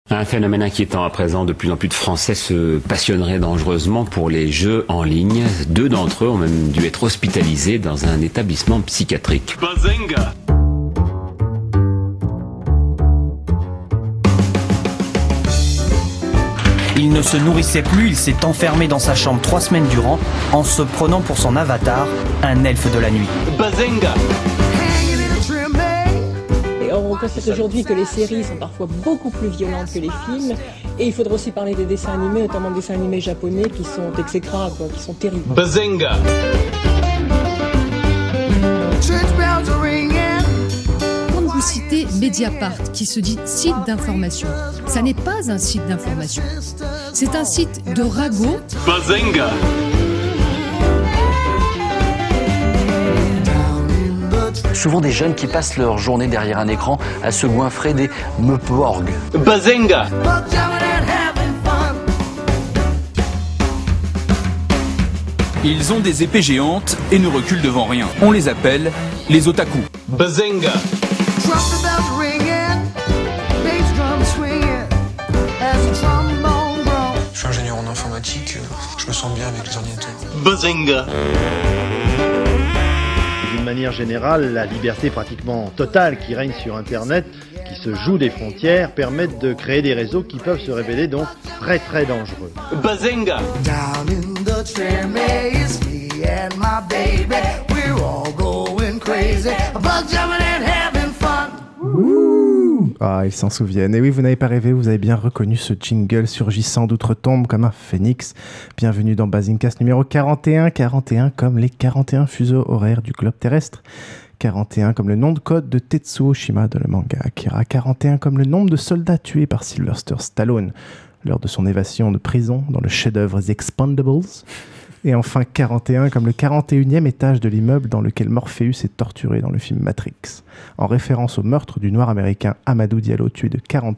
Un phénomène inquiétant à présent, de plus en plus de Français se passionneraient dangereusement pour les jeux en ligne. 2 d'entre eux ont même dû être hospitalisés dans un établissement psychiatrique. Bazinga! Il ne se nourrissait plus, il s'est enfermé dans sa chambre 3 semaines durant en se prenant pour son avatar, un elfe de la nuit. Bazinga! Et on constate aujourd'hui que les séries sont parfois beaucoup plus violentes que les films. Et il faudra aussi parler des dessins animés, notamment des dessins animés japonais qui sont exécrables, qui sont terribles. Bazinga! Quand vous citez Mediapart, qui se dit site d'information, ça n'est pas un site d'information. C'est un site de ragot. Bazinga! Souvent des jeunes qui passent leur journée derrière un écran à se goinfrer des meuporgs. Bazinga! Ils ont des épées géantes et ne reculent devant rien. On les appelle les otaku. Bazinga! Je suis ingénieur en informatique, je me sens bien avec les ordinateurs. Bazinga! D'une manière générale, la liberté pratiquement totale qui règne sur Internet, qui se joue des frontières, permettent de créer des réseaux qui peuvent se révéler donc très très dangereux. Bazinga! Ah, ils s'en souviennent. Et oui, vous n'avez pas rêvé, vous avez bien reconnu ce jingle surgissant d'outre-tombe comme un phénix. Bienvenue dans Basingcast numéro 41. 41 comme les 41 fuseaux horaires du globe terrestre. 41 comme le nom de code de Tetsuo Shima dans le manga Akira. 41 comme le nombre de soldats tués par Sylvester Stallone lors de son évasion de prison dans le chef-d'œuvre The Expendables. Et enfin 41 comme le 41e étage de l'immeuble dans lequel Morpheus est torturé dans le film Matrix, en référence au meurtre du noir américain Amadou Diallo tué de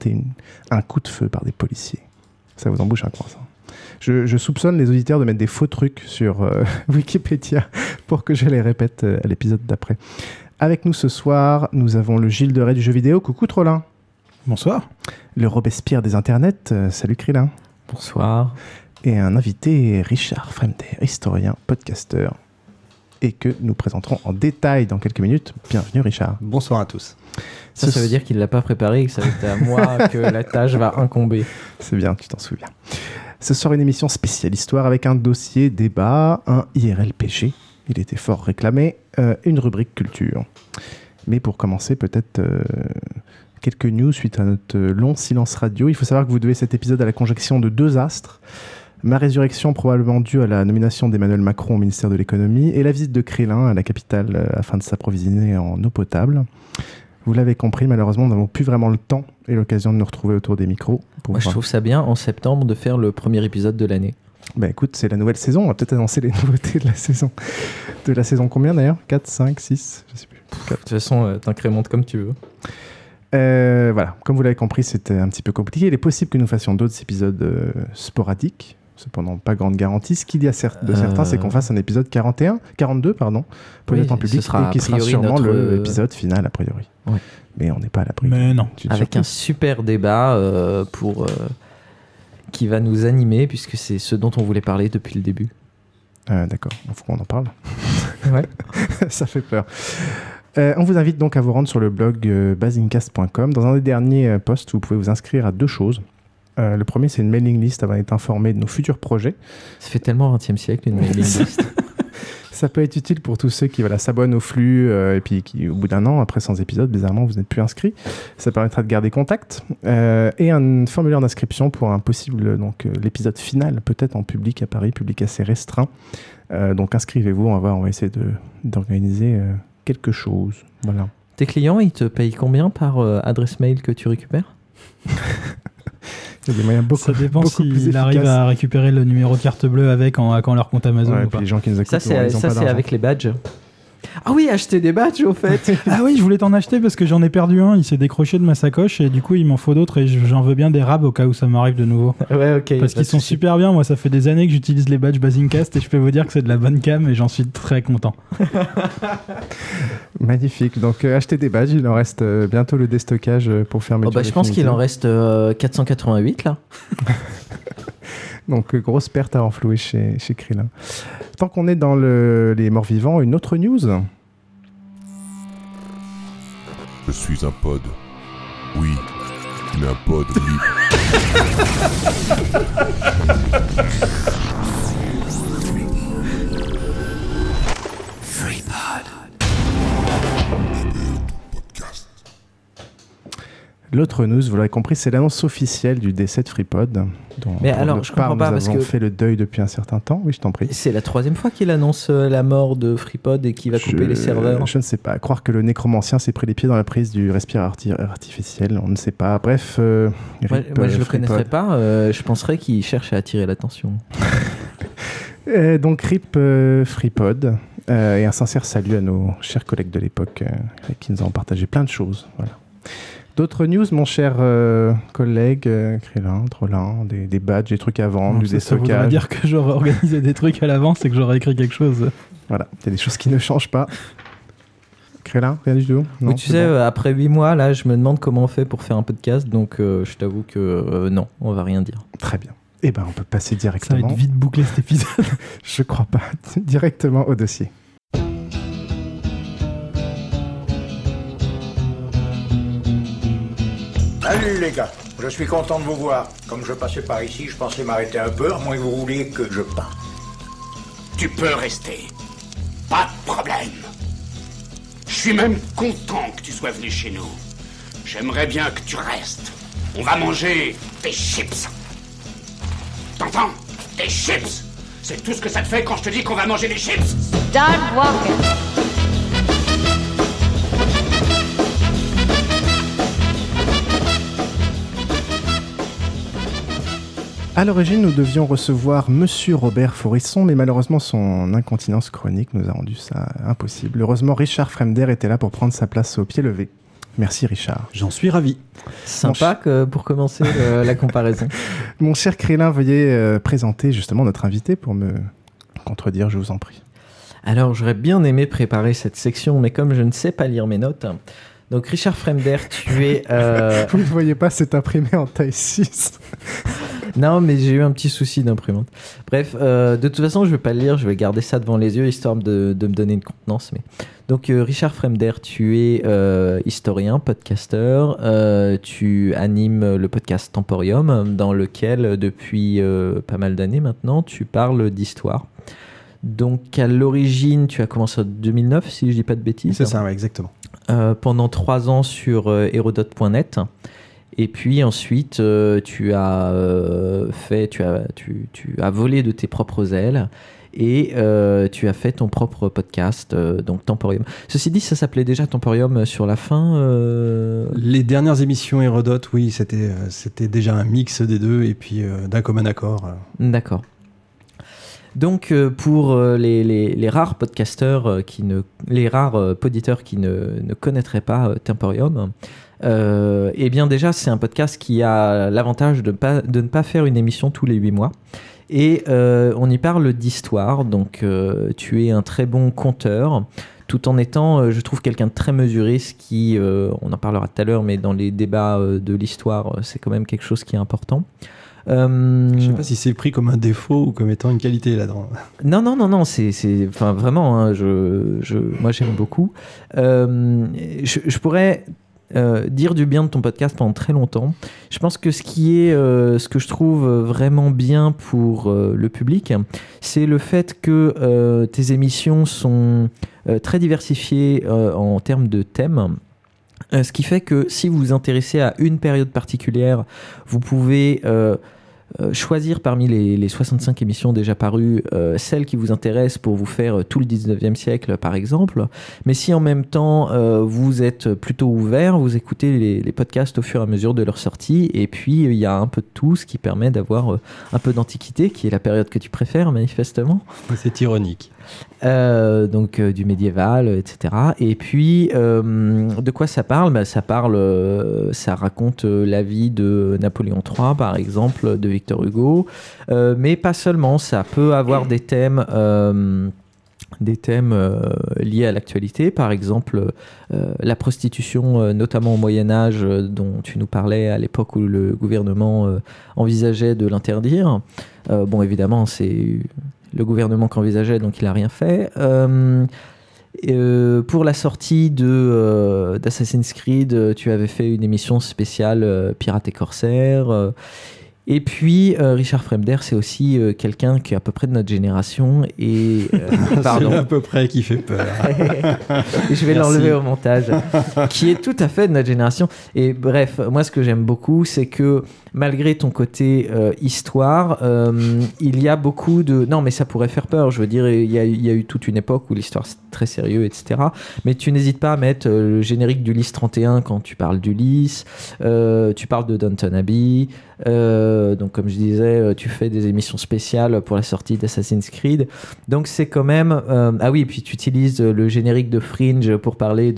41 coups de feu par des policiers. Ça vous embouche un coin, ça. Je soupçonne les auditeurs de mettre des faux trucs sur Wikipédia pour que je les répète à l'épisode d'après. Avec nous ce soir, nous avons le Gilles de Rais du jeu vidéo. Coucou Trollin. Bonsoir. Le Robespierre des internets. Salut Krillin. Bonsoir. Et un invité, Richard Fremder, historien, podcasteur, et que nous présenterons en détail dans quelques minutes. Bienvenue Richard. Bonsoir à tous. Ça veut dire qu'il ne l'a pas préparé et que ça va être à moi que la tâche va incomber. C'est bien, tu t'en souviens. Ce soir, une émission spéciale histoire avec un dossier débat, un IRLPG, il était fort réclamé, et une rubrique culture. Mais pour commencer, peut-être quelques news suite à notre long silence radio. Il faut savoir que vous devez cet épisode à la conjonction de 2 astres. Ma résurrection, probablement due à la nomination d'Emmanuel Macron au ministère de l'économie, et la visite de Krillin à la capitale afin de s'approvisionner en eau potable. Vous l'avez compris, malheureusement, nous n'avons plus vraiment le temps et l'occasion de nous retrouver autour des micros. Moi, je trouve ça bien en septembre de faire le premier épisode de l'année. Ben écoute, c'est la nouvelle saison. On va peut-être annoncer les nouveautés de la saison. De la saison combien d'ailleurs ? 4, 5, 6 ? Je sais plus. 4. De toute façon, t'incrémentes comme tu veux. Voilà, comme vous l'avez compris, c'était un petit peu compliqué. Il est possible que nous fassions d'autres épisodes sporadiques. Cependant, pas grande garantie. Ce qu'il y a de certains, c'est qu'on fasse un épisode 42, peut-être en public, et qui sera sûrement l'épisode final, a priori. Ouais. Mais on n'est pas à l'abri. Mais non. Avec un super débat qui va nous animer, puisque c'est ce dont on voulait parler depuis le début. D'accord, il faut qu'on en parle. Ouais. Ça fait peur. On vous invite donc à vous rendre sur le blog basingcast.com. Dans un des derniers posts, vous pouvez vous inscrire à 2 choses. Le premier, c'est une mailing list afin d'être informé de nos futurs projets. Ça fait tellement 20e siècle, une mailing list. Ça peut être utile pour tous ceux qui s'abonnent au flux et puis qui, au bout d'un an, après 100 épisodes, bizarrement, vous n'êtes plus inscrits. Ça permettra de garder contact. Et un formulaire d'inscription pour un possible l'épisode final, peut-être en public à Paris, public assez restreint. Donc inscrivez-vous, on va essayer d'organiser quelque chose. Voilà. Tes clients, ils te payent combien par adresse mail que tu récupères ? Il y a des moyens ça dépend s'il arrive à récupérer le numéro de carte bleue avec en hackant leur compte Amazon ou pas. Les gens qui nous écoutent, ça c'est avec les badges. Ah oui, acheter des badges au fait. Ah oui, je voulais t'en acheter parce que j'en ai perdu un, il s'est décroché de ma sacoche et du coup il m'en faut d'autres et j'en veux bien des rabs au cas où ça m'arrive de nouveau. Ouais, ok. Parce qu'ils sont super bien, moi ça fait des années que j'utilise les badges Basingcast et je peux vous dire que c'est de la bonne cam et j'en suis très content. Magnifique, donc achetez des badges, il en reste bientôt le déstockage pour fermeture. Je pense qu'il en reste 488 là. Donc grosse perte à renflouer chez Krillin. Tant qu'on est dans les morts vivants, une autre news. Je suis un pod. Oui, mais un pod libre. L'autre news, vous l'avez compris, c'est l'annonce officielle du décès de FreePod. Mais alors, je comprends pas parce que nous avons fait le deuil depuis un certain temps. Oui, je t'en prie. C'est la 3e fois qu'il annonce la mort de FreePod et qu'il va couper les serveurs. Je ne sais pas. Croire que le nécromancien s'est pris les pieds dans la prise du respirateur artificiel, on ne sait pas. Bref, moi je le connaîtrais pas. Je penserais qu'il cherche à attirer l'attention. Donc RIP FreePod. Et un sincère salut à nos chers collègues de l'époque avec qui nous avons partagé plein de choses. Voilà. D'autres news, mon cher collègue Krillin, Trollin, des badges, des trucs à vendre, du déstockage. Ça voudrait dire que j'aurais organisé des trucs à l'avance et que j'aurais écrit quelque chose. Voilà, il y a des choses qui ne changent pas. Krillin, rien du tout. Non, tu sais, après 8 mois, là, je me demande comment on fait pour faire un podcast, donc je t'avoue que non, on va rien dire. Très bien. Eh ben, on peut passer directement. Ça va être vite bouclé cet épisode. Je crois pas. Directement au dossier. Salut les gars, je suis content de vous voir. Comme je passais par ici, je pensais m'arrêter un peu, à moins que vous vouliez que je parte. Tu peux rester. Pas de problème. Je suis même content que tu sois venu chez nous. J'aimerais bien que tu restes. On va manger des chips. T'entends? Des chips. C'est tout ce que ça te fait quand je te dis qu'on va manger des chips. Start walking. À l'origine, nous devions recevoir Monsieur Robert Faurisson, mais malheureusement, son incontinence chronique nous a rendu ça impossible. Heureusement, Richard Fremder était là pour prendre sa place au pied levé. Merci Richard. J'en suis ravi. Sympa pour commencer la comparaison. Mon cher Krillin, veuillez présenter justement notre invité pour me contredire, je vous en prie. Alors, j'aurais bien aimé préparer cette section, mais comme je ne sais pas lire mes notes... Donc Richard Fremder, tu es... Vous ne voyez pas, c'est imprimé en taille 6. Non, mais j'ai eu un petit souci d'imprimante. Bref, de toute façon, je ne vais pas le lire, je vais garder ça devant les yeux, histoire de me donner une contenance. Mais... Donc Richard Fremder, tu es historien, podcasteur, tu animes le podcast Temporium, dans lequel, depuis pas mal d'années maintenant, tu parles d'histoire. Donc à l'origine, tu as commencé en 2009, si je ne dis pas de bêtises. C'est ça, ouais, exactement. Pendant 3 ans sur Hérodote.net. Et puis ensuite, tu as volé de tes propres ailes et tu as fait ton propre podcast, donc Temporium. Ceci dit, ça s'appelait déjà Temporium sur la fin Les dernières émissions Hérodote, oui, c'était déjà un mix des deux et puis d'un commun accord. D'accord. Donc pour les rares podcasteurs les rares poditeurs qui ne connaîtraient pas Temporium, eh bien déjà c'est un podcast qui a l'avantage de ne pas faire une émission tous les 8 mois. Et on y parle d'histoire, donc tu es un très bon conteur, tout en étant, je trouve, quelqu'un de très mesuré, ce qui, on en parlera tout à l'heure, mais dans les débats de l'histoire, c'est quand même quelque chose qui est important. Je sais pas si c'est pris comme un défaut ou comme étant une qualité là-dedans. Non, c'est enfin vraiment, hein, moi j'aime beaucoup. Je pourrais dire du bien de ton podcast pendant très longtemps. Je pense que ce que je trouve vraiment bien pour le public, c'est le fait que tes émissions sont très diversifiées en termes de thèmes. Ce qui fait que si vous vous intéressez à une période particulière, vous pouvez choisir parmi les 65 émissions déjà parues celles qui vous intéressent pour vous faire tout le 19e siècle, par exemple. Mais si en même temps vous êtes plutôt ouvert, vous écoutez les podcasts au fur et à mesure de leur sortie, et puis il y a un peu de tout, ce qui permet d'avoir un peu d'antiquité, qui est la période que tu préfères manifestement. C'est ironique. Donc du médiéval, etc. Et puis de quoi ça parle ? Ça raconte la vie de Napoléon III, par exemple, de Victor Hugo, mais pas seulement. Ça peut avoir des thèmes liés à l'actualité, par exemple la prostitution, notamment au Moyen-Âge, dont tu nous parlais à l'époque où le gouvernement envisageait de l'interdire. Bon, évidemment, c'est le gouvernement qui envisageait, donc il n'a rien fait. Pour la sortie d'Assassin's Creed, tu avais fait une émission spéciale Pirates et Corsaires. Et puis, Richard Fremder, c'est aussi quelqu'un qui est à peu près de notre génération. Et, pardon. C'est à peu près qui fait peur. Je vais l'enlever au montage. Qui est tout à fait de notre génération. Et bref, moi, ce que j'aime beaucoup, c'est que malgré ton côté histoire, il y a beaucoup de... Non, mais ça pourrait faire peur. Je veux dire, il y a eu toute une époque où l'histoire, c'est très sérieux, etc. Mais tu n'hésites pas à mettre le générique d'Ulysse 31 quand tu parles d'Ulysse. Tu parles de Downton Abbey. Donc comme je disais, tu fais des émissions spéciales pour la sortie d'Assassin's Creed, donc c'est quand même ah oui, et puis tu utilises le générique de Fringe pour parler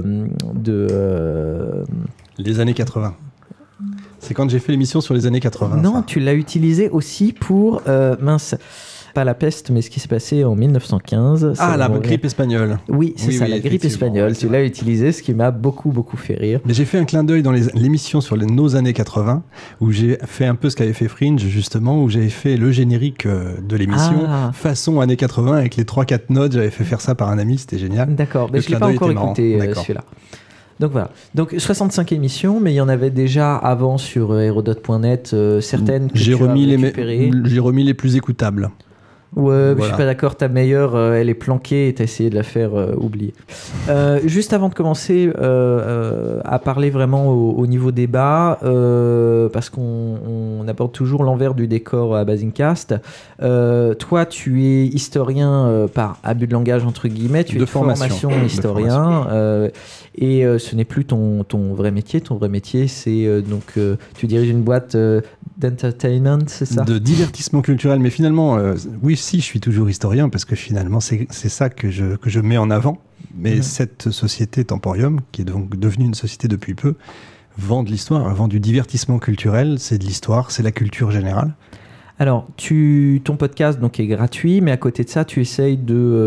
les années 80. C'est quand j'ai fait l'émission sur les années 80. Non, tu l'as utilisé aussi pour pas la peste, mais ce qui s'est passé en 1915. La grippe espagnole. Oui, c'est ça, la grippe espagnole. Tu l'as utilisé, ce qui m'a beaucoup fait rire. Mais j'ai fait un clin d'œil dans l'émission sur nos années 80, où j'ai fait un peu ce qu'avait fait Fringe, justement, où j'avais fait le générique de l'émission, façon années 80, avec les 3-4 notes. J'avais fait faire ça par un ami, c'était génial. D'accord, mais je ne l'ai pas encore écouté, celui-là. Donc voilà. Donc 65 émissions, mais il y en avait déjà avant sur Hérodote.net, certaines que j'ai remis les plus écoutables. Ouais, je suis pas d'accord, ta meilleure, elle est planquée et t'as essayé de la faire oublier. Juste avant de commencer à parler vraiment au niveau débat, parce qu'on aborde toujours l'envers du décor à Basingcast, toi tu es historien par abus de langage entre guillemets, tu es de formation historien, et ce n'est plus ton vrai métier. Ton vrai métier, c'est tu diriges une boîte d'entertainment, c'est ça ? De divertissement culturel, mais finalement, oui, si, je suis toujours historien, parce que finalement, c'est ça que je mets en avant. Mais cette société Temporium, qui est donc devenue une société depuis peu, vend de l'histoire, vend du divertissement culturel, c'est de l'histoire, c'est la culture générale. Alors, ton podcast donc est gratuit, mais à côté de ça, tu essayes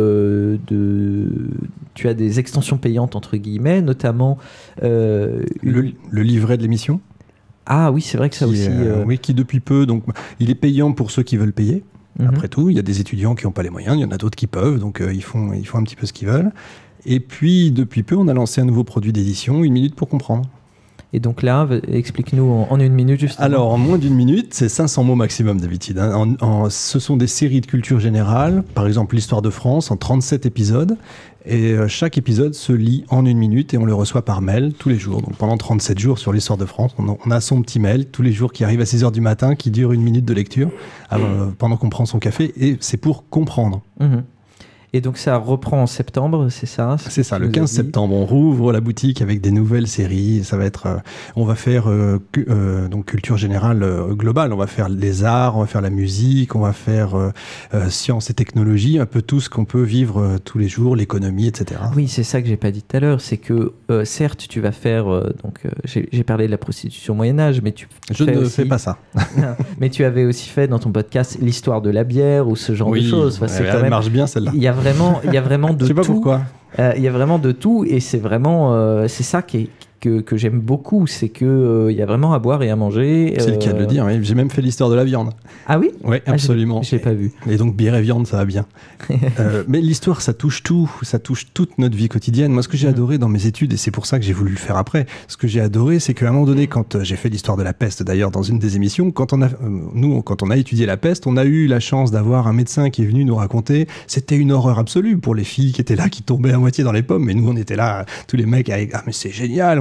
tu as des extensions payantes entre guillemets, notamment le livret de l'émission. Ah oui, c'est vrai que ça aussi. Oui, qui depuis peu, donc il est payant pour ceux qui veulent payer. Après tout, il y a des étudiants qui n'ont pas les moyens, il y en a d'autres qui peuvent, donc ils font un petit peu ce qu'ils veulent. Et puis depuis peu, on a lancé un nouveau produit d'édition, 1 minute pour comprendre. Et donc là, explique-nous en 1 minute justement. Alors, en moins d'1 minute, c'est 500 mots maximum d'habitude. Hein. Ce sont des séries de culture générale, par exemple l'histoire de France, en 37 épisodes. Et chaque épisode se lit en 1 minute et on le reçoit par mail tous les jours. Donc pendant 37 jours sur l'histoire de France, on a son petit mail tous les jours qui arrive à 6h du matin, qui dure 1 minute de lecture pendant qu'on prend son café. Et c'est pour comprendre. Et donc ça reprend en septembre, c'est ça ? C'est ça, le 15 septembre, on rouvre la boutique avec des nouvelles séries. Ça va être, on va faire donc culture générale globale. On va faire les arts, on va faire la musique, on va faire sciences et technologies, un peu tout ce qu'on peut vivre tous les jours, l'économie, etc. Oui, c'est ça que j'ai pas dit tout à l'heure, c'est que certes tu vas faire j'ai parlé de la prostitution au Moyen-Âge, mais je ne fais pas ça. Mais tu avais aussi fait dans ton podcast l'histoire de la bière ou ce genre de choses. Enfin, elle marche bien celle-là. Il y a vraiment de tout. Je sais pas pourquoi. Il y a vraiment de tout et c'est vraiment c'est ça que j'aime beaucoup, c'est que il y a vraiment à boire et à manger. C'est le cas de le dire. Oui. J'ai même fait l'histoire de la viande. Ah oui ? Oui, absolument. Je l'ai pas vu. Et donc bière et viande, ça va bien. Mais l'histoire, ça touche tout. Ça touche toute notre vie quotidienne. Moi, ce que j'ai adoré dans mes études, et c'est pour ça que j'ai voulu le faire après, ce que j'ai adoré, c'est qu'à un moment donné, quand j'ai fait l'histoire de la peste, d'ailleurs, dans une des émissions, quand on a étudié la peste, on a eu la chance d'avoir un médecin qui est venu nous raconter. C'était une horreur absolue pour les filles qui étaient là, qui tombaient à moitié dans les pommes. Mais nous, on était là, tous les mecs, avec, ah mais c'est génial, on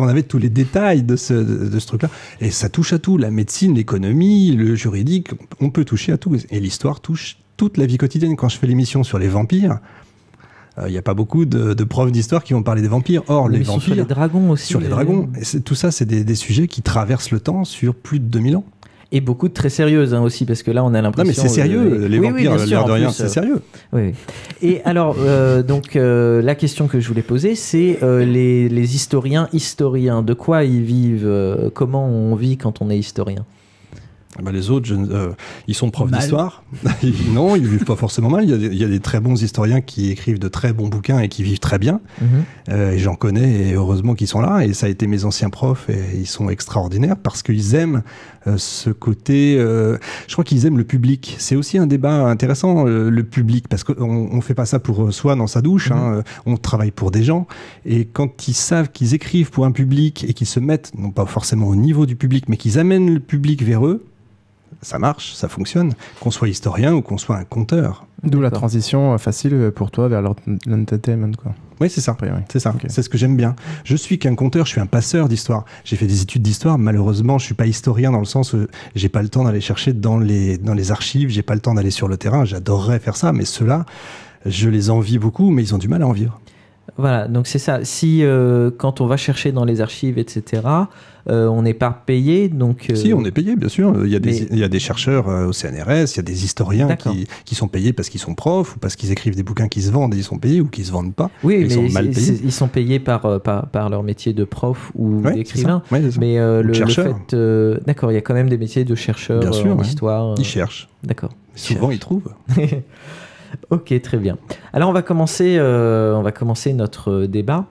avait tous les détails de ce truc-là. Et ça touche à tout, la médecine, l'économie, le juridique, on peut toucher à tout. Et l'histoire touche toute la vie quotidienne. Quand je fais l'émission sur les vampires, il n'y a pas beaucoup de profs d'histoire qui vont parler des vampires. Or, les vampires... Sur les dragons aussi. Sur les dragons. Et tout ça, c'est des sujets qui traversent le temps sur plus de 2000 ans. Et beaucoup de très sérieuses aussi, parce que là, on a l'impression... Non, mais c'est sérieux, les vampires, l'air de rien, c'est sérieux. Oui. Et alors, la question que je voulais poser, c'est les historiens, de quoi ils vivent, comment on vit quand on est historien? Les autres, ils sont profs d'histoire. Non, ils vivent pas forcément mal. Il y a des très bons historiens qui écrivent de très bons bouquins et qui vivent très bien. Et j'en connais, et heureusement qu'ils sont là. Et ça a été mes anciens profs, et ils sont extraordinaires parce qu'ils aiment ce côté... je crois qu'ils aiment le public. C'est aussi un débat intéressant, le public, parce qu'on fait pas ça pour soi dans sa douche. On travaille pour des gens. Et quand ils savent qu'ils écrivent pour un public et qu'ils se mettent, non pas forcément au niveau du public, mais qu'ils amènent le public vers eux, ça marche, ça fonctionne, qu'on soit historien ou qu'on soit un conteur. D'où la transition facile pour toi vers l'entertainment, quoi. Oui, c'est ça. Après, oui. C'est ça. Okay. C'est ce que j'aime bien. Je suis qu'un conteur, je suis un passeur d'histoire. J'ai fait des études d'histoire. Malheureusement, je suis pas historien dans le sens où j'ai pas le temps d'aller chercher dans les archives, j'ai pas le temps d'aller sur le terrain. J'adorerais faire ça, mais ceux-là, je les envie beaucoup, mais ils ont du mal à en vivre. Voilà, donc c'est ça. Si quand on va chercher dans les archives, etc., on n'est pas payé, donc... Si, on est payé, bien sûr. Il y a des chercheurs au CNRS, il y a des historiens qui sont payés parce qu'ils sont profs, ou parce qu'ils écrivent des bouquins qui se vendent et ils sont payés, ou qui se vendent pas. Oui, mais ils sont mal payés. Ils sont payés par leur métier de prof ou d'écrivain. C'est ça. Mais le fait... d'accord, il y a quand même des métiers de chercheurs en histoire. Ils cherchent. D'accord. Souvent, ils trouvent. Ok, très bien. Alors on va commencer notre débat.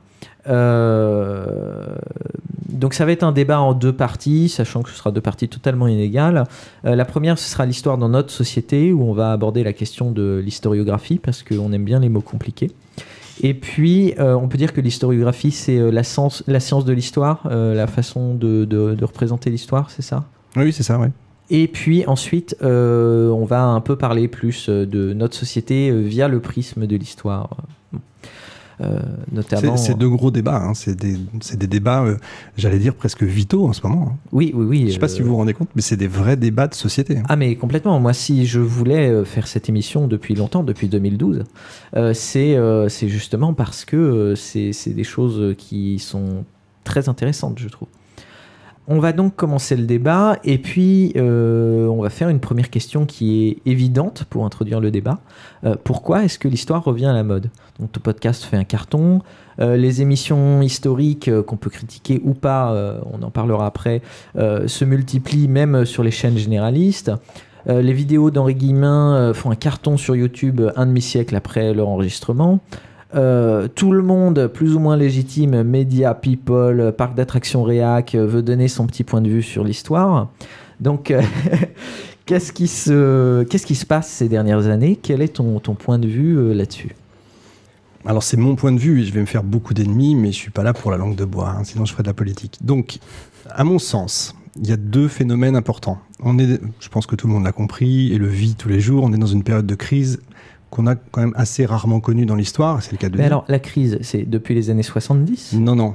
Donc ça va être un débat en deux parties, sachant que ce sera deux parties totalement inégales. La première, ce sera l'histoire dans notre société, où on va aborder la question de l'historiographie, parce qu'on aime bien les mots compliqués. Et puis, on peut dire que l'historiographie, c'est la science de l'histoire, la façon de représenter l'histoire, c'est ça ? Oui, c'est ça, oui. Et puis ensuite, on va un peu parler plus de notre société via le prisme de l'histoire. Notamment... C'est de gros débats, hein. C'est des débats, j'allais dire, presque vitaux en ce moment. Hein. Oui. Je ne sais pas si vous vous rendez compte, mais c'est des vrais débats de société. Hein. Ah mais complètement. Moi, si je voulais faire cette émission depuis longtemps, depuis 2012, c'est justement parce que c'est des choses qui sont très intéressantes, je trouve. On va donc commencer le débat et puis on va faire une première question qui est évidente pour introduire le débat. Pourquoi est-ce que l'histoire revient à la mode ? Donc ton podcast fait un carton, les émissions historiques qu'on peut critiquer ou pas, on en parlera après, se multiplient même sur les chaînes généralistes. Les vidéos d'Henri Guillemin font un carton sur YouTube un demi-siècle après leur enregistrement. Tout le monde, plus ou moins légitime, médias, people, parc d'attractions réac, veut donner son petit point de vue sur l'histoire. Donc, qu'est-ce qui se passe ces dernières années ? Quel est ton point de vue là-dessus ? Alors, c'est mon point de vue et je vais me faire beaucoup d'ennemis, mais je ne suis pas là pour la langue de bois, hein, sinon je ferais de la politique. Donc, à mon sens, il y a deux phénomènes importants. Je pense que tout le monde l'a compris et le vit tous les jours. On est dans une période de crise qu'on a quand même assez rarement connu dans l'histoire, c'est le cas de dire. Alors, la crise, c'est depuis les années 70 ? Non.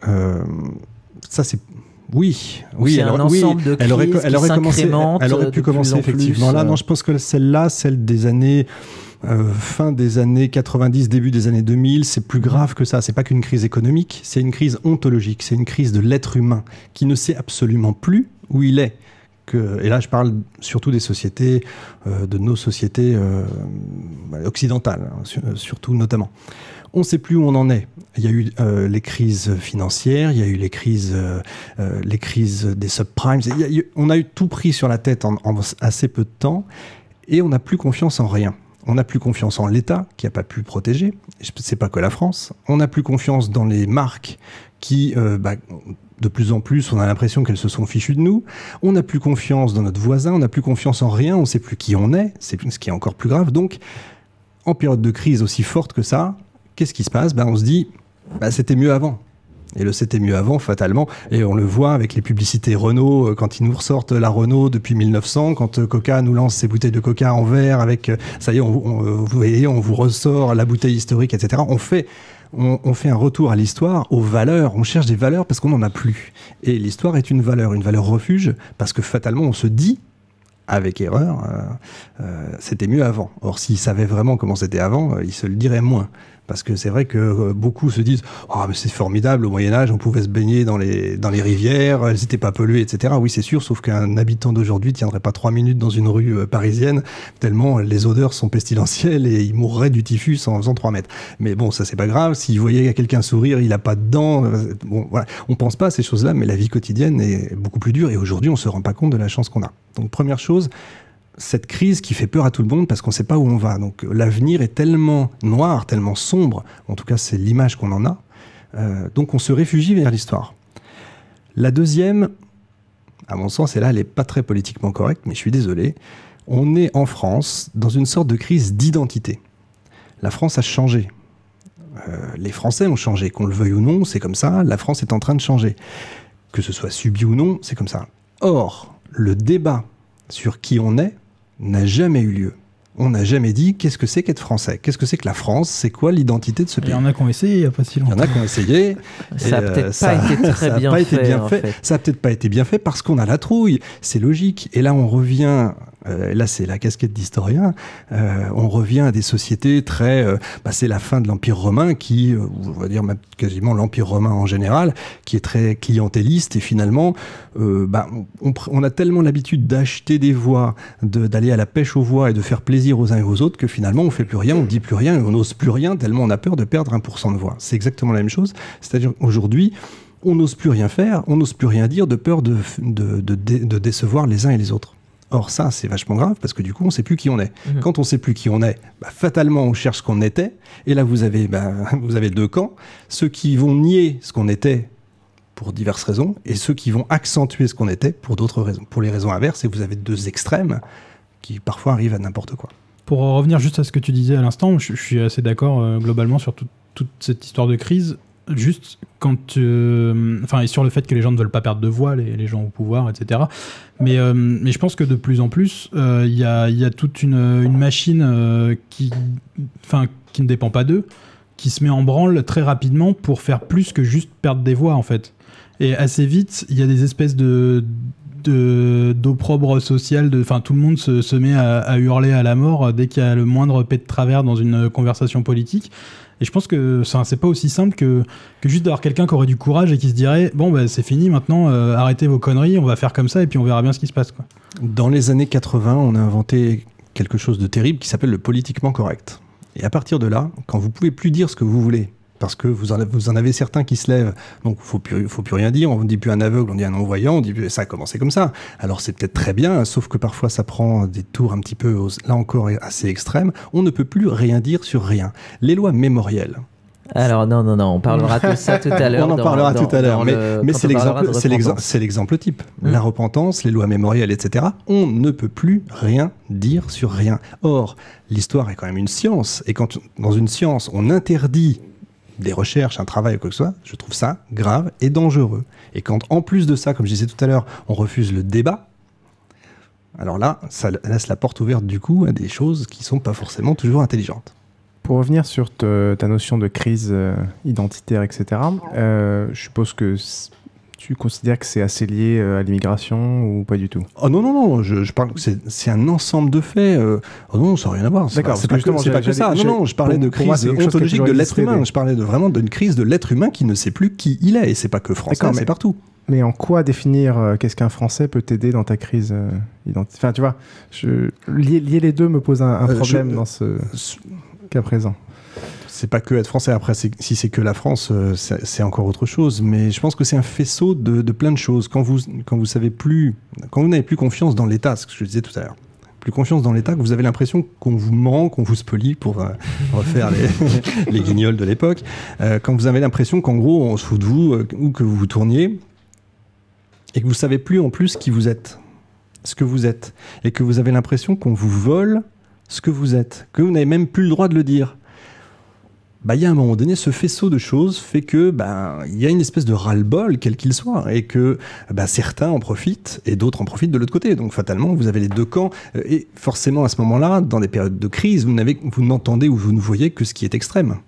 Ça, c'est... Oui, c'est un ensemble de crises elle aurait pu commencer effectivement là. Non, je pense que celle des années... fin des années 90, début des années 2000, c'est plus grave que ça. C'est pas qu'une crise économique, c'est une crise ontologique. C'est une crise de l'être humain qui ne sait absolument plus où il est. Et là, je parle surtout des sociétés, de nos sociétés occidentales, surtout notamment. On ne sait plus où on en est. Il y a eu les crises financières, il y a eu les crises des subprimes. On a eu tout pris sur la tête en assez peu de temps et on n'a plus confiance en rien. On n'a plus confiance en l'État qui n'a pas pu protéger. C'est pas que la France. On n'a plus confiance dans les marques qui... de plus en plus, on a l'impression qu'elles se sont fichues de nous. On n'a plus confiance dans notre voisin, on n'a plus confiance en rien, on ne sait plus qui on est, c'est ce qui est encore plus grave. Donc, en période de crise aussi forte que ça, qu'est-ce qui se passe ? On se dit, c'était mieux avant. Et le c'était mieux avant, fatalement, et on le voit avec les publicités Renault, quand ils nous ressortent la Renault depuis 1900, quand Coca nous lance ses bouteilles de Coca en verre avec, ça y est, vous voyez, on vous ressort la bouteille historique, etc. on fait un retour à l'histoire, aux valeurs. On cherche des valeurs parce qu'on n'en a plus. Et l'histoire est une valeur refuge, parce que fatalement, on se dit, avec erreur, c'était mieux avant. Or, s'ils savaient vraiment comment c'était avant, ils se le diraient moins. Parce que c'est vrai que beaucoup se disent « Ah, mais c'est formidable, au Moyen-Âge, on pouvait se baigner dans les rivières, elles n'étaient pas polluées, etc. » Oui, c'est sûr, sauf qu'un habitant d'aujourd'hui ne tiendrait pas 3 minutes dans une rue parisienne, tellement les odeurs sont pestilentielles et il mourrait du typhus en faisant 3 mètres. Mais bon, ça, c'est pas grave. S'il voyait quelqu'un sourire, il n'a pas de dents. Bon, voilà. On pense pas à ces choses-là, mais la vie quotidienne est beaucoup plus dure. Et aujourd'hui, on se rend pas compte de la chance qu'on a. Donc, première chose, cette crise qui fait peur à tout le monde parce qu'on ne sait pas où on va. Donc l'avenir est tellement noir, tellement sombre, en tout cas c'est l'image qu'on en a, donc on se réfugie vers l'histoire. La deuxième, à mon sens, et là elle n'est pas très politiquement correcte, mais je suis désolé, on est en France dans une sorte de crise d'identité. La France a changé. Les Français ont changé, qu'on le veuille ou non, c'est comme ça, la France est en train de changer. Que ce soit subi ou non, c'est comme ça. Or, le débat sur qui on est n'a jamais eu lieu. On n'a jamais dit qu'est-ce que c'est qu'être français, qu'est-ce que c'est que la France, c'est quoi l'identité de ce pays. Il y en a qui ont essayé il n'y a pas si longtemps. Il y en a qui ont essayé. Ça n'a peut-être pas été très bien fait. Ça n'a peut-être pas été bien fait parce qu'on a la trouille. C'est logique. Et là, on revient. Là, c'est la casquette d'historien. On revient à des sociétés très. C'est la fin de l'Empire romain qui, on va dire même quasiment l'Empire romain en général, qui est très clientéliste et finalement, on a tellement l'habitude d'acheter des voix, d'aller à la pêche aux voix et de faire plaisir aux uns et aux autres que finalement on fait plus rien, on dit plus rien et on n'ose plus rien tellement on a peur de perdre 1% de voix. C'est exactement la même chose. C'est-à-dire aujourd'hui, on n'ose plus rien faire, on n'ose plus rien dire de peur de décevoir les uns et les autres. Or ça, c'est vachement grave parce que du coup, on ne sait plus qui on est. Mmh. Quand on ne sait plus qui on est, fatalement, on cherche ce qu'on était. Et là, vous avez 2 camps. Ceux qui vont nier ce qu'on était pour diverses raisons et ceux qui vont accentuer ce qu'on était pour d'autres raisons. Pour les raisons inverses, et vous avez 2 extrêmes qui parfois arrivent à n'importe quoi. Pour revenir juste à ce que tu disais à l'instant, je suis assez d'accord globalement sur toute cette histoire de crise. Juste quand et sur le fait que les gens ne veulent pas perdre de voix, les gens au pouvoir, etc. Mais je pense que de plus en plus, il y a toute une machine qui ne dépend pas d'eux, qui se met en branle très rapidement pour faire plus que juste perdre des voix, en fait. Et assez vite, il y a des espèces d'opprobre social, tout le monde se met à hurler à la mort dès qu'il y a le moindre pet de travers dans une conversation politique. Et je pense que c'est pas aussi simple que juste d'avoir quelqu'un qui aurait du courage et qui se dirait bon c'est fini maintenant, arrêtez vos conneries, on va faire comme ça et puis on verra bien ce qui se passe, quoi. Dans les années 80, on a inventé quelque chose de terrible qui s'appelle le politiquement correct. Et à partir de là, quand vous pouvez plus dire ce que vous voulez, parce que vous en avez certains qui se lèvent, donc faut plus rien dire, on ne dit plus un aveugle, on dit un non-voyant, on dit plus, ça a commencé comme ça. Alors c'est peut-être très bien, sauf que parfois ça prend des tours un petit peu, là encore assez extrêmes, on ne peut plus rien dire sur rien. Les lois mémorielles. Alors non, on parlera de ça tout à l'heure. On en parlera tout à l'heure, mais c'est l'exemple type. La repentance, les lois mémorielles, etc. On ne peut plus rien dire sur rien. Or, l'histoire est quand même une science, et quand dans une science on interdit des recherches, un travail ou quoi que ce soit, je trouve ça grave et dangereux. Et quand, en plus de ça, comme je disais tout à l'heure, on refuse le débat, alors là, ça laisse la porte ouverte du coup à des choses qui ne sont pas forcément toujours intelligentes. Pour revenir sur ta notion de crise identitaire, etc., je suppose que tu considères que c'est assez lié à l'immigration ou pas du tout ? Oh non, je parle que c'est un ensemble de faits. Oh non, ça n'a rien à voir. D'accord, c'est pas que ça. Non, je parlais de crise ontologique de l'être humain. Je parlais vraiment d'une crise de l'être humain qui ne sait plus qui il est. Et c'est pas que français, c'est partout. Mais en quoi définir qu'est-ce qu'un Français peut t'aider dans ta crise identitaire ? Enfin, tu vois, lier les deux me pose un problème dans ce cas présent. C'est pas que être français. Après, si c'est que la France, c'est encore autre chose. Mais je pense que c'est un faisceau de plein de choses. Quand vous n'avez plus confiance dans l'État, ce que je disais tout à l'heure, plus confiance dans l'État, que vous avez l'impression qu'on vous ment, qu'on vous spolie pour refaire les guignols de l'époque. Quand vous avez l'impression qu'en gros, on se fout de vous ou que vous vous tourniez et que vous savez plus en plus qui vous êtes, ce que vous êtes, et que vous avez l'impression qu'on vous vole ce que vous êtes, que vous n'avez même plus le droit de le dire. Il y a un moment donné, ce faisceau de choses fait que y a une espèce de ras-le-bol, quel qu'il soit, et que certains en profitent et d'autres en profitent de l'autre côté. Donc fatalement, vous avez les 2 camps, et forcément à ce moment-là, dans des périodes de crise, vous n'entendez ou vous ne voyez que ce qui est extrême.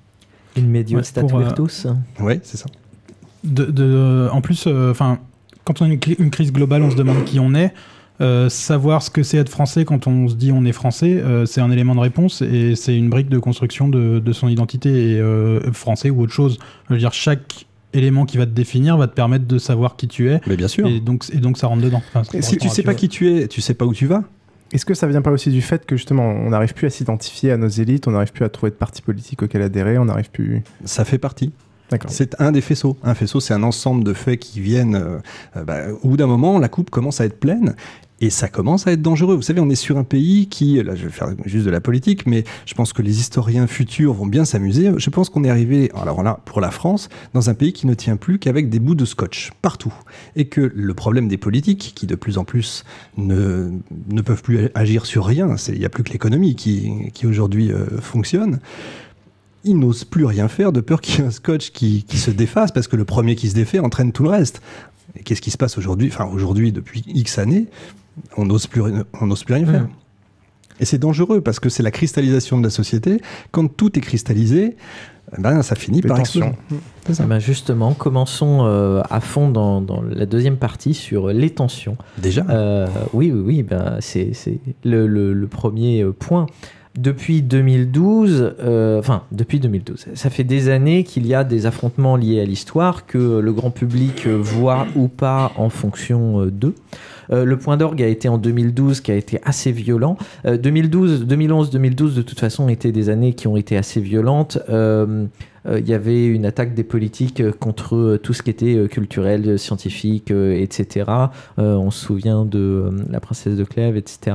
In medio stat pour, virtus. Oui, c'est ça. En plus, quand on a une crise globale, on se demande qui on est. Savoir ce que c'est être français quand on se dit on est français, c'est un élément de réponse et c'est une brique de construction de son identité français ou autre chose. Je veux dire, chaque élément qui va te définir va te permettre de savoir qui tu es. Mais bien sûr. Et donc ça rentre dedans. Enfin, et si tu sais pas qui tu es, tu sais pas où tu vas. Est-ce que ça vient pas aussi du fait que justement on n'arrive plus à s'identifier à nos élites, on n'arrive plus à trouver de parti politique auquel adhérer, on n'arrive plus... Ça fait partie. D'accord. C'est un des faisceaux. Un faisceau, c'est un ensemble de faits qui viennent... au bout d'un moment, la coupe commence à être pleine. Et ça commence à être dangereux. Vous savez, on est sur un pays qui... Là, je vais faire juste de la politique, mais je pense que les historiens futurs vont bien s'amuser. Je pense qu'on est arrivé, alors là, pour la France, dans un pays qui ne tient plus qu'avec des bouts de scotch, partout. Et que le problème des politiques, qui de plus en plus ne peuvent plus agir sur rien, il n'y a plus que l'économie qui aujourd'hui fonctionne, ils n'osent plus rien faire de peur qu'il y ait un scotch qui se défasse, parce que le premier qui se défait entraîne tout le reste. Et qu'est-ce qui se passe aujourd'hui ? Enfin, aujourd'hui, depuis X années, on n'ose plus rien faire. Et c'est dangereux parce que c'est la cristallisation de la société. Quand tout est cristallisé, ça finit par exploser. Justement, commençons à fond dans la deuxième partie sur les tensions. Déjà Oui, c'est le premier point. Depuis 2012, ça fait des années qu'il y a des affrontements liés à l'histoire que le grand public voit ou pas en fonction d'eux. Le point d'orgue a été en 2012, qui a été assez violent. 2011, 2012, de toute façon, étaient des années qui ont été assez violentes. Il y avait une attaque des politiques contre tout ce qui était culturel, scientifique, etc. On se souvient de la princesse de Clèves, etc.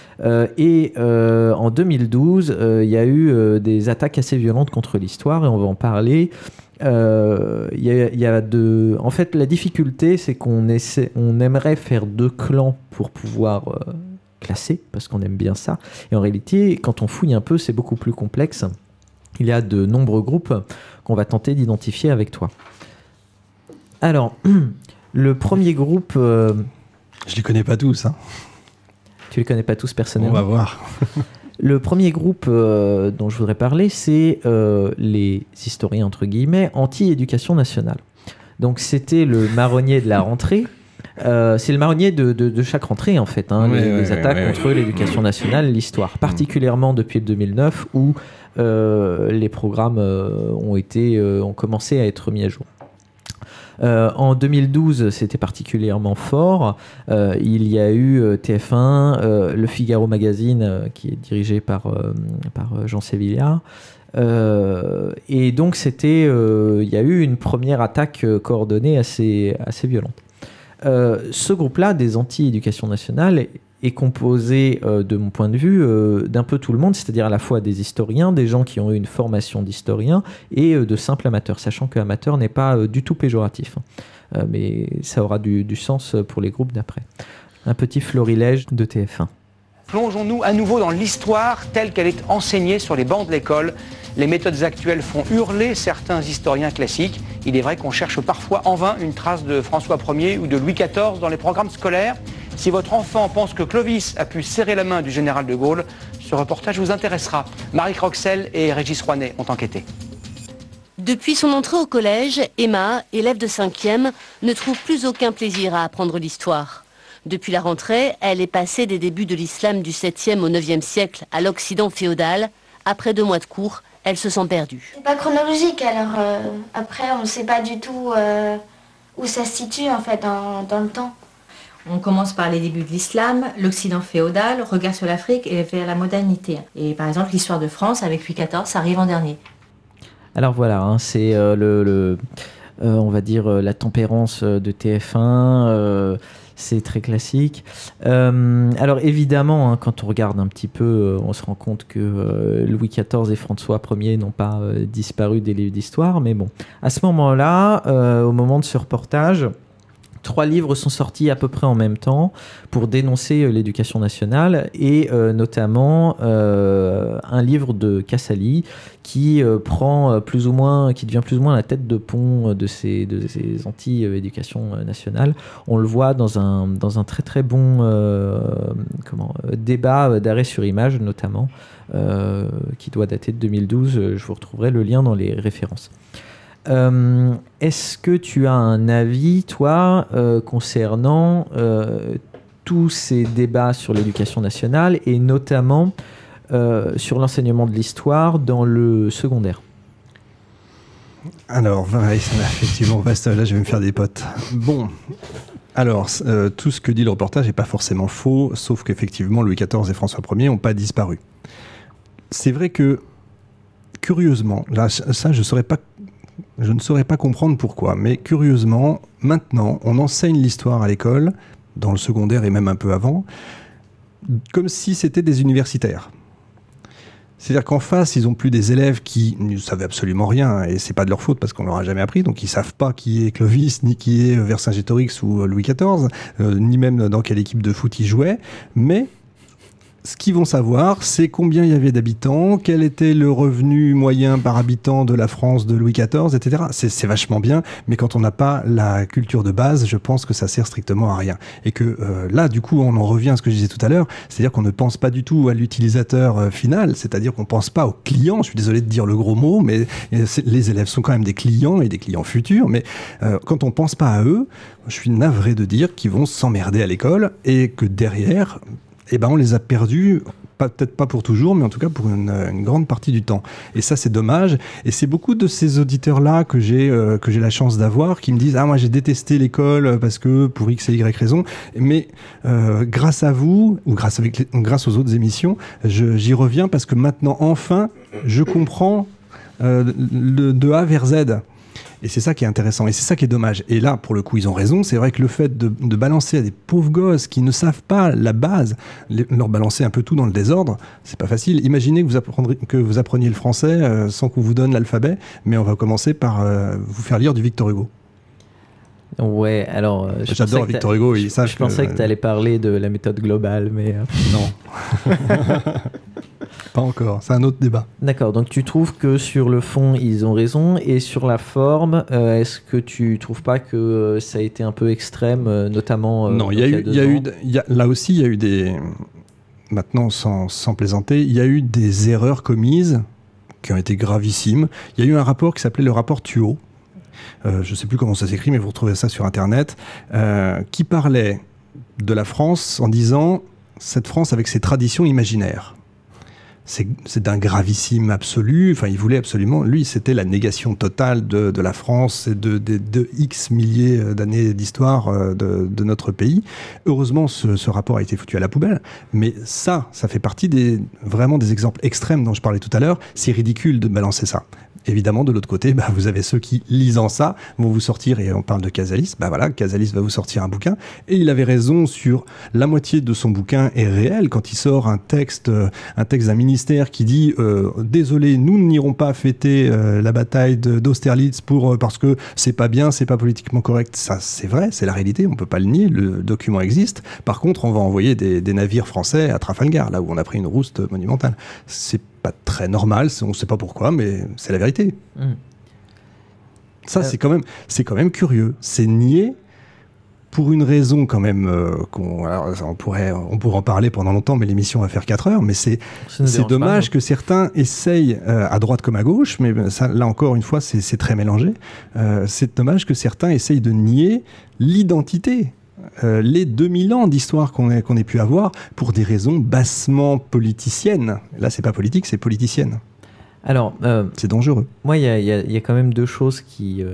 En 2012, il y a eu des attaques assez violentes contre l'histoire, et on va en parler. En fait, la difficulté, c'est qu'on aimerait faire 2 clans pour pouvoir classer, parce qu'on aime bien ça. Et en réalité, quand on fouille un peu, c'est beaucoup plus complexe. Il y a de nombreux groupes qu'on va tenter d'identifier avec toi. Alors, le premier groupe... Je les connais pas tous. Hein. Tu les connais pas tous personnellement ? On va voir. Le premier groupe dont je voudrais parler, c'est les historiens, entre guillemets, anti-éducation nationale. Donc, c'était le marronnier de la rentrée. C'est le marronnier de chaque rentrée, en fait, les attaques contre l'éducation nationale, l'histoire. Particulièrement depuis le 2009, où les programmes ont commencé à être mis à jour. En 2012, c'était particulièrement fort. Il y a eu TF1, Le Figaro Magazine, qui est dirigé par Jean Sévillard. Et donc, il y a eu une première attaque coordonnée assez violente. Ce groupe-là, des anti-éducation nationale, est composé, de mon point de vue, d'un peu tout le monde, c'est-à-dire à la fois des historiens, des gens qui ont eu une formation d'historien, et de simples amateurs, sachant que amateur n'est pas du tout péjoratif. Mais ça aura du sens pour les groupes d'après. Un petit florilège de TF1. Plongeons-nous à nouveau dans l'histoire telle qu'elle est enseignée sur les bancs de l'école. Les méthodes actuelles font hurler certains historiens classiques. Il est vrai qu'on cherche parfois en vain une trace de François Ier ou de Louis XIV dans les programmes scolaires. Si votre enfant pense que Clovis a pu serrer la main du général de Gaulle, ce reportage vous intéressera. Marie Croxel et Régis Rouanet ont enquêté. Depuis son entrée au collège, Emma, élève de 5e, ne trouve plus aucun plaisir à apprendre l'histoire. Depuis la rentrée, elle est passée des débuts de l'islam du 7e au 9e siècle à l'Occident féodal. Après 2 mois de cours, elle se sent perdue. C'est pas chronologique, alors après on ne sait pas du tout où ça se situe en fait dans le temps. On commence par les débuts de l'islam, l'Occident féodal, regard sur l'Afrique et vers la modernité. Et par exemple, l'histoire de France avec Louis XIV, ça arrive en dernier. Alors voilà, c'est on va dire la tempérance de TF1, c'est très classique. Alors évidemment, quand on regarde un petit peu, on se rend compte que Louis XIV et François Ier n'ont pas disparu des livres d'histoire. Mais bon, à ce moment-là, au moment de ce reportage, 3 livres sont sortis à peu près en même temps pour dénoncer l'éducation nationale et notamment un livre de Casali qui devient plus ou moins la tête de pont de ces anti-éducation nationale. On le voit dans un très très bon débat d'arrêt sur image notamment qui doit dater de 2012. Je vous retrouverai le lien dans les références. Est-ce que tu as un avis, toi, concernant tous ces débats sur l'éducation nationale et notamment sur l'enseignement de l'histoire dans le secondaire? Alors, effectivement, vaste, là je vais me faire des potes. Bon, alors, tout ce que dit le reportage n'est pas forcément faux, sauf qu'effectivement Louis XIV et François Ier n'ont pas disparu. C'est vrai que, curieusement, là, ça je ne saurais pas comprendre pourquoi, mais curieusement, maintenant, on enseigne l'histoire à l'école, dans le secondaire et même un peu avant, comme si c'était des universitaires. C'est-à-dire qu'en face, ils n'ont plus des élèves qui ne savaient absolument rien, et c'est pas de leur faute parce qu'on leur a jamais appris, donc ils savent pas qui est Clovis, ni qui est Vercingétorix ou Louis XIV, ni même dans quelle équipe de foot ils jouaient, mais ce qu'ils vont savoir, c'est combien il y avait d'habitants, quel était le revenu moyen par habitant de la France de Louis XIV, etc. C'est vachement bien, mais quand on n'a pas la culture de base, je pense que ça sert strictement à rien. Et que là, du coup, on en revient à ce que je disais tout à l'heure, c'est-à-dire qu'on ne pense pas du tout à l'utilisateur final, c'est-à-dire qu'on ne pense pas aux clients. Je suis désolé de dire le gros mot, mais les élèves sont quand même des clients et des clients futurs, mais quand on ne pense pas à eux, je suis navré de dire qu'ils vont s'emmerder à l'école et que derrière... on les a perdus, peut-être pas pour toujours, mais en tout cas pour une grande partie du temps. Et ça, c'est dommage. Et c'est beaucoup de ces auditeurs-là que j'ai la chance d'avoir qui me disent « Ah, moi, j'ai détesté l'école parce que pour X et Y raison. » Mais grâce à vous, ou grâce aux autres émissions, j'y reviens parce que maintenant, enfin, je comprends de A vers Z. Et c'est ça qui est intéressant, et c'est ça qui est dommage. Et là, pour le coup, ils ont raison. C'est vrai que le fait de balancer à des pauvres gosses qui ne savent pas la base, leur balancer un peu tout dans le désordre, c'est pas facile. Imaginez que vous appreniez le français sans qu'on vous donne l'alphabet, mais on va commencer par vous faire lire du Victor Hugo. Ouais, alors... J'adore Victor Hugo. Je pensais que tu allais parler de la méthode globale, mais... Non. Pas encore, c'est un autre débat. D'accord, donc tu trouves que sur le fond, ils ont raison, et sur la forme, est-ce que tu trouves pas que ça a été un peu extrême, notamment... Non, là aussi, il y a eu des... Maintenant, sans plaisanter, il y a eu des erreurs commises qui ont été gravissimes. Il y a eu un rapport qui s'appelait le rapport Thuot. Je ne sais plus comment ça s'écrit, mais vous retrouvez ça sur Internet, qui parlait de la France en disant « cette France avec ses traditions imaginaires ». C'est d'un gravissime absolu. Enfin, il voulait absolument... Lui, c'était la négation totale de la France et de X milliers d'années d'histoire de notre pays. Heureusement, ce rapport a été foutu à la poubelle. Mais ça fait partie vraiment des exemples extrêmes dont je parlais tout à l'heure. C'est ridicule de balancer ça. Évidemment, de l'autre côté, vous avez ceux qui, lisant ça, vont vous sortir, et on parle de Casalis, Casalis va vous sortir un bouquin, et il avait raison sur la moitié de son bouquin est réel, quand il sort un texte d'un ministère qui dit désolé, nous n'irons pas fêter la bataille d'Austerlitz parce que c'est pas bien, c'est pas politiquement correct. Ça, c'est vrai, c'est la réalité, on peut pas le nier, le document existe. Par contre, on va envoyer des navires français à Trafalgar, là où on a pris une rouste monumentale. C'est pas très normal, on ne sait pas pourquoi, mais c'est la vérité. Ça, c'est quand même curieux. C'est nié pour une raison quand même on pourrait en parler pendant longtemps, mais l'émission va faire 4 heures. Mais c'est dommage que certains essayent, à droite comme à gauche, mais ça, là encore une fois, c'est très mélangé. C'est dommage que certains essayent de nier l'identité. Les 2000 ans d'histoire qu'on ait pu avoir pour des raisons bassement politiciennes. Là, c'est pas politique, c'est politicienne. Alors, c'est dangereux. Moi, il y a quand même 2 choses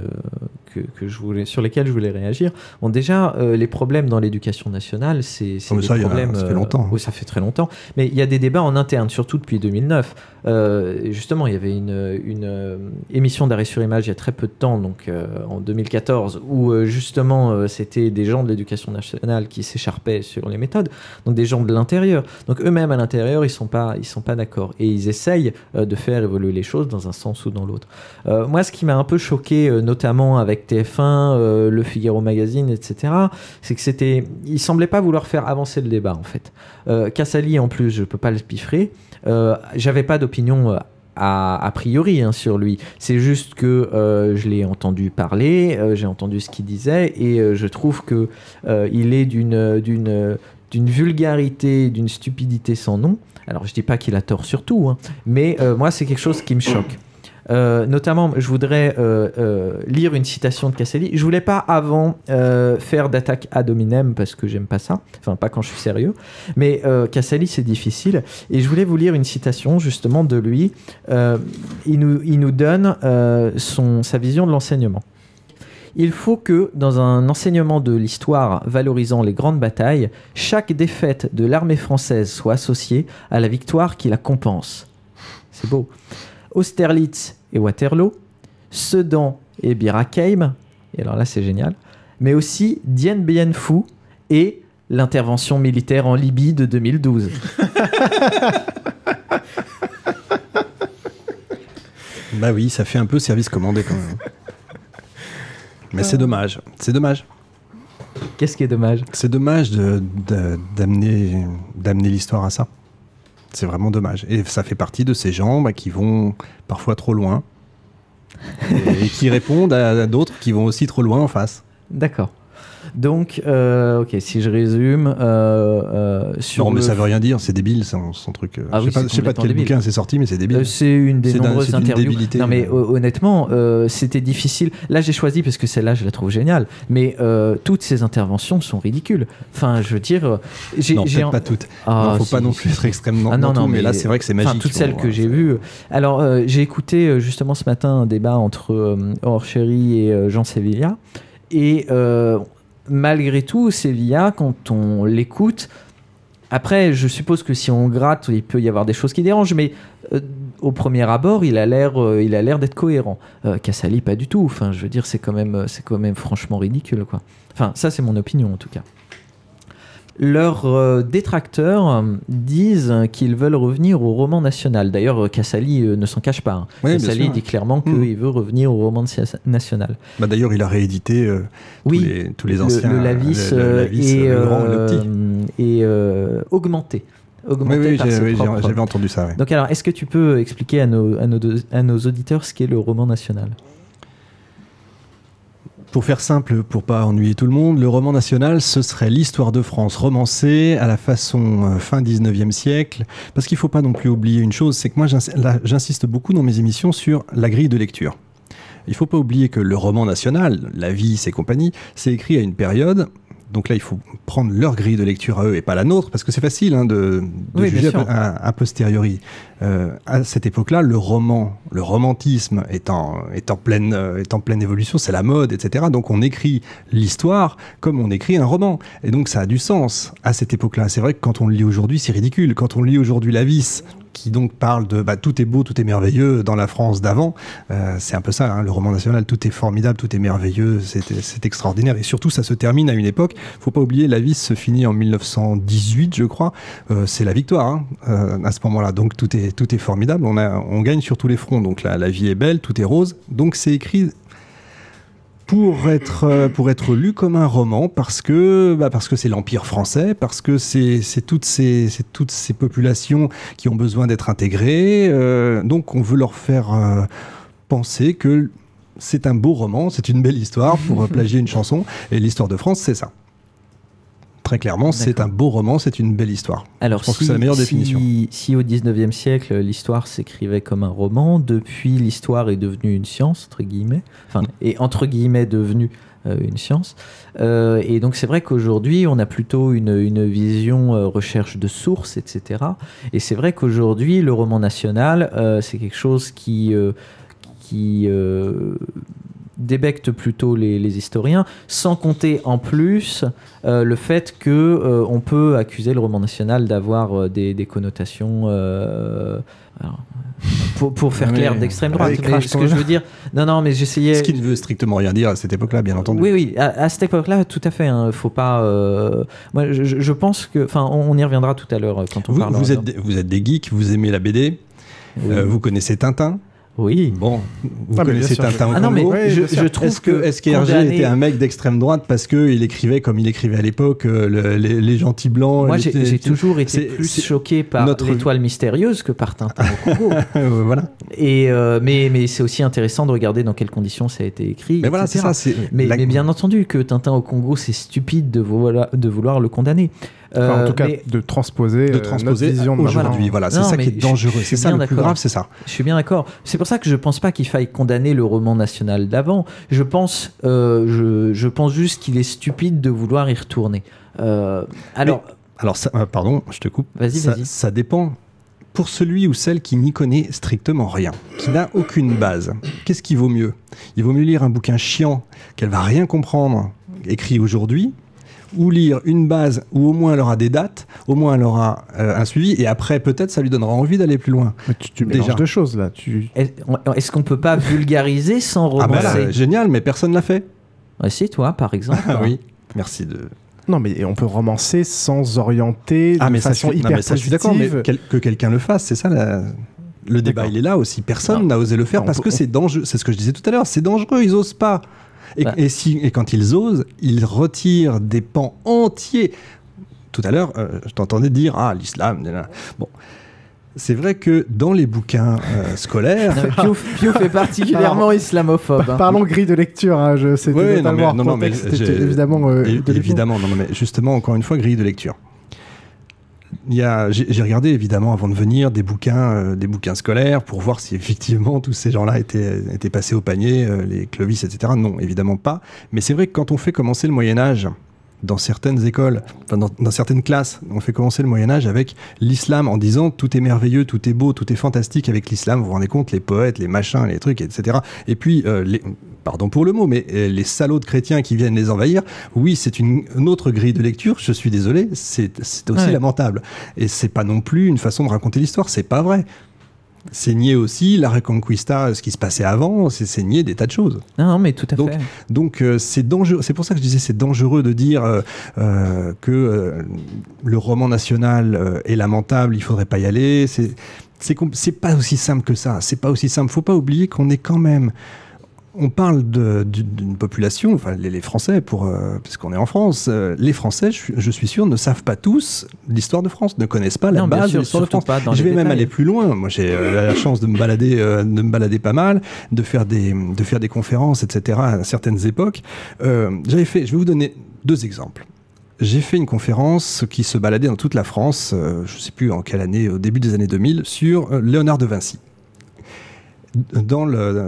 sur lesquelles je voulais réagir. Bon, déjà, les problèmes dans l'éducation nationale, c'est des problèmes... Ça fait longtemps. Oui, ça fait très longtemps. Mais il y a des débats en interne, surtout depuis 2009. Justement, il y avait une émission d'arrêt sur image il y a très peu de temps, donc en 2014, où justement, c'était des gens de l'éducation nationale qui s'écharpaient sur les méthodes, donc des gens de l'intérieur. Donc eux-mêmes, à l'intérieur, ils sont pas d'accord. Et ils essayent de faire évoluer les choses dans un sens ou dans l'autre. Moi, ce qui m'a un peu choqué, notamment avec avec TF1, Le Figaro Magazine, etc. C'est que il semblait pas vouloir faire avancer le débat en fait. Casali en plus, je peux pas le piffrer. J'avais pas d'opinion a priori sur lui. C'est juste que je l'ai entendu parler, j'ai entendu ce qu'il disait et je trouve que il est d'une vulgarité, d'une stupidité sans nom. Alors je dis pas qu'il a tort sur tout, mais moi c'est quelque chose qui me choque. Notamment, je voudrais lire une citation de Casali. Je voulais pas avant faire d'attaque ad hominem parce que j'aime pas ça, enfin pas quand je suis sérieux, mais Casali c'est difficile et je voulais vous lire une citation justement de lui. Il nous donne sa vision de l'enseignement. Il faut que, dans un enseignement de l'histoire valorisant les grandes batailles, chaque défaite de l'armée française soit associée à la victoire qui la compense. C'est beau. Austerlitz et Waterloo, Sedan et Bir Hakeim, et alors là c'est génial, mais aussi Dien Bien Phu et l'intervention militaire en Libye de 2012. Bah oui, ça fait un peu service commandé quand même. Mais c'est dommage, c'est dommage. Qu'est-ce qui est dommage ? C'est dommage d'amener l'histoire à ça. C'est vraiment dommage. Et ça fait partie de ces gens qui vont parfois trop loin et qui répondent à d'autres qui vont aussi trop loin en face. D'accord. Donc, ok, si je résume... non, mais ça veut rien dire, c'est débile son truc. Ah oui, je sais pas de quel bouquin c'est sorti, mais c'est débile. C'est une des nombreuses interviews. Débilité, non, mais honnêtement, c'était difficile. Là, j'ai choisi parce que celle-là, je la trouve géniale. Mais toutes ces interventions sont ridicules. Enfin, je veux dire... non, peut-être pas toutes. Ah, non, faut pas non plus être extrêmement dans tout, mais là, c'est vrai que c'est magique. Toutes celles que j'ai vues. Alors, j'ai écouté justement ce matin un débat entre Aurore Chéry et Jean Sevilla. Et... malgré tout, Sevilla, quand on l'écoute, après, je suppose que si on gratte, il peut y avoir des choses qui dérangent, mais au premier abord, il a l'air d'être cohérent. Casali, pas du tout. Enfin, je veux dire, c'est quand même franchement ridicule, quoi. Enfin, ça, c'est mon opinion, en tout cas. Leurs détracteurs disent qu'ils veulent revenir au roman national. D'ailleurs, Casali ne s'en cache pas. Oui, Casali dit clairement qu'il veut revenir au roman national. Bah d'ailleurs, il a réédité tous les anciens. Le Lavis et le grand, le petit. Et augmenté. Oui, j'avais entendu ça. Ouais. Donc alors, est-ce que tu peux expliquer à nos auditeurs ce qu'est le roman national ? Pour faire simple, pour pas ennuyer tout le monde, le roman national, ce serait l'histoire de France romancée à la façon fin 19e siècle. Parce qu'il faut pas non plus oublier une chose, c'est que moi j'insiste beaucoup dans mes émissions sur la grille de lecture. Il faut pas oublier que le roman national, La Vie et compagnie, c'est écrit à une période... Donc là, il faut prendre leur grille de lecture à eux et pas la nôtre, parce que c'est facile de juger a posteriori. À cette époque-là, le romantisme est en pleine évolution, c'est la mode, etc. Donc on écrit l'histoire comme on écrit un roman. Et donc ça a du sens à cette époque-là. C'est vrai que quand on le lit aujourd'hui, c'est ridicule. Quand on lit aujourd'hui La Vis, qui donc parle de tout est beau, tout est merveilleux dans la France d'avant, c'est un peu ça, le roman national, tout est formidable, tout est merveilleux, c'est extraordinaire. Et surtout, ça se termine à une époque, faut pas oublier, La Vis se finit en 1918, je crois, c'est la victoire à ce moment-là, donc tout est formidable, on gagne sur tous les fronts, donc la vie est belle, tout est rose, donc c'est écrit pour être lu comme un roman, parce que c'est l'Empire français, parce que c'est toutes ces populations qui ont besoin d'être intégrées, donc on veut leur faire penser que c'est un beau roman, c'est une belle histoire, pour plagier une chanson, et l'histoire de France, c'est ça. Très clairement, c'est un beau roman, c'est une belle histoire. Alors, je pense que c'est la meilleure définition. Si au 19e siècle, l'histoire s'écrivait comme un roman, depuis l'histoire est devenue une science, entre guillemets, et entre guillemets devenue une science. Et donc c'est vrai qu'aujourd'hui, on a plutôt une vision recherche de sources, etc. Et c'est vrai qu'aujourd'hui, le roman national, c'est quelque chose qui débecte plutôt les historiens, sans compter en plus le fait que on peut accuser le roman national d'avoir des connotations pour faire clair d'extrême droite. Mais ce que je veux dire, non, mais j'essayais. Ce qui ne veut strictement rien dire à cette époque-là, bien entendu. Oui, à cette époque-là, tout à fait. Faut pas. Moi, je pense que, on y reviendra tout à l'heure quand on parlera. Vous êtes des geeks, vous aimez la BD, vous connaissez Tintin. Oui. Bon, vous Ah, mais connaissez bien sûr, Tintin au Ah non, mais Congo. je trouve que Est-ce qu'Hergé condamner- était un mec d'extrême droite parce qu'il écrivait comme il écrivait à l'époque, les gentils blancs? Moi, j'ai toujours été plus choqué par l'étoile mystérieuse que par Tintin au Congo. Voilà. Et mais c'est aussi intéressant de regarder dans quelles conditions ça a été écrit. Mais voilà, etc. c'est ça. Mais bien entendu que Tintin au Congo, c'est stupide de vouloir le condamner. Enfin, en tout cas, de transposer notre vision de aujourd'hui. Voilà, c'est Non, ça qui mais est dangereux. C'est ça le plus grave, c'est ça. Je suis bien d'accord. C'est pour ça que je pense pas qu'il faille condamner le roman national d'avant. Je pense juste qu'il est stupide de vouloir y retourner. Alors ça, pardon, je te coupe. Vas-y. Ça dépend. Pour celui ou celle qui n'y connaît strictement rien, qui n'a aucune base, qu'est-ce qui vaut mieux? Il vaut mieux lire un bouquin chiant qu'elle va rien comprendre, écrit aujourd'hui, ou lire une base où au moins elle aura des dates, au moins elle aura un suivi, et après peut-être ça lui donnera envie d'aller plus loin. Mais tu mélanges deux choses là. Est-ce qu'on peut pas vulgariser sans romancer? Génial, mais personne l'a fait. C'est toi, par exemple. Oui, merci de... Non, mais on peut romancer sans orienter de façon hyper positive. Ça, je suis d'accord, mais que quelqu'un le fasse, c'est ça le débat, il est là aussi. Personne n'a osé le faire parce que c'est dangereux. C'est ce que je disais tout à l'heure, c'est dangereux, ils osent pas. Et quand ils osent, ils retirent des pans entiers. Tout à l'heure, je t'entendais dire l'islam. Bon, c'est vrai que dans les bouquins scolaires, Piouf est particulièrement islamophobe. Parlons grille de lecture. C'était totalement hors contexte. Évidemment, mais justement, encore une fois, grille de lecture. J'ai regardé évidemment avant de venir des bouquins scolaires pour voir si effectivement tous ces gens-là étaient passés au panier, les Clovis, etc. Non, évidemment pas. Mais c'est vrai que quand on fait commencer le Moyen-Âge dans certaines écoles, dans certaines classes, on fait commencer le Moyen-Âge avec l'islam en disant tout est merveilleux, tout est beau, tout est fantastique avec l'islam. Vous vous rendez compte, les poètes, les machins, les trucs, etc. Et puis, pardon pour le mot, mais les salauds de chrétiens qui viennent les envahir, oui, c'est une autre grille de lecture, je suis désolé, c'est aussi lamentable. Et c'est pas non plus une façon de raconter l'histoire, c'est pas vrai. C'est nier aussi la Reconquista, ce qui se passait avant, c'est nier des tas de choses. Non, mais tout à fait. Donc c'est dangereux. C'est pour ça que je disais c'est dangereux de dire que le roman national est lamentable, il faudrait pas y aller. C'est pas aussi simple que ça. C'est pas aussi simple. Faut pas oublier qu'on est quand même. On parle d'une population, enfin les Français, puisqu'on est en France, les Français, je suis sûr, ne savent pas tous l'histoire de France, ne connaissent pas la base de l'histoire de France. Je vais même aller plus loin. Moi, j'ai la chance de me balader pas mal, de faire des conférences, etc. à certaines époques. Je vais vous donner 2 exemples. J'ai fait une conférence qui se baladait dans toute la France, je ne sais plus en quelle année, au début des années 2000, sur Léonard de Vinci. Dans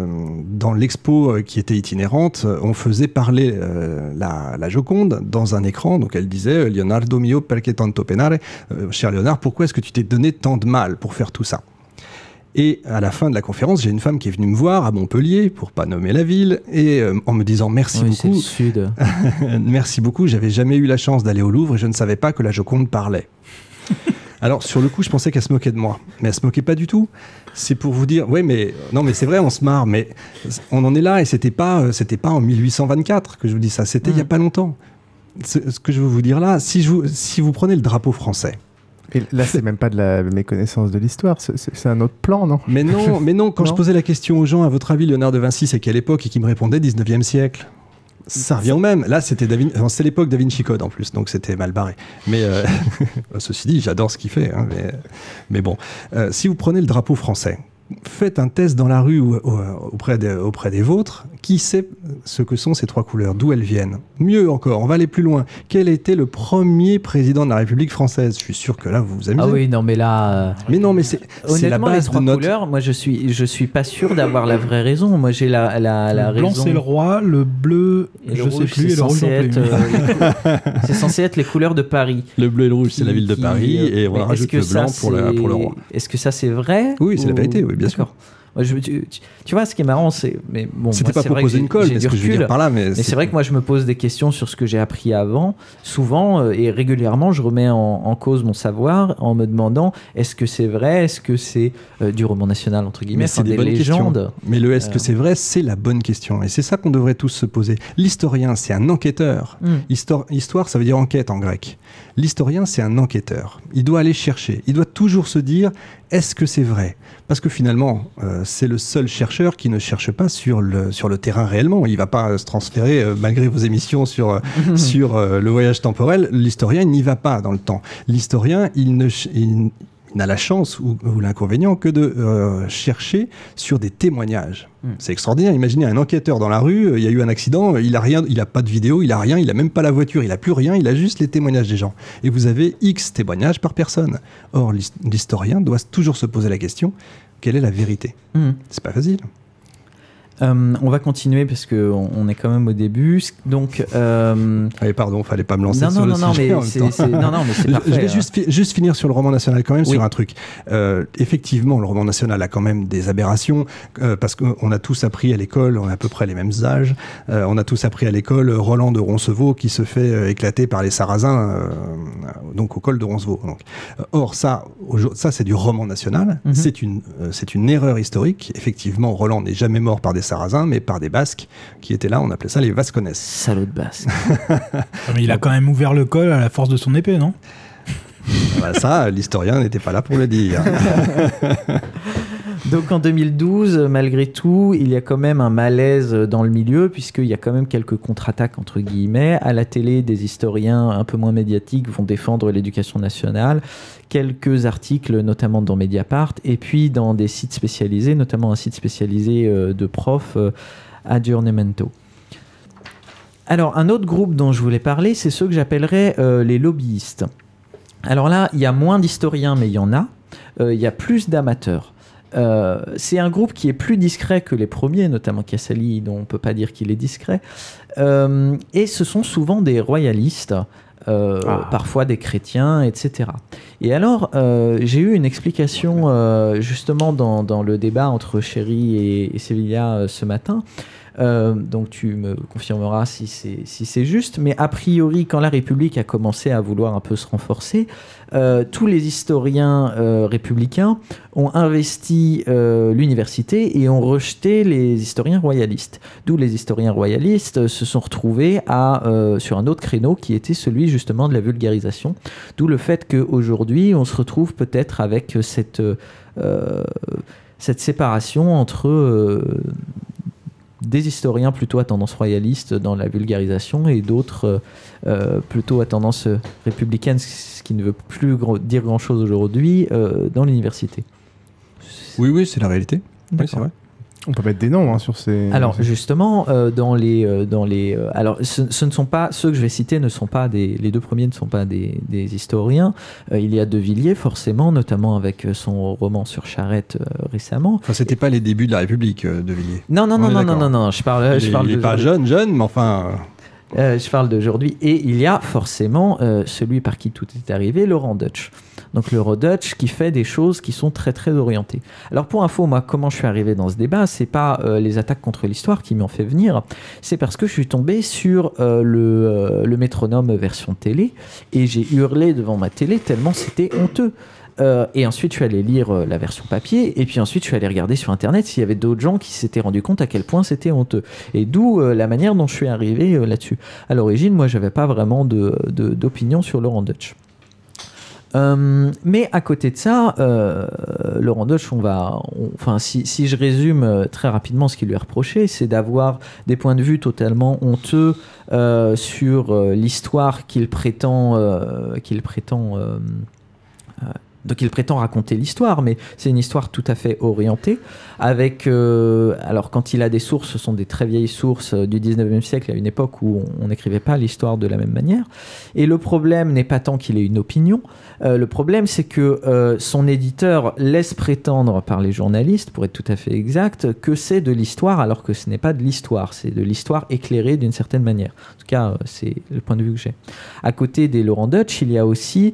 l'expo qui était itinérante, on faisait parler la Joconde dans un écran. Donc elle disait « Leonardo mio, perché tanto penare ?» Cher Léonard, pourquoi est-ce que tu t'es donné tant de mal pour faire tout ça? Et à la fin de la conférence, j'ai une femme qui est venue me voir à Montpellier, pour pas nommer la ville, et en me disant merci beaucoup. C'est le sud. Merci beaucoup, j'avais jamais eu la chance d'aller au Louvre et je ne savais pas que la Joconde parlait. Alors, sur le coup, je pensais qu'elle se moquait de moi. Mais elle se moquait pas du tout. C'est pour vous dire, non, mais c'est vrai, on se marre, mais on en est là et c'était pas en 1824 que je vous dis ça. C'était il y a pas longtemps. Ce que je veux vous dire là, si vous prenez le drapeau français. Et là, c'est même pas de la méconnaissance de l'histoire, c'est un autre plan, non? Mais non, quand je posais la question aux gens, à votre avis, Léonard de Vinci, c'est quelle époque? Et qui me répondaient 19e siècle. Ça revient au même. Là, c'est l'époque Da Vinci Code en plus, donc c'était mal barré. Mais ceci dit, j'adore ce qu'il fait. Hein, mais bon, si vous prenez le drapeau français, faites un test dans la rue auprès des vôtres. Qui sait ce que sont ces 3 couleurs? D'où elles viennent? Mieux encore, on va aller plus loin. Quel était le premier président de la République française? Je suis sûr que là, vous vous amusez. Ah oui, non, mais là... Mais non, mais c'est la base les 3 couleurs, moi, je suis pas sûr d'avoir la vraie raison. Moi, j'ai la raison... Le blanc, c'est le roi, le bleu, et le rouge, sais plus, et le rouge non plus. C'est censé être les couleurs de Paris. Le bleu et le rouge, c'est la ville de Paris, et on rajoute le blanc pour le roi. Est-ce que ça, c'est vrai? Oui, c'est la vérité, oui, bien sûr. Moi, tu vois, ce qui est marrant, c'est... C'était pas pour poser une colle, mais ce que je veux dire par là... Mais c'est vrai que moi, je me pose des questions sur ce que j'ai appris avant. Souvent, et régulièrement, je remets en cause mon savoir en me demandant, est-ce que c'est vrai? Est-ce que c'est du roman national, entre guillemets, c'est des légendes questions. Mais le est-ce que c'est vrai, c'est la bonne question. Et c'est ça qu'on devrait tous se poser. L'historien, c'est un enquêteur. Histoire, ça veut dire enquête en grec. L'historien, c'est un enquêteur. Il doit aller chercher. Il doit toujours se dire... Est-ce que c'est vrai ? Parce que finalement, c'est le seul chercheur qui ne cherche pas sur le terrain réellement. Il ne va pas se transférer, malgré vos émissions sur le voyage temporel. L'historien, il n'y va pas dans le temps. L'historien, il n'a la chance ou l'inconvénient que de chercher sur des témoignages. C'est extraordinaire. Imaginez un enquêteur dans la rue, il y a eu un accident, il a rien, il a pas de vidéo, il a rien, il a même pas la voiture, il a plus rien, il a juste les témoignages des gens. Et vous avez X témoignages par personne. Or, l'historien doit toujours se poser la question, quelle est la vérité ? C'est pas facile. On va continuer parce qu'on est quand même au début. Donc, Allez, pardon, fallait pas me lancer sur le sujet mais en même temps. non, mais c'est parfait. Je vais juste finir sur le roman national quand même, sur un truc. Effectivement, le roman national a quand même des aberrations, parce qu'on a tous appris à l'école, on a à peu près les mêmes âges, on a tous appris à l'école Roland de Roncevaux qui se fait éclater par les Sarrasins, donc au col de Roncevaux. Donc. Or, ça c'est du roman national, c'est une erreur historique. Effectivement, Roland n'est jamais mort par des Sarrasins, mais par des Basques qui étaient là, on appelait ça les Vasconnes. Salaud de Basque. Mais il a quand même ouvert le col à la force de son épée, non ? Ça, l'historien n'était pas là pour le dire. Donc en 2012, malgré tout, il y a quand même un malaise dans le milieu, puisqu'il y a quand même quelques contre-attaques, entre guillemets. À la télé, des historiens un peu moins médiatiques vont défendre l'éducation nationale. Quelques articles, notamment dans Mediapart, et puis dans des sites spécialisés, notamment un site spécialisé de profs, Aggiornamento. Alors, un autre groupe dont je voulais parler, c'est ceux que j'appellerais les lobbyistes. Alors là, il y a moins d'historiens, mais il y en a. Il y a plus d'amateurs. C'est un groupe qui est plus discret que les premiers, notamment Casali, dont on ne peut pas dire qu'il est discret. Et ce sont souvent des royalistes, parfois des chrétiens, etc. Et alors, j'ai eu une explication justement dans le débat entre Chéri et Sevilla ce matin. Donc tu me confirmeras si c'est juste, mais a priori quand la République a commencé à vouloir un peu se renforcer, tous les historiens républicains ont investi l'université et ont rejeté les historiens royalistes. D'où les historiens royalistes se sont retrouvés sur un autre créneau qui était celui justement de la vulgarisation. D'où le fait qu'aujourd'hui on se retrouve peut-être avec cette séparation entre des historiens plutôt à tendance royaliste dans la vulgarisation et d'autres plutôt à tendance républicaine, ce qui ne veut plus dire grand-chose aujourd'hui, dans l'université. Oui, c'est la réalité. Oui, c'est vrai. On peut mettre des noms sur ces... Alors justement, alors ce ne sont pas ceux que je vais citer, les deux premiers ne sont pas des historiens. Il y a De Villiers forcément, notamment avec son roman sur Charette récemment. Enfin, c'était pas les débuts de la République, De Villiers. Non. Je parle. Il est pas jeune, mais enfin. Je parle d'aujourd'hui. Et il y a forcément celui par qui tout est arrivé, Laurent Deutsch. Donc Laurent Deutsch qui fait des choses qui sont très très orientées. Alors pour info, moi, comment je suis arrivé dans ce débat, c'est pas les attaques contre l'histoire qui m'ont fait venir, c'est parce que je suis tombé sur le métronome version télé et j'ai hurlé devant ma télé tellement c'était honteux. Et ensuite, je suis allé lire la version papier, et puis ensuite, je suis allé regarder sur Internet s'il y avait d'autres gens qui s'étaient rendus compte à quel point c'était honteux. Et d'où la manière dont je suis arrivé là-dessus. À l'origine, moi, j'avais pas vraiment d'opinion sur Laurent Deutsch. Mais à côté de ça, Laurent Deutsch, si je résume très rapidement ce qui lui est reproché, c'est d'avoir des points de vue totalement honteux sur l'histoire qu'il prétend donc il prétend raconter l'histoire, mais c'est une histoire tout à fait orientée, avec... alors quand il a des sources, ce sont des très vieilles sources du 19e siècle, à une époque où on n'écrivait pas l'histoire de la même manière. Et le problème n'est pas tant qu'il ait une opinion, le problème c'est que son éditeur laisse prétendre par les journalistes, pour être tout à fait exact, que c'est de l'histoire, alors que ce n'est pas de l'histoire, c'est de l'histoire éclairée d'une certaine manière. En tout cas, c'est le point de vue que j'ai. À côté des Laurent Deutsch, il y a aussi...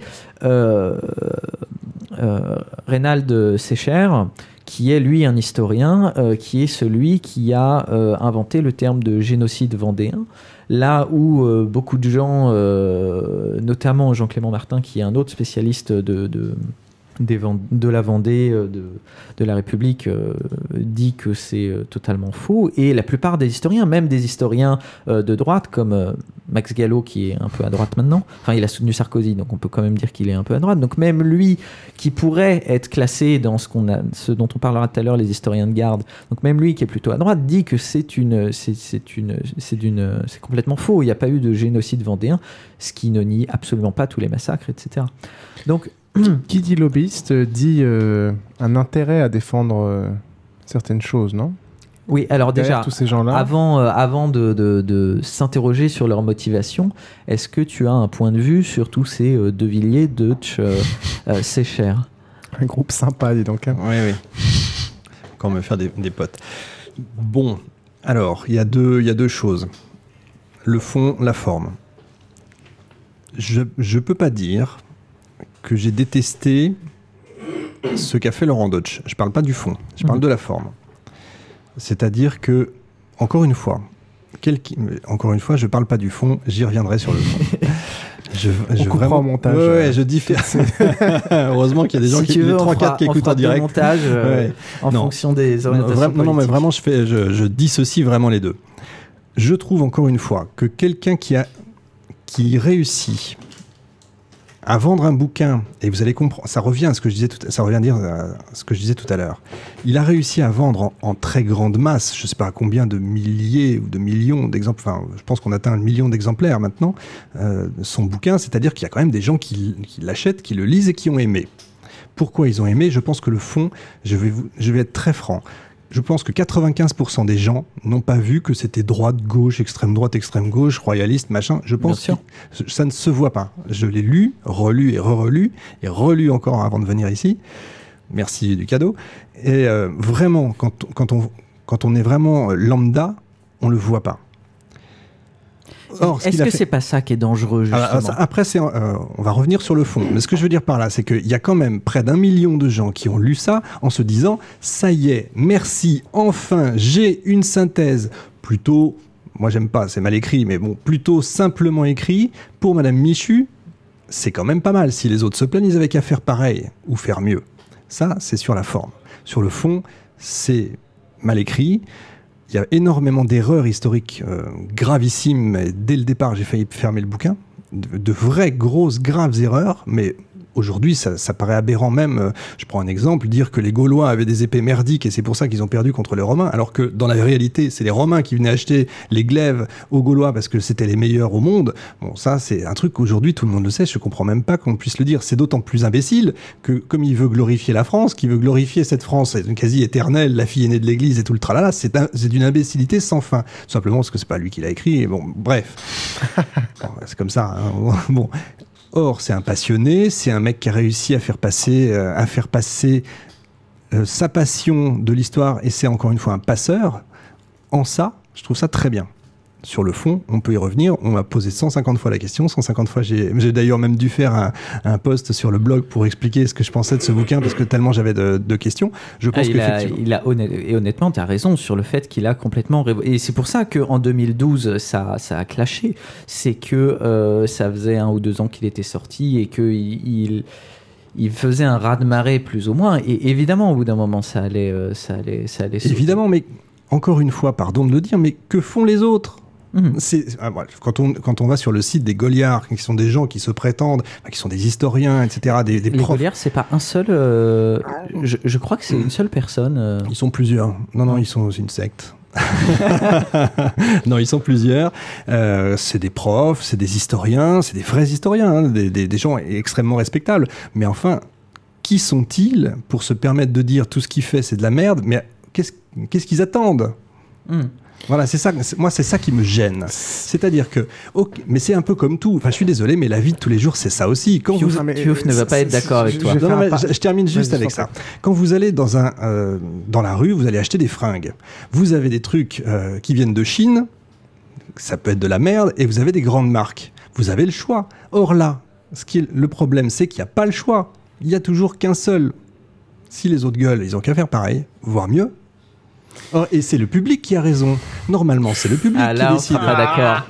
Reynald Secher, qui est lui un historien, qui est celui qui a inventé le terme de génocide vendéen, là où beaucoup de gens, notamment Jean-Clément Martin, qui est un autre spécialiste de de la Vendée, de la République, dit que c'est totalement faux. Et la plupart des historiens, même des historiens de droite, comme Max Gallo, qui est un peu à droite maintenant, enfin il a soutenu Sarkozy, donc on peut quand même dire qu'il est un peu à droite, donc même lui, qui pourrait être classé dans ce dont on parlera tout à l'heure, les historiens de garde, donc même lui qui est plutôt à droite, dit que c'est complètement faux, il n'y a pas eu de génocide vendéen, ce qui ne nie absolument pas tous les massacres, etc. Donc qui dit lobbyiste dit un intérêt à défendre certaines choses, non ? Oui, alors derrière déjà, tous ces gens-là, avant de s'interroger sur leur motivation, est-ce que tu as un point de vue sur tous ces De Villiers, Deutsch, Secher ? Un groupe sympa, dis donc. Hein. Oui. Quand on me faire des potes. Bon, alors, il y a deux choses. Le fond, la forme. Je peux pas dire que j'ai détesté ce qu'a fait Laurent Deutsch. Je parle pas du fond, je parle de la forme. C'est-à-dire que, encore une fois, je parle pas du fond, j'y reviendrai sur le fond. On coupera au montage. Ouais, je diffère. Heureusement qu'il y a des gens si qui, tu veux, les 3-4 qui écoutent en direct. Montage, en fonction des orientations politiques. Non, mais vraiment, je dissocie vraiment les deux. Je trouve encore une fois que quelqu'un qui réussit à vendre un bouquin, et vous allez comprendre, ça revient à ce que je disais tout à l'heure. Il a réussi à vendre en très grande masse, je ne sais pas à combien de milliers ou de millions d'exemplaires, enfin, je pense qu'on atteint 1 million d'exemplaires maintenant, son bouquin, c'est-à-dire qu'il y a quand même des gens qui l'achètent, qui le lisent et qui ont aimé. Pourquoi ils ont aimé ? Je pense que le fond, je vais être très franc. Je pense que 95% des gens n'ont pas vu que c'était droite, extrême gauche, royaliste, machin. Je pense que ça ne se voit pas. Je l'ai lu, relu et relu encore avant de venir ici. Merci du cadeau. Et vraiment, quand on est vraiment lambda, on le voit pas. Or, est-ce que c'est pas ça qui est dangereux, justement ? Après, on va revenir sur le fond. Mais ce que je veux dire par là, c'est qu'il y a quand même près d'1 million de gens qui ont lu ça en se disant « Ça y est, merci, enfin, j'ai une synthèse plutôt, moi j'aime pas, c'est mal écrit, mais bon, plutôt simplement écrit pour Madame Michu, c'est quand même pas mal. Si les autres se plaignent, ils avaient qu'à faire pareil ou faire mieux. » Ça, c'est sur la forme. Sur le fond, c'est mal écrit. Il y a énormément d'erreurs historiques gravissimes. Dès le départ, j'ai failli fermer le bouquin. De vraies, grosses, graves erreurs. Mais aujourd'hui, ça paraît aberrant même. Je prends un exemple, dire que les Gaulois avaient des épées merdiques et c'est pour ça qu'ils ont perdu contre les Romains. Alors que dans la réalité, c'est les Romains qui venaient acheter les glaives aux Gaulois parce que c'était les meilleurs au monde. Bon, ça, c'est un truc qu'aujourd'hui, tout le monde le sait. Je comprends même pas qu'on puisse le dire. C'est d'autant plus imbécile que, comme il veut glorifier la France, qu'il veut glorifier cette France quasi éternelle, la fille aînée de l'Église et tout le tralala, c'est d'une imbécilité sans fin. Tout simplement parce que c'est pas lui qui l'a écrit. Et bon, bref. Bon, c'est comme ça. Hein. Bon. Or, c'est un passionné, c'est un mec qui a réussi à faire passer sa passion de l'histoire, et c'est encore une fois un passeur. En ça, je trouve ça très bien. Sur le fond, on peut y revenir. On m'a posé 150 fois la question. 150 fois, j'ai d'ailleurs même dû faire un post sur le blog pour expliquer ce que je pensais de ce bouquin, parce que tellement j'avais de questions. Je pense et honnêtement, tu as raison sur le fait qu'il a complètement... Et c'est pour ça qu'en 2012, ça a clashé. C'est que ça faisait 1 ou 2 ans qu'il était sorti et qu'il faisait un ras-de-marée plus ou moins. Et évidemment, au bout d'un moment, ça allait sauter. Évidemment, mais encore une fois, pardon de le dire, mais que font les autres ? Quand on va sur le site des Goliards, qui sont des gens qui se prétendent, qui sont des historiens, etc. Les Goliards, c'est pas un seul. Je crois que c'est une seule personne. Ils sont plusieurs. Non, ils sont une secte. Non, ils sont plusieurs. C'est des profs, c'est des historiens, c'est des vrais historiens, hein, des gens extrêmement respectables. Mais enfin, qui sont-ils pour se permettre de dire tout ce qu'il fait, c'est de la merde ? Mais qu'est-ce qu'ils attendent ? Voilà, c'est ça. Moi, c'est ça qui me gêne. C'est-à-dire que, mais c'est un peu comme tout. Enfin, je suis désolé, mais la vie de tous les jours, c'est ça aussi. Tiouf ne va pas être d'accord avec toi. Je termine juste avec ça. Quand vous allez dans la rue, vous allez acheter des fringues. Vous avez des trucs qui viennent de Chine. Ça peut être de la merde. Et vous avez des grandes marques. Vous avez le choix. Or là, le problème, c'est qu'il n'y a pas le choix. Il n'y a toujours qu'un seul. Si les autres gueulent, ils n'ont qu'à faire pareil, voire mieux. Et c'est le public qui a raison. Normalement, c'est le public qui décide. On sera pas d'accord.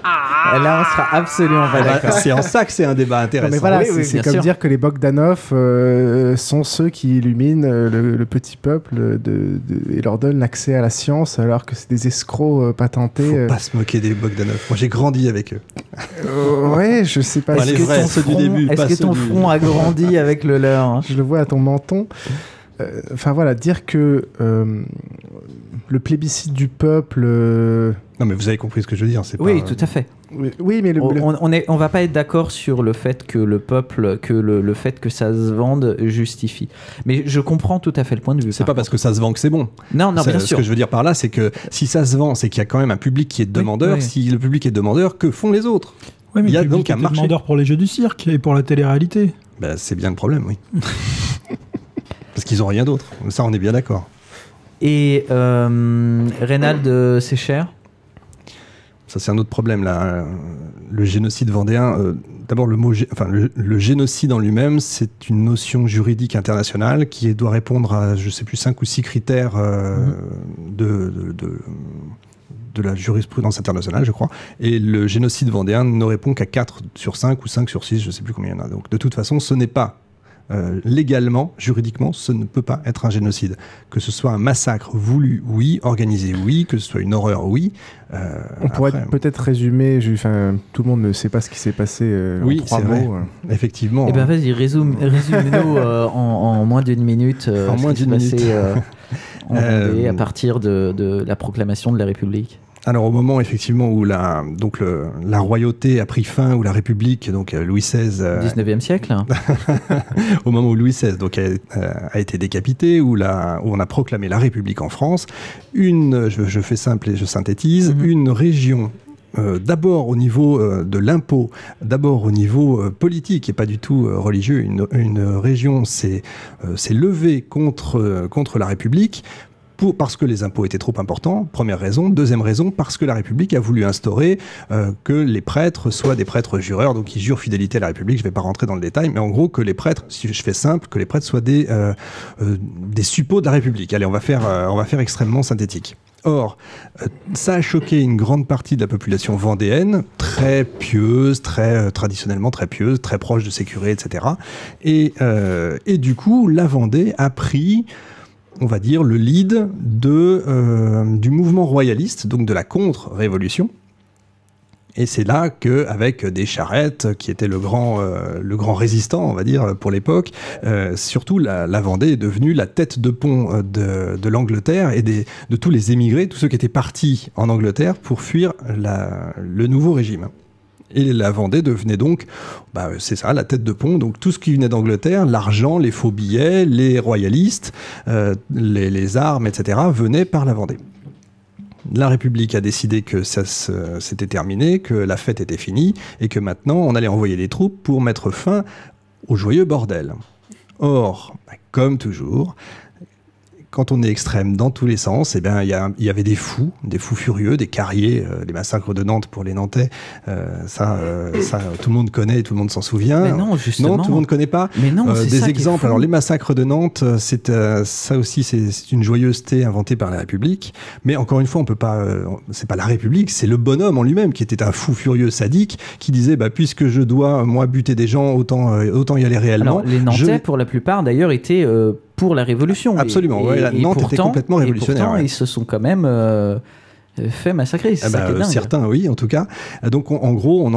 Là, on sera absolument pas d'accord. C'est en ça que c'est un débat intéressant. Mais voilà, Oui, c'est bien comme sûr. dire que les Bogdanov sont ceux qui illuminent le petit peuple et leur donnent l'accès à la science, alors que c'est des escrocs patentés. Faut pas se moquer des Bogdanov. Moi, j'ai grandi avec eux. Ouais, je sais pas. Enfin, les vrais, ceux du début. Est-ce que ton front a grandi avec le leur, hein? Je le vois à ton menton. Enfin voilà, dire que le plébiscite du peuple. Non, mais vous avez compris ce que je veux dire. C'est Oui, pas... tout à fait. Oui, mais on va pas être d'accord sur le fait que le peuple, que le fait que ça se vende justifie. Mais je comprends tout à fait le point de vue. C'est pas parce que ça se vend que c'est bon. Non, bien sûr. Ce que je veux dire par là, c'est que si ça se vend, c'est qu'il y a quand même un public qui est demandeur. oui. Si le public est demandeur, que font les autres? Oui, mais il y a le donc public un est marché. demandeur pour les jeux du cirque et pour la télé-réalité. Ben, c'est bien le problème, oui. Parce qu'ils ont rien d'autre. Ça, on est bien d'accord. Et Reynald, c'est cher? Ça, c'est un autre problème, là. Le génocide vendéen, d'abord, le génocide en lui-même, c'est une notion juridique internationale qui doit répondre à, je sais plus, 5 ou 6 critères de la jurisprudence internationale, je crois. Et le génocide vendéen ne répond qu'à 4 sur 5 ou 5 sur 6, je ne sais plus combien il y en a. Donc, de toute façon, ce n'est pas légalement, juridiquement, ce ne peut pas être un génocide. Que ce soit un massacre voulu, oui, organisé, oui, que ce soit une horreur, oui. On pourrait peut-être résumer, tout le monde ne sait pas ce qui s'est passé oui, en 3 c'est mots. Vrai. Effectivement. Eh bien, vas-y, résume-nous en moins d'une minute en moins d'une minute. En Vendée, à partir de la proclamation de la République. Alors au moment effectivement où la royauté a pris fin, où la République, donc Louis XVI... 19e siècle. Au moment où Louis XVI donc, a été décapité, où on a proclamé la République en France, je fais simple et je synthétise, une région... d'abord au niveau de l'impôt, d'abord au niveau politique et pas du tout religieux, une région s'est levée contre la République parce que les impôts étaient trop importants, première raison. Deuxième raison, parce que la République a voulu instaurer que les prêtres soient des prêtres jureurs, donc ils jurent fidélité à la République. Je ne vais pas rentrer dans le détail, mais en gros, que les prêtres, si je fais simple, que les prêtres soient des suppôts de la République. Allez, on va faire extrêmement synthétique. Or, ça a choqué une grande partie de la population vendéenne, très pieuse, traditionnellement très pieuse, très proche de ses curés, etc. Et du coup, la Vendée a pris, on va dire, le lead du mouvement royaliste, donc de la contre-révolution. Et c'est là qu'avec des Charette, qui était le grand résistant, on va dire, pour l'époque, surtout la Vendée est devenue la tête de pont de l'Angleterre et de tous les émigrés, tous ceux qui étaient partis en Angleterre pour fuir le nouveau régime. Et la Vendée devenait donc, c'est ça, la tête de pont. Donc tout ce qui venait d'Angleterre, l'argent, les faux billets, les royalistes, les armes, etc., venaient par la Vendée. La République a décidé que ça c'était terminé, que la fête était finie, et que maintenant on allait envoyer des troupes pour mettre fin au joyeux bordel. Or, comme toujours, quand on est extrême dans tous les sens, eh bien, il y avait des fous furieux, des carriers, les massacres de Nantes pour les Nantais, ça, tout le monde connaît et tout le monde s'en souvient. Mais non, justement. Non, tout le monde ne connaît pas. Mais non, c'est des ça exemples. qui est fou. Alors, les massacres de Nantes, ça aussi, c'est une joyeuseté inventée par la République. Mais encore une fois, on peut pas, c'est pas la République, c'est le bonhomme en lui-même qui était un fou furieux sadique qui disait, puisque je dois, moi, buter des gens, autant y aller réellement. Alors, les Nantais, pour la plupart, d'ailleurs, étaient pour la Révolution. Absolument, Nantes était complètement révolutionnaire. Et pourtant, ils se sont quand même fait massacrer. C'est ça qui est dingue. Certains, oui, en tout cas. Donc, en gros,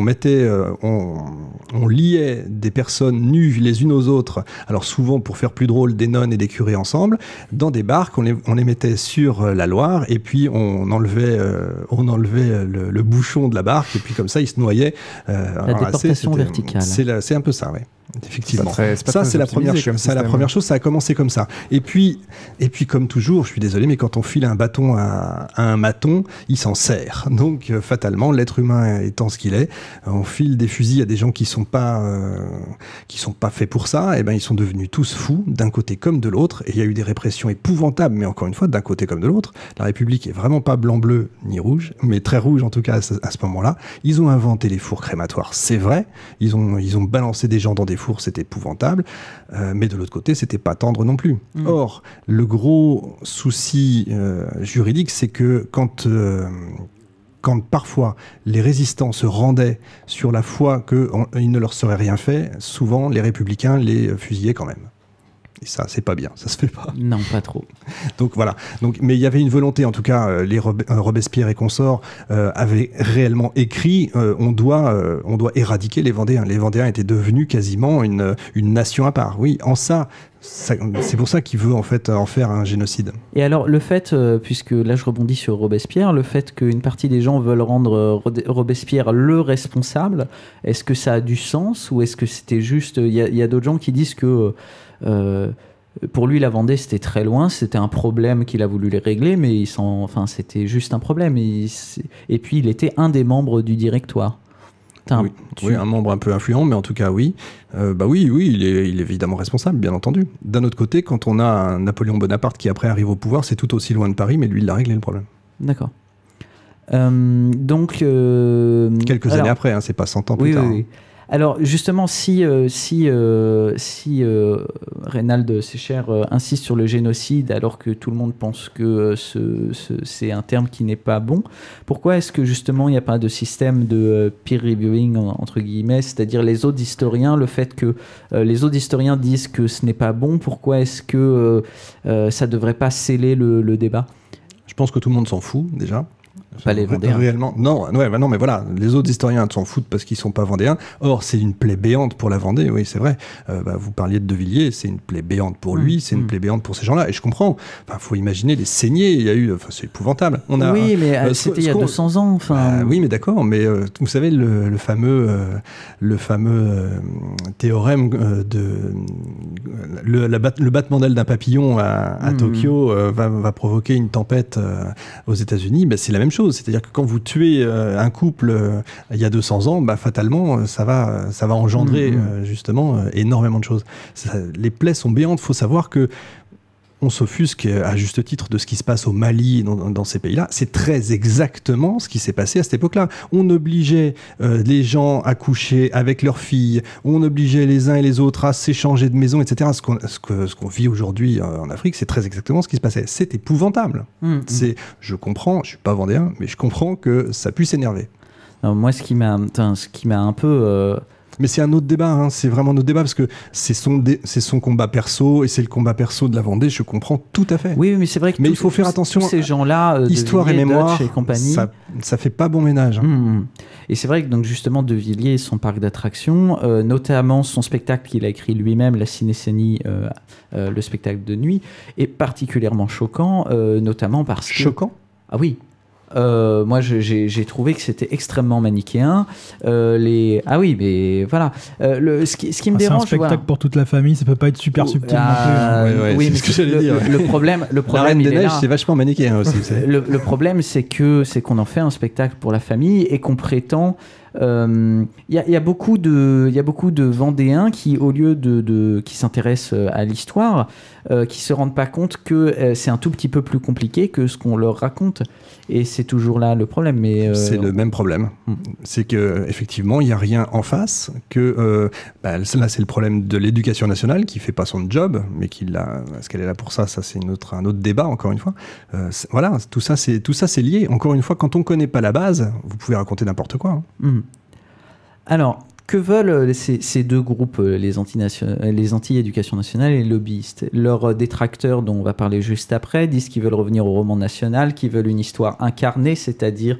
on liait des personnes nues les unes aux autres, alors souvent pour faire plus drôle, des nonnes et des curés ensemble, dans des barques, on les mettait sur la Loire, et puis on enlevait le bouchon de la barque, et puis comme ça, ils se noyaient. La déportation verticale. C'est un peu ça, oui. Effectivement. Ça, c'est la première chose. Ça a commencé comme ça. Et puis, comme toujours, je suis désolé, mais quand on file un bâton à un maton, il s'en sert. Donc, fatalement, l'être humain étant ce qu'il est, on file des fusils à des gens qui sont pas faits pour ça. Et ben, ils sont devenus tous fous, d'un côté comme de l'autre. Et il y a eu des répressions épouvantables, mais encore une fois, d'un côté comme de l'autre. La République est vraiment pas blanc-bleu ni rouge, mais très rouge en tout cas à ce moment-là. Ils ont inventé les fours crématoires, c'est vrai. Ils ont balancé des gens dans des fours, c'était épouvantable, mais de l'autre côté, c'était pas tendre non plus. Or, le gros souci juridique, c'est que quand quand parfois les résistants se rendaient sur la foi qu'il ne leur serait rien fait, souvent les républicains les fusillaient quand même. Et ça, c'est pas bien, ça se fait pas. Non, pas trop. Donc voilà. Mais il y avait une volonté, en tout cas, les Robespierre et consorts avaient réellement écrit on doit éradiquer les Vendéens. Les Vendéens étaient devenus quasiment une nation à part. Oui, en ça, c'est pour ça qu'il veut en fait en faire un génocide. Et alors le fait, puisque là je rebondis sur Robespierre, le fait qu'une partie des gens veulent rendre Robespierre le responsable, est-ce que ça a du sens ou est-ce que c'était juste... Il y a d'autres gens qui disent que pour lui la Vendée c'était très loin, c'était un problème qu'il a voulu les régler, mais c'était juste un problème. Et puis il était un des membres du directoire. Oui, un membre un peu influent, mais en tout cas, oui. Il est évidemment responsable, bien entendu. D'un autre côté, quand on a un Napoléon Bonaparte qui après arrive au pouvoir, c'est tout aussi loin de Paris, mais lui, il a réglé le problème. D'accord. Quelques années après, c'est pas 100 ans plus tard. Oui. Alors justement, si Reynald Secher insiste sur le génocide alors que tout le monde pense que c'est un terme qui n'est pas bon, pourquoi est-ce que justement il n'y a pas de système de peer reviewing entre guillemets, c'est-à-dire les autres historiens, le fait que les autres historiens disent que ce n'est pas bon, pourquoi est-ce que ça ne devrait pas sceller le débat ? Je pense que tout le monde s'en fout déjà. Pas les Vendéens. Réellement, non, mais voilà, les autres historiens s'en foutent parce qu'ils sont pas Vendéens. Or, c'est une plaie béante pour la Vendée, oui, c'est vrai. Vous parliez de Villiers, c'est une plaie béante pour lui, c'est une plaie béante pour ces gens-là, et je comprends. Faut imaginer les saignées, il y a eu, c'est épouvantable. Oui, mais c'était il y a 200 ans, oui, mais d'accord, mais vous savez, le fameux théorème le battement d'aile d'un papillon à Tokyo va provoquer une tempête aux États-Unis, c'est la même chose. C'est-à-dire que quand vous tuez un couple il y a 200 ans, fatalement, ça va engendrer justement énormément de choses. Les plaies sont béantes. Il faut savoir que on s'offusque à juste titre de ce qui se passe au Mali, dans ces pays-là. C'est très exactement ce qui s'est passé à cette époque-là. On obligeait les gens à coucher avec leurs filles, on obligeait les uns et les autres à s'échanger de maison, etc. Ce qu'on vit aujourd'hui en Afrique, c'est très exactement ce qui se passait. C'est épouvantable. Je comprends, je suis pas vendéen, mais je comprends que ça puisse énerver. Alors moi, ce qui m'a un peu... Mais c'est un autre débat, c'est vraiment un autre débat, parce que c'est son combat perso, et c'est le combat perso de la Vendée, je comprends tout à fait. Oui, mais c'est vrai que il faut faire attention. Tous ces gens-là, histoire de Villiers, et mémoire, Dutch et compagnie, ça fait pas bon ménage. Et c'est vrai que donc justement De Villiers, son parc d'attractions, notamment son spectacle qu'il a écrit lui-même, la Cinécénie, le spectacle de nuit, est particulièrement choquant, notamment parce que... Choquant ? Ah oui. Moi, j'ai trouvé que c'était extrêmement manichéen. Ah oui, mais voilà. Ce qui me dérange, c'est un spectacle pour toute la famille, ça peut pas être super subtil non plus. Oui, c'est ce que j'allais dire. Le problème, la Reine des Neiges, c'est vachement manichéen aussi. Le problème, c'est qu'on en fait un spectacle pour la famille et qu'on prétend. Il y a beaucoup de Vendéens qui, au lieu qui s'intéressent à l'histoire, qui se rendent pas compte que c'est un tout petit peu plus compliqué que ce qu'on leur raconte, et c'est toujours là le problème. Mais c'est le même problème, c'est que effectivement il y a rien en face. Là c'est le problème de l'éducation nationale qui fait pas son job, mais est-ce qu'elle est là pour ça c'est un autre débat encore une fois. Voilà, tout ça c'est lié. Encore une fois, quand on connaît pas la base, vous pouvez raconter n'importe quoi. Alors, que veulent ces deux groupes, les anti-éducation nationale et les lobbyistes ? Leurs détracteurs, dont on va parler juste après, disent qu'ils veulent revenir au roman national, qu'ils veulent une histoire incarnée, c'est-à-dire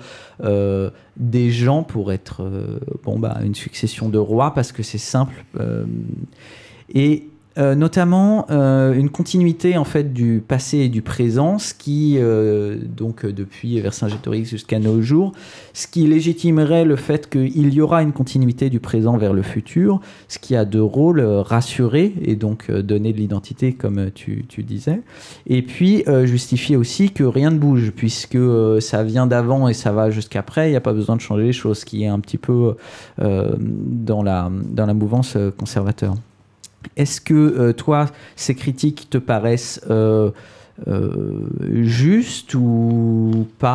des gens pour être une succession de rois, parce que c'est simple. Et notamment une continuité en fait du passé et du présent, ce qui donc depuis Vercingétorix jusqu'à nos jours, ce qui légitimerait le fait qu'il y aura une continuité du présent vers le futur, ce qui a de rôle rassurer et donc donner de l'identité comme tu disais, et puis justifier aussi que rien ne bouge puisque ça vient d'avant et ça va jusqu'après, il n'y a pas besoin de changer les choses, ce qui est un petit peu dans la mouvance conservateur. Est-ce que toi, ces critiques te paraissent justes ou pas ?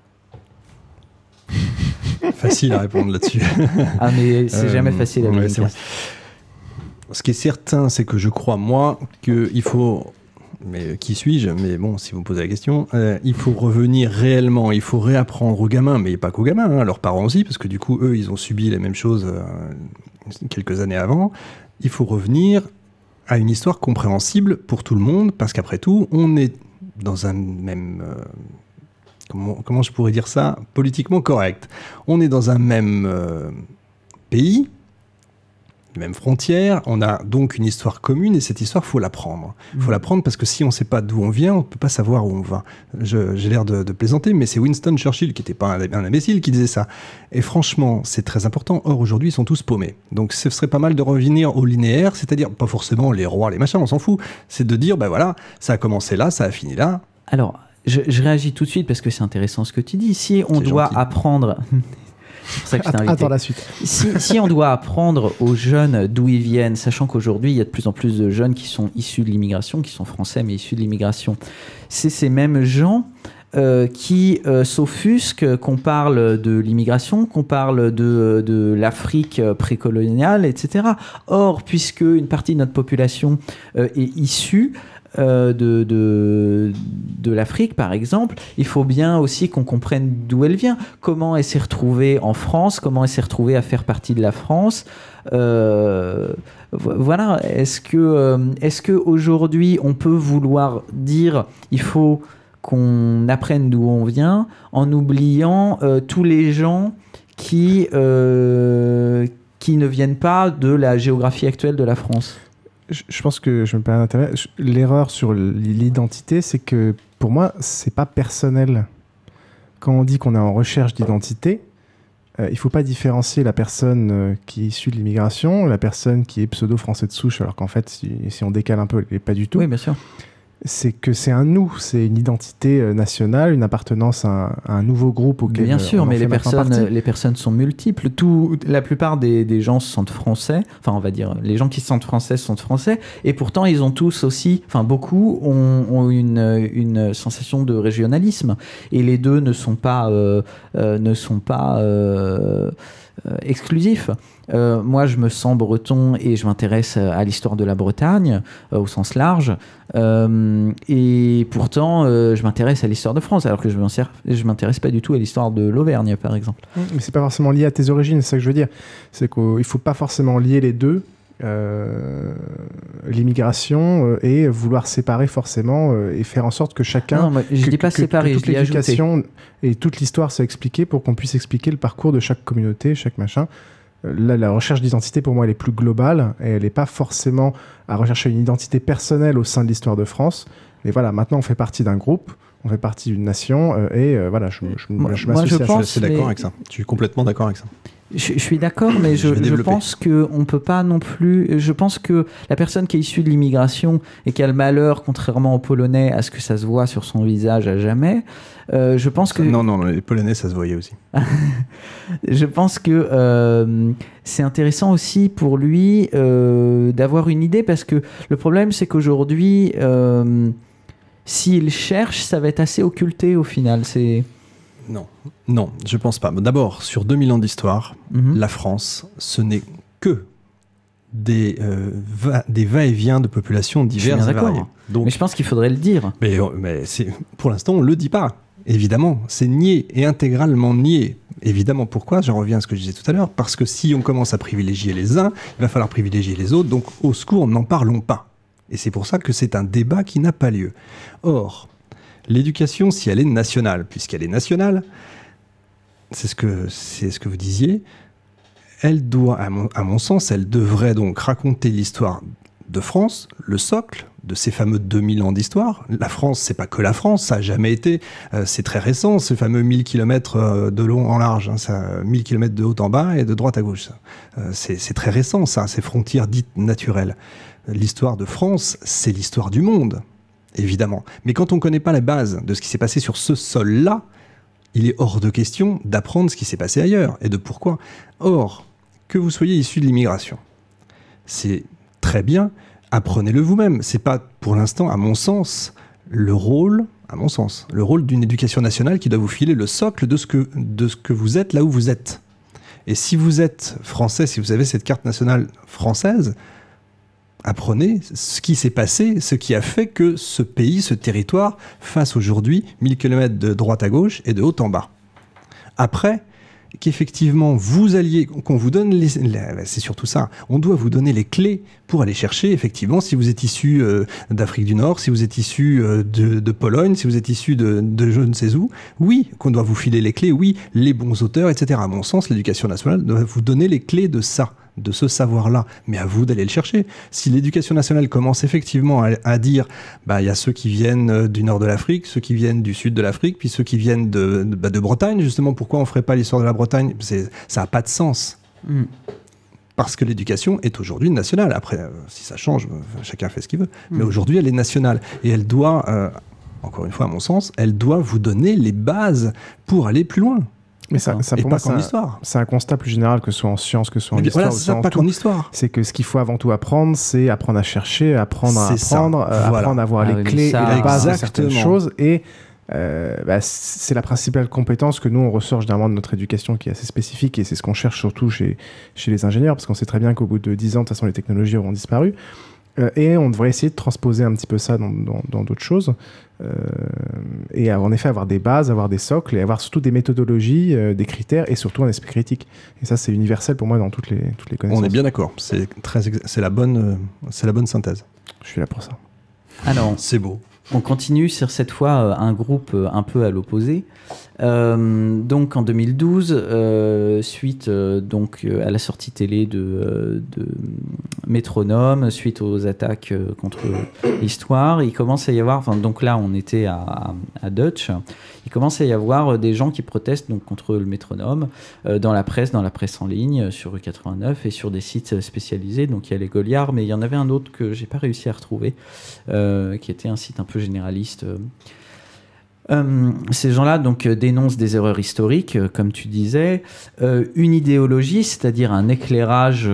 Facile à répondre là-dessus. Ah mais c'est jamais facile à répondre. Ce qui est certain, c'est que je crois, moi, qu'il faut mais qui suis-je? Mais bon, si vous me posez la question, il faut revenir réellement, il faut réapprendre aux gamins, mais pas qu'aux gamins, hein, leurs parents aussi, parce que du coup, eux, ils ont subi les mêmes choses quelques années avant. Il faut revenir à une histoire compréhensible pour tout le monde, parce qu'après tout, on est dans un même... comment je pourrais dire ça? Politiquement correct. On est dans un même pays, même frontière, on a donc une histoire commune et cette histoire, faut l'apprendre. Faut l'apprendre parce que si on ne sait pas d'où on vient, on ne peut pas savoir où on va. J'ai l'air de plaisanter, mais c'est Winston Churchill qui n'était pas un imbécile qui disait ça. Et franchement, c'est très important. Or, aujourd'hui, ils sont tous paumés. Donc, ce serait pas mal de revenir au linéaire, c'est-à-dire pas forcément les rois, les machins, on s'en fout. C'est de dire, ben voilà, ça a commencé là, ça a fini là. Alors, je réagis tout de suite parce que c'est intéressant ce que tu dis. Si on doit apprendre... C'est pour ça que je t'ai invité. Attends la suite. Si on doit apprendre aux jeunes d'où ils viennent, sachant qu'aujourd'hui, il y a de plus en plus de jeunes qui sont issus de l'immigration, qui sont français, mais issus de l'immigration. C'est ces mêmes gens qui s'offusquent qu'on parle de l'immigration, qu'on parle de l'Afrique précoloniale, etc. Or, puisque une partie de notre population est issue de l'Afrique, par exemple, il faut bien aussi qu'on comprenne d'où elle vient, comment elle s'est retrouvée en France, comment elle s'est retrouvée à faire partie de la France. Voilà, est-ce que aujourd'hui on peut vouloir dire il faut qu'on apprenne d'où on vient en oubliant tous les gens qui ne viennent pas de la géographie actuelle de la France? Je pense que je me permets d'intervenir. L'erreur sur l'identité, c'est que pour moi, c'est pas personnel. Quand on dit qu'on est en recherche d'identité, il faut pas différencier la personne qui est issue de l'immigration, la personne qui est pseudo-français de souche, alors qu'en fait, si on décale un peu, elle n'est pas du tout. Oui, bien sûr. C'est que c'est un nous, c'est une identité nationale, une appartenance à un nouveau groupe auquel bien sûr, mais les partie. personnes sont multiples. La plupart des gens se sentent français, enfin on va dire, les gens qui se sentent français, et pourtant ils ont tous aussi, enfin beaucoup ont une sensation de régionalisme, et les deux ne sont pas exclusifs. Moi, je me sens breton et je m'intéresse à l'histoire de la Bretagne au sens large. Et pourtant, je m'intéresse à l'histoire de France, alors que je m'intéresse pas du tout à l'histoire de l'Auvergne, par exemple. Mais c'est pas forcément lié à tes origines, c'est ça que je veux dire. C'est qu'il faut pas forcément lier les deux. L'immigration et vouloir séparer forcément et faire en sorte que chacun je dis pas séparer, toute l'éducation et toute l'histoire soit expliquée pour qu'on puisse expliquer le parcours de chaque communauté, chaque machin. Là, la recherche d'identité pour moi elle est plus globale et elle n'est pas forcément à rechercher une identité personnelle au sein de l'histoire de France, mais voilà, maintenant on fait partie d'un groupe, on fait partie d'une nation et voilà, je m'associe à ça. Je suis d'accord avec ça, je suis complètement d'accord avec ça. Je suis d'accord, mais je pense qu'on ne peut pas non plus... Je pense que la personne qui est issue de l'immigration et qui a le malheur, contrairement aux Polonais, à ce que ça se voit sur son visage à jamais, je pense que... Non, les Polonais, ça se voyait aussi. Je pense que c'est intéressant aussi pour lui d'avoir une idée, parce que le problème, c'est qu'aujourd'hui, s'il cherche, ça va être assez occulté au final. Non, je pense pas. D'abord, sur 2000 ans d'histoire, la France, ce n'est que des va-et-vient de populations diverses et variées. Donc, mais je pense qu'il faudrait le dire. Mais pour l'instant, on ne le dit pas. Évidemment, c'est nié et intégralement nié. Évidemment, pourquoi? J'en reviens à ce que je disais tout à l'heure. Parce que si on commence à privilégier les uns, il va falloir privilégier les autres. Donc, au secours, n'en parlons pas. Et c'est pour ça que c'est un débat qui n'a pas lieu. Or, l'éducation, si elle est nationale, puisqu'elle est nationale, c'est ce que vous disiez, elle doit, à mon sens, elle devrait donc raconter l'histoire de France, le socle de ces fameux 2000 ans d'histoire. La France, c'est pas que la France, ça a jamais été, c'est très récent, ces fameux 1000 km de long en large, 1000 km de haut en bas et de droite à gauche. C'est très récent, ça, ces frontières dites naturelles. L'histoire de France, c'est l'histoire du monde, évidemment. Mais quand on ne connaît pas la base de ce qui s'est passé sur ce sol-là, il est hors de question d'apprendre ce qui s'est passé ailleurs et de pourquoi. Or, que vous soyez issu de l'immigration, c'est très bien, apprenez-le vous-même. C'est pas, pour l'instant, à mon sens, le rôle d'une éducation nationale qui doit vous filer le socle de ce que vous êtes là où vous êtes. Et si vous êtes français, si vous avez cette carte nationale française, Apprenez ce qui s'est passé, ce qui a fait que ce pays, ce territoire, fasse aujourd'hui 1000 km de droite à gauche et de haut en bas. Après, qu'effectivement vous alliez, qu'on vous donne c'est surtout ça, on doit vous donner les clés pour aller chercher effectivement si vous êtes issu d'Afrique du Nord, si vous êtes issu de Pologne, si vous êtes issu de je ne sais où, oui, qu'on doit vous filer les clés, oui, les bons auteurs, etc. À mon sens, l'éducation nationale doit vous donner les clés de ça, de ce savoir-là, mais à vous d'aller le chercher. Si l'éducation nationale commence effectivement à dire, il y a ceux qui viennent du nord de l'Afrique, ceux qui viennent du sud de l'Afrique, puis ceux qui viennent de Bretagne, justement, pourquoi on ferait pas l'histoire de la Bretagne ? Ça n'a pas de sens. Parce que l'éducation est aujourd'hui nationale. Après, si ça change, chacun fait ce qu'il veut. Mais aujourd'hui, elle est nationale. Et elle doit, encore une fois, à mon sens, elle doit vous donner les bases pour aller plus loin. Mais ça pour moi, c'est un constat plus général, que ce soit en sciences, que ce soit en histoire. Voilà, c'est ça, pas qu'en histoire. C'est que ce qu'il faut avant tout apprendre, c'est apprendre à chercher, apprendre à apprendre, apprendre à avoir les clés et la base de certaines choses. Et c'est la principale compétence que nous, on ressort généralement de notre éducation, qui est assez spécifique, et c'est ce qu'on cherche surtout chez les ingénieurs, parce qu'on sait très bien qu'au bout de 10 ans, de toute façon, les technologies auront disparu. Et on devrait essayer de transposer un petit peu ça dans d'autres choses. Et en effet, avoir des bases, avoir des socles, et avoir surtout des méthodologies, des critères, et surtout un esprit critique. Et ça, c'est universel pour moi dans toutes les connaissances. On est bien d'accord. C'est la bonne synthèse. Je suis là pour ça. Alors, c'est beau. On continue sur cette fois un groupe un peu à l'opposé. Donc en 2012, suite donc à la sortie télé de Métronome, suite aux attaques contre l'histoire, il commence à y avoir, donc là on était à Dutch, il commence à y avoir des gens qui protestent donc contre le Métronome dans la presse en ligne, sur U89 et sur des sites spécialisés. Donc il y a les Goliards, mais il y en avait un autre que j'ai pas réussi à retrouver, qui était un site un peu généraliste. Ces gens-là donc dénoncent des erreurs historiques, comme tu disais, une idéologie, c'est-à-dire un éclairage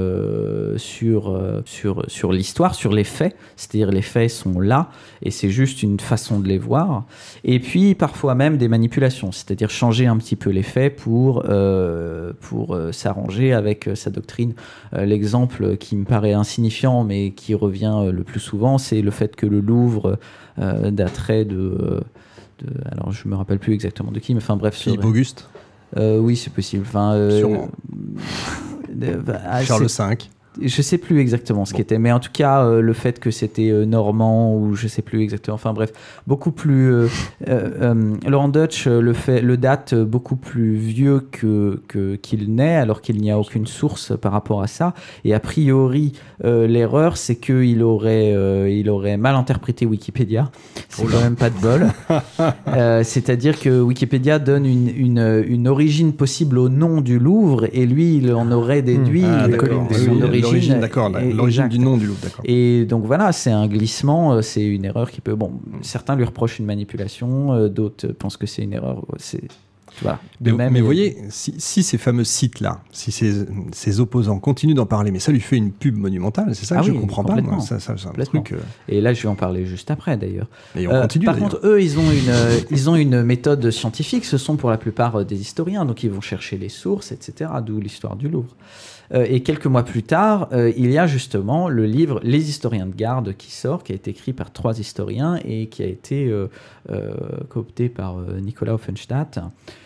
sur l'histoire, sur les faits, c'est-à-dire les faits sont là et c'est juste une façon de les voir, et puis parfois même des manipulations, c'est-à-dire changer un petit peu les faits pour s'arranger avec sa doctrine. L'exemple qui me paraît insignifiant mais qui revient le plus souvent, c'est le fait que le Louvre daterait alors je me rappelle plus exactement de qui, mais enfin bref. Philippe Auguste. Oui, c'est possible. Sûrement. Charles V. Je sais plus exactement ce qu'était, mais en tout cas le fait que c'était normand ou je sais plus exactement. Enfin bref, beaucoup plus. Laurent Deutsch le date beaucoup plus vieux qu'il n'est, alors qu'il n'y a aucune source par rapport à ça. Et a priori, l'erreur, c'est qu'il aurait mal interprété Wikipédia. C'est quand même pas de bol. C'est-à-dire que Wikipédia donne une origine possible au nom du Louvre, et lui, il en aurait déduit son origine. L'origine du nom du Louvre, d'accord. Et donc voilà, c'est un glissement, c'est une erreur qui peut... Bon, certains lui reprochent une manipulation, d'autres pensent que c'est une erreur. Voilà. Mais vous voyez, si ces fameux sites-là, si ces opposants continuent d'en parler, mais ça lui fait une pub monumentale, c'est ça que je ne comprends pas. Moi. Ça, c'est un truc, Et là, je vais en parler juste après, d'ailleurs. Et on continue, par contre, eux, ils ont une méthode scientifique. Ce sont pour la plupart des historiens, donc ils vont chercher les sources, etc., d'où l'histoire du Louvre. Et quelques mois plus tard, il y a justement le livre Les historiens de garde qui sort, qui a été écrit par 3 historiens et qui a été coopté par Nicolas Offenstadt.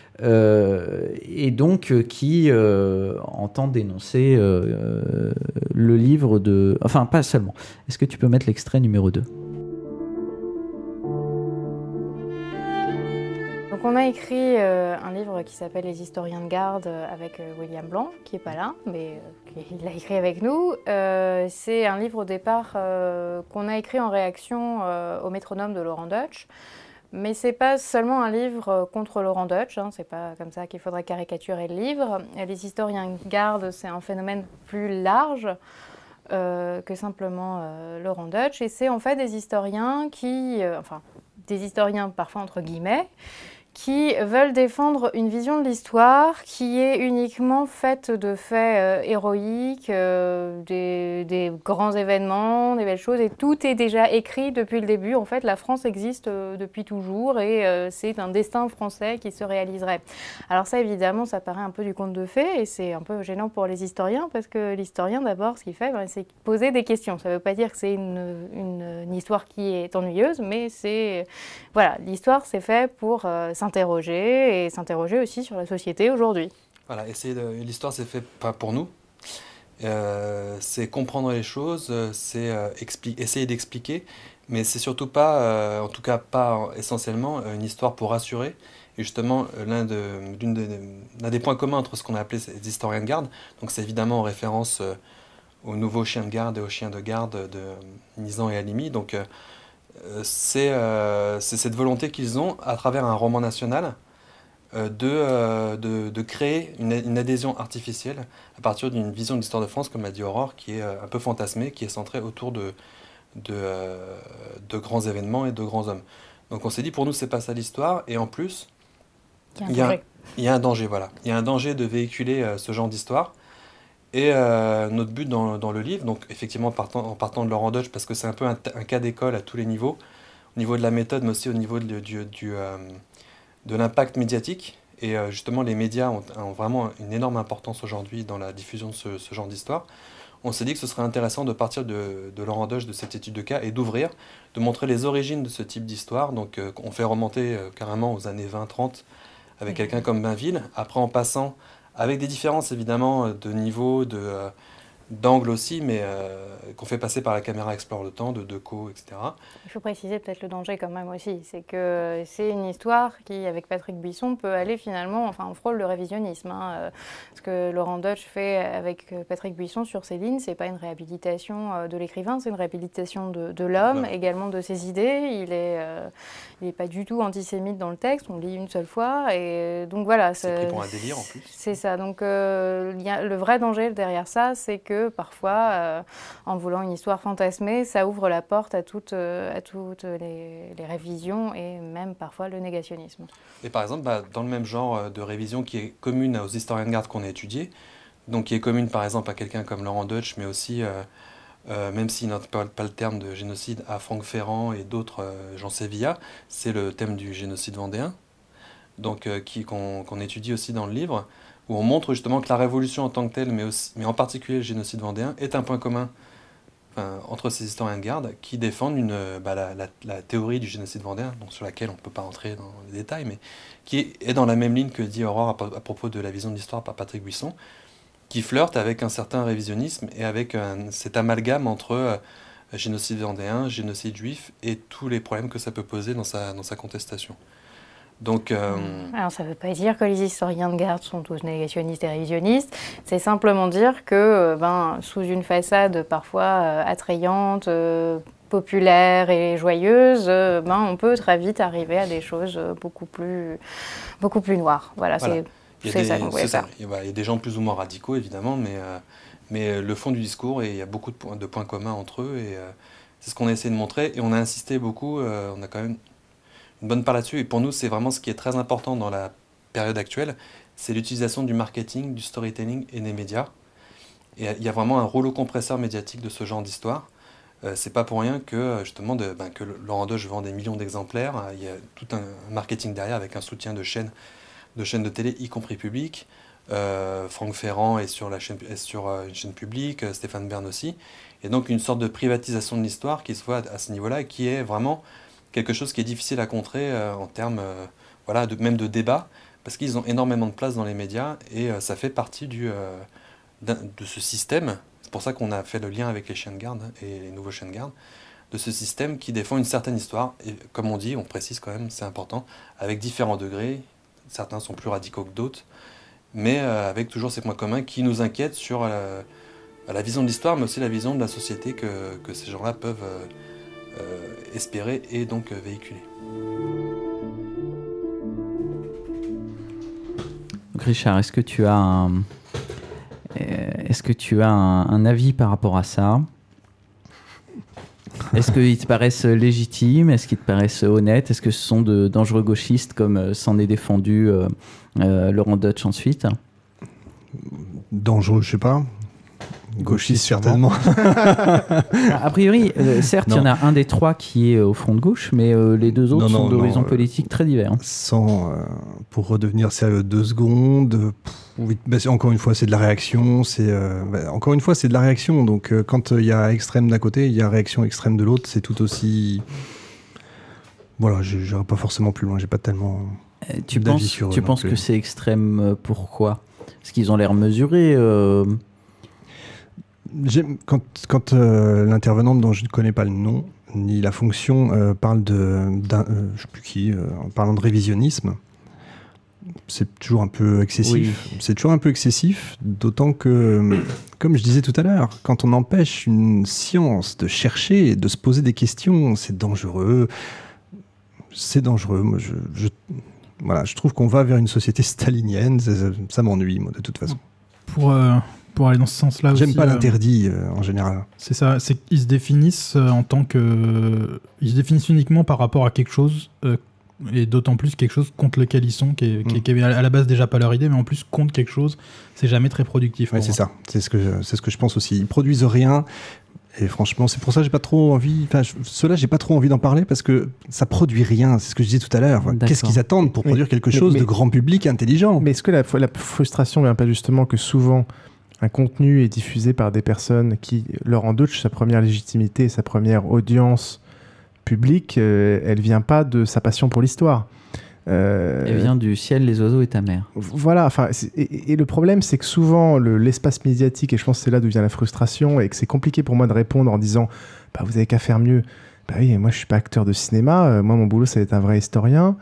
Et donc qui entend dénoncer le livre de... Enfin, pas seulement. Est-ce que tu peux mettre l'extrait numéro 2 ? Donc on a écrit un livre qui s'appelle Les historiens de garde avec William Blanc, qui n'est pas là, mais il l'a écrit avec nous. C'est un livre au départ qu'on a écrit en réaction au Métronome de Laurent Deutsch. Mais c'est pas seulement un livre contre Laurent Deutsch, hein, c'est pas comme ça qu'il faudrait caricaturer le livre. Les historiens de garde, c'est un phénomène plus large que simplement Laurent Deutsch. Et c'est en fait des historiens des historiens parfois entre guillemets, qui veulent défendre une vision de l'histoire qui est uniquement faite de faits héroïques, des grands événements, des belles choses, et tout est déjà écrit depuis le début. En fait, la France existe depuis toujours et c'est un destin français qui se réaliserait. Alors ça, évidemment, ça paraît un peu du conte de fées et c'est un peu gênant pour les historiens parce que l'historien, d'abord, ce qu'il fait, c'est poser des questions. Ça ne veut pas dire que c'est une histoire qui est ennuyeuse, mais c'est... Voilà, l'histoire, c'est fait pour s'interroger et s'interroger aussi sur la société aujourd'hui. Voilà, l'histoire, c'est fait pas pour nous. C'est comprendre les choses, c'est essayer d'expliquer, mais c'est surtout pas, en tout cas pas essentiellement, une histoire pour rassurer. Et justement, l'un des points communs entre ce qu'on a appelé les historiens de garde, donc c'est évidemment en référence aux nouveaux chiens de garde et aux chiens de garde de Nizan et Halimi. Donc c'est cette volonté qu'ils ont, à travers un roman national, de créer une adhésion artificielle à partir d'une vision de l'histoire de France, comme l'a dit Aurore, qui est un peu fantasmée, qui est centrée autour de grands événements et de grands hommes. Donc on s'est dit, pour nous, c'est pas ça l'histoire, et en plus, il y a un danger, voilà. Il y a un danger de véhiculer ce genre d'histoire. Et notre but dans le livre, donc effectivement en partant de Laurent Deutsch, parce que c'est un peu un cas d'école à tous les niveaux, au niveau de la méthode, mais aussi au niveau de l'impact médiatique. Et justement, les médias ont vraiment une énorme importance aujourd'hui dans la diffusion de ce genre d'histoire. On s'est dit que ce serait intéressant de partir de Laurent Deutsch, de cette étude de cas, et d'ouvrir, de montrer les origines de ce type d'histoire. Donc on fait remonter carrément aux années 20-30 avec quelqu'un comme Bainville, après en passant avec des différences évidemment de niveau, d'angle aussi, mais qu'on fait passer par la caméra Explore le temps, de Decaux, etc. Il faut préciser peut-être le danger quand même aussi, c'est que c'est une histoire qui, avec Patrick Buisson, peut aller finalement, enfin on frôle le révisionnisme. Ce que Laurent Deutsch fait avec Patrick Buisson sur ses lignes, c'est pas une réhabilitation de l'écrivain, c'est une réhabilitation de l'homme, également de ses idées. Il est pas du tout antisémite dans le texte, on le lit une seule fois, et donc voilà. C'est pris pour un délire en plus. C'est ça, donc le vrai danger derrière ça, c'est que parfois, en voulant une histoire fantasmée, ça ouvre la porte à toutes les révisions et même parfois le négationnisme. Et par exemple, dans le même genre de révision qui est commune aux historiens de garde qu'on a étudiés, donc qui est commune par exemple à quelqu'un comme Laurent Deutsch, mais aussi, même s'il n'emploie pas le terme de génocide, à Franck Ferrand et d'autres, Jean Sévilla, c'est le thème du génocide vendéen, donc qu'on étudie aussi dans le livre, où on montre justement que la révolution en tant que telle, mais en particulier le génocide vendéen, est un point commun entre ces historiens de garde qui défendent la théorie du génocide vendéen, donc sur laquelle on ne peut pas entrer dans les détails, mais qui est dans la même ligne que dit Aurore à propos de la vision de l'histoire par Patrick Buisson, qui flirte avec un certain révisionnisme et avec cet amalgame entre génocide vendéen, génocide juif et tous les problèmes que ça peut poser dans sa contestation. Donc, alors ça ne veut pas dire que les historiens de garde sont tous négationnistes et révisionnistes, c'est simplement dire que sous une façade parfois attrayante, populaire et joyeuse, on peut très vite arriver à des choses beaucoup plus noires. Voilà. C'est ça qu'on voulait faire. Il y a des gens plus ou moins radicaux évidemment, mais le fond du discours, et il y a beaucoup de points communs entre eux, et c'est ce qu'on a essayé de montrer, et on a insisté beaucoup, on a quand même une bonne part là-dessus, et pour nous c'est vraiment ce qui est très important dans la période actuelle, c'est l'utilisation du marketing, du storytelling et des médias. Et il y a vraiment un rouleau compresseur médiatique de ce genre d'histoire. C'est pas pour rien que justement que Laurent Deutsch vend des millions d'exemplaires. Il y a tout un marketing derrière avec un soutien de chaînes de télé, y compris publiques. Franck Ferrand est sur une chaîne publique, Stéphane Bern aussi. Et donc une sorte de privatisation de l'histoire qui se voit à ce niveau-là et qui est vraiment quelque chose qui est difficile à contrer en termes même de débat, parce qu'ils ont énormément de place dans les médias et ça fait partie de ce système. C'est pour ça qu'on a fait le lien avec les chiens de garde et les nouveaux chiens de garde, de ce système qui défend une certaine histoire. Et comme on dit, on précise quand même, c'est important, avec différents degrés. Certains sont plus radicaux que d'autres, mais avec toujours ces points communs qui nous inquiètent sur la vision de l'histoire, mais aussi la vision de la société que ces gens-là peuvent espérer et donc véhiculer. Donc Richard, est-ce que tu as un avis par rapport à ça ? Est-ce qu'ils te paraissent légitimes? Est-ce qu'ils te paraissent honnêtes? Est-ce que ce sont de dangereux gauchistes comme s'en est défendu Laurent Deutsch ensuite? Dangereux, je sais pas. Gauchiste, certainement. A priori, certes, il y en a un des trois qui est au front de gauche, mais les deux autres sont d'horizons politiques très divers. Pour redevenir sérieux 2 secondes, encore une fois, c'est de la réaction. Encore une fois, c'est de la réaction. Donc, quand il y a extrême d'un côté, il y a réaction extrême de l'autre, c'est tout aussi... Voilà, je n'irai pas forcément plus loin. J'ai pas tellement d'avis sur eux. Tu penses que c'est extrême pourquoi? Parce qu'ils ont l'air mesurés. Quand l'intervenante dont je ne connais pas le nom ni la fonction parle je sais plus qui, en parlant de révisionnisme, c'est toujours un peu excessif. Oui. C'est toujours un peu excessif, d'autant que, comme je disais tout à l'heure, quand on empêche une science de chercher et de se poser des questions, c'est dangereux. C'est dangereux. Moi, je trouve qu'on va vers une société stalinienne. Ça m'ennuie, moi, de toute façon. Pour aller dans ce sens-là aussi... J'aime pas l'interdit, en général. C'est ça, c'est qu'ils se définissent en tant que... Ils se définissent uniquement par rapport à quelque chose, et d'autant plus quelque chose contre lequel ils sont, qui est à la base déjà pas leur idée, mais en plus contre quelque chose, c'est jamais très productif. Ouais, c'est ça, c'est ce que je pense aussi. Ils produisent rien, et franchement, c'est pour ça que j'ai pas trop envie... j'ai pas trop envie d'en parler, parce que ça produit rien, c'est ce que je disais tout à l'heure. Qu'est-ce qu'ils attendent pour produire quelque chose de grand public intelligent? Mais est-ce que la frustration vient pas justement que souvent... un contenu est diffusé par des personnes qui, Laurent Deutsch, sa première légitimité, sa première audience publique, elle vient pas de sa passion pour l'histoire. Elle vient du ciel, les oiseaux et ta mère. Voilà, et le problème, c'est que souvent, l'espace médiatique, et je pense que c'est là d'où vient la frustration, et que c'est compliqué pour moi de répondre en disant « vous avez qu'à faire mieux ». Bah oui, moi je suis pas acteur de cinéma, moi mon boulot c'est d'être un vrai historien.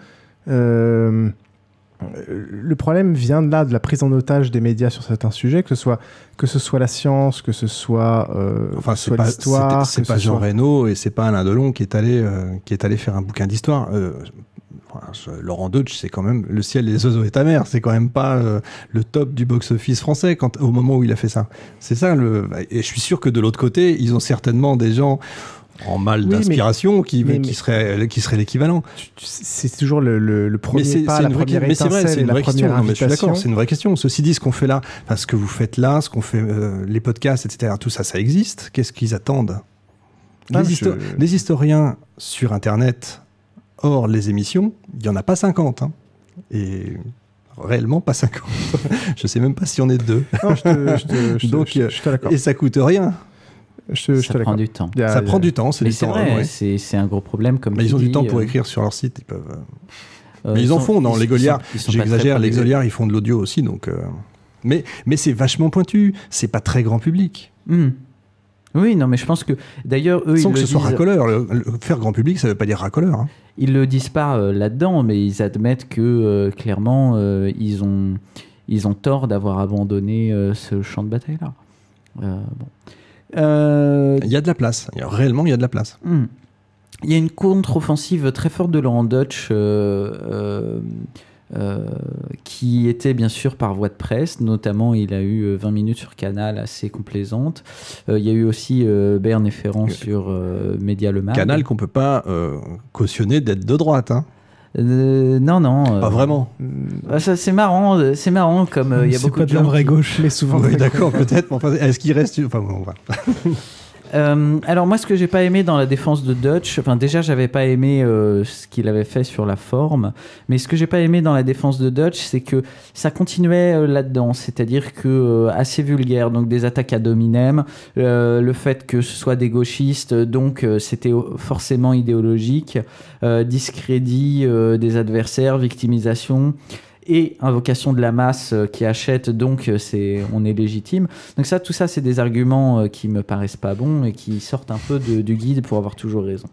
Le problème vient de là, de la prise en otage des médias sur certains sujets, que ce soit la science, que ce soit, l'histoire. C'est pas Jean Reno et c'est pas Alain Delon qui est allé faire un bouquin d'histoire. Laurent Deutsch, c'est quand même Le ciel, les oiseaux et ta mère. C'est quand même pas le top du box-office français au moment où il a fait ça. C'est ça. Et je suis sûr que de l'autre côté, ils ont certainement des gens en mal d'inspiration qui serait l'équivalent. C'est toujours le premier pas, la première étincelle, c'est une vraie question. Je suis d'accord, c'est une vraie question. Ceci dit, ce qu'on fait là, ce que vous faites là, ce qu'on fait, les podcasts, etc., tout ça, ça existe. Qu'est-ce qu'ils attendent? Des historiens sur Internet, hors les émissions, il n'y en a pas 50. Hein. Et réellement pas 50. Je ne sais même pas si on est 2. Non, je te l'accorde. Et ça coûte rien. Ça prend du temps. Ça prend du temps, c'est vrai, c'est un gros problème. Comme ils ont du temps pour écrire sur leur site. Ils peuvent. Mais ils en font dans les Goliards. J'exagère, les Goliards, ils font de l'audio aussi. Donc, mais c'est vachement pointu. C'est pas très grand public. Oui, non, mais je pense que d'ailleurs eux, sans que ce soit racoleur. Faire grand public, ça veut pas dire racoleur. Hein. Ils le disent pas là-dedans, mais ils admettent que clairement ils ont tort d'avoir abandonné ce champ de bataille-là. Il y a de la place. Réellement, il y a de la place. Il y a une contre-offensive très forte de Laurent Deutsch qui était bien sûr par voie de presse. Notamment, il a eu 20 minutes sur Canal assez complaisante. Il y a eu aussi Berne et Ferrand sur Média Le Mag. Canal qu'on peut pas cautionner d'être de droite. Hein. Non. Pas vraiment. Ça, c'est marrant comme il y a beaucoup de gens. C'est pas de la vraie gauche. Mais souvent. Oui, d'accord, peut-être. Mais enfin, est-ce qu'il reste. Enfin, bon, on va. Alors moi, ce que j'ai pas aimé dans la défense de Deutsch, déjà j'avais pas aimé ce qu'il avait fait sur la forme, mais ce que j'ai pas aimé dans la défense de Deutsch, c'est que ça continuait là-dedans, c'est-à-dire que assez vulgaire, donc des attaques ad hominem, le fait que ce soit des gauchistes, donc c'était forcément idéologique, discrédit des adversaires, victimisation et invocation de la masse qui achète, donc on est légitime. Donc tout ça, c'est des arguments qui me paraissent pas bons et qui sortent un peu du guide pour avoir toujours raison.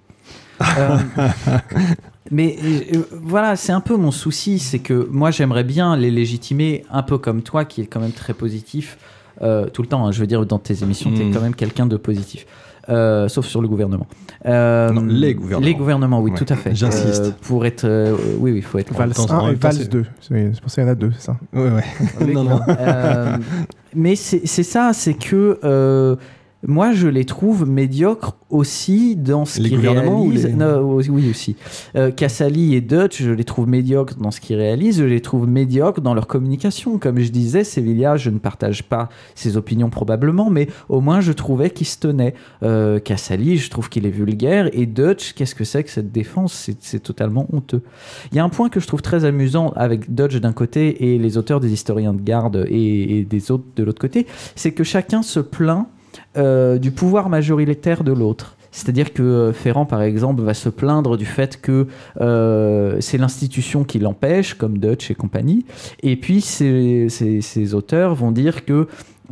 Mais voilà, c'est un peu mon souci, c'est que moi, j'aimerais bien les légitimer, un peu comme toi, qui est quand même très positif tout le temps. Hein, je veux dire, dans tes émissions, tu es quand même quelqu'un de positif. Sauf sur le gouvernement. Non, les gouvernements. Les gouvernements, oui, tout à fait. J'insiste. Pour être... oui, il faut être... Valls 1 et Valls 2. C'est pour ça qu'il y en a 2, c'est ça? Ouais. Non. Mais c'est ça, c'est que... Moi, je les trouve médiocres aussi dans ce qu'ils réalisent. Oui, aussi. Casali et Dutch, je les trouve médiocres dans ce qu'ils réalisent. Je les trouve médiocres dans leur communication. Comme je disais, Sevilla, je ne partage pas ses opinions probablement, mais au moins, je trouvais qu'il se tenait. Casali, je trouve qu'il est vulgaire. Et Dutch, qu'est-ce que c'est que cette défense ? C'est totalement honteux. Il y a un point que je trouve très amusant avec Dutch d'un côté et les auteurs des historiens de garde et des autres de l'autre côté, c'est que chacun se plaint du pouvoir majoritaire de l'autre. C'est-à-dire que Ferrand, par exemple, va se plaindre du fait que c'est l'institution qui l'empêche, comme Dutch et compagnie. Et puis, ces auteurs vont dire que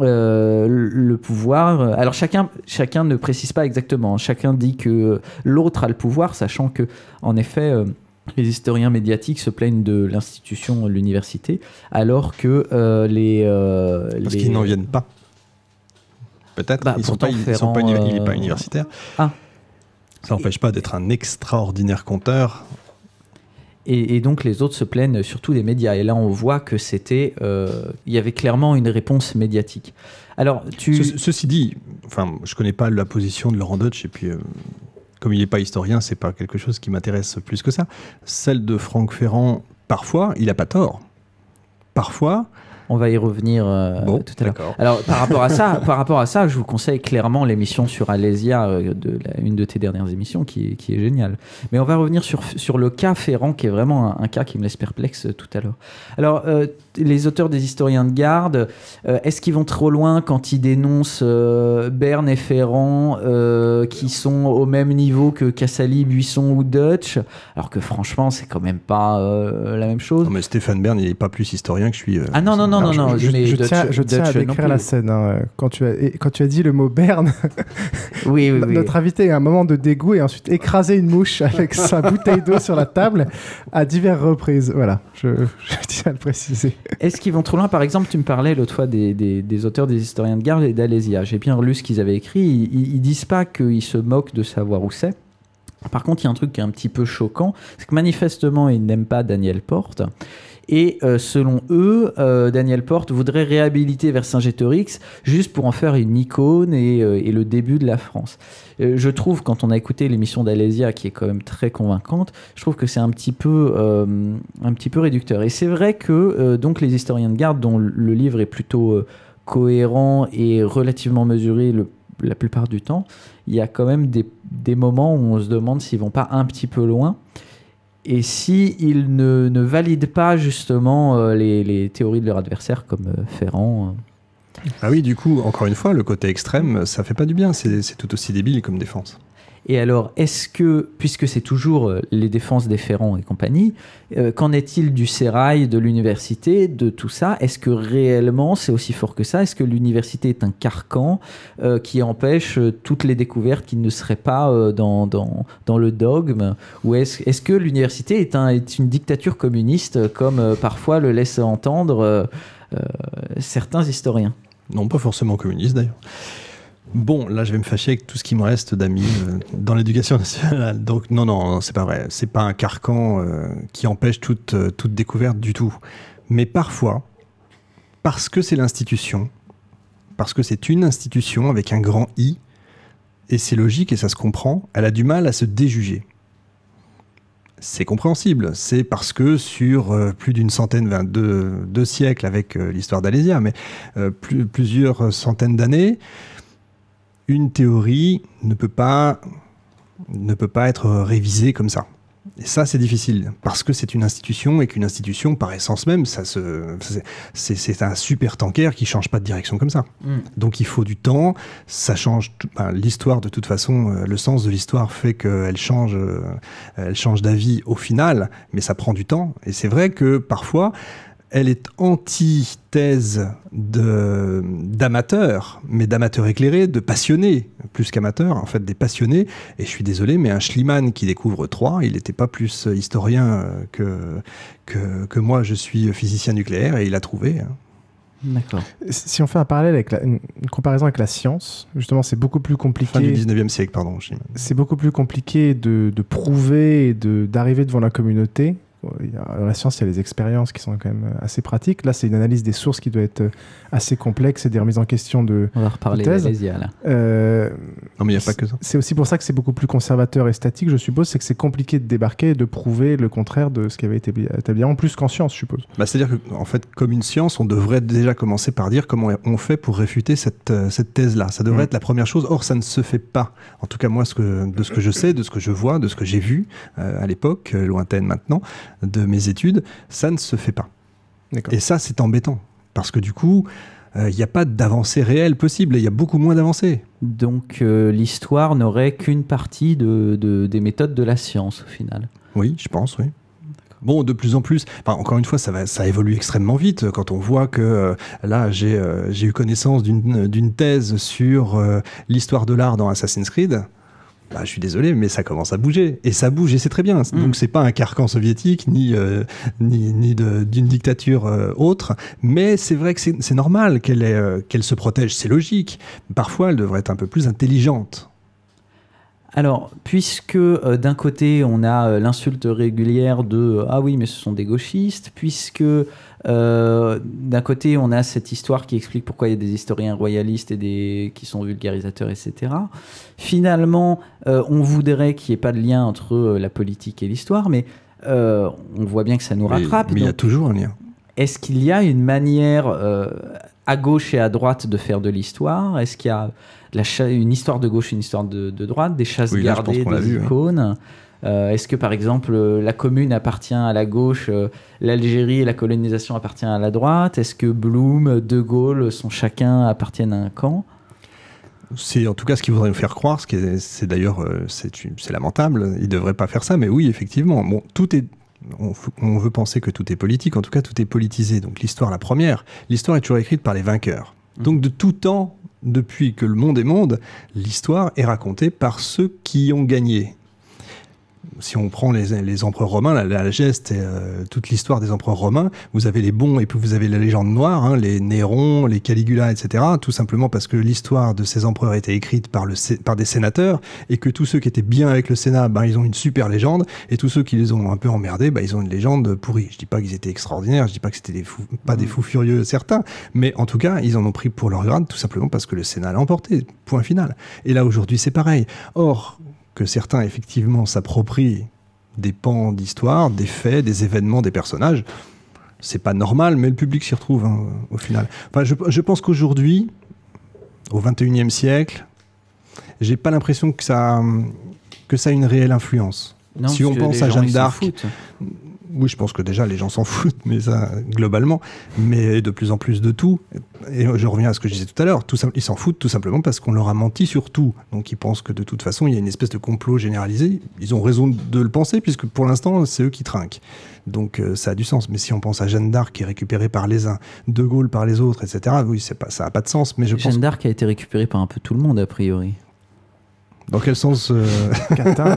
le pouvoir... Alors, chacun ne précise pas exactement. Chacun dit que l'autre a le pouvoir, sachant que, en effet... les historiens médiatiques se plaignent de l'institution, l'université, alors que Parce qu'ils n'en viennent pas. Peut-être. Il n'est pas universitaire. Ah. Ça n'empêche pas d'être un extraordinaire conteur. Et donc les autres se plaignent surtout des médias. Et là, on voit que c'était... il y avait clairement une réponse médiatique. Alors, Ceci dit, enfin, je ne connais pas la position de Laurent Dutch, et puis... comme il n'est pas historien, c'est pas quelque chose qui m'intéresse plus que ça. Celle de Franck Ferrand, parfois, il n'a pas tort. Parfois... On va y revenir tout à l'heure. Alors, par rapport à ça, je vous conseille clairement l'émission sur Alésia, une de tes dernières émissions, qui est géniale. Mais on va revenir sur le cas Ferrand, qui est vraiment un cas qui me laisse perplexe tout à l'heure. Alors, les auteurs des historiens de garde, est-ce qu'ils vont trop loin quand ils dénoncent Berne et Ferrand, qui sont au même niveau que Casali, Buisson ou Dutch, alors que franchement, c'est quand même pas la même chose. Non, mais Stéphane Bern, il n'est pas plus historien que je suis. Ah non. Je tiens à décrire la scène. Hein. Quand tu as dit le mot Berne, oui. Notre invité a un moment de dégoût et ensuite écrasé une mouche avec sa bouteille d'eau sur la table à diverses reprises. Voilà, je tiens à le préciser. Est-ce qu'ils vont trop loin ? Par exemple, tu me parlais l'autre fois des auteurs des historiens de garde et d'Alésia. J'ai bien relu ce qu'ils avaient écrit. Ils disent pas qu'ils se moquent de savoir où c'est. Par contre, il y a un truc qui est un petit peu choquant, c'est que manifestement, ils n'aiment pas Daniel Porte. Et selon eux, Daniel Porte voudrait réhabiliter Vercingétorix juste pour en faire une icône et le début de la France. Je trouve, quand on a écouté l'émission d'Alésia, qui est quand même très convaincante, je trouve que c'est un petit peu réducteur. Et c'est vrai que donc les historiens de garde, dont le livre est plutôt cohérent et relativement mesuré la plupart du temps, il y a quand même des moments où on se demande s'ils vont pas un petit peu loin. Et s'ils ne valident pas justement les théories de leur adversaire comme Ferrand. Ah oui, du coup, encore une fois, le côté extrême, ça fait pas du bien. C'est tout aussi débile comme défense. Et alors, est-ce que, puisque c'est toujours les défenses des Ferrand et compagnie, qu'en est-il du sérail, de l'université, de tout ça ? Est-ce que réellement c'est aussi fort que ça ? Est-ce que l'université est un carcan qui empêche toutes les découvertes qui ne seraient pas dans le dogme ? Ou est-ce que l'université est une dictature communiste, comme parfois le laissent entendre certains historiens ? Non, pas forcément communiste d'ailleurs. Bon, là, je vais me fâcher avec tout ce qui me reste d'amis dans l'éducation nationale. Donc, non, c'est pas vrai. C'est pas un carcan qui empêche toute découverte du tout. Mais parfois, parce que c'est l'institution, parce que c'est une institution avec un grand I, et c'est logique et ça se comprend, elle a du mal à se déjuger. C'est compréhensible. C'est parce que sur plus d'une centaine, deux siècles avec l'histoire d'Alésia, mais plusieurs centaines d'années, une théorie ne peut pas être révisée comme ça. Et ça, c'est difficile, parce que c'est une institution, et qu'une institution, par essence même, c'est un super tanker qui ne change pas de direction comme ça. Donc il faut du temps, ça change... l'histoire, de toute façon, le sens de l'histoire fait qu'elle change d'avis au final, mais ça prend du temps. Et c'est vrai que, parfois... elle est antithèse d'amateurs, mais d'amateurs éclairés, de passionnés, plus qu'amateurs, en fait des passionnés. Et je suis désolé, mais un Schliemann qui découvre Troie, il n'était pas plus historien que moi, je suis physicien nucléaire, et il a trouvé. D'accord. Si on fait un parallèle avec une comparaison avec la science, justement, c'est beaucoup plus compliqué. Fin du 19e siècle, pardon. C'est beaucoup plus compliqué de prouver et d'arriver devant la communauté. la science, il y a les expériences qui sont quand même assez pratiques. Là, c'est une analyse des sources qui doit être assez complexe et des remises en question de On va reparler d'Alésia, là. Non, mais il n'y a pas que ça. C'est aussi pour ça que c'est beaucoup plus conservateur et statique, je suppose. C'est que c'est compliqué de débarquer et de prouver le contraire de ce qui avait été établi, en plus qu'en science, je suppose. C'est-à-dire qu'en fait, comme une science, on devrait déjà commencer par dire comment on fait pour réfuter cette thèse-là. Ça devrait être la première chose. Or, ça ne se fait pas. En tout cas, moi, de ce que je sais, de ce que je vois, de ce que j'ai vu à l'époque, lointaine maintenant, de mes études, ça ne se fait pas. Et ça, c'est embêtant. Parce que du coup, il n'y a pas d'avancée réelle possible. Il y a beaucoup moins d'avancées. Donc, l'histoire n'aurait qu'une partie des méthodes de la science, au final. Oui, je pense, oui. Bon, de plus en plus, encore une fois, ça évolue extrêmement vite. Quand on voit que là, j'ai eu connaissance d'une thèse sur l'histoire de l'art dans Assassin's Creed, je suis désolé, mais ça commence à bouger. Et ça bouge, et c'est très bien. Donc, c'est pas un carcan soviétique, ni d'une dictature autre. Mais c'est vrai que c'est normal qu'elle se protège. C'est logique. Parfois, elle devrait être un peu plus intelligente. Alors, puisque d'un côté, on a l'insulte régulière de « Ah oui, mais ce sont des gauchistes », puisque d'un côté, on a cette histoire qui explique pourquoi il y a des historiens royalistes et qui sont vulgarisateurs, etc. Finalement, on voudrait qu'il n'y ait pas de lien entre la politique et l'histoire, mais on voit bien que ça nous rattrape. Mais il y a toujours un lien. Est-ce qu'il y a une manière à gauche et à droite de faire de l'histoire ? Est-ce qu'il y a une histoire de gauche, une histoire de droite, des chasses gardées, des icônes ? Est-ce que, par exemple, la commune appartient à la gauche, l'Algérie et la colonisation appartiennent à la droite ? Est-ce que Blum, De Gaulle appartiennent à un camp ? C'est en tout cas ce qu'ils voudraient nous faire croire, c'est d'ailleurs c'est lamentable, ils ne devraient pas faire ça, mais oui, effectivement, bon, tout est... On veut penser que tout est politique, en tout cas tout est politisé. Donc l'histoire, la première, l'histoire est toujours écrite par les vainqueurs. Donc de tout temps, depuis que le monde est monde, l'histoire est racontée par ceux qui ont gagné. Si on prend les empereurs romains, la geste et toute l'histoire des empereurs romains, vous avez les bons et puis vous avez la légende noire, les Néron, les Caligula, etc. Tout simplement parce que l'histoire de ces empereurs a été écrite par des sénateurs et que tous ceux qui étaient bien avec le Sénat, ils ont une super légende, et tous ceux qui les ont un peu emmerdés, ils ont une légende pourrie. Je dis pas qu'ils étaient extraordinaires, je dis pas que c'était des fous furieux certains, mais en tout cas, ils en ont pris pour leur grade tout simplement parce que le Sénat l'a emporté. Point final. Et là aujourd'hui, c'est pareil. Or, que certains, effectivement, s'approprient des pans d'histoire, des faits, des événements, des personnages, c'est pas normal, mais le public s'y retrouve, au final. Enfin, je pense qu'aujourd'hui, au XXIe siècle, j'ai pas l'impression que ça a une réelle influence. Non, si on pense à Jeanne d'Arc... Oui, je pense que déjà les gens s'en foutent, mais ça, globalement, mais de plus en plus de tout. Et je reviens à ce que je disais tout à l'heure, ils s'en foutent tout simplement parce qu'on leur a menti sur tout. Donc ils pensent que de toute façon, il y a une espèce de complot généralisé. Ils ont raison de le penser, puisque pour l'instant, c'est eux qui trinquent. Donc ça a du sens. Mais si on pense à Jeanne d'Arc qui est récupérée par les uns, De Gaulle par les autres, etc., oui, ça n'a pas de sens. Mais Jeanne d'Arc a été récupérée par un peu tout le monde, a priori. Dans quel sens Catin.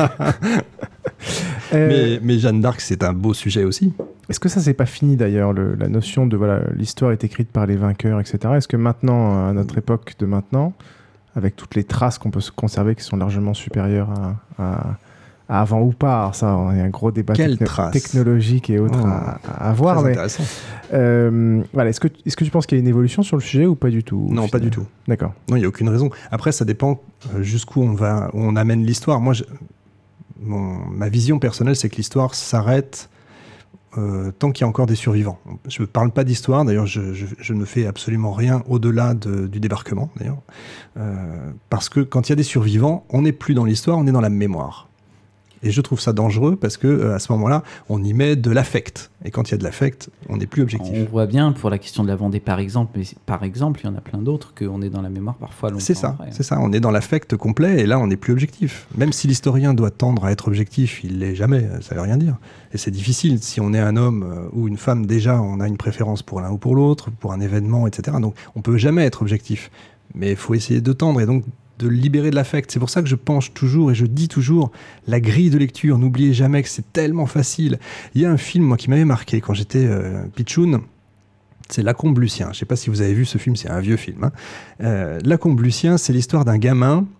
Mais Jeanne d'Arc, c'est un beau sujet aussi. Est-ce que ça, c'est pas fini d'ailleurs, la notion de l'histoire est écrite par les vainqueurs, etc. Est-ce que maintenant, à notre époque de maintenant, avec toutes les traces qu'on peut se conserver qui sont largement supérieures à avant ou pas, alors ça, il y a un gros débat technologique et autres à avoir. Très mais intéressant. Est-ce que tu penses qu'il y a une évolution sur le sujet ou pas du tout? Non, pas du tout. D'accord. Non, il n'y a aucune raison. Après, ça dépend jusqu'où on amène l'histoire. Moi, ma vision personnelle, c'est que l'histoire s'arrête tant qu'il y a encore des survivants. Je ne parle pas d'histoire, d'ailleurs, je ne fais absolument rien au-delà du débarquement, d'ailleurs. Parce que quand il y a des survivants, on n'est plus dans l'histoire, on est dans la mémoire. Et je trouve ça dangereux parce que à ce moment-là, on y met de l'affect. Et quand il y a de l'affect, on n'est plus objectif. On voit bien pour la question de la Vendée, par exemple, mais par exemple, il y en a plein d'autres qu'on est dans la mémoire parfois longtemps. C'est ça. On est dans l'affect complet et là, on n'est plus objectif. Même si l'historien doit tendre à être objectif, il l'est jamais. Ça veut rien dire. Et c'est difficile. Si on est un homme ou une femme, déjà, on a une préférence pour l'un ou pour l'autre, pour un événement, etc. Donc, on peut jamais être objectif. Mais il faut essayer de tendre et donc de libérer de l'affect. C'est pour ça que je penche toujours et je dis toujours la grille de lecture. N'oubliez jamais que c'est tellement facile. Il y a un film, moi, qui m'avait marqué quand j'étais pitchoun. C'est Lacombe Lucien. Je ne sais pas si vous avez vu ce film, c'est un vieux film. Lacombe Lucien, c'est l'histoire d'un gamin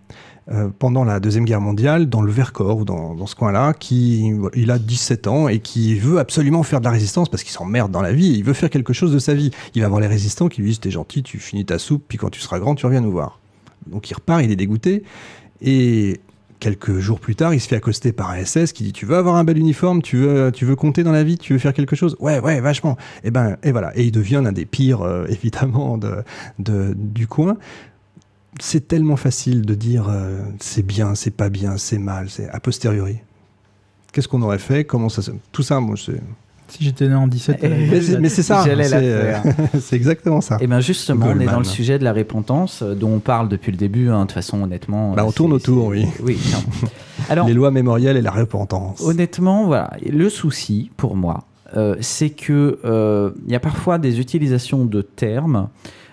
pendant la Deuxième Guerre mondiale, dans le Vercors, ou dans ce coin-là, il a 17 ans et qui veut absolument faire de la résistance parce qu'il s'emmerde dans la vie, et il veut faire quelque chose de sa vie. Il va voir les résistants qui lui disent « T'es gentil, tu finis ta soupe, puis quand tu seras grand, tu reviens nous voir ». Donc il repart, il est dégoûté, et quelques jours plus tard, il se fait accoster par un SS qui dit « Tu veux avoir un bel uniforme, tu veux compter dans la vie, tu veux faire quelque chose ?»« Ouais, vachement !» Et voilà, et il devient l'un des pires, évidemment, du coin. C'est tellement facile de dire c'est bien, c'est pas bien, c'est mal, c'est a posteriori. Qu'est-ce qu'on aurait fait? Comment ça tout ça, moi, c'est... Si j'étais né en 17... mais c'est ça, c'est exactement ça. Et bien justement, on est dans le sujet de la repentance, dont on parle depuis le début, de toute façon, honnêtement... on tourne autour, oui. Alors, les lois mémorielles et la repentance. Honnêtement, voilà, le souci, pour moi, c'est que y a parfois des utilisations de termes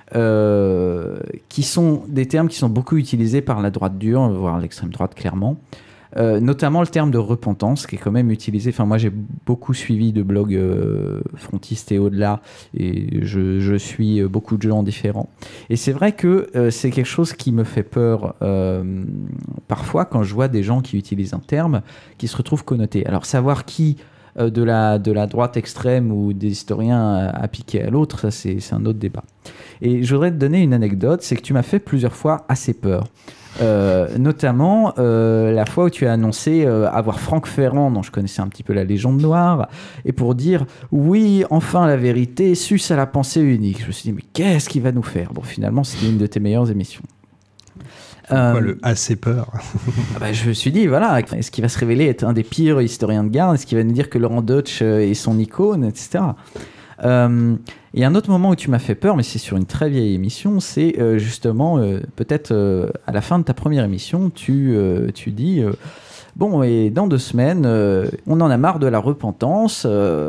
qui sont des termes qui sont beaucoup utilisés par la droite dure, voire l'extrême droite clairement, notamment le terme de repentance qui est quand même utilisé. Enfin, moi j'ai beaucoup suivi de blogs frontistes et au-delà, et je suis beaucoup de gens différents, et c'est vrai que c'est quelque chose qui me fait peur parfois quand je vois des gens qui utilisent un terme qui se retrouve connoté. Alors savoir qui de la droite extrême ou des historiens a piqué à l'autre, ça c'est un autre débat. Et je voudrais te donner une anecdote, c'est que tu m'as fait plusieurs fois assez peur. Notamment la fois où tu as annoncé avoir Franck Ferrand, dont je connaissais un petit peu la légende noire, et pour dire oui, enfin la vérité, sus à la pensée unique. Je me suis dit, mais qu'est-ce qu'il va nous faire? Bon, finalement, c'était une de tes meilleures émissions. Pourquoi le assez peur? Je me suis dit, voilà, est-ce qu'il va se révéler être un des pires historiens de garde? Est-ce qu'il va nous dire que Laurent Deutsch est son icône, etc. Il y a un autre moment où tu m'as fait peur, mais c'est sur une très vieille émission, c'est justement, peut-être à la fin de ta première émission, tu dis... bon, et dans 2 semaines, on en a marre de la repentance,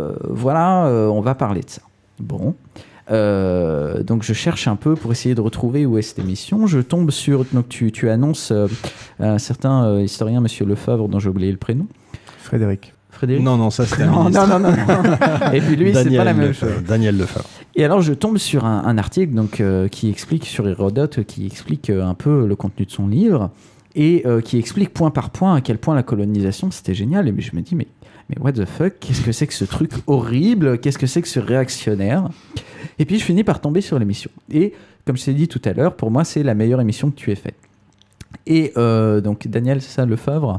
on va parler de ça. Bon... donc je cherche un peu pour essayer de retrouver où est cette émission. Je tombe sur... Donc tu annonces un certain historien, Monsieur Lefebvre, dont j'ai oublié le prénom. Frédéric. Non, ça c'était non. Et puis lui, c'est pas la même chose. Daniel Lefebvre. Et alors je tombe sur un article donc, qui explique sur Hérodote, qui explique un peu le contenu de son livre, et qui explique point par point à quel point la colonisation c'était génial. Et je me dis, mais what the fuck, qu'est-ce que c'est que ce truc horrible, qu'est-ce que c'est que ce réactionnaire? Et puis je finis par tomber sur l'émission. Et comme je t'ai dit tout à l'heure, pour moi c'est la meilleure émission que tu aies faite. Et donc Daniel, c'est ça, Lefebvre,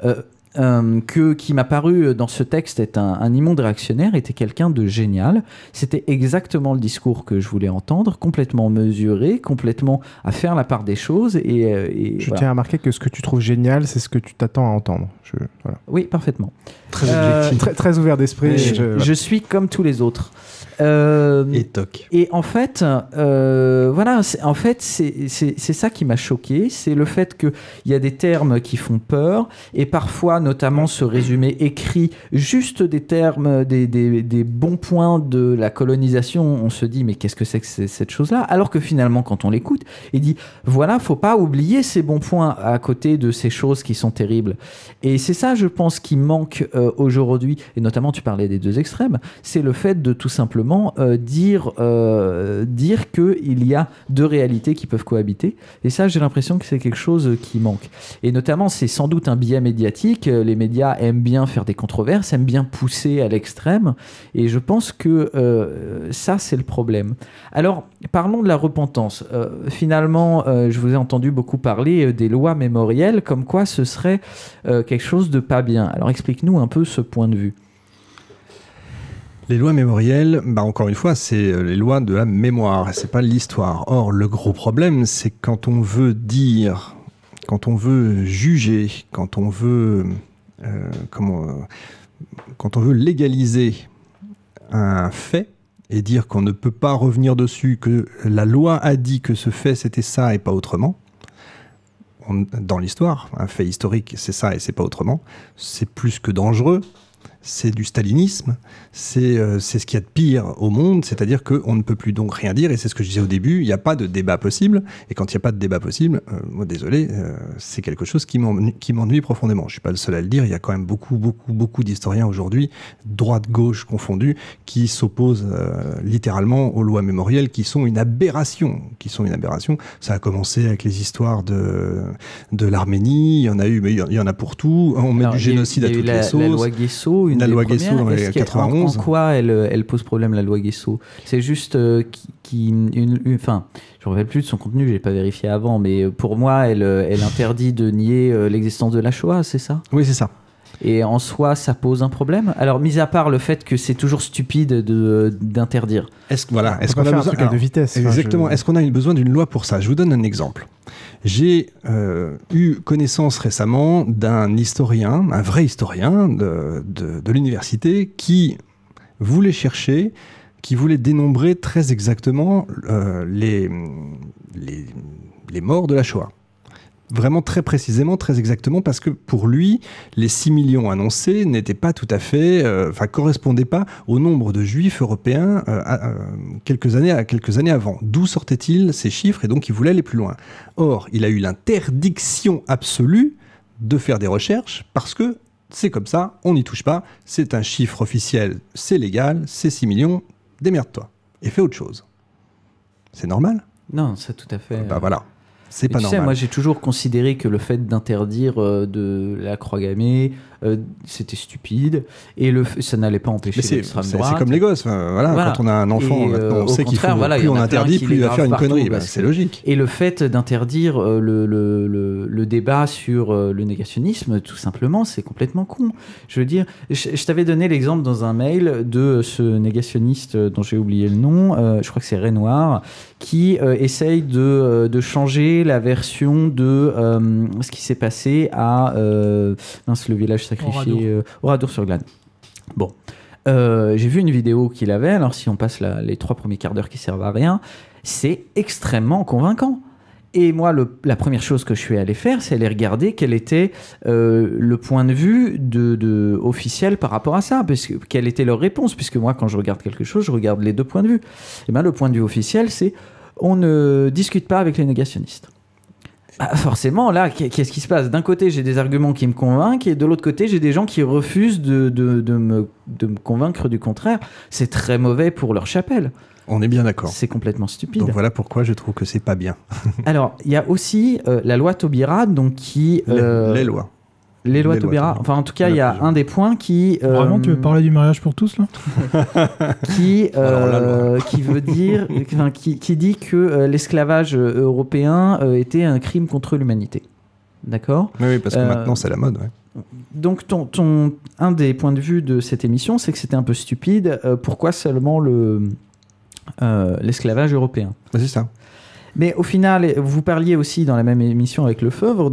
qui m'a paru dans ce texte être un immonde réactionnaire, était quelqu'un de génial. C'était exactement le discours que je voulais entendre, complètement mesuré, complètement à faire la part des choses. Et je tiens à remarquer que ce que tu trouves génial, c'est ce que tu t'attends à entendre. Voilà. Oui, parfaitement. Très objectif. Très ouvert d'esprit. Je suis comme tous les autres. Et toc. Et en fait, voilà, c'est ça qui m'a choqué, c'est le fait qu'il y a des termes qui font peur, et parfois, notamment ce résumé écrit, juste des termes, des bons points de la colonisation, on se dit, mais qu'est-ce que c'est que cette chose-là? Alors que finalement, quand on l'écoute, il dit, voilà, faut pas oublier ces bons points à côté de ces choses qui sont terribles. Et c'est ça, je pense, qui manque aujourd'hui, et notamment, tu parlais des 2 extrêmes, c'est le fait de tout simplement dire qu'il y a 2 réalités qui peuvent cohabiter. Et ça, j'ai l'impression que c'est quelque chose qui manque. Et notamment, c'est sans doute un biais médiatique. Les médias aiment bien faire des controverses, aiment bien pousser à l'extrême. Et je pense que ça, c'est le problème. Alors, parlons de la repentance. Finalement, je vous ai entendu beaucoup parler des lois mémorielles, comme quoi ce serait quelque chose de pas bien. Alors, explique-nous un peu ce point de vue. Les lois mémorielles, encore une fois, c'est les lois de la mémoire, c'est pas l'histoire. Or, le gros problème, c'est quand on veut dire, quand on veut juger, quand on veut, quand on veut légaliser un fait et dire qu'on ne peut pas revenir dessus, que la loi a dit que ce fait c'était ça et pas autrement. Dans l'histoire, un fait historique, c'est ça et c'est pas autrement. C'est plus que dangereux. c'est du stalinisme, c'est ce qu'il y a de pire au monde, c'est-à-dire qu'on ne peut plus donc rien dire, et c'est ce que je disais au début, il n'y a pas de débat possible, et quand il n'y a pas de débat possible, moi désolé, c'est quelque chose qui m'ennuie profondément. Je ne suis pas le seul à le dire, il y a quand même beaucoup d'historiens aujourd'hui, droite-gauche confondus, qui s'opposent littéralement aux lois mémorielles, qui sont une aberration. Ça a commencé avec les histoires de l'Arménie, il y en a eu, mais il y en a pour tout, on met du génocide à toutes les sauces. La loi Guesso, la loi Guesso dans les 91. En quoi elle pose problème, la loi Guesso? C'est juste enfin, je ne me rappelle plus de son contenu, je l'ai pas vérifié avant, mais pour moi, elle interdit de nier l'existence de la Shoah, c'est ça? Oui, c'est ça. Et en soi, ça pose un problème. Alors, mis à part le fait que c'est toujours stupide d'interdire. Est-ce qu'on a besoin de vitesse? Exactement. Est-ce qu'on a besoin d'une loi pour ça? Je vous donne un exemple. J'ai eu connaissance récemment d'un historien, un vrai historien de l'université, qui voulait dénombrer très exactement les morts de la Shoah. Vraiment très précisément, très exactement, parce que pour lui, les 6 millions annoncés n'étaient pas tout à fait, correspondaient pas au nombre de juifs européens quelques années avant. D'où sortaient-ils ces chiffres? Et donc il voulait aller plus loin. Or, il a eu l'interdiction absolue de faire des recherches, parce que c'est comme ça, on n'y touche pas, c'est un chiffre officiel, c'est légal, c'est 6 millions, démerde-toi, et fais autre chose. C'est normal? Non, c'est tout à fait... voilà. C'est pas normal. Tu sais, moi j'ai toujours considéré que le fait d'interdire de la croix gammée, c'était stupide, et ça n'allait pas empêcher l'extrême droite. C'est comme les gosses, voilà. Quand on a un enfant, on sait qu'il faut plus on interdit, plus il va faire une connerie, c'est logique. Et le fait d'interdire le débat sur le négationnisme, tout simplement, c'est complètement con. Je veux dire, je t'avais donné l'exemple dans un mail de ce négationniste dont j'ai oublié le nom, je crois que c'est Renoir, qui essaye de changer la version de ce qui s'est passé à le village sacrifié Oradour-sur-Glane. Bon, j'ai vu une vidéo qu'il avait, alors si on passe les 3 premiers quarts d'heure qui servent à rien, c'est extrêmement convaincant. Et moi, la première chose que je suis allé faire, c'est aller regarder quel était le point de vue officiel par rapport à ça, parce que quelle était leur réponse, puisque moi, quand je regarde quelque chose, je regarde les 2 points de vue. Et bien, le point de vue officiel, c'est on ne discute pas avec les négationnistes. Forcément, là, qu'est-ce qui se passe? D'un côté, j'ai des arguments qui me convainquent, et de l'autre côté, j'ai des gens qui refusent de me convaincre du contraire. C'est très mauvais pour leur chapelle. On est bien d'accord. C'est complètement stupide. Donc voilà pourquoi je trouve que c'est pas bien. Alors, il y a aussi la loi Taubira, donc qui... Les lois. Les lois Taubira. Enfin, en tout cas, il y a un des points qui... Vraiment, tu veux parler du mariage pour tous, là? Qui veut dire... qui dit que l'esclavage européen était un crime contre l'humanité. D'accord? Oui, parce que maintenant, c'est la mode, ouais. Donc, un des points de vue de cette émission, c'est que c'était un peu stupide. Pourquoi seulement l'esclavage européen? C'est ça. Mais au final, vous parliez aussi dans la même émission avec Lefebvre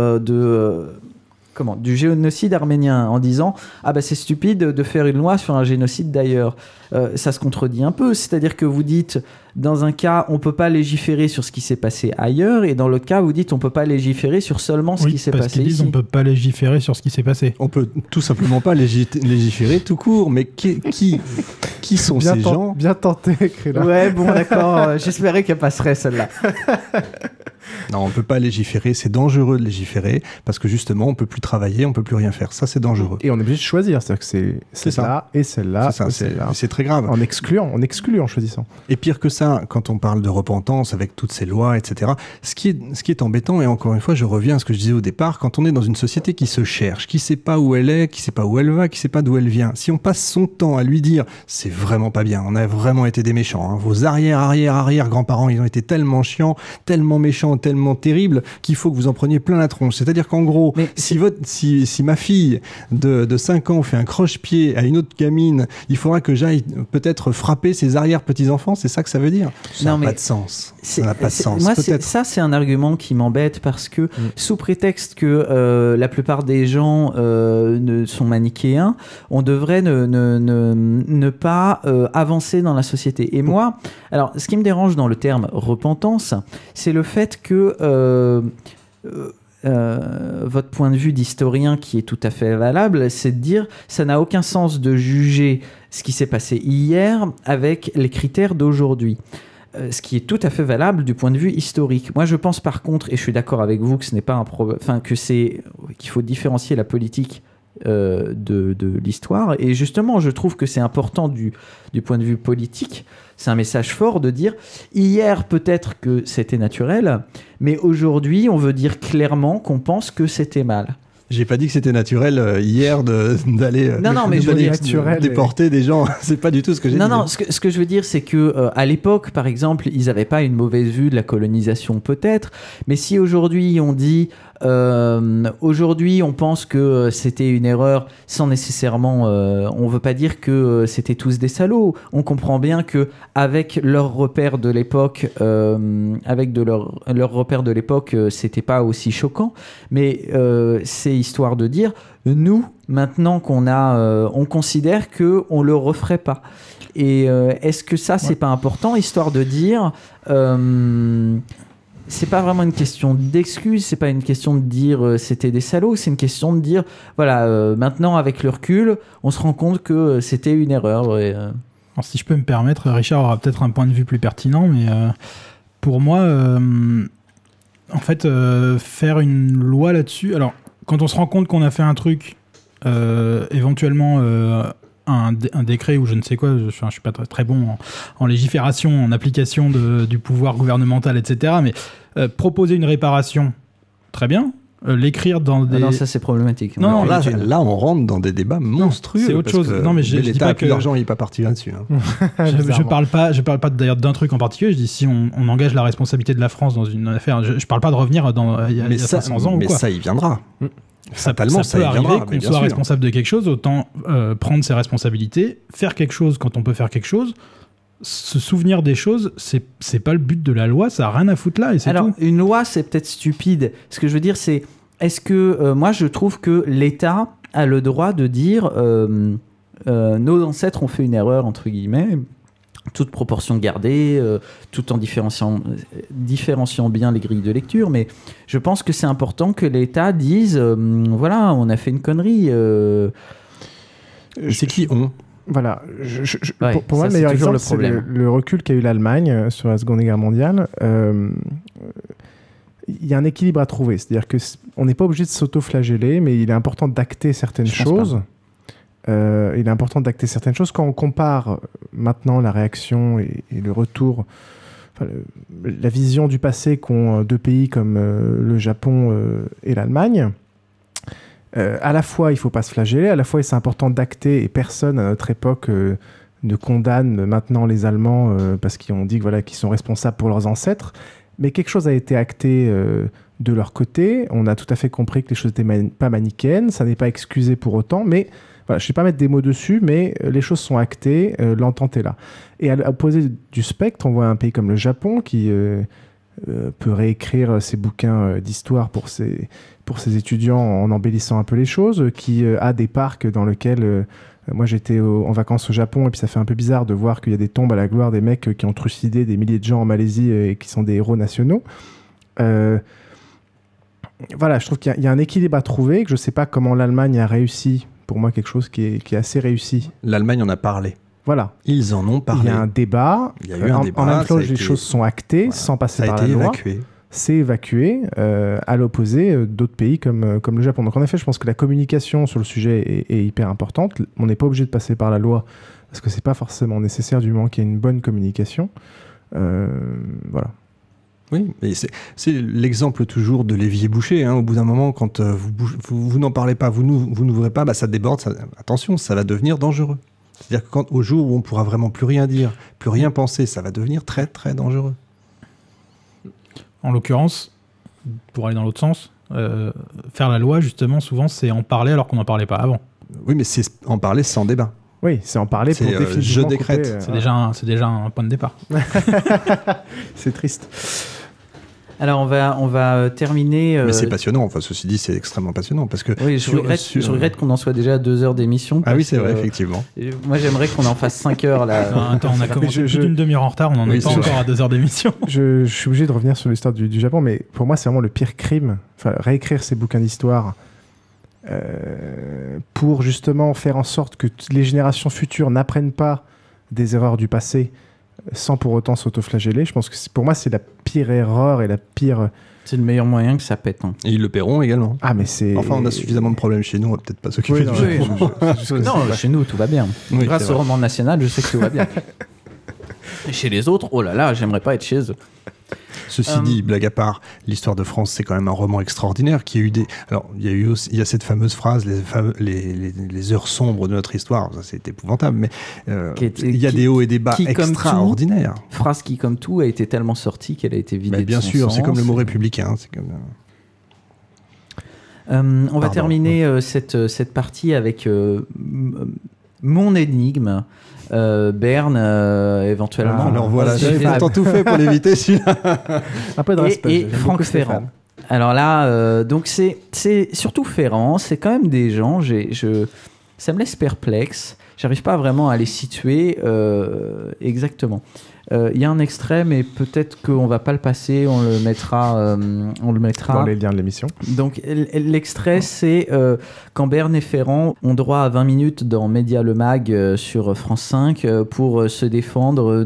du génocide arménien, en disant c'est stupide de faire une loi sur un génocide d'ailleurs. Ça se contredit un peu, c'est-à-dire que vous dites dans un cas on peut pas légiférer sur ce qui s'est passé ailleurs, et dans l'autre cas vous dites on peut pas légiférer sur seulement ce qui s'est passé ici. On peut pas légiférer sur ce qui s'est passé. On peut tout simplement pas légiférer tout court, mais qui sont ces gens? Bien tenté, Créla. Ouais, bon d'accord, j'espérais qu'elle passerait celle-là. Non, on ne peut pas légiférer, c'est dangereux de légiférer, parce que justement, on ne peut plus travailler, on ne peut plus rien faire. Ça, c'est dangereux. Et on est obligé de choisir, c'est-à-dire que c'est celle-là et celle-là. C'est très grave. On exclut en choisissant. Et pire que ça, quand on parle de repentance avec toutes ces lois, etc., ce qui est embêtant, et encore une fois, je reviens à ce que je disais au départ, quand on est dans une société qui se cherche, qui ne sait pas où elle est, qui ne sait pas où elle va, qui ne sait pas d'où elle vient, si on passe son temps à lui dire « c'est vraiment pas bien, on a vraiment été des méchants, hein. Vos arrière-grands-parents, ils ont été tellement chiants, tellement méchants, tellement terribles, qu'il faut que vous en preniez plein la tronche. » C'est-à-dire qu'en gros, si ma fille de 5 ans fait un croche-pied à une autre gamine, il faudra que j'aille peut-être frapper ses arrière-petits-enfants, c'est ça que ça veut dire? Ça n'a pas de sens. Ça n'a pas de sens. Moi, ça, c'est un argument qui m'embête, parce que sous prétexte que la plupart des gens sont manichéens, on devrait ne pas avancer dans la société. Et moi, alors, ce qui me dérange dans le terme repentance, c'est le fait que votre point de vue d'historien qui est tout à fait valable, c'est de dire ça n'a aucun sens de juger ce qui s'est passé hier avec les critères d'aujourd'hui. Ce qui est tout à fait valable du point de vue historique. Moi, je pense par contre, et je suis d'accord avec vous, que ce n'est pas qu'il faut différencier la politique de l'histoire. Et justement, je trouve que c'est important du point de vue politique. C'est un message fort de dire hier peut-être que c'était naturel, mais aujourd'hui, on veut dire clairement qu'on pense que c'était mal. J'ai pas dit que c'était naturel hier d'aller déporter des gens. C'est pas du tout ce que j'ai dit. Non, ce que je veux dire, c'est que à l'époque, par exemple, ils n'avaient pas une mauvaise vue de la colonisation, peut-être. Mais si aujourd'hui on dit, aujourd'hui on pense que c'était une erreur, sans nécessairement, on veut pas dire que c'était tous des salauds. On comprend bien que avec leurs repères de l'époque, leurs repères de l'époque, c'était pas aussi choquant. Mais c'est histoire de dire, nous, maintenant qu'on a, on considère qu'on le referait pas. Et est-ce que ça, c'est pas important, histoire de dire, c'est pas vraiment une question d'excuse, c'est pas une question de dire c'était des salauds, c'est une question de dire, voilà, maintenant avec le recul, on se rend compte que c'était une erreur. Et, Alors, si je peux me permettre, Richard aura peut-être un point de vue plus pertinent, mais pour moi, en fait, faire une loi là-dessus, alors quand on se rend compte qu'on a fait un truc, éventuellement un décret ou je ne sais quoi, je suis pas très bon en légifération, en application du pouvoir gouvernemental, etc. Mais proposer une réparation, très bien. L'écrire dans des... non, ça c'est problématique. Non, là on rentre dans des débats monstrueux. C'est autre chose. Non, mais l'État a plus d'argent, il n'est pas parti là-dessus. Hein. je parle pas d'ailleurs d'un truc en particulier. Je dis si on engage la responsabilité de la France dans une affaire, je parle pas de revenir il y a 500 ans ou quoi. Mais ça y viendra. Ça peut arriver qu'on soit responsable de quelque chose, autant prendre ses responsabilités, faire quelque chose quand on peut faire quelque chose. Se souvenir des choses, c'est pas le but de la loi, ça a rien à foutre là et c'est Alors, tout. Une loi, c'est peut-être stupide. Ce que je veux dire, c'est est-ce que moi je trouve que l'État a le droit de dire nos ancêtres ont fait une erreur entre guillemets, toute proportion gardée, tout en différenciant bien les grilles de lecture, mais je pense que c'est important que l'État dise voilà, on a fait une connerie. C'est qui on? Voilà, Ouais, pour moi, ça, le meilleur c'est toujours exemple, le c'est problème. le recul qu'a eu l'Allemagne sur la Seconde Guerre mondiale. Il y a un équilibre à trouver, c'est-à-dire qu'on n'est pas obligé de s'auto-flageller, mais il est important d'acter certaines choses. Il est important d'acter certaines choses. Quand on compare maintenant la réaction et le retour, la vision du passé qu'ont deux pays comme le Japon et l'Allemagne, à la fois il ne faut pas se flageller, à la fois c'est important d'acter, et personne à notre époque ne condamne maintenant les Allemands parce qu'ils ont dit qu'ils sont responsables pour leurs ancêtres, mais quelque chose a été acté de leur côté. On a tout à fait compris que les choses n'étaient pas manichéennes, ça n'est pas excusé pour autant, mais voilà, je ne vais pas mettre des mots dessus, mais les choses sont actées, l'entente est là. Et à l'opposé du spectre, on voit un pays comme le Japon qui peut réécrire ses bouquins d'histoire pour ses étudiants en embellissant un peu les choses, qui a des parcs dans lesquels... moi, j'étais en vacances au Japon, et puis ça fait un peu bizarre de voir qu'il y a des tombes à la gloire des mecs qui ont trucidé des milliers de gens en Malaisie et qui sont des héros nationaux. Voilà, je trouve qu'il y a un équilibre à trouver, que je ne sais pas comment l'Allemagne a réussi. Pour moi, quelque chose qui est assez réussi. L'Allemagne en a parlé. Voilà. Ils en ont parlé. Il y a un débat. Il y a eu un débat. En même temps, les choses sont actées sans passer par la loi. Ça a été évacué. C'est évacué, à l'opposé d'autres pays comme le Japon. Donc en effet, je pense que la communication sur le sujet est hyper importante. On n'est pas obligé de passer par la loi, parce que c'est pas forcément nécessaire du moment qu'il y a une bonne communication. Voilà. Oui, mais c'est l'exemple toujours de l'évier bouché. Hein. Au bout d'un moment, quand vous n'en parlez pas, vous n'ouvrez pas, ça déborde. Attention, ça va devenir dangereux. C'est-à-dire qu'au jour où on pourra vraiment plus rien dire, plus rien penser, ça va devenir très très dangereux. En l'occurrence, pour aller dans l'autre sens, faire la loi, justement, souvent, c'est en parler alors qu'on n'en parlait pas avant. Oui, mais c'est en parler sans débat. Oui, c'est en parler pour définitivement je décrète. C'est déjà un point de départ. C'est triste. Alors on va terminer. Mais c'est passionnant. Enfin, ceci dit, c'est extrêmement passionnant parce que. Oui, je regrette qu'on en soit déjà à 2 heures d'émission. Ah oui, c'est vrai, effectivement. Moi, j'aimerais qu'on en fasse 5 heures là. Non, attends, on a commencé plus d'une demi-heure en retard. On n'en est pas encore à 2 heures d'émission. Je suis obligé de revenir sur l'histoire du Japon, mais pour moi, c'est vraiment le pire crime. Enfin, réécrire ces bouquins d'histoire pour justement faire en sorte que les générations futures n'apprennent pas des erreurs du passé sans pour autant s'autoflageller. Je pense que pour moi, c'est la pire erreur et la pire... C'est le meilleur moyen que ça pète. Hein. Et ils le paieront également. Ah, mais c'est... Enfin, on a suffisamment de problèmes chez nous, on va peut-être pas s'occuper du Japon. Non, chez nous, tout va bien. Oui, grâce au roman national, je sais que tout va bien. Et chez les autres, oh là là, j'aimerais pas être chez eux. Ceci dit, blague à part, l'histoire de France, c'est quand même un roman extraordinaire qui a eu des... Alors, il y a cette fameuse phrase, les heures sombres de notre histoire, ça c'est épouvantable, mais il y a des hauts et des bas extraordinaires. Phrase qui, comme tout, a été tellement sortie qu'elle a été vidée bien de son sûr, sens. c'est comme le mot républicain. C'est comme... on va terminer cette partie avec mon énigme. Berne, éventuellement. Alors voilà, j'avais pourtant tout fait pour l'éviter celui-là. Un peu de respect. Et Franck Ferrand. Alors là, donc c'est surtout Ferrand, c'est quand même des gens, ça me laisse perplexe, j'arrive pas vraiment à les situer exactement. Il y a un extrait, mais peut-être qu'on va pas le passer, on le mettra dans les liens de l'émission. Donc l'extrait, c'est quand Berne et Ferrand ont droit à 20 minutes dans Média Le Mag sur France 5 pour se défendre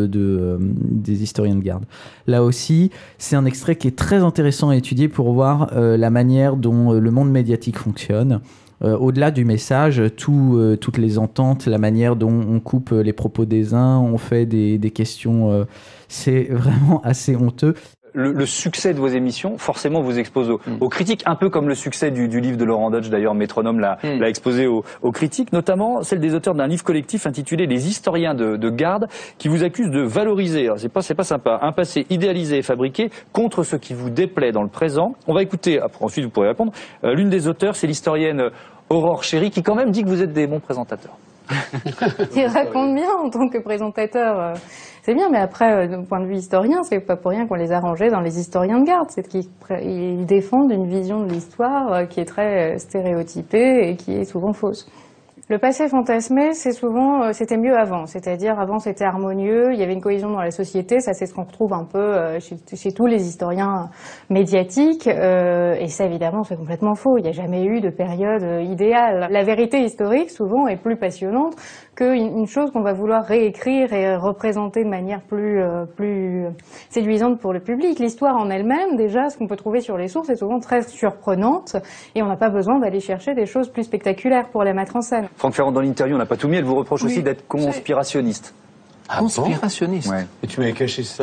des historiens de garde. Là aussi, c'est un extrait qui est très intéressant à étudier pour voir la manière dont le monde médiatique fonctionne. Au-delà du message, toutes les ententes, la manière dont on coupe les propos des uns, on fait des questions, c'est vraiment assez honteux. Le succès de vos émissions, forcément, vous expose aux critiques, un peu comme le succès du livre de Laurent Dodge, d'ailleurs, Métronome l'a exposé aux critiques, notamment celle des auteurs d'un livre collectif intitulé Les historiens de garde, qui vous accusent de valoriser, alors c'est pas sympa, un passé idéalisé et fabriqué contre ce qui vous déplaît dans le présent. On va écouter, après, ensuite vous pourrez répondre, l'une des auteurs, c'est l'historienne Aurore Chéry, qui quand même dit que vous êtes des bons présentateurs. Il raconte bien en tant que présentateur, c'est bien, mais après, d'un point de vue historien, c'est pas pour rien qu'on les a rangés dans les historiens de garde. C'est qu'ils défendent une vision de l'histoire qui est très stéréotypée et qui est souvent fausse. Le passé fantasmé, c'était mieux avant. C'est-à-dire, avant, c'était harmonieux, il y avait une cohésion dans la société. Ça, c'est ce qu'on retrouve un peu chez tous les historiens médiatiques. Et ça, évidemment, c'est complètement faux. Il n'y a jamais eu de période idéale. La vérité historique, souvent, est plus passionnante qu'une chose qu'on va vouloir réécrire et représenter de manière plus séduisante pour le public. L'histoire en elle-même, déjà, ce qu'on peut trouver sur les sources, est souvent très surprenante. Et on n'a pas besoin d'aller chercher des choses plus spectaculaires pour les mettre en scène. Franck Ferrand, dans l'interview, on n'a pas tout mis, elle vous reproche aussi d'être conspirationniste. Ah conspirationniste. Ouais. Et tu m'avais caché ça.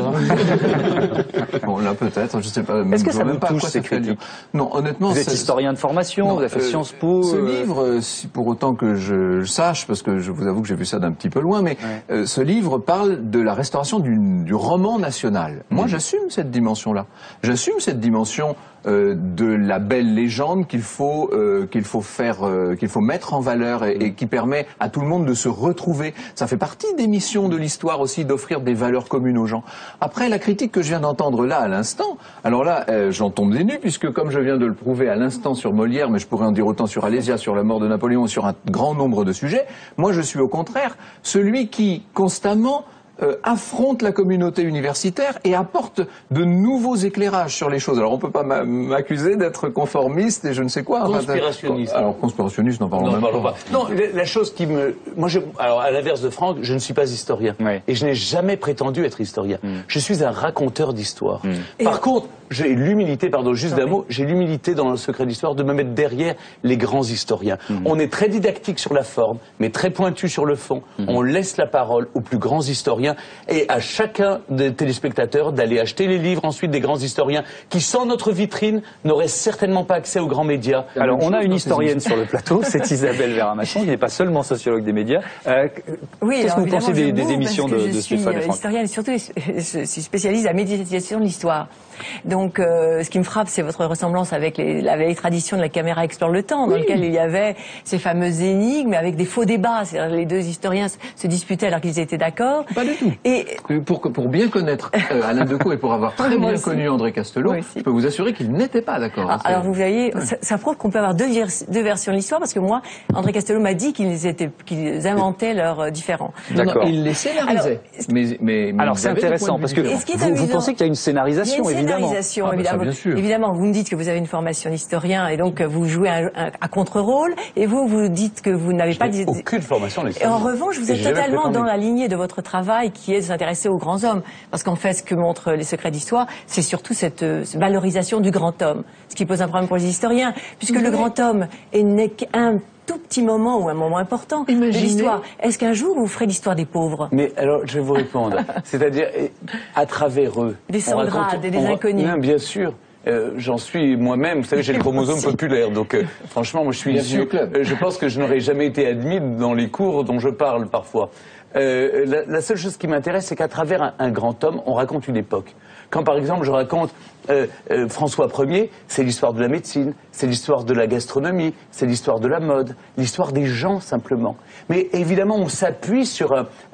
Bon, là peut-être, je sais pas. Est-ce que ça même vous pas touche, quoi ces critiques? Non, honnêtement. Vous êtes historien de formation, vous avez fait Sciences Po. Ce livre, si pour autant que je sache, parce que je vous avoue que j'ai vu ça d'un petit peu loin, mais ce livre parle de la restauration du roman national. Moi, j'assume cette dimension-là. J'assume cette dimension de la belle légende qu'il faut mettre en valeur et qui permet à tout le monde de se retrouver. Ça fait partie des missions de l'histoire aussi, d'offrir des valeurs communes aux gens. Après, la critique que je viens d'entendre là à l'instant, alors là, j'en tombe des nues, puisque comme je viens de le prouver à l'instant sur Molière, mais je pourrais en dire autant sur Alésia, sur la mort de Napoléon, sur un grand nombre de sujets, moi je suis au contraire celui qui constamment affronte la communauté universitaire et apporte de nouveaux éclairages sur les choses. Alors on peut pas m'accuser d'être conformiste et je ne sais quoi. Conspirationniste. Alors conspirationniste, n'en parlons même pas. Non, la chose qui me... alors à l'inverse de Franck, je ne suis pas historien. Et je n'ai jamais prétendu être historien. Je suis un raconteur d'histoire. Par contre, j'ai l'humilité, juste d'un mot, j'ai l'humilité dans le secret d'histoire de me mettre derrière les grands historiens. On est très didactique sur la forme, mais très pointu sur le fond. On laisse la parole aux plus grands historiens et à chacun des téléspectateurs d'aller acheter les livres ensuite des grands historiens qui, sans notre vitrine, n'auraient certainement pas accès aux grands médias. Alors, on a une historienne sur le plateau, c'est Isabelle Véramasson, qui n'est pas seulement sociologue des médias. Oui, qu'est-ce que vous pensez des émissions de Stéphane et Franck ? Je suis historienne et surtout je suis spécialiste à la médiatisation de l'histoire. Donc, ce qui me frappe, c'est votre ressemblance avec la vieille tradition de la caméra explore le temps, dans lequel il y avait ces fameuses énigmes avec des faux débats. C'est-à-dire les deux historiens se disputaient alors qu'ils étaient d'accord. Pas du tout. Et pour bien connaître Alain Decaux et pour avoir très Moi bien aussi. connu André Castelot, je peux vous assurer qu'il n'était pas d'accord. Alors vous voyez, ça prouve qu'on peut avoir deux versions de l'histoire, parce que moi, André Castelot m'a dit qu'ils inventaient leurs différends. D'accord. Il les scénarisait. Alors c'est intéressant, parce que vous pensez qu'il y a une scénarisation, il y a une évidemment. scénarisation, Ah, bah, ça, évidemment. bien sûr. Évidemment, vous me dites que vous avez une formation d'historien, et donc vous jouez à contre-rôle, et vous dites que vous n'avez pas... Aucune formation Et d'historien. en revanche, vous êtes totalement dans la lignée de votre travail, qui est de s'intéresser aux grands hommes. Parce qu'en fait, ce que montrent les secrets d'histoire, c'est surtout cette valorisation du grand homme. Ce qui pose un problème pour les historiens, puisque le grand homme n'est qu'un tout petit moment ou un moment important de l'histoire. Est-ce qu'un jour vous ferez l'histoire des pauvres? Mais alors, je vais vous répondre. C'est-à-dire, à travers eux... Des sans-grades et des inconnus. Non, bien sûr. J'en suis moi-même, vous savez, j'ai le chromosome populaire, donc franchement, moi je suis issu. Je pense que je n'aurais jamais été admis dans les cours dont je parle parfois. La seule chose qui m'intéresse, c'est qu'à travers un grand homme, on raconte une époque. Quand par exemple je raconte François Ier, c'est l'histoire de la médecine, c'est l'histoire de la gastronomie, c'est l'histoire de la mode, l'histoire des gens simplement. Mais évidemment, on s'appuie sur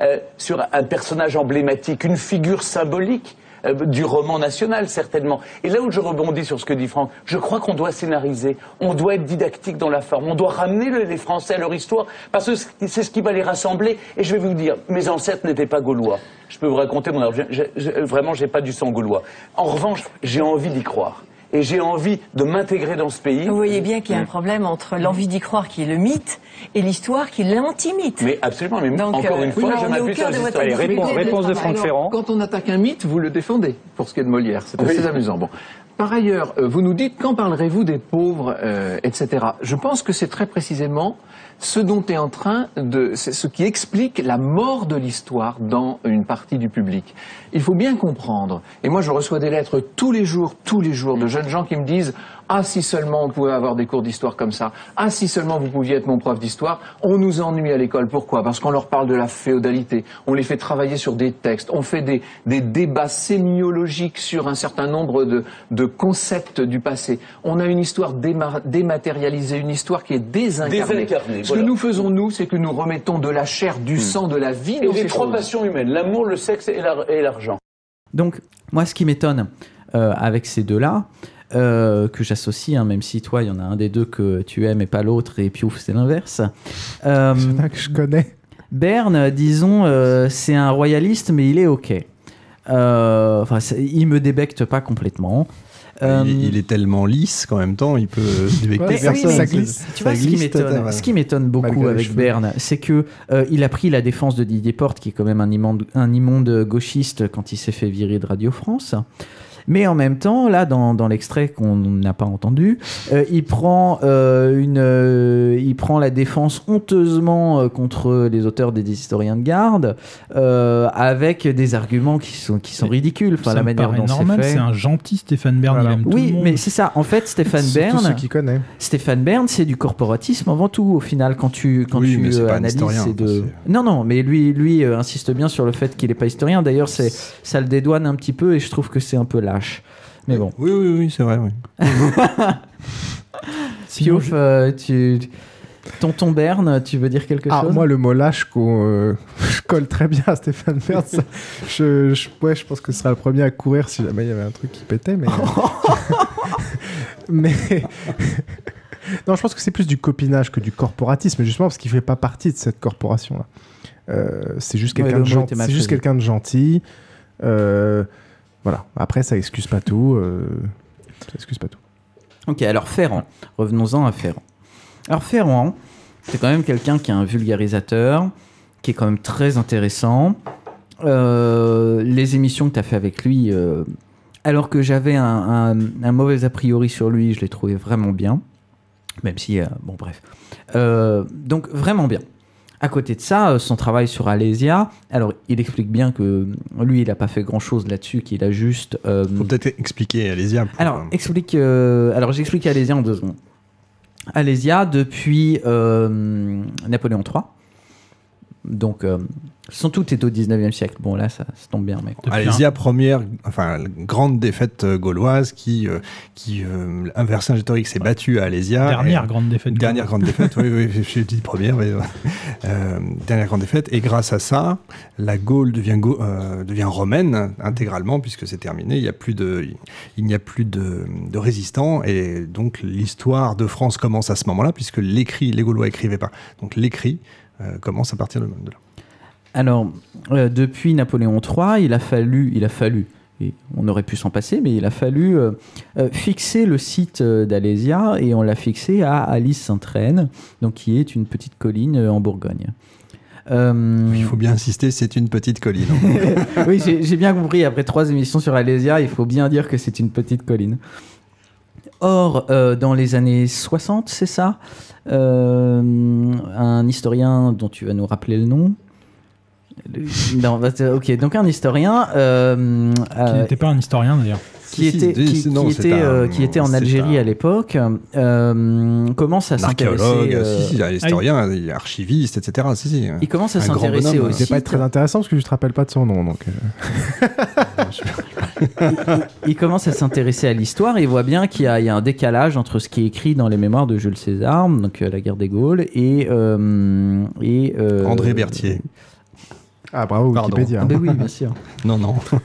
un personnage emblématique, une figure symbolique du roman national, certainement. Et là où je rebondis sur ce que dit Franck, je crois qu'on doit scénariser, on doit être didactique dans la forme, on doit ramener les Français à leur histoire, parce que c'est ce qui va les rassembler. Et je vais vous dire, mes ancêtres n'étaient pas gaulois. Je peux vous raconter mon origine, vraiment, j'ai pas du sang gaulois. En revanche, j'ai envie d'y croire. Et j'ai envie de m'intégrer dans ce pays. Vous voyez bien qu'il y a un problème entre l'envie d'y croire, qui est le mythe, et l'histoire, qui est l'anti-mythe. Mais absolument, mais donc, encore une fois, je m'appuie sur les historiens. Réponse de Franck Ferrand. Quand on attaque un mythe, vous le défendez, pour ce qui est de Molière. C'est assez amusant. Bon. Par ailleurs, vous nous dites, quand parlerez-vous des pauvres, etc. Je pense que c'est très précisément ce dont est en train de... C'est ce qui explique la mort de l'histoire dans une partie du public. Il faut bien comprendre, et moi je reçois des lettres tous les jours, de jeunes gens qui me disent « Ah, si seulement on pouvait avoir des cours d'histoire comme ça. Ah, si seulement vous pouviez être mon prof d'histoire. On nous ennuie à l'école. Pourquoi? Parce qu'on leur parle de la féodalité. On les fait travailler sur des textes. On fait des débats sémiologiques sur un certain nombre de concepts du passé. On a une histoire dématérialisée, une histoire qui est désincarnée. Ce que nous faisons, nous, c'est que nous remettons de la chair, du sang, de la vie dans Et les ces trois choses. passions humaines, l'amour, le sexe et l'argent. Donc, moi, ce qui m'étonne avec ces deux-là, que j'associe, hein, même si toi, il y en a un des deux que tu aimes et pas l'autre, et Piouf, c'est l'inverse. C'est là que je connais. Berne, disons, c'est un royaliste, mais il est OK. Enfin, il me débecte pas complètement. Il est tellement lisse qu'en même temps, il peut débecter personne. Ça glisse. Tu vois, ce qui m'étonne beaucoup avec Berne, c'est que il a pris la défense de Didier Porte, qui est quand même un immonde gauchiste quand il s'est fait virer de Radio France. Mais en même temps, là, dans l'extrait qu'on n'a pas entendu, il prend la défense honteusement contre les auteurs des historiens de garde, avec des arguments qui sont ridicules. Enfin, la manière dont c'est fait. C'est un gentil Stéphane Bern. Voilà. Il aime tout Oui, le monde. mais c'est ça. En fait, Stéphane Bern. Surtout ceux qui connaissent. Stéphane Bern, c'est du corporatisme avant tout. Au final, quand tu analyses, c'est de. Non, mais lui insiste bien sur le fait qu'il n'est pas historien. D'ailleurs, ça le dédouane un petit peu, et je trouve que c'est un peu lâche. Mais bon. Oui, c'est vrai. Oui. Piouf, Tonton Bern, tu veux dire quelque chose? Moi, le mot lâche colle très bien à Stéphane Bern. Je pense que ce sera le premier à courir si jamais il y avait un truc qui pétait. Mais, mais... non, je pense que c'est plus du copinage que du corporatisme, justement parce qu'il ne fait pas partie de cette corporation-là. C'est juste quelqu'un de gentil. C'est juste quelqu'un de gentil. Voilà. Après, ça excuse pas tout. Ok, alors Ferrand. Revenons-en à Ferrand. Alors Ferrand, c'est quand même quelqu'un qui est un vulgarisateur, qui est quand même très intéressant. Les émissions que tu as fait avec lui, alors que j'avais un mauvais a priori sur lui, je l'ai trouvé vraiment bien. Même si, bon bref. Donc vraiment bien. À côté de ça, son travail sur Alésia, alors il explique bien que lui, il n'a pas fait grand-chose là-dessus, qu'il a juste... Faut peut-être expliquer Alésia. Alors, j'explique Alésia en 2 secondes. Alésia, depuis Napoléon III, Donc, tout est au 19e siècle. Bon, là, ça tombe bien. Mais... Alésia, grande défaite gauloise qui Vercingétorix s'est battu à Alésia. Dernière grande défaite, oui, j'ai dit première, mais dernière grande défaite. Et grâce à ça, la Gaule devient romaine intégralement, puisque c'est terminé. Il n'y a plus de résistants, et donc l'histoire de France commence à ce moment-là, puisque les Gaulois écrivaient pas. Donc l'écrit commence à partir de là. Alors, depuis Napoléon III, il a fallu, et on aurait pu s'en passer, mais il a fallu fixer le site d'Alésia, et on l'a fixé à Alise-Sainte-Reine, donc qui est une petite colline en Bourgogne. Il faut bien insister, c'est une petite colline. Oui, j'ai bien compris, après 3 émissions sur Alésia, il faut bien dire que c'est une petite colline. Or, dans les années 60, c'est ça, un historien dont tu vas nous rappeler le nom. Ok, donc un historien qui n'était pas un historien d'ailleurs, qui était en Algérie à l'époque, commence à s'intéresser. Un historien, archiviste, etc. Il commence à s'intéresser au site. C'est pas très intéressant parce que je te rappelle pas de son nom, donc. Il commence à s'intéresser à l'histoire et il voit bien qu'il y a un décalage entre ce qui est écrit dans les mémoires de Jules César, donc la guerre des Gaules, et André Berthier. Ah bravo, Wikipédia. Ah, ben oui, bien sûr. Non.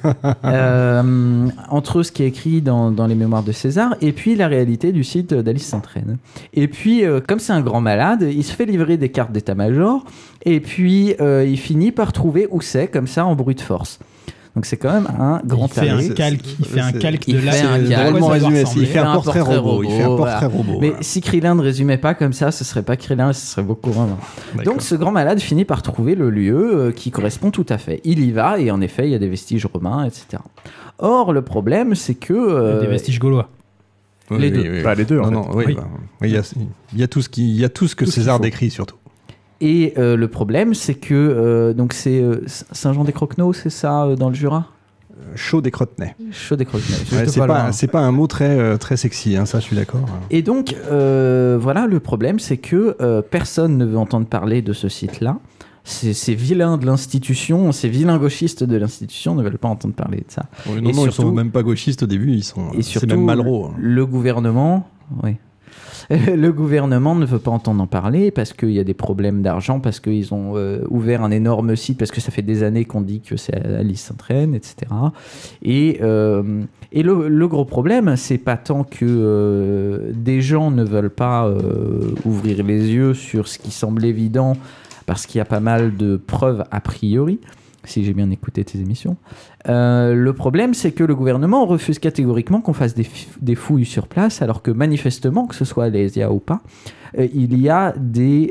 Entre ce qui est écrit dans les mémoires de César et puis la réalité du site d'Alise-Sainte-Reine. Et puis, comme c'est un grand malade, il se fait livrer des cartes d'état-major et puis il finit par trouver où c'est, comme ça, en brute force. Donc c'est quand même un grand talent. Il fait un calque de là. Il fait un portrait robot. Mais si Krillin ne résumait pas comme ça, ce serait pas Krillin, ce serait beaucoup moins. Donc ce grand malade finit par trouver le lieu qui correspond tout à fait. Il y va et en effet, il y a des vestiges romains, etc. Or, le problème, c'est que... des vestiges gaulois. Les deux. Les deux, en fait. Il y a tout ce que César décrit, surtout. Et le problème, c'est que donc c'est Saint-Jean-des-Croquenaux, c'est ça, dans le Jura ? Chaud-des-Crotenay. Chaud-des-Crotenay. C'est pas un mot très sexy, hein, ça je suis d'accord. Et donc, voilà, le problème, c'est que personne ne veut entendre parler de ce site-là. Ces vilains de l'institution, ces vilains gauchistes de l'institution ne veulent pas entendre parler de ça. Oui, non, surtout, ils sont même pas gauchistes au début, c'est même Malraux. Le gouvernement... Oui. Le gouvernement ne veut pas entendre en parler parce qu'il y a des problèmes d'argent, parce qu'ils ont ouvert un énorme site, parce que ça fait des années qu'on dit que c'est Alise-Sainte-Reine, etc. Et le gros problème, c'est pas tant que des gens ne veulent pas ouvrir les yeux sur ce qui semble évident, parce qu'il y a pas mal de preuves a priori, si j'ai bien écouté tes émissions. Le problème, c'est que le gouvernement refuse catégoriquement qu'on fasse des fouilles sur place, alors que manifestement, que ce soit à Alésia ou pas, il y a des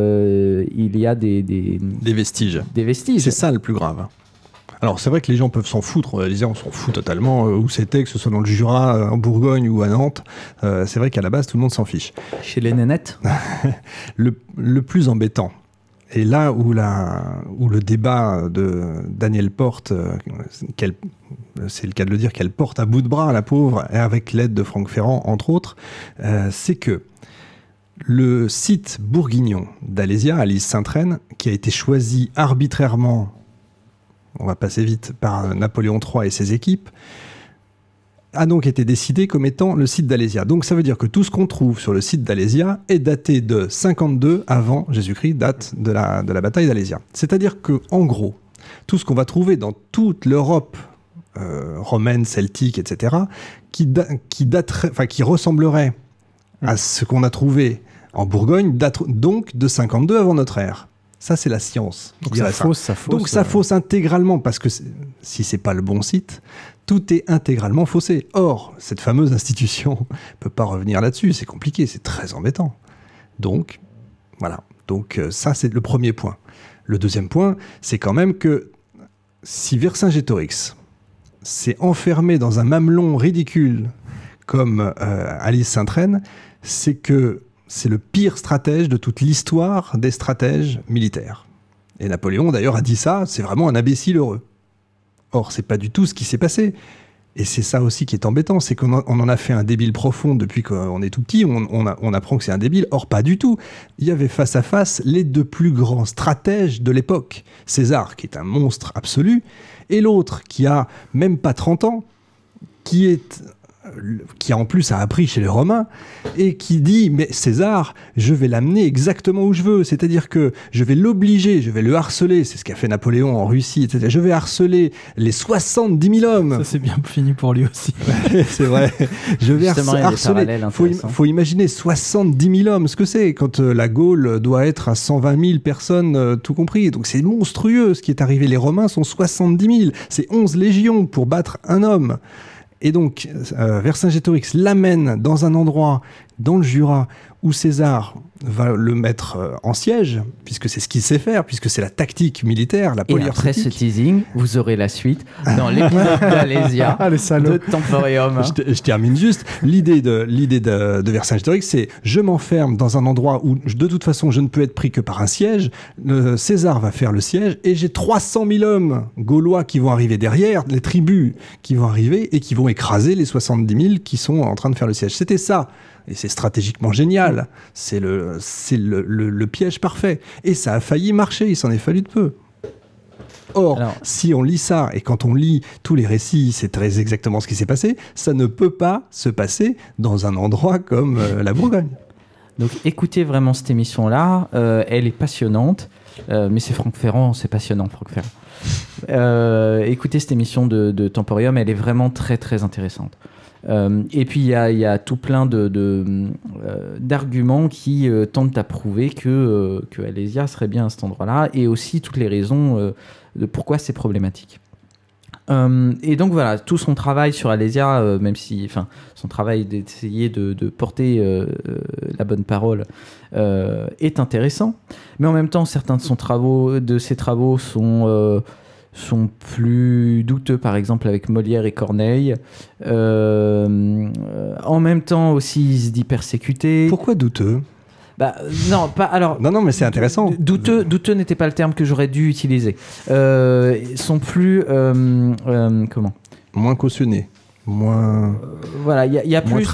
vestiges. Des vestiges. C'est ça le plus grave. Alors c'est vrai que les gens peuvent s'en foutre, Alésia on s'en fout totalement, où c'était, que ce soit dans le Jura, en Bourgogne ou à Nantes, c'est vrai qu'à la base tout le monde s'en fiche. Chez les nénettes. Le plus embêtant, et là où le débat de Daniel Porte, c'est le cas de le dire, qu'elle porte à bout de bras, la pauvre, et avec l'aide de Franck Ferrand, entre autres, c'est que le site bourguignon d'Alésia, Alise-Sainte-Reine, qui a été choisi arbitrairement, on va passer vite, par Napoléon III et ses équipes, a donc été décidé comme étant le site d'Alésia. Donc ça veut dire que tout ce qu'on trouve sur le site d'Alésia est daté de 52 avant Jésus-Christ, date de la bataille d'Alésia. C'est-à-dire que, en gros, tout ce qu'on va trouver dans toute l'Europe romaine, celtique, etc., qui ressemblerait à ce qu'on a trouvé en Bourgogne, date donc de 52 avant notre ère. Ça, c'est la science. Donc ça fausse. Donc ça fausse intégralement, parce que si c'est pas le bon site, tout est intégralement faussé. Or, cette fameuse institution ne peut pas revenir là-dessus. C'est compliqué, c'est très embêtant. Donc, voilà. Donc ça, c'est le premier point. Le deuxième point, c'est quand même que si Vercingétorix s'est enfermé dans un mamelon ridicule comme Alise-Sainte-Reine, c'est que c'est le pire stratège de toute l'histoire des stratèges militaires. Et Napoléon, d'ailleurs, a dit ça, c'est vraiment un imbécile heureux. Or, c'est pas du tout ce qui s'est passé. Et c'est ça aussi qui est embêtant, c'est qu'on en a fait un débile profond depuis qu'on est tout petit, on apprend que c'est un débile, or pas du tout. Il y avait face à face les deux plus grands stratèges de l'époque. César, qui est un monstre absolu, et l'autre, qui a même pas 30 ans, qui en plus a appris chez les Romains, et qui dit, mais César, je vais l'amener exactement où je veux, c'est-à-dire que je vais l'obliger, je vais le harceler, c'est ce qu'a fait Napoléon en Russie, etc. Je vais harceler les 70 000 hommes. Ça c'est bien fini pour lui aussi. C'est vrai. Je vais harceler. Faut imaginer 70 000 hommes, ce que c'est, quand la Gaule doit être à 120 000 personnes, tout compris. Donc c'est monstrueux ce qui est arrivé. Les Romains sont 70 000. C'est 11 légions pour battre un homme. Et donc, Vercingétorix l'amène dans un endroit, dans le Jura, où César va le mettre en siège, puisque c'est ce qu'il sait faire, puisque c'est la tactique militaire, la poliarchétique. Et après ce teasing, vous aurez la suite dans l'épisode d'Alésia de Temporium. Je termine juste. L'idée de Vercingétorix, c'est je m'enferme dans un endroit où, de toute façon, je ne peux être pris que par un siège. César va faire le siège, et j'ai 300 000 hommes gaulois qui vont arriver derrière, les tribus qui vont arriver, et qui vont écraser les 70 000 qui sont en train de faire le siège. C'était ça. Et c'est stratégiquement génial. C'est le piège parfait. Et ça a failli marcher, il s'en est fallu de peu. Or, si on lit ça, et quand on lit tous les récits, c'est très exactement ce qui s'est passé, ça ne peut pas se passer dans un endroit comme la Bourgogne. Donc écoutez vraiment cette émission-là, elle est passionnante, mais c'est Franck Ferrand, c'est passionnant Franck Ferrand. Écoutez cette émission de Temporium, elle est vraiment très très intéressante. Et puis il y a tout plein d'arguments qui tentent à prouver que Alésia serait bien à cet endroit-là, et aussi toutes les raisons de pourquoi c'est problématique. Et donc voilà, tout son travail sur Alésia, même si, son travail d'essayer de porter la bonne parole est intéressant, mais en même temps certains de ses travaux sont plus douteux, par exemple avec Molière et Corneille. En même temps aussi, il se dit persécuté. Pourquoi douteux ? Non, pas alors. Non, mais c'est intéressant. Douteux n'était pas le terme que j'aurais dû utiliser. Sont plus comment ? Moins cautionnés. Voilà, il y a plus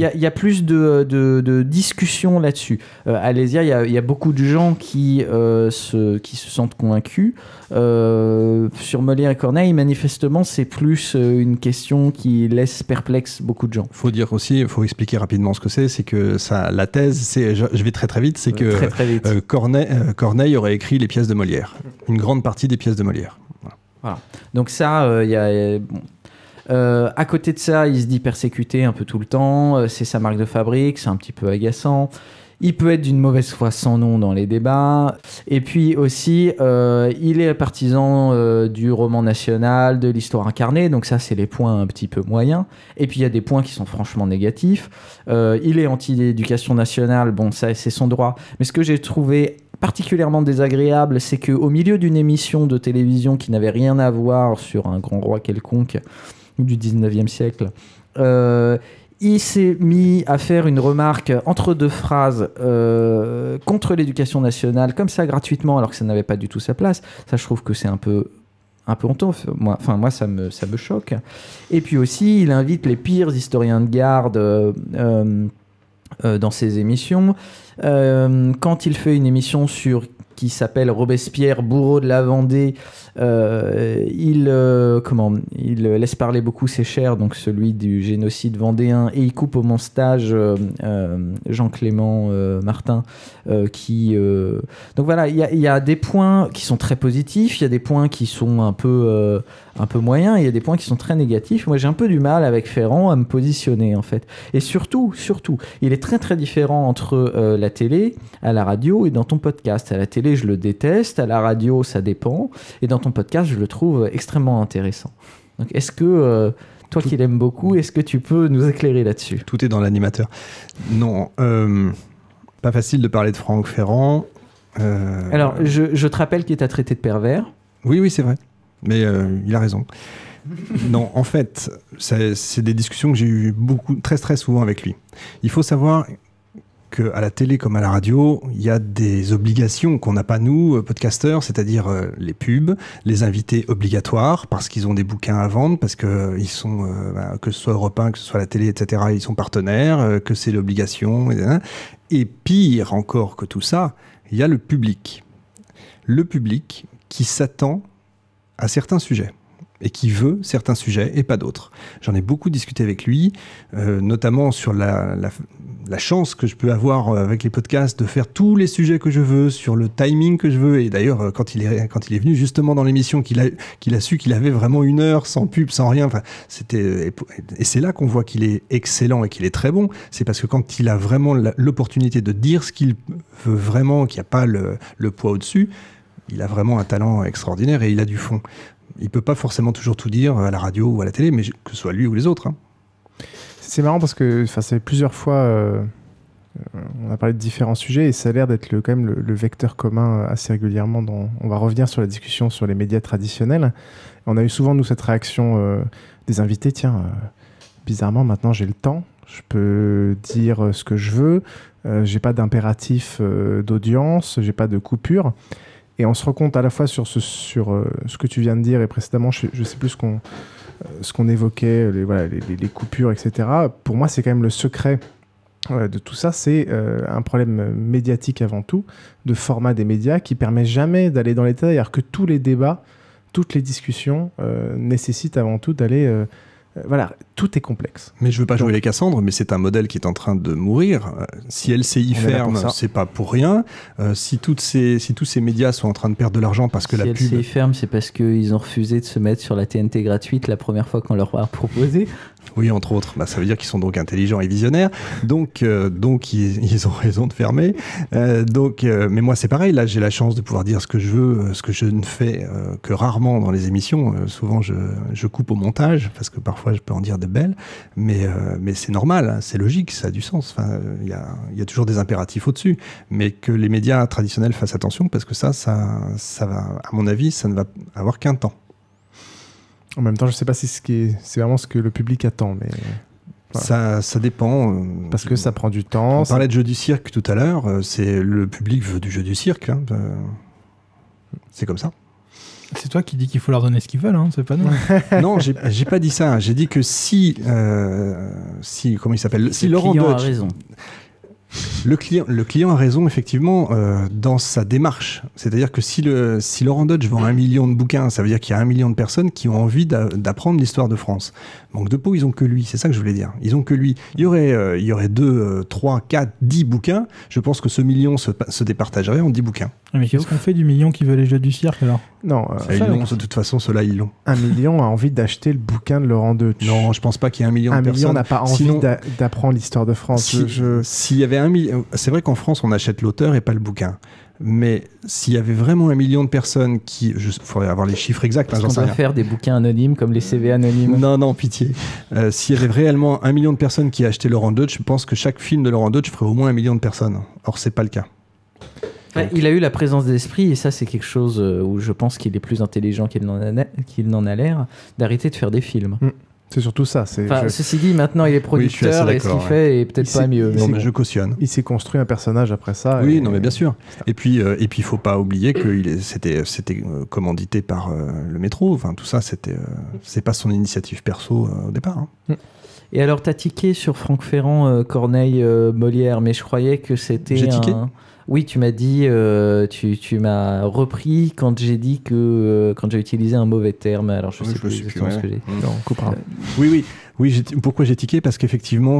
de discussions là-dessus. Alésia, il y a beaucoup de gens qui se sentent convaincus. Sur Molière et Corneille, manifestement, c'est plus une question qui laisse perplexe beaucoup de gens. Faut dire aussi, il faut expliquer rapidement ce que c'est. C'est que la thèse, je vais très très vite, c'est que très vite. Corneille aurait écrit les pièces de Molière, une grande partie des pièces de Molière. Voilà. Donc ça, il y a à côté de ça, il se dit persécuté un peu tout le temps, c'est sa marque de fabrique, c'est un petit peu agaçant. Il peut être d'une mauvaise foi sans nom dans les débats. Et puis aussi, il est partisan du roman national, de l'histoire incarnée. Donc ça, c'est les points un petit peu moyens. Et puis il y a des points qui sont franchement négatifs. Il est anti-éducation nationale. Bon, ça, c'est son droit. Mais ce que j'ai trouvé particulièrement désagréable, c'est qu'au milieu d'une émission de télévision qui n'avait rien à voir sur un grand roi quelconque du 19e siècle, il s'est mis à faire une remarque entre deux phrases contre l'éducation nationale, comme ça gratuitement, alors que ça n'avait pas du tout sa place. Ça, je trouve que c'est un peu honteux. Moi, ça me choque. Et puis aussi, il invite les pires historiens de garde dans ses émissions. Quand il fait une émission qui s'appelle Robespierre, bourreau de la Vendée, il laisse parler beaucoup ses chers, donc celui du génocide vendéen, et il coupe au montage Jean-Clément Martin, donc voilà, il y a des points qui sont très positifs, il y a des points qui sont un peu moyens, il y a des points qui sont très négatifs. Moi, j'ai un peu du mal avec Ferrand à me positionner, en fait. Et surtout, il est très très différent entre la télé, à la radio et dans ton podcast. À la télé, je le déteste, à la radio, ça dépend, et dans ton podcast, je le trouve extrêmement intéressant. Donc, est-ce que toi qui l'aimes beaucoup, est-ce que tu peux nous éclairer là-dessus ? Tout est dans l'animateur. Non, pas facile de parler de Franck Ferrand. Alors, je te rappelle qu'il t'a traité de pervers. Oui, c'est vrai. Mais il a raison. Non, en fait, c'est des discussions que j'ai eues très très souvent avec lui. Il faut savoir qu'à la télé comme à la radio, il y a des obligations qu'on n'a pas nous, podcasteurs, c'est-à-dire les pubs, les invités obligatoires, parce qu'ils ont des bouquins à vendre, parce que ils sont, que ce soit Europe 1, que ce soit la télé, etc., ils sont partenaires, que c'est l'obligation. Et pire encore que tout ça, il y a le public. Le public qui s'attend à certains sujets et qui veut certains sujets et pas d'autres. J'en ai beaucoup discuté avec lui, notamment sur la chance que je peux avoir avec les podcasts de faire tous les sujets que je veux, sur le timing que je veux. Et d'ailleurs, quand il est venu justement dans l'émission, qu'il a su qu'il avait vraiment 1 heure sans pub, sans rien, enfin, et c'est là qu'on voit qu'il est excellent et qu'il est très bon. C'est parce que quand il a vraiment l'opportunité de dire ce qu'il veut vraiment, qu'il n'y a pas le poids au-dessus, il a vraiment un talent extraordinaire et il a du fond. Il peut pas forcément toujours tout dire à la radio ou à la télé, mais que ce soit lui ou les autres. Hein. C'est marrant parce que ça fait plusieurs fois, on a parlé de différents sujets et ça a l'air d'être quand même le vecteur commun assez régulièrement. On va revenir sur la discussion sur les médias traditionnels. On a eu souvent, nous, cette réaction des invités. Tiens, bizarrement, maintenant j'ai le temps. Je peux dire ce que je veux. J'ai pas d'impératif d'audience. J'ai pas de coupure. Et on se rend compte à la fois sur ce que tu viens de dire et précédemment, je sais plus ce qu'on évoquait, les coupures, etc. Pour moi, c'est quand même le secret de tout ça. C'est un problème médiatique avant tout, de format des médias qui permet jamais d'aller dans les détails, alors que tous les débats, toutes les discussions nécessitent avant tout d'aller... voilà, tout est complexe. Mais je veux pas jouer les Cassandres, mais c'est un modèle qui est en train de mourir. Si LCI ferme, c'est pas pour rien. Si tous ces médias sont en train de perdre de l'argent parce que la pub... Si LCI ferme, c'est parce qu'ils ont refusé de se mettre sur la TNT gratuite la première fois qu'on leur a proposé. Oui, entre autres. Ça veut dire qu'ils sont donc intelligents et visionnaires. Donc ils ont raison de fermer. Mais moi, c'est pareil. Là, j'ai la chance de pouvoir dire ce que je veux, ce que je ne fais que rarement dans les émissions. Souvent, je coupe au montage parce que parfois, je peux en dire de belles. Mais c'est normal, hein, c'est logique, ça a du sens. Enfin, il y a toujours des impératifs au-dessus. Mais que les médias traditionnels fassent attention parce que ça va, à mon avis, ça ne va avoir qu'un temps. En même temps, je ne sais pas si c'est vraiment ce que le public attend, mais... Voilà. Ça dépend. Parce que ça prend du temps. On parlait de jeu du cirque tout à l'heure. Le public veut du jeu du cirque. Hein. C'est comme ça. C'est toi qui dis qu'il faut leur donner ce qu'ils veulent, hein, c'est pas nous. Non, j'ai pas dit ça. J'ai dit que si comment il s'appelle, si Laurent Deutsch a raison. Le client a raison, effectivement, dans sa démarche. C'est-à-dire que si Laurent Deutsch vend 1 million de bouquins, ça veut dire qu'il y a 1 million de personnes qui ont envie d'apprendre l'histoire de France. Manque de peau, ils ont que lui. C'est ça que je voulais dire. Ils ont que lui. Il y aurait 2, 3, 4, 10 bouquins. Je pense que ce million se départagerait en 10 bouquins. Mais qu'est-ce qu'on fait du million qui veut les jeux du cirque, alors? Non. Ils l'ont, de toute façon, ceux-là, ils l'ont. 1 million a envie d'acheter le bouquin de Laurent Deutsch. Non, je pense pas qu'il y ait 1 million de personnes. 1 million n'a pas envie d'apprendre l'histoire de France. S'il y avait 1 million... C'est vrai qu'en France, on achète l'auteur et pas le bouquin. Mais s'il y avait vraiment 1 million de personnes qui... Il faudrait avoir les chiffres exacts. Est-ce qu'on doit faire des bouquins anonymes comme les CV anonymes? Non, pitié. S'il y avait réellement 1 million de personnes qui achetaient Laurent Deutsch, je pense que chaque film de Laurent Deutsch ferait au moins 1 million de personnes. Or, c'est pas le cas. Ouais, il a eu la présence d'esprit, et ça, c'est quelque chose où je pense qu'il est plus intelligent qu'il n'en a l'air, d'arrêter de faire des films. C'est surtout ça. Ceci dit, maintenant, il est producteur et ce qu'il fait est peut-être pas mieux. Non, mais je cautionne. Il s'est construit un personnage après ça. Oui, non, mais bien sûr. Et puis, il faut pas oublier que c'était commandité par le métro. Enfin, tout ça, c'est pas son initiative perso au départ. Hein. Et alors, t'as tiqué sur Franck Ferrand, Corneille, Molière, mais je croyais que c'était J'ai tiqué. Oui, tu m'as dit, tu m'as repris quand j'ai dit que quand j'ai utilisé un mauvais terme. Alors je sais plus ce que j'ai. Non, on coupera. Oui. Pourquoi j'ai tiqué? Parce qu'effectivement,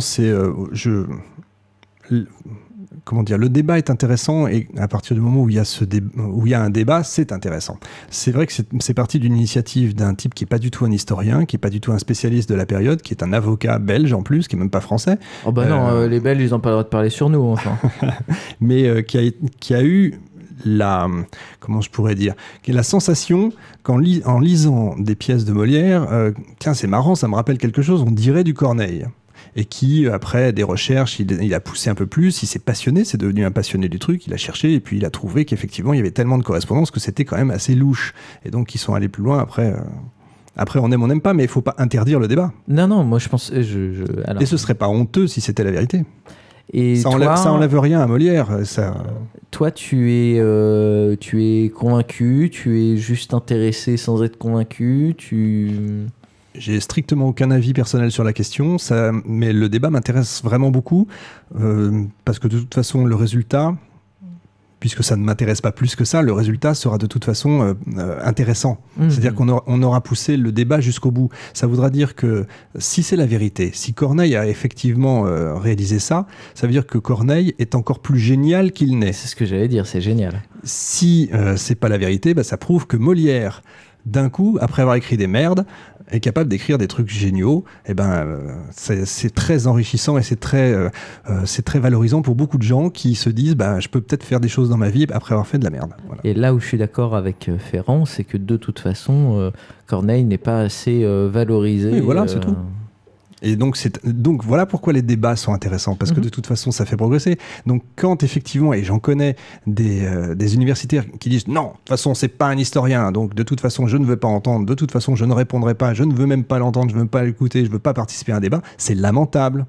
comment dire, le débat est intéressant et à partir du moment où il y a un débat, c'est intéressant. C'est vrai que c'est parti d'une initiative d'un type qui est pas du tout un historien, qui est pas du tout un spécialiste de la période, qui est un avocat belge en plus, qui est même pas français. Oh bah non, les Belges ils ont pas le droit de parler sur nous enfin. Mais qui a eu comment je pourrais dire, la sensation en lisant des pièces de Molière, tiens c'est marrant, ça me rappelle quelque chose, on dirait du Corneille. Et qui, après des recherches, il a poussé un peu plus, il s'est passionné, c'est devenu un passionné du truc, il a cherché, et puis il a trouvé qu'effectivement, il y avait tellement de correspondances que c'était quand même assez louche. Et donc, ils sont allés plus loin. Après, on aime, on n'aime pas, mais il ne faut pas interdire le débat. Non, moi, je pense... Alors... Et ce ne serait pas honteux si c'était la vérité. Et ça toi, enlève rien à Molière. Ça... Toi, tu es convaincu, tu es juste intéressé sans être convaincu, J'ai strictement aucun avis personnel sur la question, mais le débat m'intéresse vraiment beaucoup, parce que de toute façon, le résultat, puisque ça ne m'intéresse pas plus que ça, le résultat sera de toute façon intéressant. C'est-à-dire qu'on aura poussé le débat jusqu'au bout. Ça voudra dire que si c'est la vérité, si Corneille a effectivement réalisé ça, ça veut dire que Corneille est encore plus génial qu'il n'est. C'est ce que j'allais dire, c'est génial. Si c'est pas la vérité, ça prouve que Molière, d'un coup, après avoir écrit des merdes, est capable d'écrire des trucs géniaux. Et c'est très enrichissant et c'est très valorisant pour beaucoup de gens qui se disent je peux peut-être faire des choses dans ma vie après avoir fait de la merde. Voilà. Et là où je suis d'accord avec Ferrand, c'est que de toute façon, Corneille n'est pas assez valorisé. Oui, voilà, c'est tout. Et donc voilà pourquoi les débats sont intéressants, parce que de toute façon ça fait progresser. Donc quand effectivement, et j'en connais des universitaires qui disent non, de toute façon c'est pas un historien, donc de toute façon je ne veux pas entendre, de toute façon je ne répondrai pas, je ne veux même pas l'entendre, je ne veux pas l'écouter, je ne veux pas participer à un débat, c'est lamentable.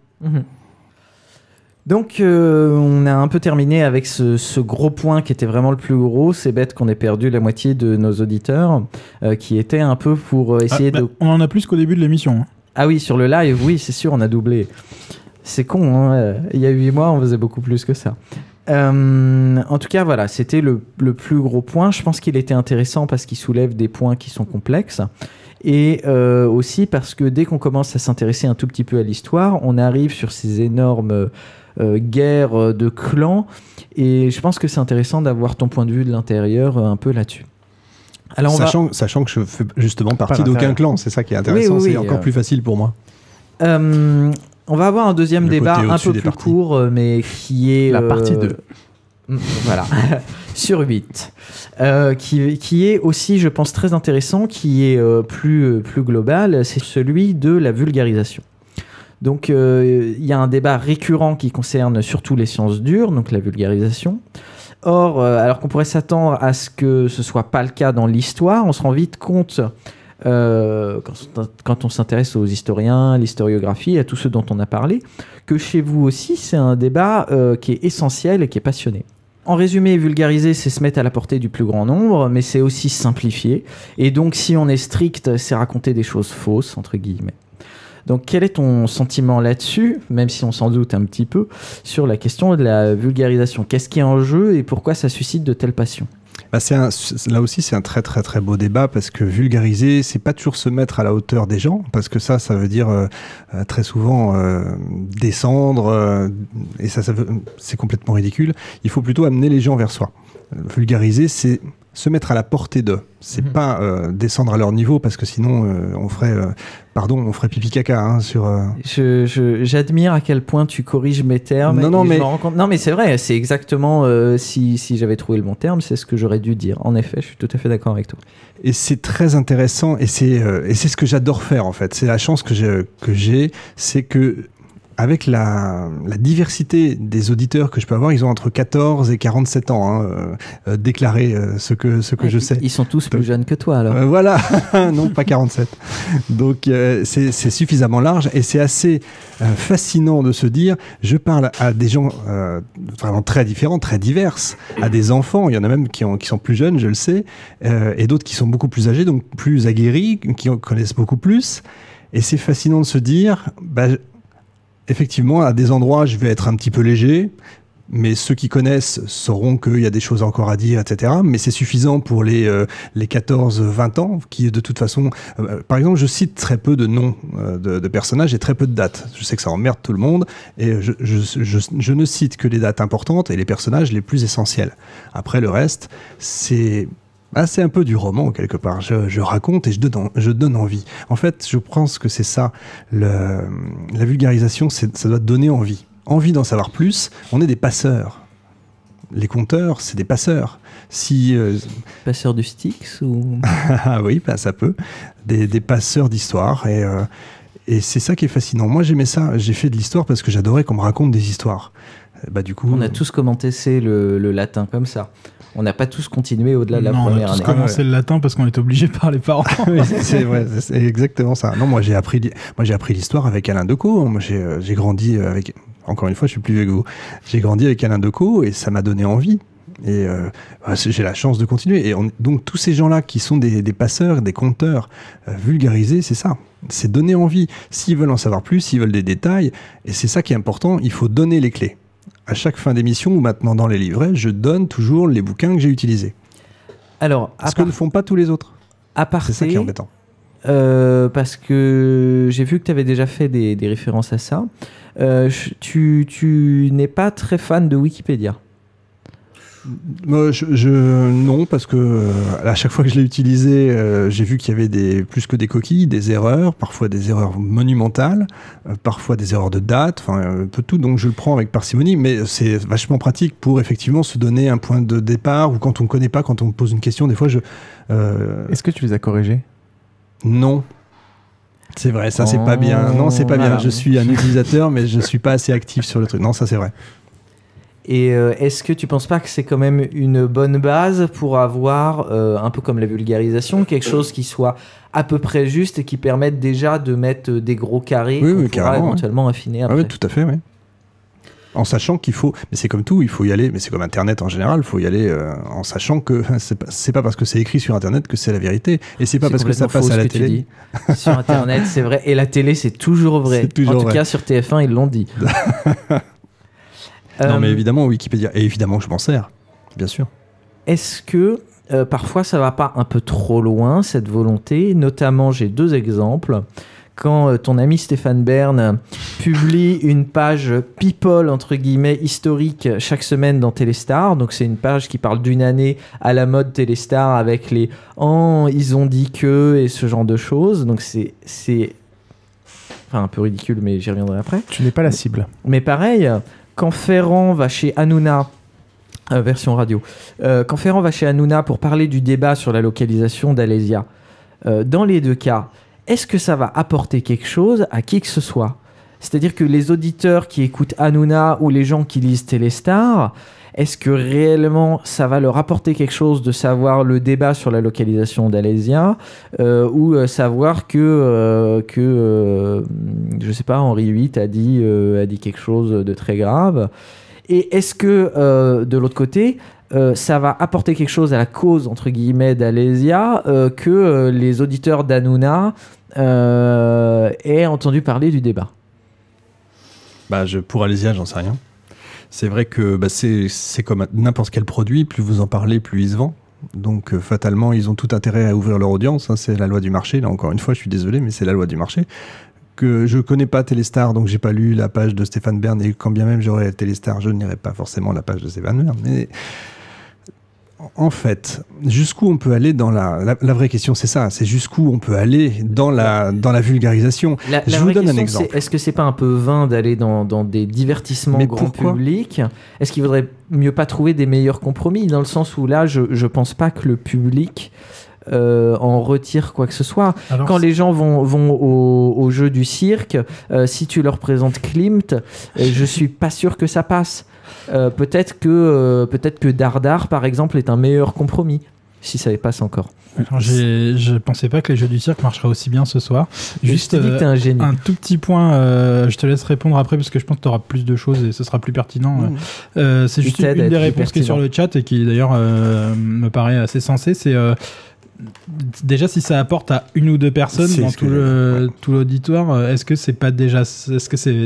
Donc on a un peu terminé avec ce gros point qui était vraiment le plus gros. C'est bête qu'on ait perdu la moitié de nos auditeurs, qui étaient un peu pour essayer de... On en a plus qu'au début de l'émission. Ah oui, sur le live, oui, c'est sûr, on a doublé. C'est con, hein. Il y a 8 mois, on faisait beaucoup plus que ça. En tout cas, voilà, c'était le plus gros point. Je pense qu'il était intéressant parce qu'il soulève des points qui sont complexes. Et aussi parce que dès qu'on commence à s'intéresser un tout petit peu à l'histoire, on arrive sur ces énormes guerres de clans. Et je pense que c'est intéressant d'avoir ton point de vue de l'intérieur un peu là-dessus. Alors sachant que je fais justement partie d'aucun clan, c'est ça qui est intéressant, c'est encore plus facile pour moi. On va avoir un deuxième débat un peu plus court, mais qui est... La partie 2. Voilà, sur 8. Qui est aussi, je pense, très intéressant, qui est plus global, c'est celui de la vulgarisation. Donc, il y a un débat récurrent qui concerne surtout les sciences dures, donc la vulgarisation. Or, alors qu'on pourrait s'attendre à ce que ce soit pas le cas dans l'histoire, on se rend vite compte, quand on s'intéresse aux historiens, l'historiographie, à tous ceux dont on a parlé, que chez vous aussi, c'est un débat qui est essentiel et qui est passionné. En résumé, vulgariser, c'est se mettre à la portée du plus grand nombre, mais c'est aussi simplifier. Et donc, si on est strict, c'est raconter des choses fausses, entre guillemets. Donc, quel est ton sentiment là-dessus, même si on s'en doute un petit peu, sur la question de la vulgarisation ? Qu'est-ce qui est en jeu et pourquoi ça suscite de telles passions ? Là aussi, c'est un très très très beau débat, parce que vulgariser, c'est pas toujours se mettre à la hauteur des gens, parce que ça veut dire très souvent descendre, et c'est complètement ridicule. Il faut plutôt amener les gens vers soi. Vulgariser, c'est se mettre à la portée d'eux. C'est pas descendre à leur niveau, parce que sinon on ferait pipi caca hein, sur. J'admire à quel point tu corriges mes termes. Non mais c'est vrai, c'est exactement si j'avais trouvé le bon terme, c'est ce que j'aurais dû dire. En effet, je suis tout à fait d'accord avec toi. Et c'est très intéressant, et c'est ce que j'adore faire en fait. C'est la chance que j'ai, c'est que avec la diversité des auditeurs que je peux avoir, ils ont entre 14 et 47 ans, déclaré ce que je sais. Ils sont tous plus jeunes que toi, alors. Voilà, non, pas 47. Donc, c'est suffisamment large, et c'est assez fascinant de se dire, je parle à des gens vraiment très différents, très diverses, à des enfants, il y en a même qui sont plus jeunes, je le sais, et d'autres qui sont beaucoup plus âgés, donc plus aguerris, qui en connaissent beaucoup plus. Et c'est fascinant de se dire... effectivement, à des endroits, je vais être un petit peu léger, mais ceux qui connaissent sauront qu'il y a des choses encore à dire, etc. Mais c'est suffisant pour les 14-20 ans, qui de toute façon... par exemple, je cite très peu de noms de personnages et très peu de dates. Je sais que ça emmerde tout le monde, et je ne cite que les dates importantes et les personnages les plus essentiels. Après, le reste, c'est un peu du roman, quelque part. Je raconte et je donne envie. En fait, je pense que c'est ça. La vulgarisation, ça doit donner envie. Envie d'en savoir plus. On est des passeurs. Les conteurs, c'est des passeurs. Passeurs du Styx ou... Ah oui, ça peut. Des passeurs d'histoire. Et c'est ça qui est fascinant. Moi, j'aimais ça. J'ai fait de l'histoire parce que j'adorais qu'on me raconte des histoires. Du coup, on a tous commencé le latin comme ça. On n'a pas tous continué au-delà de la première année. On a tous commencé le latin parce qu'on était obligé par les parents. Oui, c'est vrai, c'est exactement ça. Non, moi j'ai appris l'histoire avec Alain Decaux. Moi j'ai grandi encore une fois, je suis plus vieux que vous. J'ai grandi avec Alain Decaux et ça m'a donné envie. Et j'ai la chance de continuer. Et donc tous ces gens-là qui sont des passeurs, des conteurs vulgarisés, c'est ça. C'est donner envie. S'ils veulent en savoir plus, s'ils veulent des détails, et c'est ça qui est important, il faut donner les clés. À chaque fin d'émission ou maintenant dans les livrets, je donne toujours les bouquins que j'ai utilisés. Alors, ce que ne font pas tous les autres. C'est ça qui est embêtant. Parce que j'ai vu que tu avais déjà fait des références à ça. Tu n'es pas très fan de Wikipédia. Non, parce que à chaque fois que je l'ai utilisé, j'ai vu qu'il y avait plus que des coquilles, des erreurs, parfois des erreurs monumentales, parfois des erreurs de date, enfin un peu tout. Donc je le prends avec parcimonie, mais c'est vachement pratique pour effectivement se donner un point de départ ou quand on ne connaît pas, quand on me pose une question, des fois Est-ce que tu les as corrigés ? Non. C'est vrai, ça c'est pas bien. Non, c'est pas bien. Je suis un utilisateur, mais je suis pas assez actif sur le truc. Non, ça c'est vrai. Et est-ce que tu penses pas que c'est quand même une bonne base pour avoir, un peu comme la vulgarisation, quelque chose qui soit à peu près juste et qui permette déjà de mettre des gros carrés qu'on pourra éventuellement affiner après. Oui, tout à fait, oui. En sachant qu'il faut, mais c'est comme tout, il faut y aller, mais c'est comme Internet en général, il faut y aller en sachant que c'est pas parce que c'est écrit sur Internet que c'est la vérité, et c'est pas parce que ça passe à la télé. Sur Internet, c'est vrai, et la télé, c'est toujours vrai. En tout cas, sur TF1, ils l'ont dit. Non, mais évidemment, Wikipédia, et évidemment que je m'en sers, bien sûr. Est-ce que parfois ça va pas un peu trop loin, cette volonté ? Notamment, j'ai 2 exemples. Quand ton ami Stéphane Bern publie une page people, entre guillemets, historique chaque semaine dans Téléstar, donc c'est une page qui parle d'une année à la mode Téléstar avec les « oh, ils ont dit que » et ce genre de choses, donc c'est enfin un peu ridicule, mais j'y reviendrai après. Tu n'es pas la cible. Mais pareil, quand Ferrand va chez Hanouna, version radio, quand Ferrand va chez Hanouna pour parler du débat sur la localisation d'Alésia, dans les 2 cas, est-ce que ça va apporter quelque chose à qui que ce soit ? C'est-à-dire que les auditeurs qui écoutent Hanouna ou les gens qui lisent Téléstar, est-ce que réellement ça va leur apporter quelque chose de savoir le débat sur la localisation d'Alésia ou savoir que je sais pas, Henri VIII a dit quelque chose de très grave ? Et est-ce que de l'autre côté, ça va apporter quelque chose à la cause, entre guillemets, d'Alésia que les auditeurs d'Hanouna aient entendu parler du débat ? Pour Alésia, j'en sais rien. C'est vrai que c'est comme n'importe quel produit, plus vous en parlez, plus il se vend. Donc fatalement, ils ont tout intérêt à ouvrir leur audience. Hein, c'est la loi du marché. Là, encore une fois, je suis désolé, mais c'est la loi du marché. Que je connais pas Téléstar, donc j'ai pas lu la page de Stéphane Bern, et quand bien même j'aurais Téléstar, je n'irai pas forcément la page de Stéphane Bern. Mais en fait, jusqu'où on peut aller dans la vraie question, c'est ça, c'est jusqu'où on peut aller dans la vulgarisation. Je vous donne un exemple. Est-ce que c'est pas un peu vain d'aller dans des divertissements grand public ? Est-ce qu'il vaudrait mieux pas trouver des meilleurs compromis, dans le sens où là, je pense pas que le public en retire quoi que ce soit. Alors, quand les gens vont au jeu du cirque, si tu leur présentes Klimt, je suis pas sûr que ça passe. Peut-être que Dardar, par exemple, est un meilleur compromis, si ça passe encore. Alors, je pensais pas que les jeux du cirque marcheraient aussi bien ce soir. Juste un génie. Un tout petit point, je te laisse répondre après parce que je pense que tu auras plus de choses et ce sera plus pertinent. C'est juste une des réponses qui est sur le chat et qui d'ailleurs me paraît assez sensée. C'est déjà, si ça apporte à 1 ou 2 personnes dans tout l'auditoire, est-ce que c'est pas déjà suffisant ?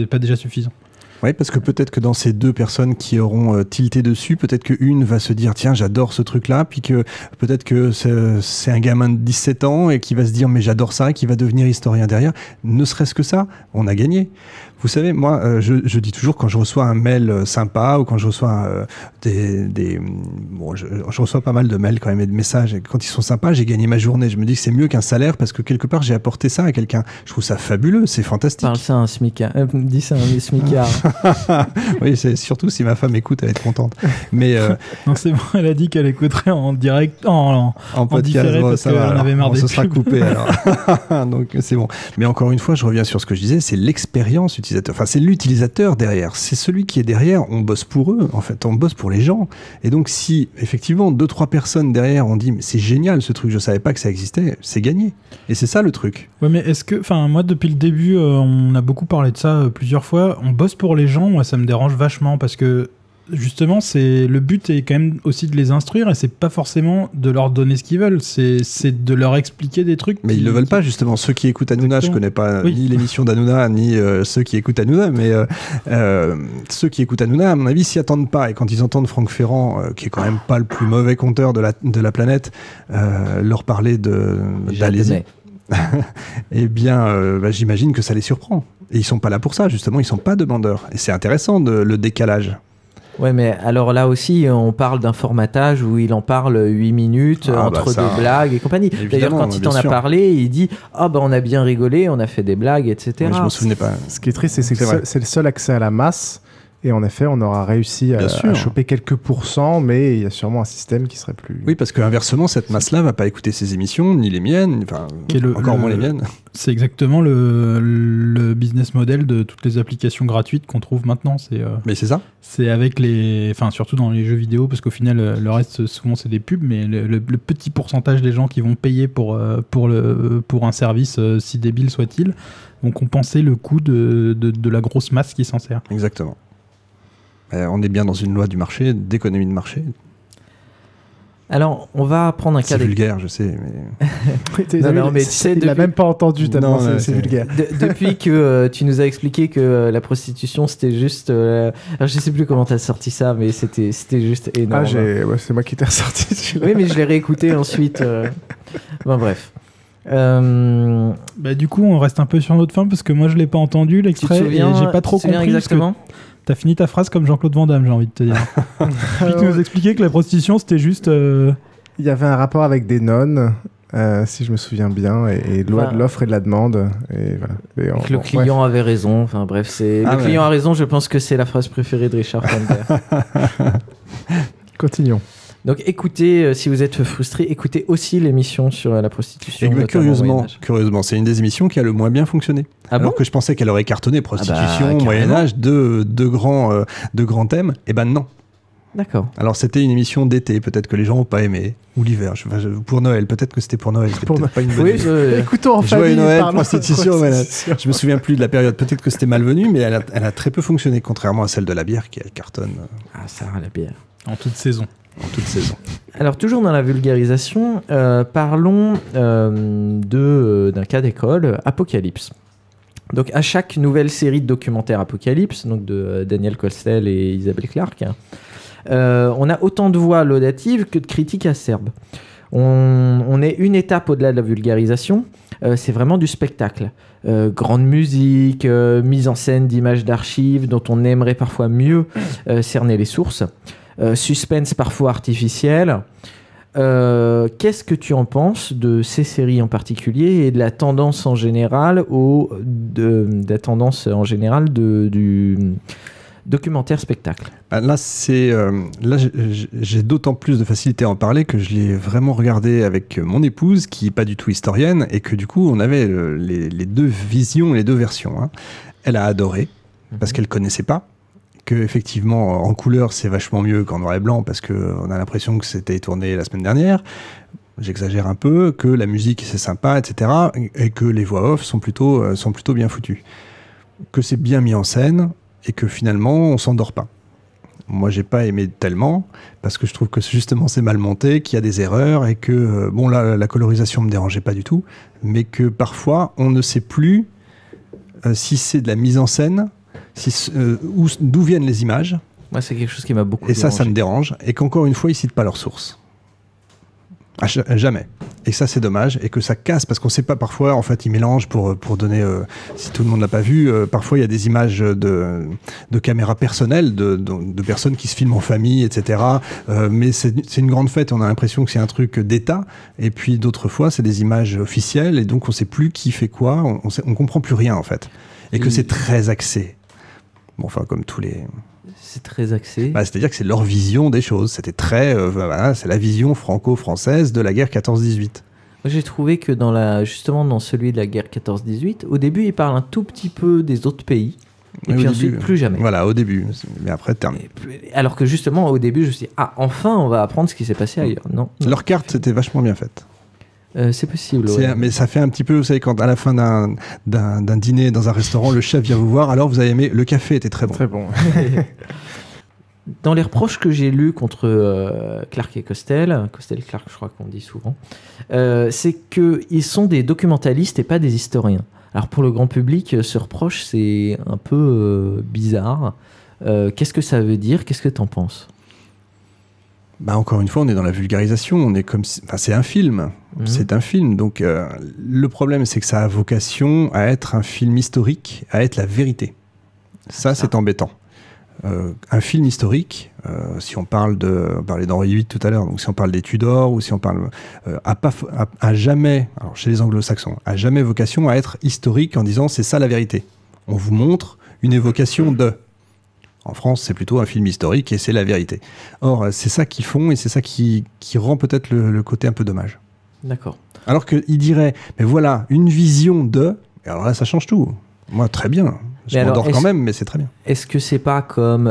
Oui, parce que peut-être que dans ces 2 personnes qui auront tilté dessus, peut-être qu'une va se dire tiens, j'adore ce truc-là, puis que peut-être que c'est un gamin de 17 ans et qui va se dire mais j'adore ça, et qui va devenir historien derrière. Ne serait-ce que ça, on a gagné. Vous savez, moi, je dis toujours, quand je reçois un mail sympa ou quand je reçois je reçois pas mal de mails quand même et de messages, et quand ils sont sympas, j'ai gagné ma journée. Je me dis que c'est mieux qu'un salaire parce que quelque part, j'ai apporté ça à quelqu'un. Je trouve ça fabuleux, c'est fantastique. Parle ça à un smicard. Dis ça à un smicard. Oui, c'est surtout si ma femme écoute, elle va être contente. Mais non, c'est bon, elle a dit qu'elle écouterait en direct, en podcast, différé parce qu'elle en avait marre des pubs. Ce sera coupé alors. Donc c'est bon. Mais encore une fois, je reviens sur ce que je disais, c'est l'expérience utilisateur. Enfin, c'est l'utilisateur derrière. C'est celui qui est derrière. On bosse pour eux. En fait, on bosse pour les gens. Et donc, si effectivement 2-3 personnes derrière ont dit mais c'est génial ce truc, je savais pas que ça existait, c'est gagné. Et c'est ça le truc. Ouais, mais est-ce que, moi depuis le début, on a beaucoup parlé de ça plusieurs fois. On bosse pour les gens, moi, ça me dérange vachement parce que justement, le but est quand même aussi de les instruire et c'est pas forcément de leur donner ce qu'ils veulent, c'est de leur expliquer des trucs. Mais ils le veulent pas, justement. Ceux qui écoutent Hanouna, je connais pas ni l'émission d'Hanouna, ni ceux qui écoutent Hanouna, mais ceux qui écoutent Hanouna, à mon avis, s'y attendent pas. Et quand ils entendent Franck Ferrand, qui est quand même pas le plus mauvais conteur de la planète, leur parler d'Alési, eh bien, j'imagine que ça les surprend. Et ils sont pas là pour ça, justement, ils sont pas demandeurs. Et c'est intéressant le décalage. Ouais, mais alors là aussi, on parle d'un formatage où il en parle 8 minutes entre deux blagues et compagnie. D'ailleurs, quand il t'en a parlé, il dit on a bien rigolé, on a fait des blagues, etc. Mais je m'en souvenais pas. Ce qui est triste, c'est que c'est le seul accès à la masse. Et en effet, on aura réussi à choper quelques pourcents, mais il y a sûrement un système qui serait plus... Oui, parce qu'inversement, cette masse-là va pas écouter ces émissions, ni les miennes, encore moins les miennes. C'est exactement le business model de toutes les applications gratuites qu'on trouve maintenant. Mais c'est ça. C'est avec surtout dans les jeux vidéo, parce qu'au final, le reste, souvent, c'est des pubs, mais le petit pourcentage des gens qui vont payer pour un service, si débile soit-il, vont compenser le coût de la grosse masse qui s'en sert. Exactement. On est bien dans une loi du marché, d'économie de marché. Alors, on va prendre un cas... C'est vulgaire, je sais, mais... non, mais tu sais, il l'a même pas entendu tellement c'est vulgaire. Depuis que tu nous as expliqué que la prostitution, c'était juste... alors, je sais plus comment tu as sorti ça, mais c'était juste énorme. C'est moi qui t'ai ressorti. Oui, mais je l'ai réécouté ensuite. Bref. Du coup, on reste un peu sur notre fin, parce que moi, je l'ai pas entendu, l'extrait, et j'ai pas trop compris. Exactement. T'as fini ta phrase comme Jean-Claude Van Damme, j'ai envie de te dire. Tu nous expliquais que la prostitution, c'était juste... Il y avait un rapport avec des nonnes, si je me souviens bien, et loi de l'offre et de la demande. Et voilà. Le client avait raison. Enfin bref, le client a raison, je pense que c'est la phrase préférée de Richard Fontaine. Continuons. Donc écoutez, si vous êtes frustré, écoutez aussi l'émission sur la prostitution. Curieusement, c'est une des émissions qui a le moins bien fonctionné. Alors que je pensais qu'elle aurait cartonné, prostitution, Moyen-Âge, deux grands thèmes. Et ben non. D'accord. Alors c'était une émission d'été, peut-être que les gens n'ont pas aimé, ou l'hiver, pour Noël, peut-être que c'était pour Noël. C'était peut-être pas une bonne idée. Écoutons en famille. Joyeux Noël, prostitution. Je me souviens plus de la période, peut-être que c'était malvenu, mais elle a très peu fonctionné, contrairement à celle de la bière qui elle cartonne. Ah ça, la bière. En toute saison. Alors toujours dans la vulgarisation, parlons d'un cas d'école, Apocalypse. Donc à chaque nouvelle série de documentaires Apocalypse, donc de Daniel Costel et Isabelle Clarke, on a autant de voix laudatives que de critiques acerbes. On est une étape au-delà de la vulgarisation, c'est vraiment du spectacle. Grande musique, mise en scène d'images d'archives dont on aimerait parfois mieux cerner les sources. Suspense parfois artificiel. Qu'est-ce que tu en penses de ces séries en particulier et de la tendance en général du documentaire spectacle? Là, j'ai d'autant plus de facilité à en parler que je l'ai vraiment regardé avec mon épouse qui n'est pas du tout historienne et que du coup on avait les deux visions, les deux versions. Hein. Elle a adoré parce qu'elle connaissait pas. Que effectivement en couleur c'est vachement mieux qu'en noir et blanc parce qu'on a l'impression que c'était tourné la semaine dernière, j'exagère un peu, que la musique c'est sympa, etc. et que les voix off sont plutôt bien foutues, que c'est bien mis en scène et que finalement on s'endort pas. Moi j'ai pas aimé tellement parce que je trouve que justement c'est mal monté, qu'il y a des erreurs et que la colorisation me dérangeait pas du tout, mais que parfois on ne sait plus si c'est de la mise en scène, d'où viennent les images. Moi, c'est quelque chose qui m'a beaucoup dérangé. Ça me dérange. Et qu'encore une fois, ils ne citent pas leurs sources. Jamais. Et ça, c'est dommage. Et que ça casse, parce qu'on ne sait pas, parfois, en fait, ils mélangent pour donner... si tout le monde ne l'a pas vu, parfois, il y a des images de caméras personnelles, de personnes qui se filment en famille, etc. Mais c'est une grande fête. On a l'impression que c'est un truc d'État. Et puis, d'autres fois, c'est des images officielles. Et donc, on ne sait plus qui fait quoi. On ne comprend plus rien, en fait. Et que c'est très axé. Bon, enfin, comme tous les... C'est très axé. C'est-à-dire que c'est leur vision des choses. C'était très... c'est la vision franco-française de la guerre 14-18. Moi, j'ai trouvé que justement dans celui de la guerre 14-18, au début, il parle un tout petit peu des autres pays. Et puis ensuite, plus jamais. Voilà, au début. Mais après, terminé. Alors que justement, au début, je me suis dit, enfin, on va apprendre ce qui s'est passé ailleurs. Non. Leur carte, c'était vachement bien faite. C'est possible. Ouais. Mais ça fait un petit peu, vous savez, quand à la fin d'un dîner dans un restaurant, le chef vient vous voir, alors vous avez aimé, le café était très bon. Très bon. Dans les reproches que j'ai lus contre Clark et Costel et Clark, je crois qu'on dit souvent, c'est qu'ils sont des documentalistes et pas des historiens. Alors pour le grand public, ce reproche, c'est un peu bizarre. Qu'est-ce que ça veut dire ? Qu'est-ce que tu en penses ? Encore une fois, on est dans la vulgarisation. On est comme c'est un film. C'est un film. Donc le problème, c'est que ça a vocation à être un film historique, à être la vérité. Ça, c'est embêtant. Un film historique, si on parlait d'Henri VIII tout à l'heure, donc si on parle des Tudors ou si on parle, a jamais, alors chez les anglo-saxons, a jamais vocation à être historique en disant c'est ça la vérité. On vous montre une évocation de. En France, c'est plutôt un film historique et c'est la vérité. Or, c'est ça qu'ils font et c'est ça qui rend peut-être le côté un peu dommage. D'accord. Alors qu'ils diraient, mais voilà, une vision de. Et alors là, ça change tout. Moi, très bien. Je m'endors quand même, mais c'est très bien. Est-ce que c'est pas comme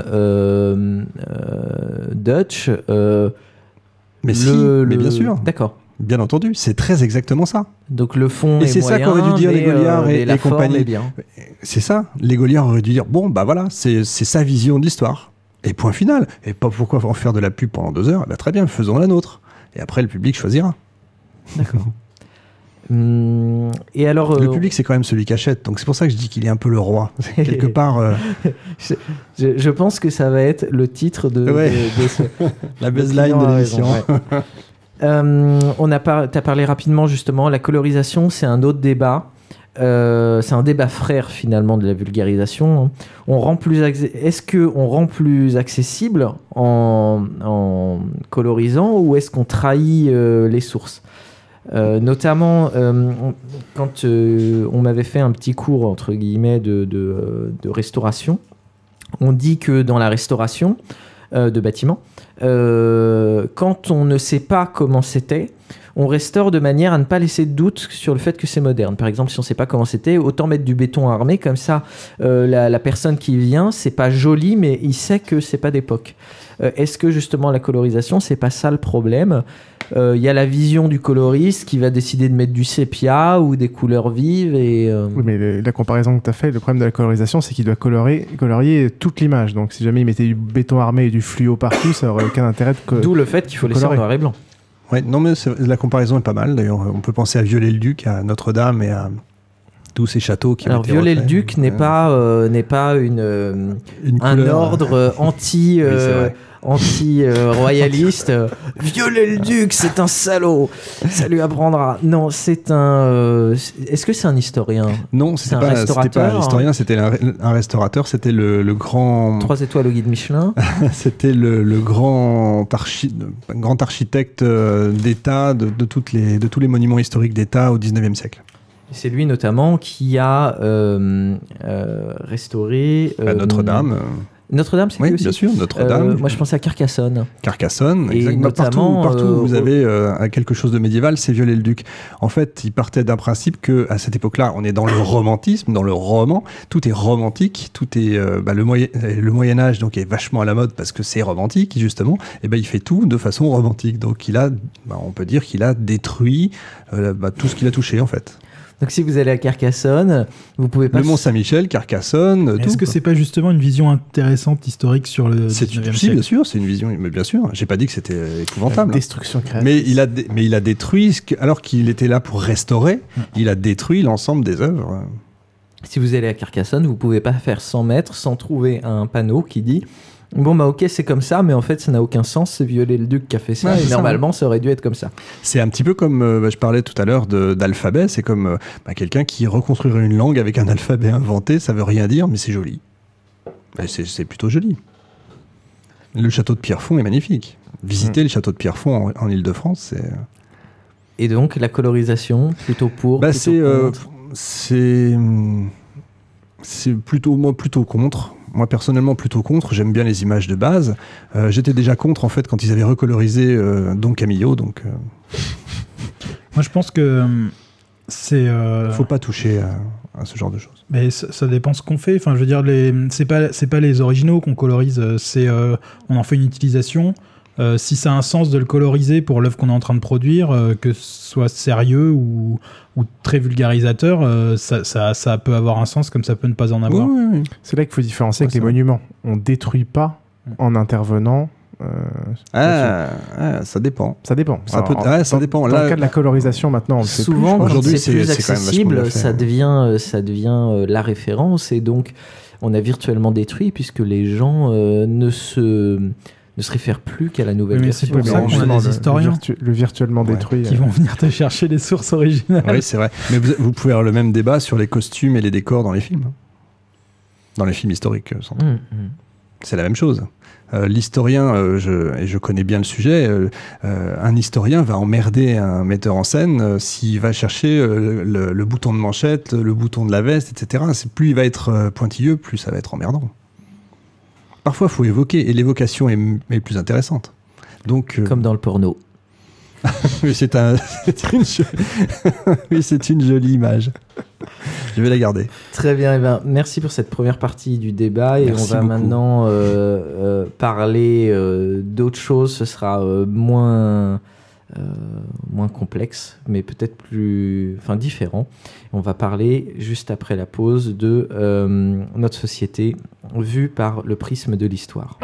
Dutch Mais bien sûr. D'accord. Bien entendu, c'est très exactement ça. Donc le fond et c'est moyen, ça qu'auraient dû dire les Gauliards et la compagnie. Bien. C'est ça. Les Gauliards auraient dû dire bon, bah voilà, c'est sa vision de l'histoire. Et point final. Et pas pourquoi en faire de la pub pendant 2 heures. Bah, très bien, faisons la nôtre. Et après, le public choisira. D'accord. Et alors, le public, c'est quand même celui qui achète. Donc c'est pour ça que je dis qu'il est un peu le roi. Quelque part. Je pense que ça va être le titre de ce... la baseline de l'émission. T'as parlé rapidement justement, la colorisation, c'est un autre débat. C'est un débat frère finalement de la vulgarisation. Est-ce qu'on rend plus accessible en colorisant ou est-ce qu'on trahit les sources ? Notamment quand on m'avait fait un petit cours entre guillemets de restauration, on dit que dans la restauration de bâtiments, quand on ne sait pas comment c'était, on restaure de manière à ne pas laisser de doute sur le fait que c'est moderne. Par exemple, si on ne sait pas comment c'était, autant mettre du béton armé, comme ça la personne qui vient, c'est pas joli, mais il sait que c'est pas d'époque. Est-ce que justement la colorisation, c'est pas ça le problème ? Il y a la vision du coloriste qui va décider de mettre du sépia ou des couleurs vives. Oui, mais la comparaison que tu as fait, le problème de la colorisation, c'est qu'il doit colorier toute l'image. Donc si jamais il mettait du béton armé et du fluo partout, ça n'aurait aucun intérêt de D'où le fait qu'il faut laisser en noir et blanc. Ouais, non, mais la comparaison est pas mal. D'ailleurs, on peut penser à Viollet-le-Duc, à Notre-Dame et à tous ces châteaux qui ont été refaits. Viollet-le-Duc n'est pas un ordre anti... anti-royaliste. Viollet-le-Duc, c'est un salaud. Ça lui apprendra. Non, c'est un... Est-ce que c'est un historien ? Non, c'était pas un historien, c'était un restaurateur. C'était le grand... 3 étoiles au guide Michelin. C'était le grand architecte d'État de tous les monuments historiques d'État au 19e siècle. C'est lui notamment qui a restauré... Notre-Dame. Notre-Dame, c'est lui aussi. Bien sûr, Notre-Dame. Moi, je pensais à Carcassonne. Carcassonne, et exactement. Notamment, partout où vous avez quelque chose de médiéval, c'est Viollet-le-Duc. En fait, il partait d'un principe que à cette époque-là, on est dans le romantisme, dans le roman. Tout est romantique, tout est le Moyen Âge, donc est vachement à la mode parce que c'est romantique, justement. Et il fait tout de façon romantique. Donc, on peut dire qu'il a détruit tout ce qu'il a touché, en fait. Donc si vous allez à Carcassonne, vous pouvez pas... Le Mont-Saint-Michel, Carcassonne... Est-ce que c'est pas justement une vision intéressante, historique sur le 19e siècle ? Si, bien sûr, c'est une vision... Mais bien sûr, j'ai pas dit que c'était épouvantable. Destruction créative. Mais il a détruit, alors qu'il était là pour restaurer, il a détruit l'ensemble des œuvres. Si vous allez à Carcassonne, vous pouvez pas faire 100 mètres sans trouver un panneau qui dit... Bon, ok, c'est comme ça, mais en fait, ça n'a aucun sens. C'est Viollet-le-Duc qui a fait ça, et normalement, ça aurait dû être comme ça. C'est un petit peu comme, je parlais tout à l'heure d'alphabet, c'est comme quelqu'un qui reconstruirait une langue avec un alphabet inventé, ça veut rien dire, mais c'est joli. C'est plutôt joli. Le château de Pierrefonds est magnifique. Visiter le château de Pierrefonds en Île-de-France, c'est... Et donc, la colorisation, plutôt pour, c'est plutôt contre. Moi, personnellement, plutôt contre. J'aime bien les images de base. J'étais déjà contre, en fait, quand ils avaient recolorisé Don Camillo. Donc, moi, je pense que c'est... faut pas toucher à ce genre de choses. Mais ça dépend ce qu'on fait. Enfin, je veux dire, c'est pas les originaux qu'on colorise. On en fait une utilisation. si ça a un sens de le coloriser pour l'œuvre qu'on est en train de produire, que ce soit sérieux ou très vulgarisateur, ça peut avoir un sens comme ça peut ne pas en avoir. Oui. C'est là qu'il faut différencier avec les monuments. On détruit pas en intervenant. Ça dépend. Ça dépend. Ça dépend. Dans le cas de la colorisation, maintenant, on le sait souvent, plus. quand Aujourd'hui, c'est plus c'est quand même vachement bien accessible, fait, ça devient la référence, et donc on a virtuellement détruit puisque les gens ne se réfèrent plus qu'à la nouvelle Mais version. c'est pour ça qu'on a des historiens le virtuellement détruit. qui vont venir te chercher les sources originales. Oui, c'est vrai. Mais vous pouvez avoir le même débat sur les costumes et les décors dans les films. Dans les films historiques, sans doute. C'est la même chose. L'historien, je connais bien le sujet, un historien va emmerder un metteur en scène s'il va chercher le bouton de manchette, le bouton de la veste, etc. Plus il va être pointilleux, plus ça va être emmerdant. Parfois, il faut évoquer, et l'évocation est plus intéressante. Donc, comme dans le porno. Oui, c'est une jolie image. Je vais la garder. Très bien, eh bien, merci pour cette première partie du débat. Et merci on va beaucoup. maintenant parler d'autres choses. Ce sera moins complexe, mais peut-être différent. On va parler juste après la pause de notre société vue par le prisme de l'histoire.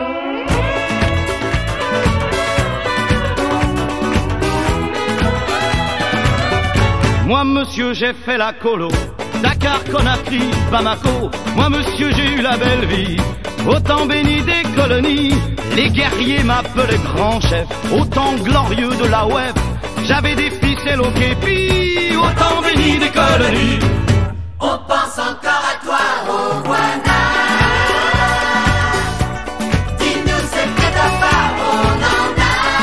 Moi, monsieur, j'ai fait la colo. Dakar, Conakry, Bamako. Moi, monsieur, j'ai eu la belle vie. Au temps béni des colonies, les guerriers m'appelaient grand chef. Au temps glorieux de la web, j'avais des ficelles au képi. Au temps béni des colonies. On pense encore à toi, Rwanda. Dis-nous c'est que ta part, on en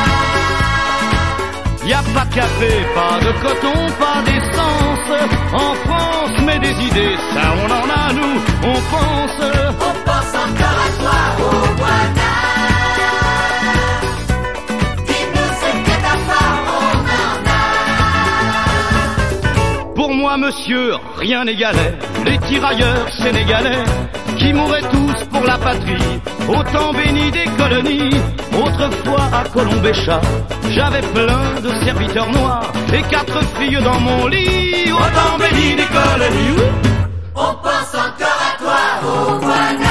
a. Y a pas de café, pas de coton, pas d'essence. En France, mais des idées, ça on en a nous, on pense. On pense encore à toi, Rwanda. Dis-nous c'est que ta part, on en a. Pour moi, monsieur, rien n'égalait les tirailleurs sénégalais qui mouraient tous pour la patrie. Au temps béni des colonies, autrefois à Colombéchat, j'avais plein de serviteurs noirs et 4 filles dans mon lit. Au temps béni des colonies, on pense encore à toi, Rwanda.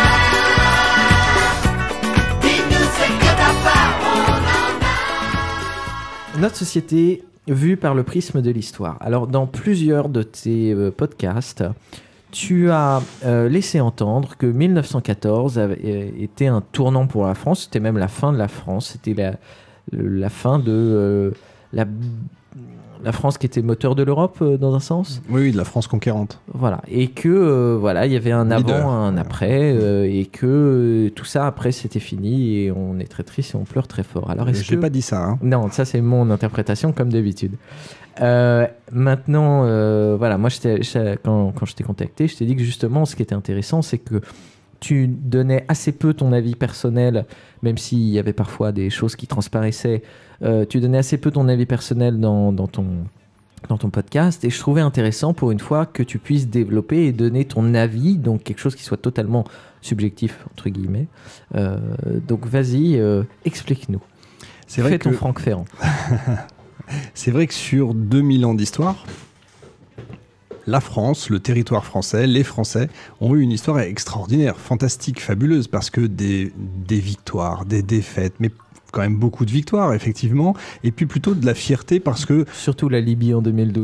Dis-nous c'est que ta part, on en a. Notre société vue par le prisme de l'histoire. Alors, dans plusieurs de tes podcasts, tu as laissé entendre que 1914 avait été un tournant pour la France. C'était même la fin de la France. C'était la fin de la France qui était moteur de l'Europe, dans un sens. Oui, de la France conquérante. Voilà. Et que, il y avait un avant, un après, et que tout ça, après, c'était fini, et on est très triste et on pleure très fort. Alors, Je n'ai pas dit ça. Hein. Non, ça, c'est mon interprétation, comme d'habitude. Maintenant, moi, quand je t'ai contacté, je t'ai dit que justement, ce qui était intéressant, c'est que tu donnais assez peu ton avis personnel, même s'il y avait parfois des choses qui transparaissaient. Tu donnais assez peu ton avis personnel dans ton podcast, et je trouvais intéressant pour une fois que tu puisses développer et donner ton avis, donc quelque chose qui soit totalement subjectif, entre guillemets. Donc vas-y, explique-nous. Fais ton Franck Ferrand. C'est vrai que sur 2000 ans d'histoire, la France, le territoire français, les Français ont eu une histoire extraordinaire, fantastique, fabuleuse, parce que des victoires, des défaites, mais quand même beaucoup de victoires, effectivement, et puis plutôt de la fierté, parce que... Surtout la Libye en 2012.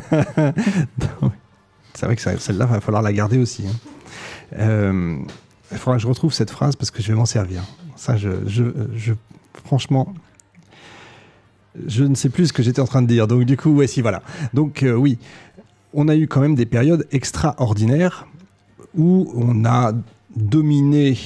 C'est vrai que celle-là, il va falloir la garder aussi. Hein. Il faudra que je retrouve cette phrase, parce que je vais m'en servir. Ça, franchement... Je ne sais plus ce que j'étais en train de dire. Donc du coup, voilà. Donc oui, on a eu quand même des périodes extraordinaires où on a dominé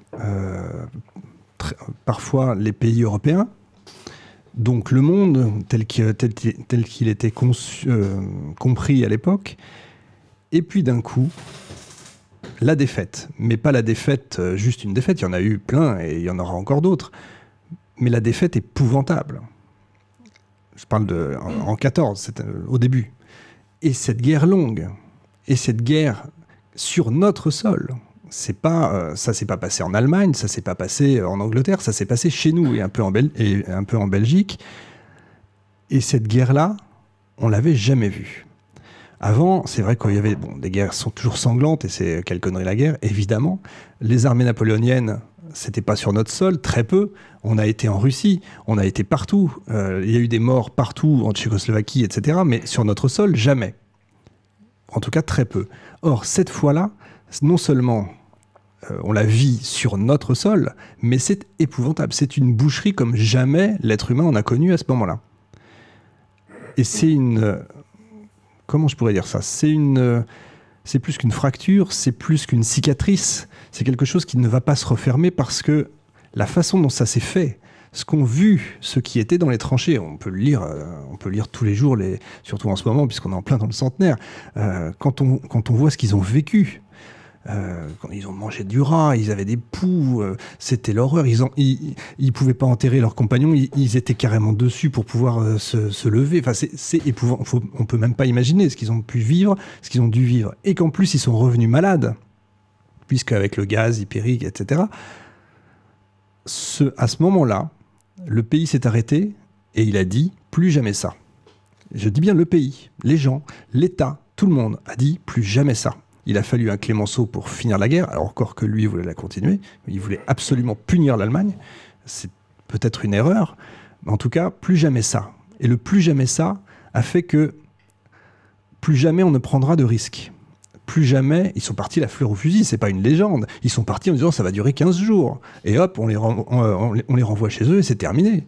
parfois les pays européens, donc le monde tel qu'il était compris à l'époque. Et puis d'un coup, la défaite. Mais pas la défaite, juste une défaite. Il y en a eu plein et il y en aura encore d'autres. Mais la défaite épouvantable. Je parle en 14, au début. Et cette guerre longue, et cette guerre sur notre sol, ça s'est pas passé en Allemagne, ça s'est pas passé en Angleterre, ça s'est passé chez nous et un peu en Belgique. Et cette guerre-là, on l'avait jamais vue. Avant, c'est vrai qu'il y avait des guerres sont toujours sanglantes et c'est quelle connerie la guerre, évidemment. Les armées napoléoniennes, c'était pas sur notre sol, très peu. On a été en Russie, on a été partout. Il y a eu des morts partout, en Tchécoslovaquie, etc. Mais sur notre sol, jamais. En tout cas, très peu. Or, cette fois-là, non seulement on la vit sur notre sol, mais c'est épouvantable. C'est une boucherie comme jamais l'être humain en a connu à ce moment-là. Et c'est une... Comment je pourrais dire ça ? C'est plus qu'une fracture, c'est plus qu'une cicatrice. C'est quelque chose qui ne va pas se refermer parce que la façon dont ça s'est fait, ce qu'ont vu ceux qui étaient dans les tranchées, on peut le lire tous les jours, surtout en ce moment, puisqu'on est en plein dans le centenaire, quand on voit ce qu'ils ont vécu, quand ils ont mangé du rat, ils avaient des poux, c'était l'horreur. Ils pouvaient pas enterrer leurs compagnons, ils étaient carrément dessus pour pouvoir se lever. Enfin, c'est épouvantable. On peut même pas imaginer ce qu'ils ont pu vivre, ce qu'ils ont dû vivre, et qu'en plus ils sont revenus malades, puisqu'avec le gaz hypérique, etc. À ce moment-là, le pays s'est arrêté et il a dit plus jamais ça. Je dis bien le pays, les gens, l'État, tout le monde a dit plus jamais ça. Il a fallu un Clémenceau pour finir la guerre, alors encore que lui voulait la continuer. Il voulait absolument punir l'Allemagne. C'est peut-être une erreur, mais en tout cas, plus jamais ça. Et le plus jamais ça a fait que plus jamais on ne prendra de risques. Plus jamais, ils sont partis la fleur au fusil, c'est pas une légende. Ils sont partis en disant ça va durer 15 jours. Et hop, on les renvoie chez eux et c'est terminé.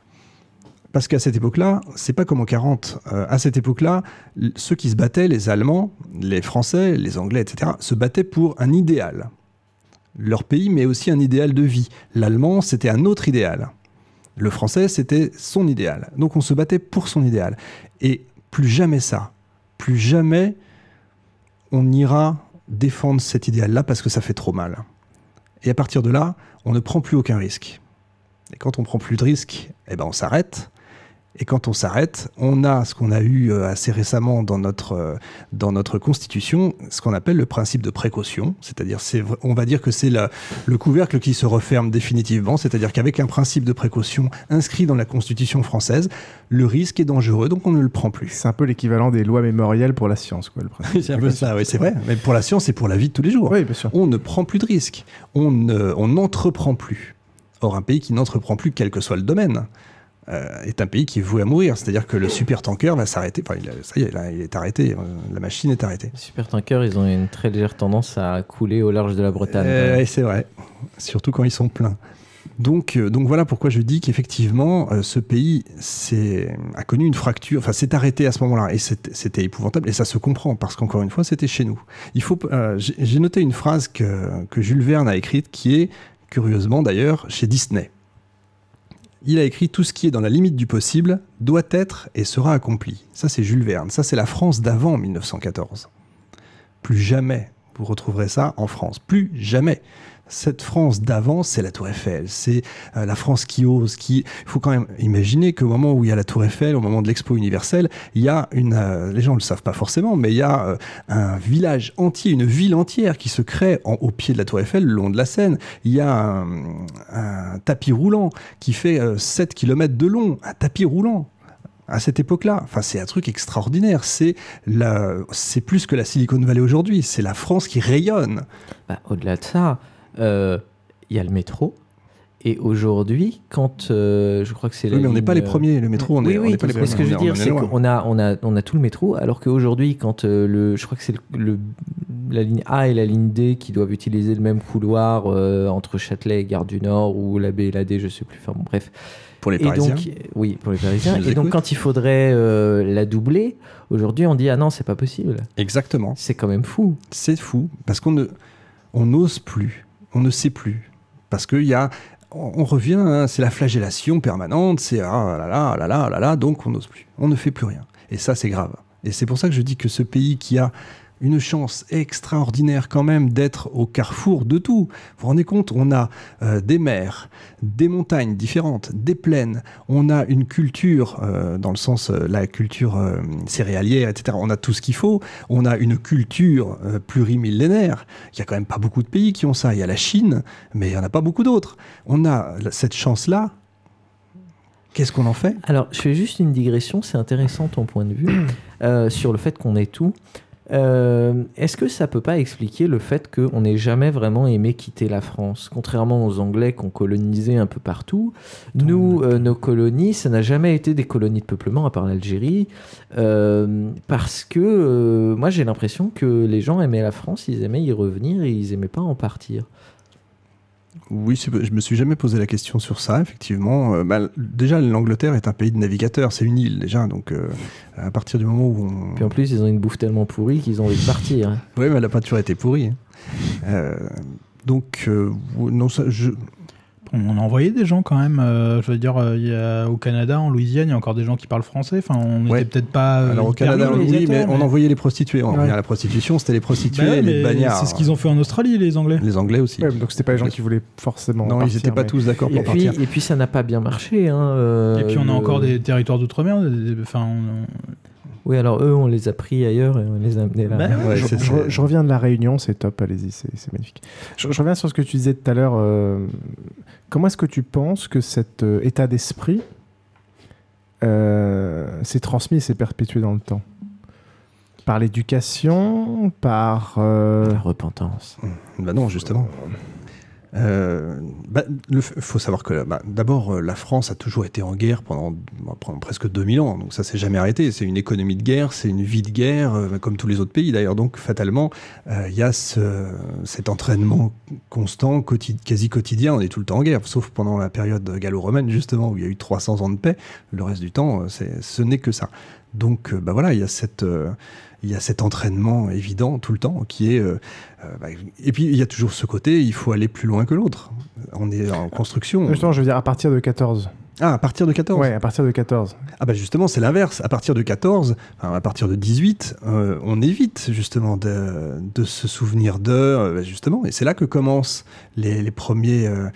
Parce qu'à cette époque-là, c'est pas comme en 40. À cette époque-là, ceux qui se battaient, les Allemands, les Français, les Anglais, etc., se battaient pour un idéal. Leur pays, mais aussi un idéal de vie. L'Allemand, c'était un autre idéal. Le Français, c'était son idéal. Donc on se battait pour son idéal. Et plus jamais ça. Plus jamais on ira défendre cet idéal-là parce que ça fait trop mal. Et à partir de là, on ne prend plus aucun risque. Et quand on prend plus de risques, on s'arrête. Et quand on s'arrête, on a ce qu'on a eu assez récemment dans notre Constitution, ce qu'on appelle le principe de précaution. C'est-à-dire, on va dire que c'est le couvercle qui se referme définitivement. C'est-à-dire qu'avec un principe de précaution inscrit dans la Constitution française, le risque est dangereux, donc on ne le prend plus. C'est un peu l'équivalent des lois mémorielles pour la science, quoi, le principe. C'est un peu ça, oui, c'est vrai. Mais pour la science et pour la vie de tous les jours. Oui, bien sûr. On ne prend plus de risques. On n'entreprend plus. Or, un pays qui n'entreprend plus, quel que soit le domaine, est un pays qui est voué à mourir. C'est-à-dire que le supertanker va s'arrêter. Enfin, ça y est, là, il est arrêté. La machine est arrêtée. Les supertankers, ils ont une très légère tendance à couler au large de la Bretagne. C'est vrai. Surtout quand ils sont pleins. Donc voilà pourquoi je dis qu'effectivement, ce pays a connu une fracture. Enfin, s'est arrêté à ce moment-là. Et c'était épouvantable. Et ça se comprend, parce qu'encore une fois, c'était chez nous. J'ai noté une phrase que Jules Verne a écrite, qui est, curieusement d'ailleurs, chez Disney. Il a écrit « Tout ce qui est dans la limite du possible doit être et sera accompli ». Ça, c'est Jules Verne. Ça, c'est la France d'avant 1914. Plus jamais vous retrouverez ça en France. Plus jamais. Cette France d'avant, c'est la Tour Eiffel. C'est la France qui ose. Il faut quand même imaginer qu'au moment où il y a la Tour Eiffel, au moment de l'Expo universelle, il y a les gens ne le savent pas forcément, mais il y a un village entier, une ville entière qui se crée au pied de la Tour Eiffel, le long de la Seine. Il y a un tapis roulant qui fait 7 km de long. Un tapis roulant. À cette époque-là, enfin, c'est un truc extraordinaire. C'est plus que la Silicon Valley aujourd'hui. C'est la France qui rayonne. Au-delà de ça, il y a le métro. Et aujourd'hui, quand je crois que c'est mais on n'est pas les premiers. Le métro, on n'est pas les premiers. Ce que je veux dire, c'est qu'on a tout le métro, alors qu'aujourd'hui, quand je crois que c'est la ligne A et la ligne D qui doivent utiliser le même couloir entre Châtelet et Gare du Nord, ou la B et la D, je sais plus. Enfin bon, bref. Pour les Parisiens. Oui, pour les Parisiens. Et donc, quand il faudrait la doubler, aujourd'hui, on dit ah non, c'est pas possible. Exactement. C'est quand même fou. C'est fou parce qu'on n'ose plus, on ne sait plus, parce qu'il y a on revient, hein, c'est la flagellation permanente, c'est ah là là, donc on n'ose plus, on ne fait plus rien. Et ça, c'est grave. Et c'est pour ça que je dis que ce pays qui a une chance extraordinaire quand même d'être au carrefour de tout. Vous vous rendez compte, on a des mers, des montagnes différentes, des plaines, on a une culture, dans le sens la culture céréalière, etc. On a tout ce qu'il faut, on a une culture plurimillénaire. Il n'y a quand même pas beaucoup de pays qui ont ça. Il y a la Chine, mais il n'y en a pas beaucoup d'autres. On a cette chance-là. Qu'est-ce qu'on en fait ? Alors, je fais juste une digression, c'est intéressant ton point de vue sur le fait qu'on ait tout. Est-ce que ça peut pas expliquer le fait qu'on n'ait jamais vraiment aimé quitter la France, contrairement aux Anglais qui ont colonisé un peu partout? Nous, nos colonies, ça n'a jamais été des colonies de peuplement à part l'Algérie, parce que moi j'ai l'impression que les gens aimaient la France, ils aimaient y revenir et ils aimaient pas en partir. Oui, je me suis jamais posé la question sur ça, effectivement. Déjà, l'Angleterre est un pays de navigateurs, c'est une île déjà, donc à partir du moment où on... Puis en plus, ils ont une bouffe tellement pourrie qu'ils ont envie de partir. Hein. Oui, mais elle n'a pas toujours été pourrie. Donc, non, ça, On a envoyé des gens quand même. Je veux dire, au Canada, en Louisiane, il y a encore des gens qui parlent français. Enfin, on n'était peut-être pas. Alors au Canada, oui, mais on envoyait les prostituées. On revient à la prostitution, c'était les prostituées et les bagnards. C'est ce qu'ils ont fait en Australie, les Anglais. Les Anglais aussi. Ouais, donc c'était pas les gens qui voulaient forcément. Non, partir, ils n'étaient pas tous d'accord pour partir. Et puis ça n'a pas bien marché. Hein, et puis on a encore des territoires d'outre-mer. Enfin. Oui, alors eux, on les a pris ailleurs et on les a amenés là. Je reviens de la Réunion, c'est top, allez-y, c'est magnifique. Je reviens sur ce que tu disais tout à l'heure. Comment est-ce que tu penses que cet état d'esprit s'est transmis et s'est perpétué dans le temps ? Par l'éducation, par... La repentance. Bah non, justement. Faut savoir que d'abord la France a toujours été en guerre pendant presque 2000 ans, donc ça s'est jamais arrêté. C'est une économie de guerre, c'est une vie de guerre, comme tous les autres pays d'ailleurs. Donc fatalement, il y a cet entraînement constant, quasi quotidien. On est tout le temps en guerre, sauf pendant la période gallo-romaine justement où il y a eu 300 ans de paix. Le reste du temps, ce n'est que ça. Donc voilà, il y a cet entraînement évident tout le temps qui est... et puis il y a toujours ce côté, il faut aller plus loin que l'autre. On est en construction. Justement, je veux dire à partir de 14. Ah, à partir de 14 ? Ouais, à partir de 14. Ah bah justement, c'est l'inverse. À partir de 14, à partir de 18, on évite justement de se souvenir justement. Et c'est là que commencent les premières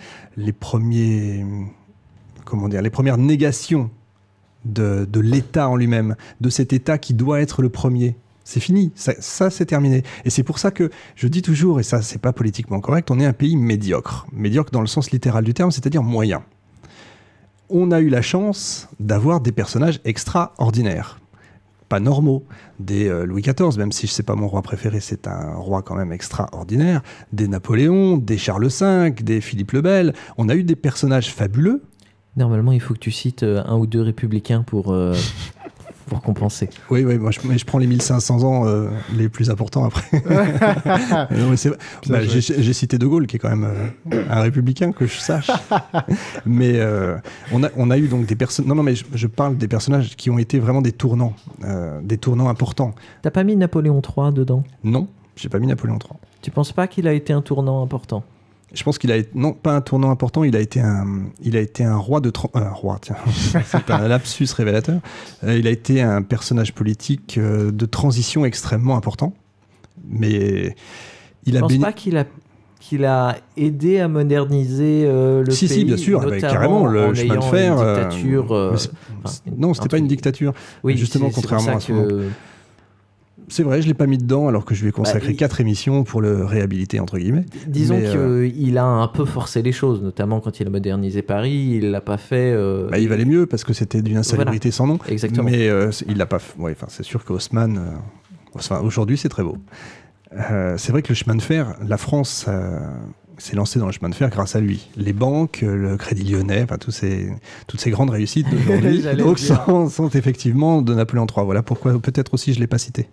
négations de l'État en lui-même, de cet État qui doit être le premier. C'est fini, ça c'est terminé. Et c'est pour ça que je dis toujours, et ça c'est pas politiquement correct, on est un pays médiocre. Médiocre dans le sens littéral du terme, c'est-à-dire moyen. On a eu la chance d'avoir des personnages extraordinaires, pas normaux. Des Louis XIV, même si c'est pas mon roi préféré, c'est un roi quand même extraordinaire. Des Napoléon, des Charles V, des Philippe le Bel. On a eu des personnages fabuleux. Normalement, il faut que tu cites un ou deux républicains pour compenser. Oui, moi je prends les 1500 ans les plus importants après. Non, mais j'ai cité De Gaulle, qui est quand même un républicain, que je sache. Mais on a eu donc des personnes... Non, mais je parle des personnages qui ont été vraiment des tournants importants. T'as pas mis Napoléon III dedans ? Non, j'ai pas mis Napoléon III. Tu penses pas qu'il a été un tournant important ? Je pense qu'il a été, non pas un tournant important, il a été un roi tiens, c'est pas un lapsus révélateur. Il a été un personnage politique de transition extrêmement important. Mais il pense pas qu'il a aidé à moderniser le pays. Si, bien sûr, carrément, le chemin de fer. Dictature, non, c'était pas une dictature. Oui, justement, contrairement à ce moment. C'est vrai, je ne l'ai pas mis dedans alors que je lui ai consacré 4 émissions pour le réhabiliter, entre guillemets. Disons qu'il a un peu forcé les choses, notamment quand il a modernisé Paris, il ne l'a pas fait... il valait mieux parce que c'était d'une insalubrité sans nom. Exactement. Mais il l'a pas fait. Ouais, c'est sûr qu'Haussmann... aujourd'hui, c'est très beau. C'est vrai que le chemin de fer, la France s'est lancée dans le chemin de fer grâce à lui. Les banques, le Crédit Lyonnais, toutes ces grandes réussites d'aujourd'hui sont effectivement de Napoléon III. Voilà pourquoi peut-être aussi je ne l'ai pas cité.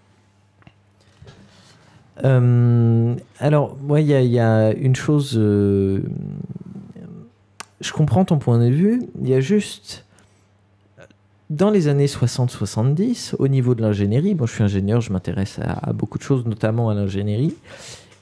Alors, moi, il y a une chose... je comprends ton point de vue. Il y a juste... Dans les années 60-70, au niveau de l'ingénierie, je suis ingénieur, je m'intéresse à beaucoup de choses, notamment à l'ingénierie,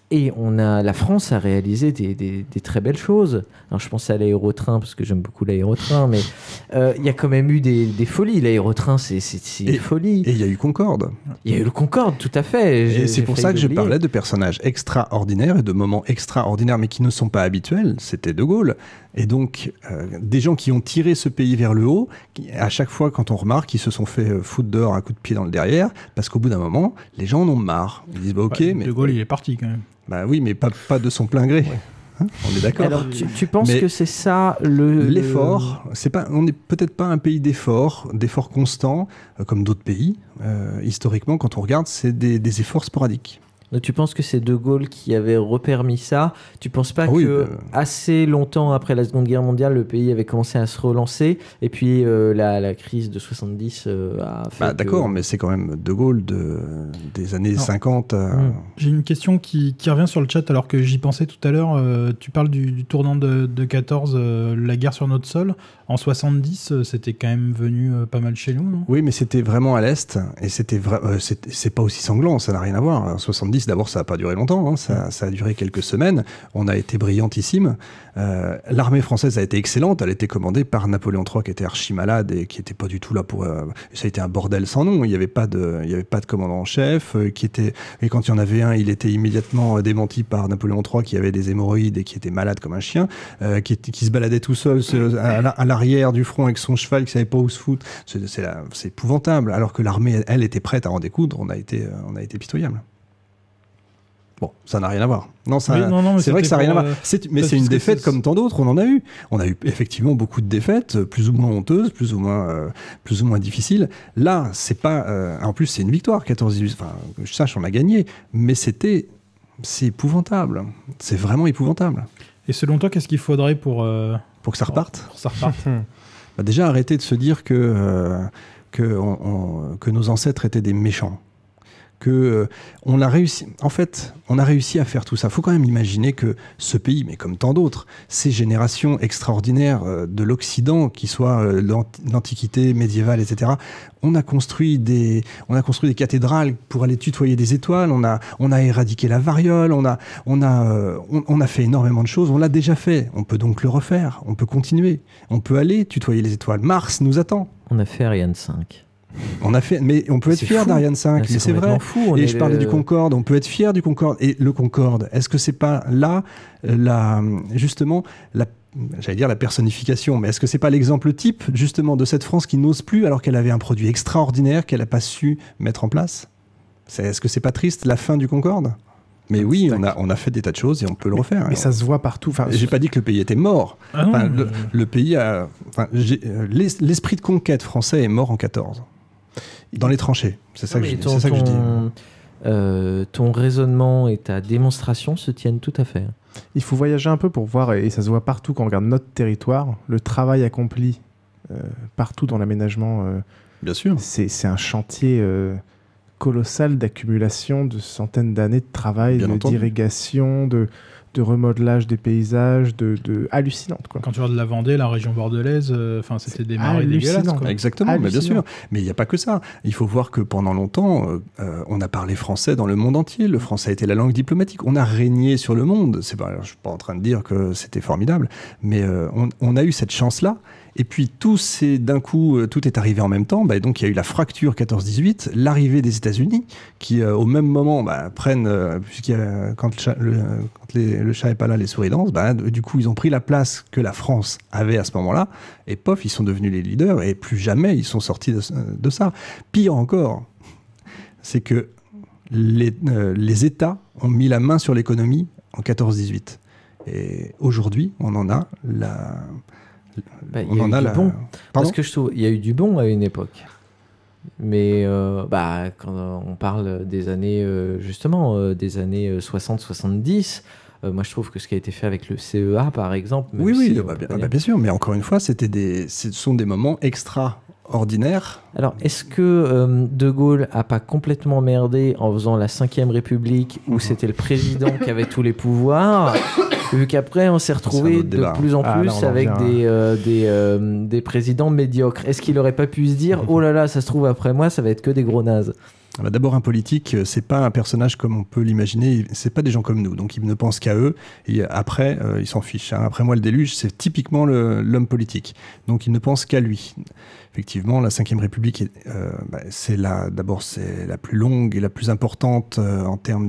Et la France a réalisé des très belles choses. Alors je pense à l'aérotrain, parce que j'aime beaucoup l'aérotrain, mais il y a quand même eu des folies. L'aérotrain, c'est une folie. Et il y a eu Concorde. Il y a eu le Concorde, tout à fait. Et c'est pour ça que je parlais de personnages extraordinaires et de moments extraordinaires, mais qui ne sont pas habituels. C'était De Gaulle. Et donc, des gens qui ont tiré ce pays vers le haut, à chaque fois, quand on remarque, ils se sont fait foutre dehors à coup de pied dans le derrière, parce qu'au bout d'un moment, les gens en ont marre. Ils disent, ok, mais... De Gaulle, il est parti quand même. Bah oui, mais pas de son plein gré. Ouais. Hein, on est d'accord. Alors, tu penses que c'est ça l'effort? On n'est peut-être pas un pays d'effort constant, comme d'autres pays. Historiquement, quand on regarde, c'est des efforts sporadiques. Donc tu penses que c'est De Gaulle qui avait repermis ça? Tu penses pas que assez longtemps après la Seconde Guerre mondiale, le pays avait commencé à se relancer et puis la crise de 70 a fait d'accord, mais c'est quand même De Gaulle des années 50. J'ai une question qui revient sur le chat alors que j'y pensais tout à l'heure. Tu parles du tournant de 14, la guerre sur notre sol. En 70, c'était quand même venu pas mal chez nous, non? Oui, mais c'était vraiment à l'Est et c'est pas aussi sanglant, ça n'a rien à voir. En 70, d'abord, ça n'a pas duré longtemps, hein, ça a duré quelques semaines. On a été brillantissime. L'armée française a été excellente. Elle était commandée par Napoléon III, qui était archi malade et qui n'était pas du tout là pour. Ça a été un bordel sans nom. Il n'y avait pas de commandant en chef. Et quand il y en avait un, il était immédiatement démenti par Napoléon III, qui avait des hémorroïdes et qui était malade comme un chien, qui se baladait tout seul à l'arrière du front avec son cheval, qui savait pas où se foutre. C'est épouvantable. Alors que l'armée, elle, était prête à en découdre. On a été pitoyable. Bon, ça n'a rien à voir. Non, c'est vrai que ça n'a rien à voir. Mais c'est une défaite comme tant d'autres, on en a eu. On a eu effectivement beaucoup de défaites, plus ou moins honteuses, plus ou moins difficiles. Là, c'est pas... en plus, c'est une victoire, 14-18. Enfin, je sache, on a gagné. Mais c'est épouvantable. C'est vraiment épouvantable. Et selon toi, qu'est-ce qu'il faudrait pour que ça reparte? Pour que ça reparte. Déjà, arrêter de se dire que nos ancêtres étaient des méchants. On a réussi à faire tout ça. Il faut quand même imaginer que ce pays, mais comme tant d'autres, ces générations extraordinaires de l'Occident, qui soit l'Antiquité médiévale, etc., on a construit des cathédrales pour aller tutoyer des étoiles, on a éradiqué la variole, on a fait énormément de choses, on l'a déjà fait. On peut donc le refaire, on peut continuer, on peut aller tutoyer les étoiles. Mars nous attend. On a fait Ariane 5. Mais on peut être fier d'Ariane 5, mais c'est vrai. Et je parlais du Concorde, on peut être fier du Concorde. Et le Concorde, est-ce que c'est pas là, justement, j'allais dire la personnification, mais est-ce que c'est pas l'exemple type, justement, de cette France qui n'ose plus alors qu'elle avait un produit extraordinaire qu'elle n'a pas su mettre en place? Est-ce que c'est pas triste, la fin du Concorde? Mais oui, on a fait des tas de choses et on peut le refaire. Mais ça se voit partout. J'ai pas dit que le pays était mort. Le pays a... l'esprit de conquête français est mort en 14. Dans les tranchées. C'est ça que je dis. Ton raisonnement et ta démonstration se tiennent tout à fait. Il faut voyager un peu pour voir, et ça se voit partout quand on regarde notre territoire, le travail accompli partout dans l'aménagement. Bien sûr. C'est un chantier colossal d'accumulation de centaines d'années de travail, d'irrigation, de remodelage des paysages, hallucinante, quoi. Quand tu regardes la Vendée, la région bordelaise, c'était des marais dégueulasses, quoi. Exactement, mais bien sûr. Mais il n'y a pas que ça. Il faut voir que pendant longtemps, on a parlé français dans le monde entier. Le français a été la langue diplomatique. On a régné sur le monde. Je ne suis pas en train de dire que c'était formidable, mais on a eu cette chance-là. Et puis d'un coup, tout est arrivé en même temps. Donc il y a eu la fracture 14-18, l'arrivée des États-Unis, qui au même moment prennent, quand le chat est pas là, les souris dansent. Du coup, ils ont pris la place que la France avait à ce moment-là. Et pof, ils sont devenus les leaders. Et plus jamais ils sont sortis de ça. Pire encore, c'est que les États ont mis la main sur l'économie en 14-18. Et aujourd'hui, on en a la... on en a du bon. Parce que je trouve il y a eu du bon à une époque. Mais quand on parle des années des années 60-70, moi je trouve que ce qui a été fait avec le CEA par exemple. Bien sûr, mais encore une fois, ce sont des moments extraordinaires. Alors est-ce que De Gaulle a pas complètement merdé en faisant la 5e République où c'était le président qui avait tous les pouvoirs? Vu qu'après, on s'est retrouvé de plus en plus avec des présidents médiocres. Est-ce qu'il n'aurait pas pu se dire « Oh là là, ça se trouve, après moi, ça va être que des gros nazes » D'abord, un politique, c'est pas un personnage comme on peut l'imaginer, c'est pas des gens comme nous, donc ils ne pensent qu'à eux, et après, ils s'en fichent. Après moi, le déluge, c'est typiquement l'homme politique, donc il ne pense qu'à lui. Effectivement, la Ve République, c'est la plus longue et la plus importante en termes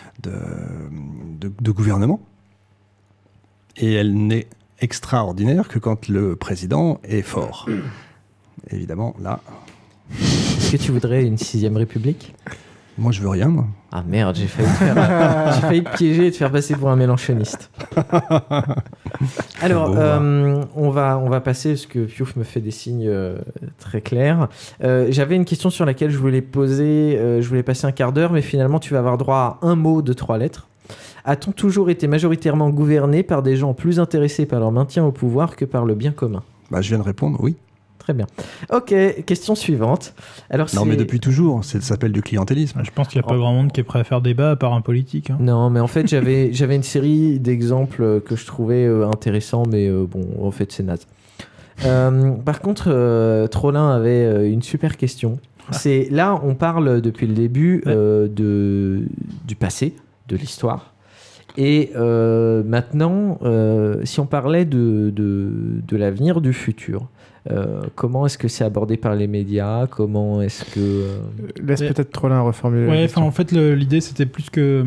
de gouvernement, et elle n'est extraordinaire que quand le président est fort. Évidemment, là... Est-ce que tu voudrais une 6ème République ? Moi, je veux rien, moi. Ah merde, j'ai failli te piéger et te faire passer pour un mélanchoniste. Alors, on va passer, parce que Piouf me fait des signes très clairs. J'avais une question sur laquelle je voulais passer un quart d'heure, mais finalement, tu vas avoir droit à un mot de 3 lettres. A-t-on toujours été majoritairement gouverné par des gens plus intéressés par leur maintien au pouvoir que par le bien commun ? Je viens de répondre, oui. Très bien. Ok, question suivante. Alors, non, mais depuis toujours, ça s'appelle du clientélisme. Je pense qu'il n'y a pas grand monde qui est prêt à faire débat à part un politique. Hein. Non, mais en fait, j'avais une série d'exemples que je trouvais intéressants, mais bon, en fait, c'est naze. Par contre, Trollin avait une super question. Là, on parle depuis le début du passé, de l'histoire. Et maintenant, si on parlait de l'avenir, du futur, comment est-ce que c'est abordé par les médias ? Comment est-ce que... Laisse peut-être Trollin reformuler. Ouais, en fait, l'idée, c'était plus que...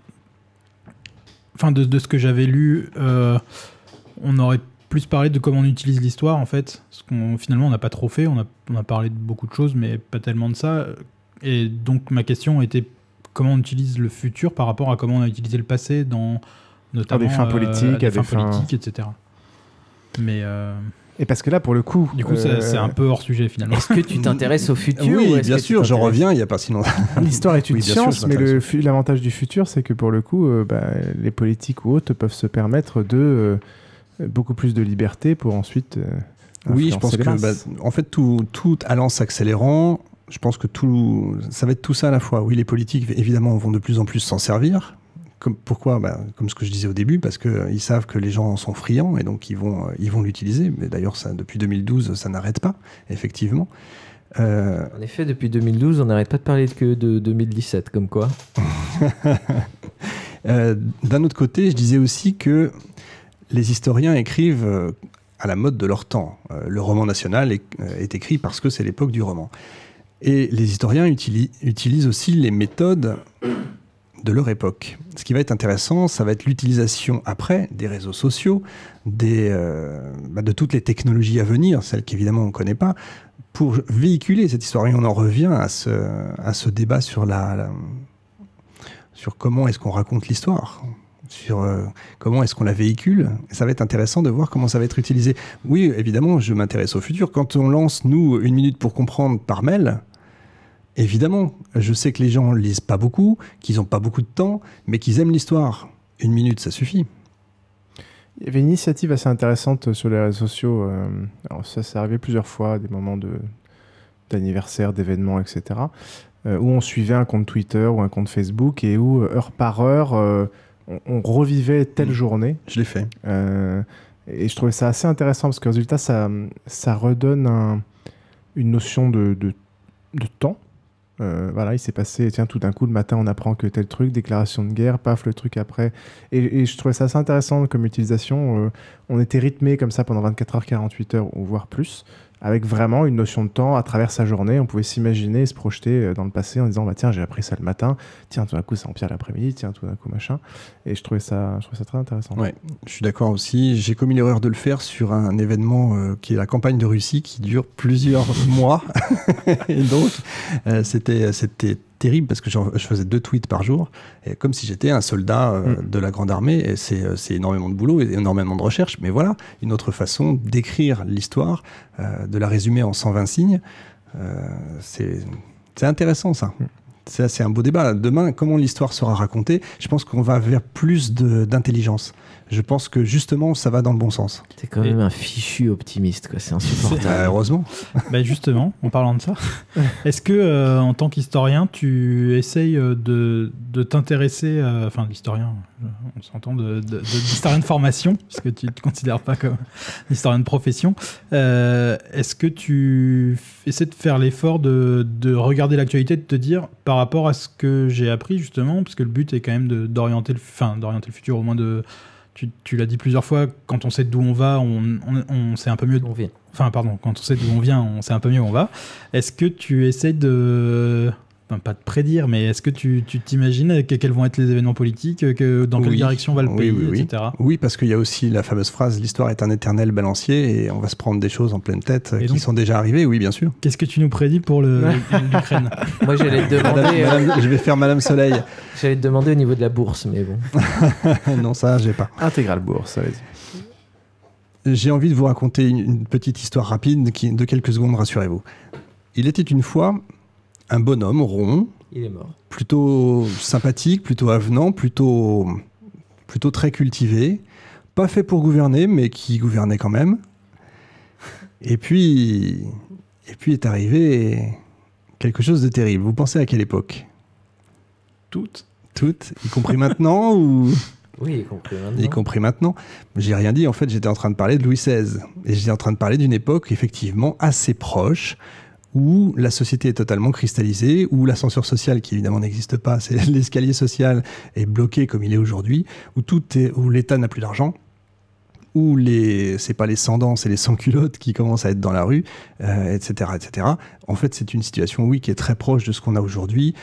de ce que j'avais lu, on aurait plus parlé de comment on utilise l'histoire, en fait. Parce finalement, on n'a pas trop fait. On a parlé de beaucoup de choses, mais pas tellement de ça. Et donc, ma question était comment on utilise le futur par rapport à comment on a utilisé le passé dans notamment des fins politiques, etc. Mais... Et parce que là, pour le coup... Du coup, c'est un peu hors sujet, finalement. Est-ce que tu t'intéresses au futur ? Oui, bien sûr, j'en reviens, il n'y a pas si longtemps. L'histoire est une science, mais l'avantage du futur, c'est que pour le coup, les politiques ou autres peuvent se permettre de beaucoup plus de liberté pour ensuite... oui, je pense que, en fait, tout allant s'accélérant, je pense que ça va être tout ça à la fois. Oui, les politiques, évidemment, vont de plus en plus s'en servir. Pourquoi ? Comme ce que je disais au début, parce qu'ils savent que les gens en sont friands et donc ils vont l'utiliser. Mais d'ailleurs, depuis 2012, ça n'arrête pas, effectivement. En effet, depuis 2012, on n'arrête pas de parler que de 2017, comme quoi. D'un autre côté, je disais aussi que les historiens écrivent à la mode de leur temps. Le roman national est écrit parce que c'est l'époque du roman. Et les historiens utilisent aussi les méthodes de leur époque. Ce qui va être intéressant, ça va être l'utilisation après des réseaux sociaux, de toutes les technologies à venir, celles qu'évidemment on ne connaît pas, pour véhiculer cette histoire. Et on en revient à ce débat sur comment est-ce qu'on raconte l'histoire, sur comment est-ce qu'on la véhicule. Et ça va être intéressant de voir comment ça va être utilisé. Oui, évidemment, je m'intéresse au futur. Quand on lance, nous, 1 minute pour comprendre par mail, évidemment, je sais que les gens lisent pas beaucoup, qu'ils n'ont pas beaucoup de temps, mais qu'ils aiment l'histoire. 1 minute, ça suffit. Il y avait une initiative assez intéressante sur les réseaux sociaux. Alors ça s'est arrivé plusieurs fois, des moments d'anniversaire, d'événements, etc. Où on suivait un compte Twitter ou un compte Facebook et où, heure par heure, on revivait telle journée. Je l'ai fait. Et je trouvais ça assez intéressant parce que, résultat, ça redonne une notion de temps. Il s'est passé, tout d'un coup, le matin, on apprend que tel truc, déclaration de guerre, paf, le truc après. Et je trouvais ça assez intéressant comme utilisation. On était rythmé comme ça pendant 24 heures, 48 heures, ou voire plus, avec vraiment une notion de temps à travers sa journée. On pouvait s'imaginer, se projeter dans le passé en disant, tiens, j'ai appris ça le matin, tiens, tout d'un coup, ça empire l'après-midi, tiens, tout d'un coup, machin. Et je trouvais ça très intéressant. Ouais, je suis d'accord aussi. J'ai commis l'erreur de le faire sur un événement qui est la campagne de Russie, qui dure plusieurs mois. Et donc, c'était terrible parce que je faisais 2 tweets par jour, et comme si j'étais un soldat de la Grande Armée. Et c'est énormément de boulot et énormément de recherche, mais voilà, une autre façon d'écrire l'histoire, de la résumer en 120 signes. C'est intéressant, ça. Ça, c'est un beau débat. Demain, comment l'histoire sera racontée? Je pense qu'on va vers plus d'intelligence. Je pense que justement, ça va dans le bon sens. T'es quand même un fichu optimiste, quoi. C'est insupportable. Heureusement. Justement, en parlant de ça, est-ce que en tant qu'historien, tu essayes de t'intéresser, l'historien, on s'entend, d'historien de formation, parce que tu te considères pas comme historien de profession. Est-ce que tu essaies de faire l'effort de regarder l'actualité, de te dire par rapport à ce que j'ai appris justement, parce que le but est quand même d'orienter le futur, au moins de. Tu l'as dit plusieurs fois, quand on sait d'où on va, on sait un peu mieux d'où on vient. Quand on sait d'où on vient, on sait un peu mieux où on va. Est-ce que tu essaies pas de prédire, mais est-ce que tu t'imagines quels vont être les événements politiques, dans quelle direction va le pays, etc. Oui, parce qu'il y a aussi la fameuse phrase « l'histoire est un éternel balancier » et on va se prendre des choses en pleine tête qui sont déjà arrivées, oui, bien sûr. Qu'est-ce que tu nous prédis pour l'Ukraine? Moi, j'allais te demander... je vais faire Madame Soleil. J'allais te demander au niveau de la bourse, mais bon. Non, ça, j'ai pas. Intégrale bourse, vas-y. J'ai envie de vous raconter une petite histoire rapide de quelques secondes, rassurez-vous. Il était une fois un bonhomme rond, il est mort. Plutôt sympathique, plutôt avenant, plutôt très cultivé, pas fait pour gouverner, mais qui gouvernait quand même. Et puis est arrivé quelque chose de terrible. Vous pensez à quelle époque? Toutes, y compris maintenant ou... Oui, y compris maintenant. J'ai rien dit, en fait, j'étais en train de parler de Louis XVI. Et j'étais en train de parler d'une époque, effectivement, assez proche, où la société est totalement cristallisée, où l'ascenseur social, qui évidemment n'existe pas, c'est l'escalier social, est bloqué comme il est aujourd'hui, où l'État n'a plus d'argent, où c'est pas les sans-dents, c'est les sans-culottes qui commencent à être dans la rue, etc., etc. En fait, c'est une situation, oui, qui est très proche de ce qu'on a aujourd'hui.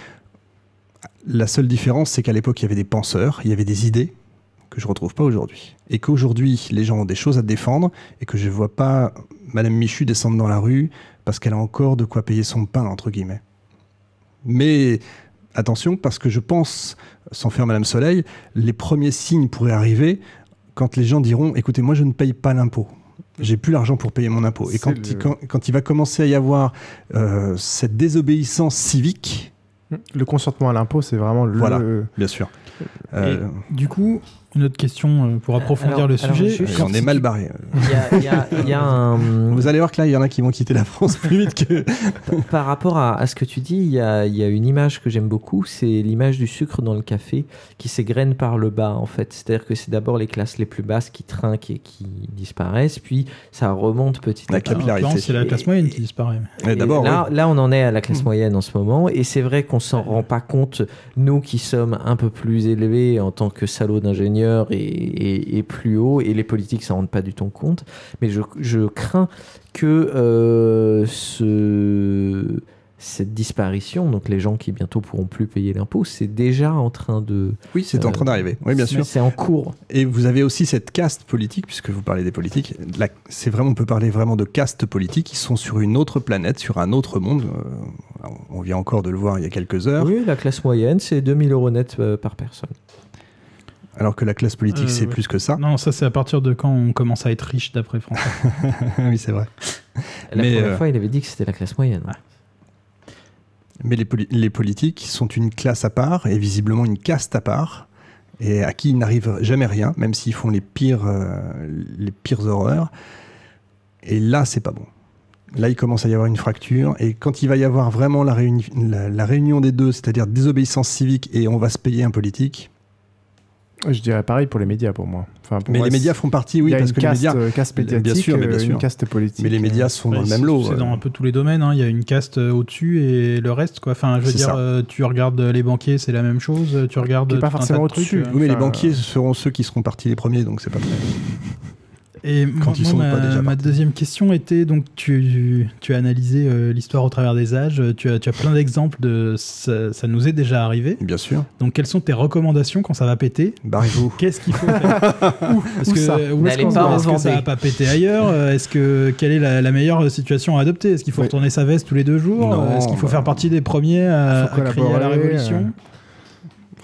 La seule différence, c'est qu'à l'époque, il y avait des penseurs, il y avait des idées que je retrouve pas aujourd'hui. Et qu'aujourd'hui, les gens ont des choses à défendre et que je vois pas Madame Michu descendre dans la rue parce qu'elle a encore de quoi payer son pain, entre guillemets. Mais attention, parce que je pense, sans faire Madame Soleil, les premiers signes pourraient arriver quand les gens diront « Écoutez, moi, je ne paye pas l'impôt. J'ai plus l'argent pour payer mon impôt. » Et quand il va commencer à y avoir cette désobéissance civique... Le consentement à l'impôt, c'est vraiment le... Voilà, bien sûr. Et du coup, une autre question pour approfondir le sujet. On est mal barré. Il y a un... Vous allez voir que là, il y en a qui vont quitter la France plus vite que... Par rapport à ce que tu dis, il y a une image que j'aime beaucoup, c'est l'image du sucre dans le café qui s'égrène par le bas, en fait. C'est-à-dire que c'est d'abord les classes les plus basses qui trinquent et qui disparaissent, puis ça remonte petit à petit. La capillarité. C'est la classe moyenne qui disparaît. Là, on en est à la classe moyenne en ce moment, et c'est vrai qu'on s'en rend pas compte, nous qui sommes un peu plus élevés en tant que salauds d'ingénieurs et plus haut, et les politiques s'en rendent pas du tout compte, mais je crains que cette disparition, donc les gens qui bientôt pourront plus payer l'impôt, c'est déjà en train de... Oui, c'est en train d'arriver, oui, bien sûr. C'est en cours. Et vous avez aussi cette caste politique, puisque vous parlez des politiques, on peut parler vraiment de caste politique, qui sont sur une autre planète, sur un autre monde. On vient encore de le voir il y a quelques heures. Oui, la classe moyenne, c'est 2 000 € net par personne. Alors que la classe politique, c'est plus que ça. Non, ça c'est à partir de quand on commence à être riche, d'après François. Oui, c'est vrai. La première fois, il avait dit que c'était la classe moyenne. Ouais. Mais les politiques sont une classe à part, et visiblement une caste à part, et à qui il n'arrive jamais rien, même s'ils font les pires horreurs. Et là, c'est pas bon. Là, il commence à y avoir une fracture, et quand il va y avoir vraiment la réunion des deux, c'est-à-dire désobéissance civique, et on va se payer un politique... Je dirais pareil pour les médias, pour moi. Mais les médias font partie, oui, parce que les médias... Il y a une caste médiatique, bien sûr. une caste politique. Mais les médias sont dans le même lot. C'est dans un peu tous les domaines. Il y a une caste au-dessus et le reste, quoi. Enfin, je veux dire, tu regardes les banquiers, c'est la même chose. Tu regardes pas forcément au-dessus. Oui, mais les banquiers seront ceux qui seront partis les premiers, donc c'est pas très... Et ma deuxième question était, donc tu as analysé l'histoire au travers des âges, tu as plein d'exemples de ça nous est déjà arrivé. Bien sûr. Donc quelles sont tes recommandations quand ça va péter? Barrez-vous. Qu'est-ce qu'il faut faire? Où est-ce que ça va pas péter ailleurs? Quelle est la meilleure situation à adopter? Est-ce qu'il faut retourner sa veste tous les 2 jours? Est-ce qu'il faut faire partie des premiers à crier à la révolution?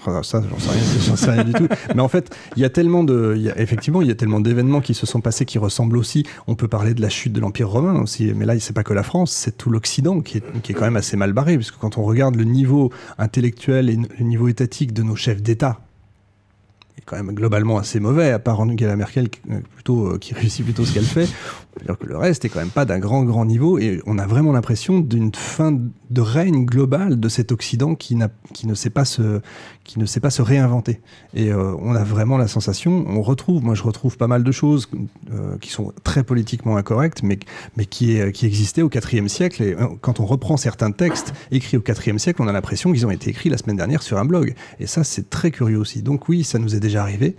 Ça, j'en sais rien du tout. Mais en fait, il y a tellement d'événements qui se sont passés qui ressemblent aussi. On peut parler de la chute de l'Empire romain aussi, mais là, c'est pas que la France, c'est tout l'Occident qui est quand même assez mal barré, puisque quand on regarde le niveau intellectuel et le niveau étatique de nos chefs d'État, est quand même globalement assez mauvais, à part Angela Merkel qui réussit plutôt ce qu'elle fait. On peut dire que le reste est quand même pas d'un grand niveau, et on a vraiment l'impression d'une fin de règne global de cet Occident qui ne sait pas se réinventer. Et on a vraiment la sensation, moi je retrouve pas mal de choses qui sont très politiquement incorrectes, mais qui existaient au IVe siècle. Et quand on reprend certains textes écrits au IVe siècle, on a l'impression qu'ils ont été écrits la semaine dernière sur un blog. Et ça, c'est très curieux aussi. Donc oui, ça nous est déjà arrivé.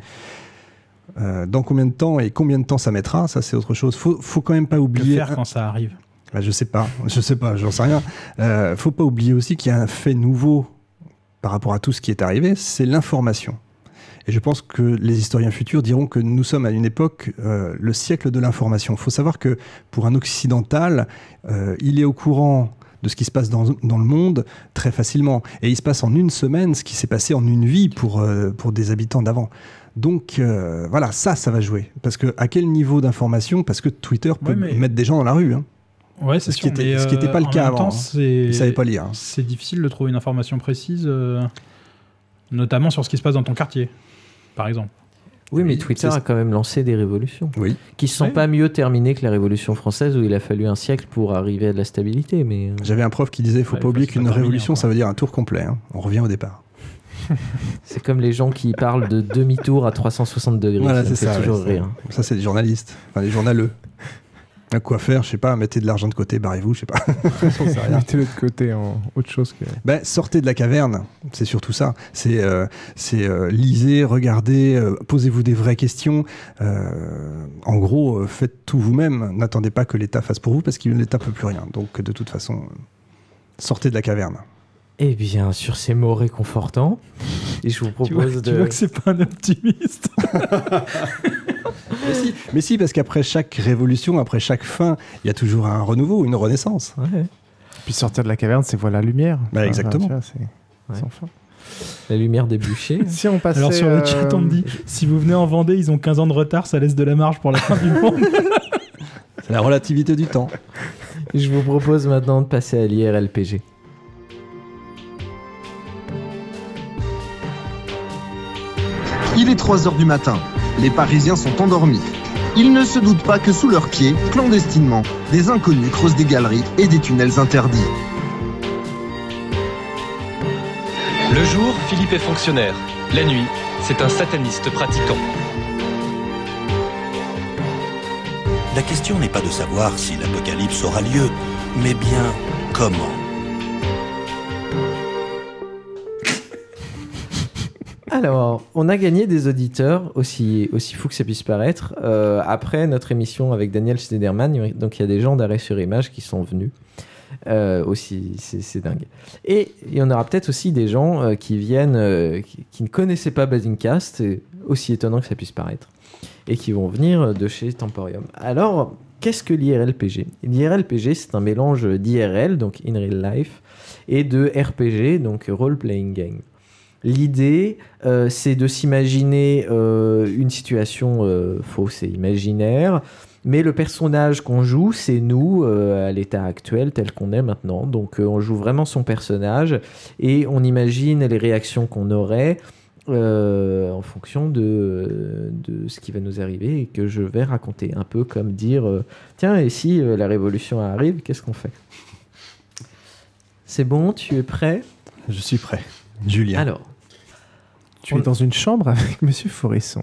Dans combien de temps et combien de temps ça mettra, ça c'est autre chose. Faut quand même pas oublier. Que faire quand ça arrive? Je sais pas, j'en sais rien. Faut pas oublier aussi qu'il y a un fait nouveau par rapport à tout ce qui est arrivé, c'est l'information. Et je pense que les historiens futurs diront que nous sommes à une époque, le siècle de l'information. Il faut savoir que pour un occidental, il est au courant de ce qui se passe dans le monde très facilement. Et il se passe en une semaine ce qui s'est passé en une vie pour des habitants d'avant. Donc ça va jouer. Parce que à quel niveau d'information? Parce que Twitter peut mettre des gens dans la rue. Hein. Ouais, c'est sûr. Ce qui n'était pas le cas avant. Ils ne savaient pas lire. Hein. C'est difficile de trouver une information précise, notamment sur ce qui se passe dans ton quartier, par exemple. Oui, mais Twitter a quand même lancé des révolutions qui ne sont pas mieux terminées que la Révolution française où il a fallu un siècle pour arriver à de la stabilité. Mais j'avais un prof qui disait, il ne faut pas oublier qu'une révolution, ça veut dire un tour complet. Hein. On revient au départ. C'est comme les gens qui parlent de demi-tour à 360 degrés. Voilà, ça me fait toujours rire. Ça, c'est les journalistes, les journaleux. Quoi faire, je sais pas, mettez de l'argent de côté, barrez-vous, je sais pas. Mettez-le de côté en autre chose que... sortez de la caverne, c'est surtout ça. C'est lisez, regardez, posez-vous des vraies questions. En gros, faites tout vous-même. N'attendez pas que l'État fasse pour vous, parce que l'État peut plus rien. Donc, de toute façon, sortez de la caverne. Eh bien, sur ces mots réconfortants, et je vous propose tu vois que c'est pas un optimiste. Mais si, parce qu'après chaque révolution, après chaque fin, il y a toujours un renouveau, une renaissance. Ouais. Puis sortir de la caverne, c'est voir la lumière. Exactement. C'est sans fin. La lumière des bûchers. Si on passait, alors sur le chat, on me dit, si vous venez en Vendée, ils ont 15 ans de retard, ça laisse de la marge pour la fin du monde. C'est la relativité du temps. Je vous propose maintenant de passer à l'IRLPG. Il est 3h du matin. Les Parisiens sont endormis. Ils ne se doutent pas que sous leurs pieds, clandestinement, des inconnus creusent des galeries et des tunnels interdits. Le jour, Philippe est fonctionnaire. La nuit, c'est un sataniste pratiquant. La question n'est pas de savoir si l'apocalypse aura lieu, mais bien comment. Alors, on a gagné des auditeurs, aussi fou que ça puisse paraître, après notre émission avec Daniel Schneiderman. Donc, il y a des gens d'Arrêt sur Image qui sont venus. Aussi, c'est dingue. Et il y en aura peut-être aussi des gens qui viennent, qui ne connaissaient pas Basingcast, aussi étonnant que ça puisse paraître, et qui vont venir de chez Temporium. Alors, qu'est-ce que l'IRLPG? L'IRLPG, c'est un mélange d'IRL, donc In Real Life, et de RPG, donc Role Playing Game. L'idée, c'est de s'imaginer une situation fausse et imaginaire, mais le personnage qu'on joue, c'est nous, à l'état actuel, tel qu'on est maintenant. Donc on joue vraiment son personnage, et on imagine les réactions qu'on aurait en fonction de ce qui va nous arriver et que je vais raconter. Un peu comme dire, tiens, et si la révolution arrive, qu'est-ce qu'on fait? C'est bon, tu es prêt? Je suis prêt. Julien. Alors, tu es dans une chambre avec Monsieur Foresson.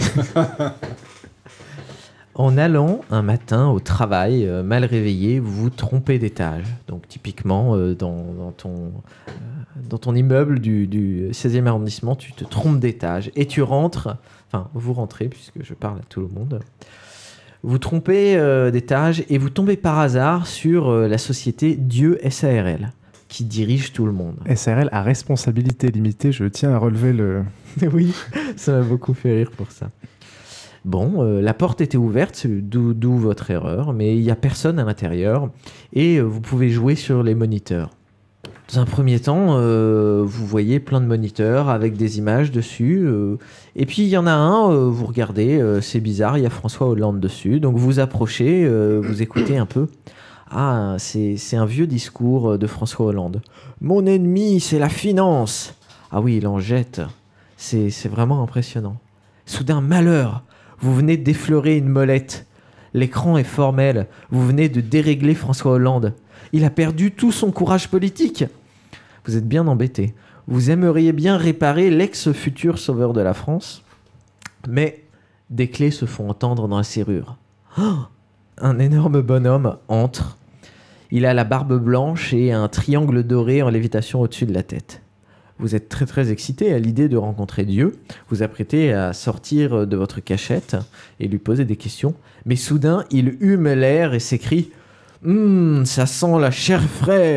En allant un matin au travail, mal réveillé, vous vous trompez d'étage. Donc typiquement, dans ton immeuble du 16e arrondissement, tu te trompes d'étage et tu rentres, enfin vous rentrez puisque je parle à tout le monde, vous trompez d'étage et vous tombez par hasard sur la société Dieu SARL, qui dirige tout le monde. SARL à responsabilité limitée, je tiens à relever le... Oui, ça m'a beaucoup fait rire pour ça. Bon, la porte était ouverte, d'où votre erreur, mais il n'y a personne à l'intérieur et vous pouvez jouer sur les moniteurs. Dans un premier temps, vous voyez plein de moniteurs avec des images dessus. Et puis il y en a un, vous regardez, c'est bizarre, il y a François Hollande dessus. Donc vous approchez, vous écoutez un peu. Ah, c'est un vieux discours de François Hollande. Mon ennemi, c'est la finance. Ah oui, il en jette. C'est vraiment impressionnant. Soudain, malheur, vous venez d'effleurer une molette. L'écran est formel. Vous venez de dérégler François Hollande. Il a perdu tout son courage politique. Vous êtes bien embêté. Vous aimeriez bien réparer l'ex-futur sauveur de la France. Mais des clés se font entendre dans la serrure. Oh, un énorme bonhomme entre. Il a la barbe blanche et un triangle doré en lévitation au-dessus de la tête. Vous êtes très très excité à l'idée de rencontrer Dieu. Vous apprêtez à sortir de votre cachette et lui poser des questions. Mais soudain, il hume l'air et s'écrie « ça sent la chair fraîche !»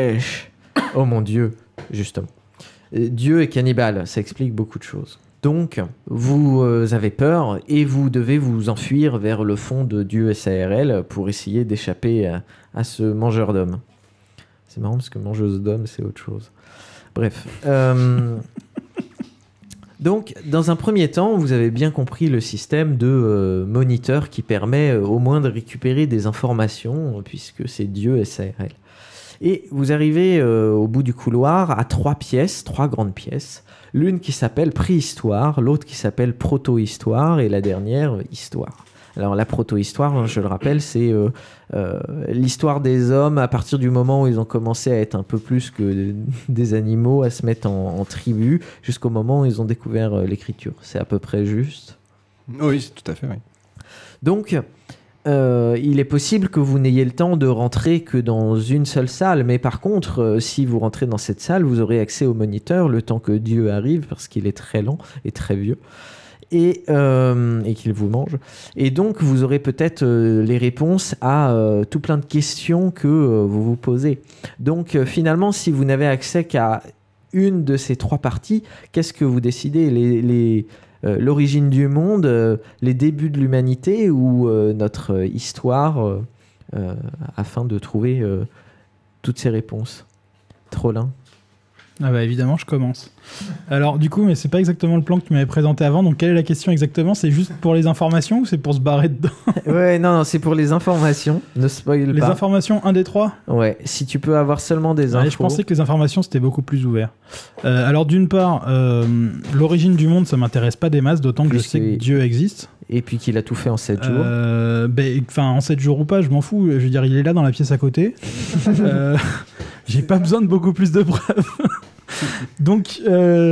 Oh mon Dieu, justement. Dieu est cannibale, ça explique beaucoup de choses. Donc, vous avez peur et vous devez vous enfuir vers le fond de Dieu SARL pour essayer d'échapper à ce mangeur d'hommes. C'est marrant parce que mangeuse d'hommes, c'est autre chose. Bref. Donc, dans un premier temps, vous avez bien compris le système de moniteur qui permet au moins de récupérer des informations, puisque c'est Dieu SARL. Et vous arrivez au bout du couloir à 3 grandes pièces. L'une qui s'appelle préhistoire, l'autre qui s'appelle proto-histoire et la dernière, histoire. Alors la proto-histoire, je le rappelle, c'est l'histoire des hommes à partir du moment où ils ont commencé à être un peu plus que des animaux, à se mettre en tribu, jusqu'au moment où ils ont découvert l'écriture. C'est à peu près juste. Oui, c'est tout à fait, oui. Donc, il est possible que vous n'ayez le temps de rentrer que dans une seule salle, mais par contre, si vous rentrez dans cette salle, vous aurez accès au moniteur le temps que Dieu arrive, parce qu'il est très lent et très vieux. Et qu'il vous mange. Et donc, vous aurez peut-être les réponses à tout plein de questions que vous vous posez. Donc, finalement, si vous n'avez accès qu'à une de ces 3 parties, qu'est-ce que vous décidez ? L'origine du monde, les débuts de l'humanité ou notre histoire, afin de trouver toutes ces réponses. Trollin. Ah bah évidemment, je commence. Alors du coup, mais c'est pas exactement le plan que tu m'avais présenté avant, donc quelle est la question exactement ? C'est juste pour les informations ou c'est pour se barrer dedans ? Ouais, non, c'est pour les informations, ne spoil pas. Les informations, 1 des 3 ? Ouais, si tu peux avoir seulement des infos. Je pensais que les informations c'était beaucoup plus ouvert. Alors d'une part, l'origine du monde ça m'intéresse pas des masses, d'autant que je sais que Dieu existe. Et puis qu'il a tout fait en 7 jours. En 7 jours ou pas, je m'en fous. Je veux dire, il est là dans la pièce à côté. J'ai pas besoin de beaucoup plus de preuves. Donc,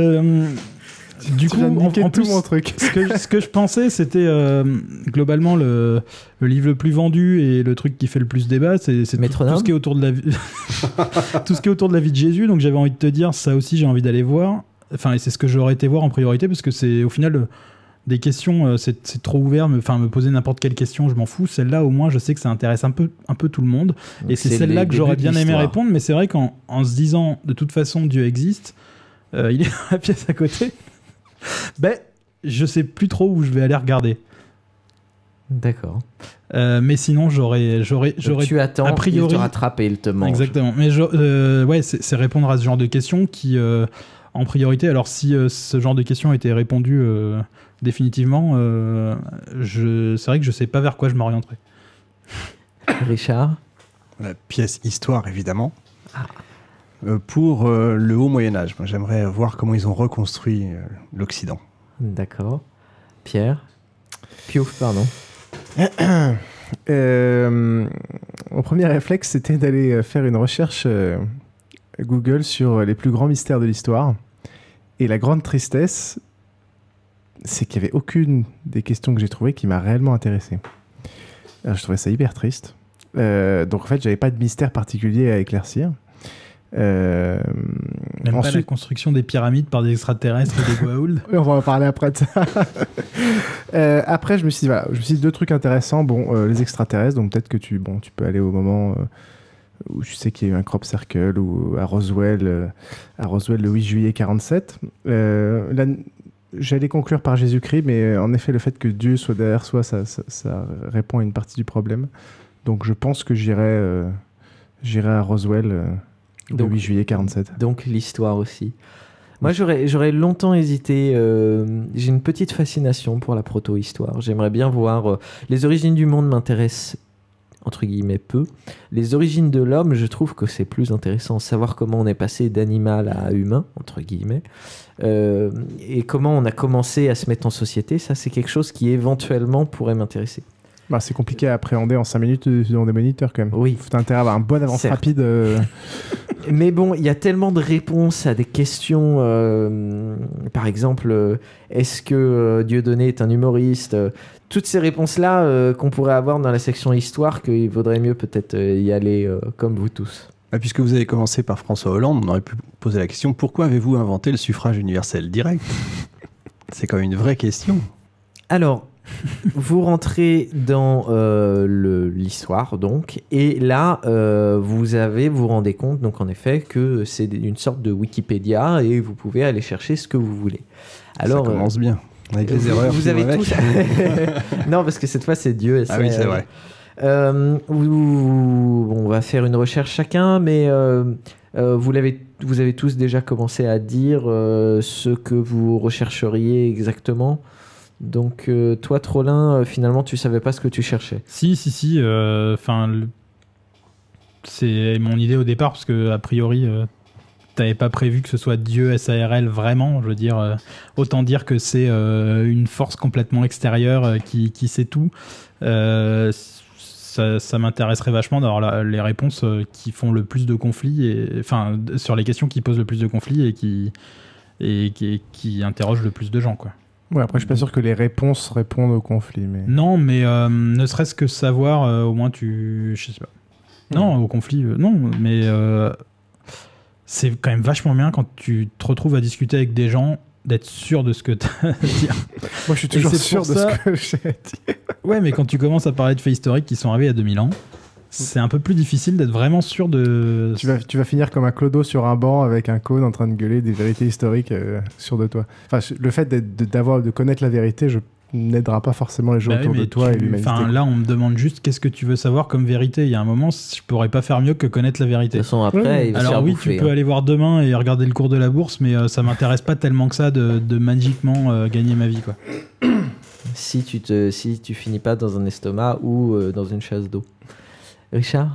du coup, en plus, mon truc. ce que je pensais, c'était globalement le livre le plus vendu et le truc qui fait le plus débat, c'est tout ce qui est autour de la vie, tout ce qui est autour de la vie de Jésus. Donc, j'avais envie de te dire, ça aussi, j'ai envie d'aller voir. Enfin, et c'est ce que j'aurais été voir en priorité, parce que c'est au final des questions, c'est trop ouvert. Me poser n'importe quelle question, je m'en fous. Celle-là, au moins, je sais que ça intéresse un peu tout le monde. Donc et c'est celle-là que j'aurais bien aimé répondre. Mais c'est vrai qu'en se disant, de toute façon, Dieu existe, il est dans la pièce à côté. Je sais plus trop où je vais aller regarder. D'accord. Mais sinon, j'aurais tu attends, a priori, il te rattrape et il te mange. Exactement. Mais ouais, c'est répondre à ce genre de questions qui, en priorité. Alors, si ce genre de questions était répondu définitivement, c'est vrai que je sais pas vers quoi je m'orienterais. Richard ? La pièce histoire, évidemment. Pour le haut Moyen-Âge. Moi, j'aimerais voir comment ils ont reconstruit l'Occident. D'accord. Pierre ? Piouf, pardon. Mon premier réflexe, c'était d'aller faire une recherche Google sur les plus grands mystères de l'histoire. Et la grande tristesse, c'est qu'il n'y avait aucune des questions que j'ai trouvées qui m'a réellement intéressé. Alors, je trouvais ça hyper triste. Donc en fait, j'avais pas de mystère particulier à éclaircir. Même ensuite, pas la construction des pyramides par des extraterrestres et des Goa'uld. Oui, on va en parler après de ça. Après, je me suis dit 2 trucs intéressants. Les extraterrestres, donc peut-être que tu peux aller au moment où tu sais qu'il y a eu un crop circle ou à Roswell le 8 juillet 47. J'allais conclure par Jésus-Christ, mais en effet, le fait que Dieu soit derrière soi, ça répond à une partie du problème. Donc je pense que j'irai à Roswell. Le 8 juillet 47. Donc l'histoire aussi. Moi, j'aurais longtemps hésité. J'ai une petite fascination pour la proto-histoire. J'aimerais bien voir... les origines du monde m'intéressent, entre guillemets, peu. Les origines de l'homme, je trouve que c'est plus intéressant. Savoir comment on est passé d'animal à humain, entre guillemets. Et comment on a commencé à se mettre en société. Ça, c'est quelque chose qui, éventuellement, pourrait m'intéresser. Bah, c'est compliqué à appréhender en 5 minutes dans des moniteurs, quand même. Oui. Faut intérêt à avoir un bon avance rapide. Mais bon, il y a tellement de réponses à des questions. Par exemple, est-ce que Dieudonné est un humoriste ? Toutes ces réponses-là qu'on pourrait avoir dans la section histoire, qu'il vaudrait mieux peut-être y aller comme vous tous. Puisque vous avez commencé par François Hollande, on aurait pu poser la question, pourquoi avez-vous inventé le suffrage universel direct ? C'est quand même une vraie question. Alors, vous rentrez dans l'histoire, donc, et là, vous vous rendez compte, donc en effet, que c'est une sorte de Wikipédia et vous pouvez aller chercher ce que vous voulez. Alors, ça commence bien, avec les erreurs. Vous avez tous... Non, parce que cette fois, c'est Dieu. Ah oui, c'est vrai. On va faire une recherche chacun, mais vous avez tous déjà commencé à dire ce que vous rechercheriez exactement. Donc toi, Trollin, finalement, tu savais pas ce que tu cherchais. Si. C'est mon idée au départ, parce que a priori, t'avais pas prévu que ce soit Dieu SARL vraiment. Je veux dire, autant dire que c'est une force complètement extérieure qui sait tout. Ça m'intéresserait vachement d'avoir les réponses qui font le plus de conflits, sur les questions qui posent le plus de conflits et qui interrogent le plus de gens, quoi. Ouais, après, je suis pas sûr que les réponses répondent au conflit. Mais... Non, mais ne serait-ce que savoir, au moins je sais pas. Non, au conflit, non, mais c'est quand même vachement bien quand tu te retrouves à discuter avec des gens, d'être sûr de ce que tu as à dire. Moi, je suis toujours sûr de ce que j'ai à dire. Ouais, mais quand tu commences à parler de faits historiques qui sont arrivés il y a 2000 ans, c'est un peu plus difficile d'être vraiment sûr de... Tu vas finir comme un clodo sur un banc avec un cône en train de gueuler des vérités historiques sûr de toi. Enfin, le fait de connaître la vérité, n'aidera pas forcément les gens autour de toi et l'humanité. Là, on me demande juste qu'est-ce que tu veux savoir comme vérité. Il y a un moment, je pourrais pas faire mieux que connaître la vérité. De toute façon, après, il va se faire bouffer, tu peux aller voir demain et regarder le cours de la bourse, mais ça m'intéresse pas tellement que ça de magiquement gagner ma vie, quoi. Si tu finis pas dans un estomac ou dans une chasse d'eau. Richard ?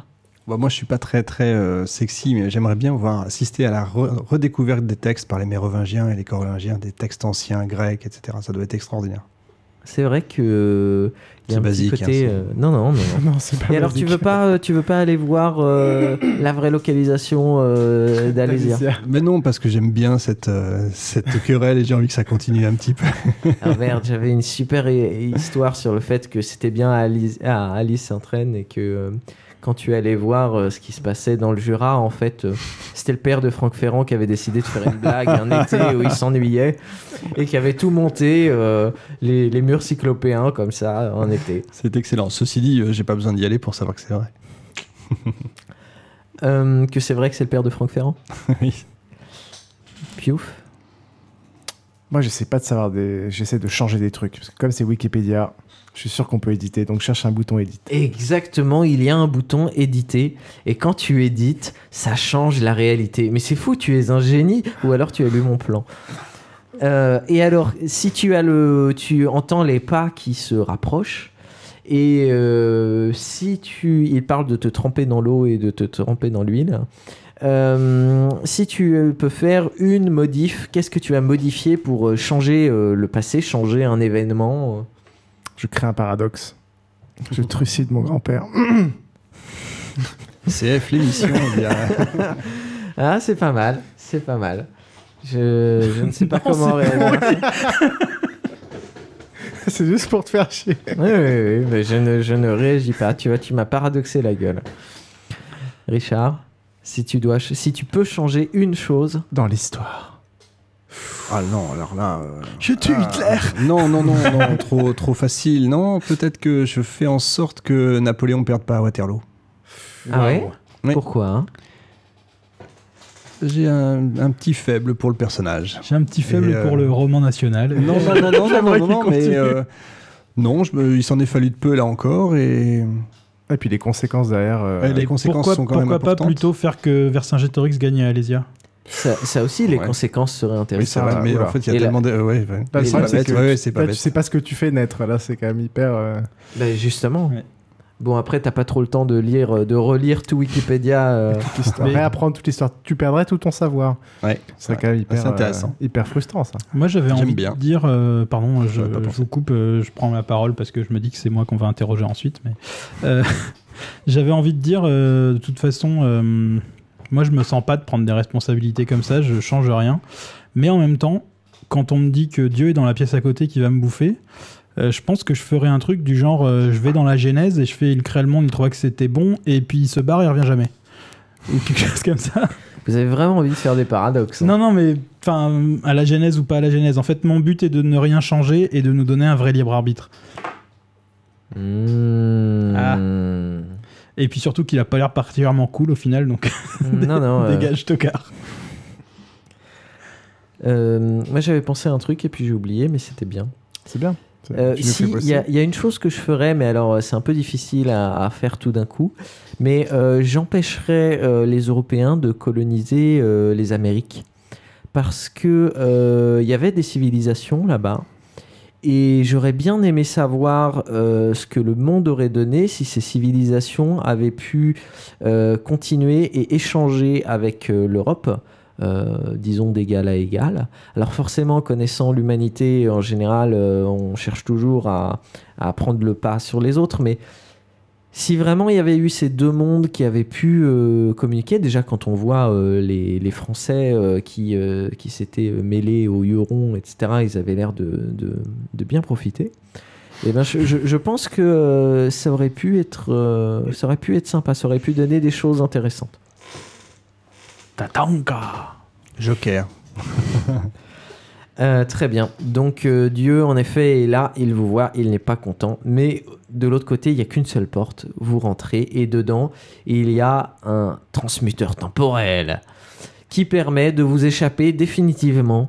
Moi, je suis pas très sexy, mais j'aimerais bien assister à la redécouverte des textes par les Mérovingiens et les Carolingiens, des textes anciens, grecs, etc. Ça doit être extraordinaire. C'est vrai que il y a un basique, petit côté. Non, non, c'est pas. Et alors, tu veux pas aller voir la vraie localisation d'Alésia ? Mais non, parce que j'aime bien cette querelle et j'ai envie que ça continue un petit peu. Ah merde, j'avais une super histoire sur le fait que c'était bien à Alice-Saint-Traine et que quand tu allais voir ce qui se passait dans le Jura, en fait, c'était le père de Franck Ferrand qui avait décidé de faire une blague un été où il s'ennuyait et qui avait tout monté, les murs cyclopéens comme ça, en été. C'est excellent. Ceci dit, j'ai pas besoin d'y aller pour savoir que c'est vrai. Que c'est vrai que c'est le père de Franck Ferrand ? Oui. Piouf ? Moi, j'essaie pas de savoir j'essaie de changer des trucs. Parce que comme c'est Wikipédia, je suis sûr qu'on peut éditer. Donc, cherche un bouton édite. Exactement, il y a un bouton éditer. Et quand tu édites, ça change la réalité. Mais c'est fou, tu es un génie ou alors tu as lu mon plan. Et alors, si tu entends les pas qui se rapprochent, et si il parle de te tremper dans l'eau et de te tremper dans l'huile, si tu peux faire une modif, qu'est-ce que tu as modifié pour changer le passé, changer un événement ? Je crée un paradoxe. Je trucide mon grand-père. CF l'émission. Ah, c'est pas mal. Je ne sais pas comment réagir. C'est juste pour te faire chier. Oui, mais je ne réagis pas. Tu vois, tu m'as paradoxé la gueule. Richard, si tu peux changer une chose dans l'histoire. Ah non, alors là... je tue Hitler. Non, trop facile. Non, peut-être que je fais en sorte que Napoléon perde pas à Waterloo. Ah ouais ? Oui. Pourquoi ? J'ai un petit faible pour le personnage. J'ai un petit faible pour le roman national. Non, mais il s'en est fallu de peu là encore et Et puis les conséquences derrière. Les conséquences sont quand même importantes. Pourquoi pas plutôt faire que Vercingétorix gagne à Alésia? Ça aussi, les conséquences seraient intéressantes. Oui, c'est vrai, mais en fait, il y a tellement de... c'est pas bête. Tu sais pas ce que tu fais naître, là, c'est quand même hyper... Justement. Ouais. Bon, après, t'as pas trop le temps de relire tout Wikipédia. Réapprendre toute l'histoire. Tu perdrais tout ton savoir. Ouais. C'est quand même hyper, intéressant. Hyper frustrant, ça. Moi, j'avais envie de dire... pardon, je vous coupe, je prends la parole parce que je me dis que c'est moi qu'on va interroger ensuite. Mais j'avais envie de dire, de toute façon... moi, je me sens pas de prendre des responsabilités comme ça, je change rien. Mais en même temps, quand on me dit que Dieu est dans la pièce à côté qui va me bouffer, je pense que je ferais un truc du genre, je vais dans la Genèse et je fais il crée le monde, il trouva que c'était bon, et puis il se barre, il revient jamais. Ou quelque chose comme ça. Vous avez vraiment envie de faire des paradoxes. Hein. Non, mais à la Genèse ou pas à la Genèse. En fait, mon but est de ne rien changer et de nous donner un vrai libre arbitre. Et puis surtout qu'il a pas l'air particulièrement cool au final, donc dégage tocard. Moi j'avais pensé à un truc et puis j'ai oublié, mais c'était bien. C'est bien. Si, il y a une chose que je ferais, mais alors c'est un peu difficile à faire tout d'un coup, mais j'empêcherais les Européens de coloniser les Amériques. Parce que il y avait des civilisations là-bas. Et j'aurais bien aimé savoir ce que le monde aurait donné si ces civilisations avaient pu continuer et échanger avec l'Europe, disons d'égal à égal. Alors forcément, connaissant l'humanité en général, on cherche toujours à prendre le pas sur les autres, mais si vraiment il y avait eu ces deux mondes qui avaient pu communiquer, déjà quand on voit les Français qui s'étaient mêlés aux Hurons, etc., ils avaient l'air de bien profiter. Et ben je pense que ça aurait pu être sympa, ça aurait pu donner des choses intéressantes. Tatanka Joker. Très bien. Donc Dieu, en effet, est là, il vous voit, il n'est pas content. Mais de l'autre côté, il n'y a qu'une seule porte. Vous rentrez et dedans, il y a un transmuteur temporel qui permet de vous échapper définitivement,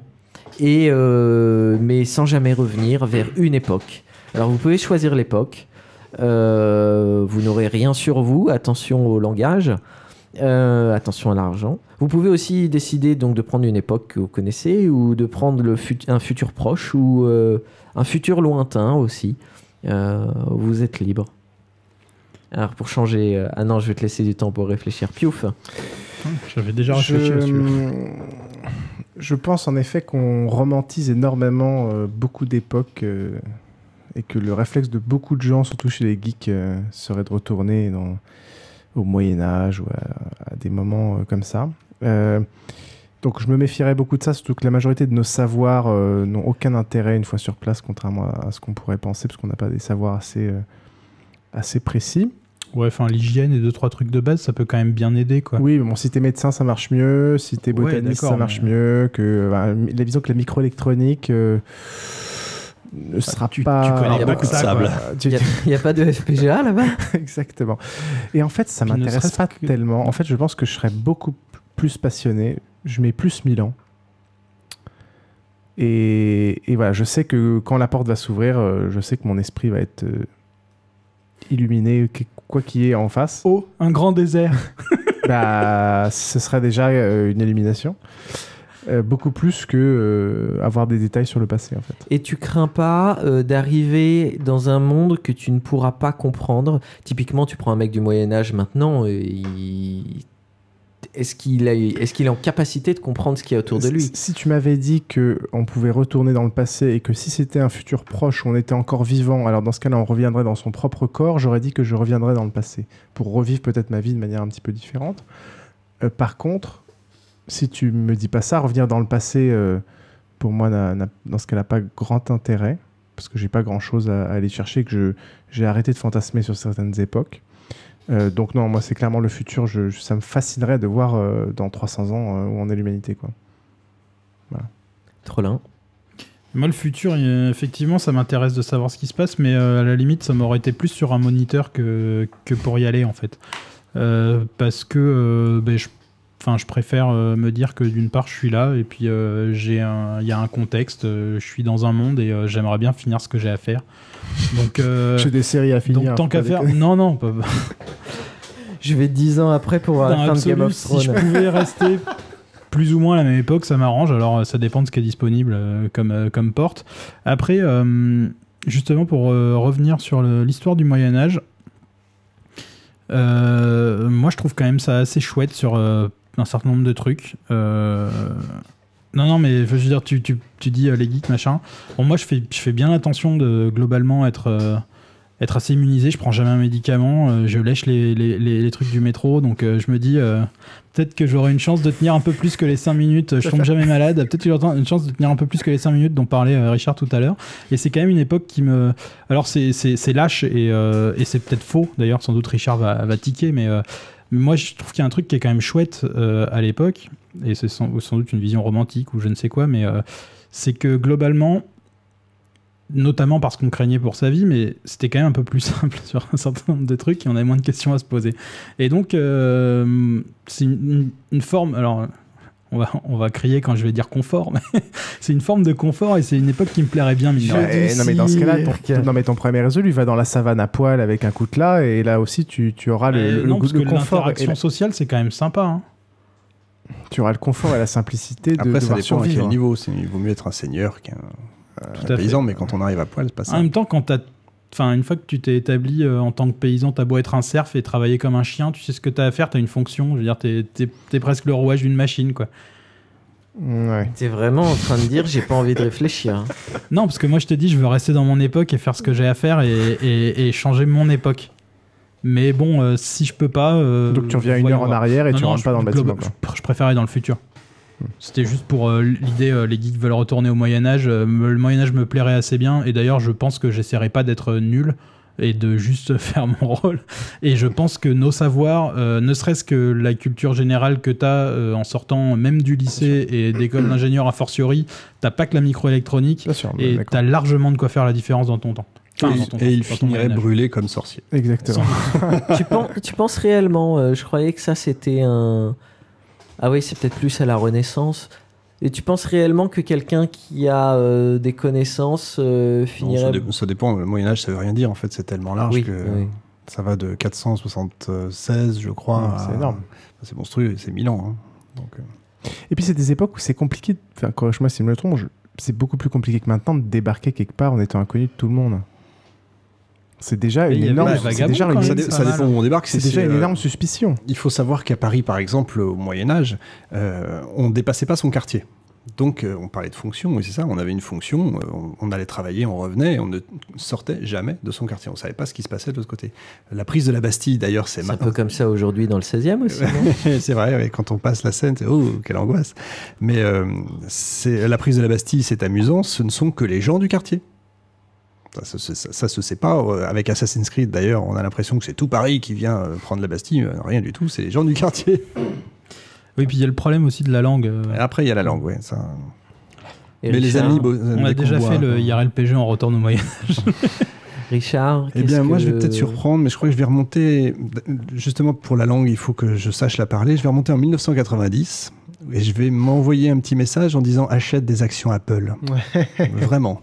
mais sans jamais revenir vers une époque. Alors vous pouvez choisir l'époque. Vous n'aurez rien sur vous. Attention au langage. Attention à l'argent. Vous pouvez aussi décider donc de prendre une époque que vous connaissez ou de prendre un futur proche ou un futur lointain aussi. Vous êtes libre. Alors pour changer... Ah non, je vais te laisser du temps pour réfléchir. Piouf. J'avais déjà réfléchi à celui-là. Je pense en effet qu'on romantise énormément beaucoup d'époques et que le réflexe de beaucoup de gens, surtout chez les geeks, serait de retourner au Moyen-Âge ou à des moments comme ça. Donc je me méfierais beaucoup de ça, surtout que la majorité de nos savoirs n'ont aucun intérêt une fois sur place, contrairement à ce qu'on pourrait penser, parce qu'on n'a pas des savoirs assez précis. Ouais, enfin l'hygiène et 2-3 trucs de base, ça peut quand même bien aider, quoi. Oui, mais bon, si t'es médecin, ça marche mieux. Si t'es botaniste, ça marche mieux. Disons que la microélectronique ne sera pas... Tu connais beaucoup de sable. Il n'y a pas de FPGA là-bas. Exactement. Et en fait, ça m'intéresse pas tellement. En fait, je pense que je serais beaucoup plus passionné. Je mets plus 1000 ans. Et voilà, je sais que quand la porte va s'ouvrir, je sais que mon esprit va être illuminé, quoi qu'il y ait en face. Oh, un grand désert. Ce serait déjà une illumination. Beaucoup plus que avoir des détails sur le passé, en fait. Et tu crains pas d'arriver dans un monde que tu ne pourras pas comprendre? Typiquement, tu prends un mec du Moyen-Âge maintenant, est-ce qu'il est en capacité de comprendre ce qu'il y a autour de lui? Si tu m'avais dit qu'on pouvait retourner dans le passé et que si c'était un futur proche où on était encore vivant, alors dans ce cas-là, on reviendrait dans son propre corps, j'aurais dit que je reviendrais dans le passé pour revivre peut-être ma vie de manière un petit peu différente. Par contre, si tu me dis pas ça, revenir dans le passé, pour moi, dans ce cas, n'a pas grand intérêt, parce que j'ai pas grand-chose à aller chercher, que j'ai arrêté de fantasmer sur certaines époques. Donc non, moi, c'est clairement le futur. Ça me fascinerait de voir dans 300 ans où en est l'humanité, quoi. Voilà. Trollin. Moi, le futur, effectivement, ça m'intéresse de savoir ce qui se passe, mais à la limite, ça m'aurait été plus sur un moniteur que pour y aller, en fait. Parce que je préfère me dire que d'une part je suis là et puis il y a un contexte, je suis dans un monde et j'aimerais bien finir ce que j'ai à faire. Donc j'ai des séries à finir. Donc tant qu'à faire, non, pas. Je vais 10 ans après pour voir la fin de Game of Thrones. Si je pouvais rester plus ou moins à la même époque, ça m'arrange. Alors ça dépend de ce qui est disponible comme porte. Après, justement pour revenir sur l'histoire du Moyen-Âge, moi je trouve quand même ça assez chouette sur un certain nombre de trucs. Non, mais je veux dire, tu dis les geeks, machin. Bon, moi je fais bien attention de globalement être assez immunisé. Je prends jamais un médicament, je lèche les trucs du métro, donc je me dis peut-être que j'aurai une chance de tenir un peu plus que les 5 minutes. Je tombe jamais malade, peut-être que j'aurai une chance de tenir un peu plus que les 5 minutes dont parlait Richard tout à l'heure. Et c'est quand même une époque qui me... Alors c'est lâche et c'est peut-être faux, d'ailleurs sans doute Richard va tiquer, mais moi je trouve qu'il y a un truc qui est quand même chouette à l'époque, et c'est sans doute une vision romantique ou je ne sais quoi, mais c'est que globalement, notamment parce qu'on craignait pour sa vie, mais c'était quand même un peu plus simple sur un certain nombre de trucs et on avait moins de questions à se poser. Et donc, c'est une forme... Alors, on va crier quand je vais dire confort, mais c'est une forme de confort et c'est une époque qui me plairait bien. Non, mais dans ce cas-là, ton premier résolu va dans la savane à poil avec un coutelas et là aussi, tu auras le goût de confort. L'interaction sociale, c'est quand même sympa. Hein. Tu auras le confort et la simplicité Après, de ça devoir dépend à quel survivre. niveau. Il vaut mieux être un seigneur qu'un paysan, mais quand on arrive à poil, c'est pas ça. En même temps, une fois que tu t'es établi en tant que paysan, t'as beau être un serf et travailler comme un chien, tu sais ce que t'as à faire, t'as une fonction. Je veux dire, t'es presque le rouage d'une machine, quoi. Ouais. T'es vraiment en train de dire j'ai pas envie de réfléchir. Hein. Non, parce que moi je te dis, je veux rester dans mon époque et faire ce que j'ai à faire et changer mon époque. Mais bon, si je peux pas... Donc tu reviens une heure en arrière et tu rentres pas dans le bâtiment. Je préfère aller dans le futur. C'était juste pour l'idée, les geeks veulent retourner au Moyen-Âge. Le Moyen-Âge me plairait assez bien. Et d'ailleurs, je pense que j'essaierai pas d'être nul et de juste faire mon rôle. Et je pense que nos savoirs, ne serait-ce que la culture générale que tu as en sortant même du lycée et d'école d'ingénieur a fortiori, t'as pas que la microélectronique et t'as largement de quoi faire la différence dans ton temps. Et il finirait brûlé comme sorcier. Exactement. Tu penses réellement, je croyais que ça c'était un... Ah oui, c'est peut-être plus à la Renaissance. Et tu penses réellement que quelqu'un qui a des connaissances finirait... Non, ça dépend, le Moyen-Âge ça veut rien dire en fait, c'est tellement large que ça va de 476 je crois. C'est énorme. C'est monstrueux, c'est 1000 ans. Hein. Donc, Et puis c'est des époques où c'est compliqué, enfin corrige-moi si je me trompe, c'est beaucoup plus compliqué que maintenant de débarquer quelque part en étant inconnu de tout le monde. C'est déjà une énorme... Ça dépend où on débarque. C'est déjà une énorme suspicion. Il faut savoir qu'à Paris, par exemple, au Moyen-Âge, on ne dépassait pas son quartier. Donc, on parlait de fonction, oui, c'est ça. On avait une fonction, on allait travailler, on revenait, et on ne sortait jamais de son quartier. On ne savait pas ce qui se passait de l'autre côté. La prise de la Bastille, d'ailleurs, c'est un peu comme ça aujourd'hui dans le 16e aussi. C'est vrai, ouais, quand on passe la Seine, c'est oh, quelle angoisse. Mais la prise de la Bastille, c'est amusant, ce ne sont que les gens du quartier. Ça se sait pas. Avec Assassin's Creed, d'ailleurs, on a l'impression que c'est tout Paris qui vient prendre la Bastille. Rien du tout, c'est les gens du quartier. Oui, puis il y a le problème aussi de la langue. Et après, il y a la langue, ouais. Ça... Mais Richard, les amis, on a déjà fait le IRLPG en retourne au Moyen-Âge. Richard, eh bien, moi, je vais peut-être surprendre, mais je crois que je vais remonter. Justement, pour la langue, il faut que je sache la parler. Je vais remonter en 1990 et je vais m'envoyer un petit message en disant achète des actions Apple. Ouais. Vraiment.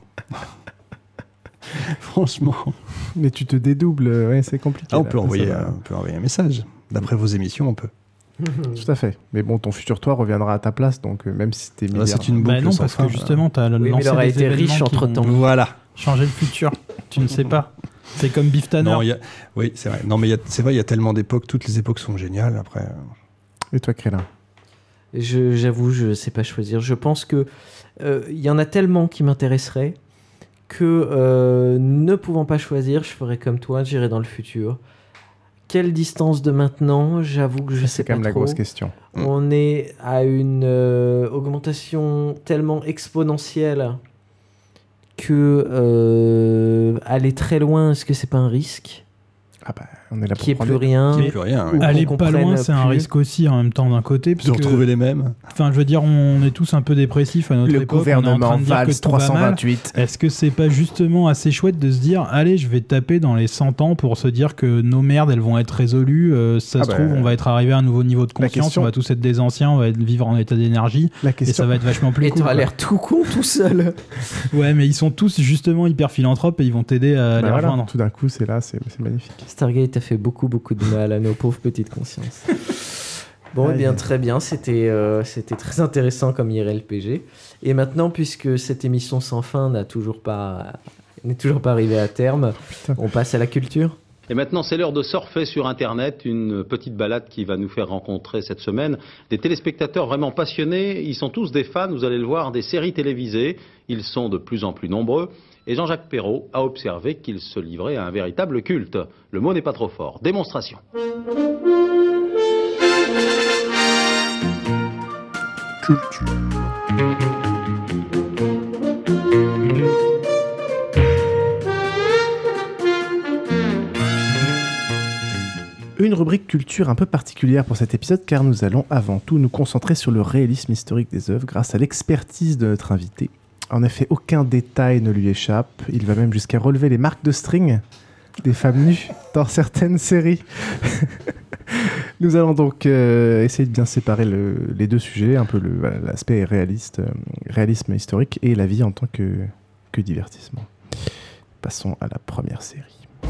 Franchement. Mais tu te dédoubles, ouais, c'est compliqué. Ah, on peut envoyer un message. D'après vos émissions, on peut. Tout à fait. Mais bon, ton futur toi reviendra à ta place, donc même si t'es milliardaire. C'est une boucle non, parce que justement, t'as lancé il aurait été riche entre-temps. Voilà. Changer le futur. Tu ne sais pas. C'est comme Biff Tanner. Oui, c'est vrai. Non, mais c'est vrai, il y a tellement d'époques. Toutes les époques sont géniales, après. Et toi, Crélin? J'avoue, je ne sais pas choisir. Je pense que y en a tellement qui m'intéresseraient que ne pouvant pas choisir, je ferais comme toi, j'irais dans le futur. Quelle distance de maintenant? J'avoue que je sais pas trop. C'est quand même la grosse question. On est à une augmentation tellement exponentielle que aller très loin, est-ce que c'est pas un risque? Ah bah On est là pour Qui est prendre plus rien. Qui est plus rien. Oui. Aller qu'on pas loin, comprenne c'est un plus. risque aussi en même temps d'un côté. De retrouver les mêmes. Enfin, je veux dire, on est tous un peu dépressifs à notre Le époque. gouvernement on est en train de dire Valls que tout va mal. 328. Est-ce que c'est pas justement assez chouette de se dire, allez, je vais taper dans les 100 ans pour se dire que nos merdes, elles vont être résolues. Ça se trouve, on va être arrivé à un nouveau niveau de conscience. On va tous être des anciens, on va vivre en état d'énergie. Et ça va être vachement plus cool. Et tu as l'air tout con tout seul. Ouais, mais ils sont tous justement hyper philanthropes et ils vont t'aider à les rejoindre. Tout d'un coup, c'est là, c'est magnifique. Stargate a fait beaucoup de mal à nos pauvres petites consciences. Bon, eh bien, très bien. C'était très intéressant comme IRLPG. Et maintenant, puisque cette émission sans fin n'est toujours pas arrivée à terme, on passe à la culture. Et maintenant, c'est l'heure de surfer sur Internet, une petite balade qui va nous faire rencontrer cette semaine des téléspectateurs vraiment passionnés. Ils sont tous des fans, vous allez le voir, des séries télévisées. Ils sont de plus en plus nombreux. Et Jean-Jacques Perrault a observé qu'ils se livraient à un véritable culte. Le mot n'est pas trop fort. Démonstration. Culture. Une rubrique culture un peu particulière pour cet épisode car nous allons avant tout nous concentrer sur le réalisme historique des œuvres grâce à l'expertise de notre invité. En effet, aucun détail ne lui échappe. Il va même jusqu'à relever les marques de string des femmes nues dans certaines séries. Nous allons donc essayer de bien séparer les deux sujets, un peu l'aspect réalisme historique et la vie en tant que divertissement. Passons à la première série.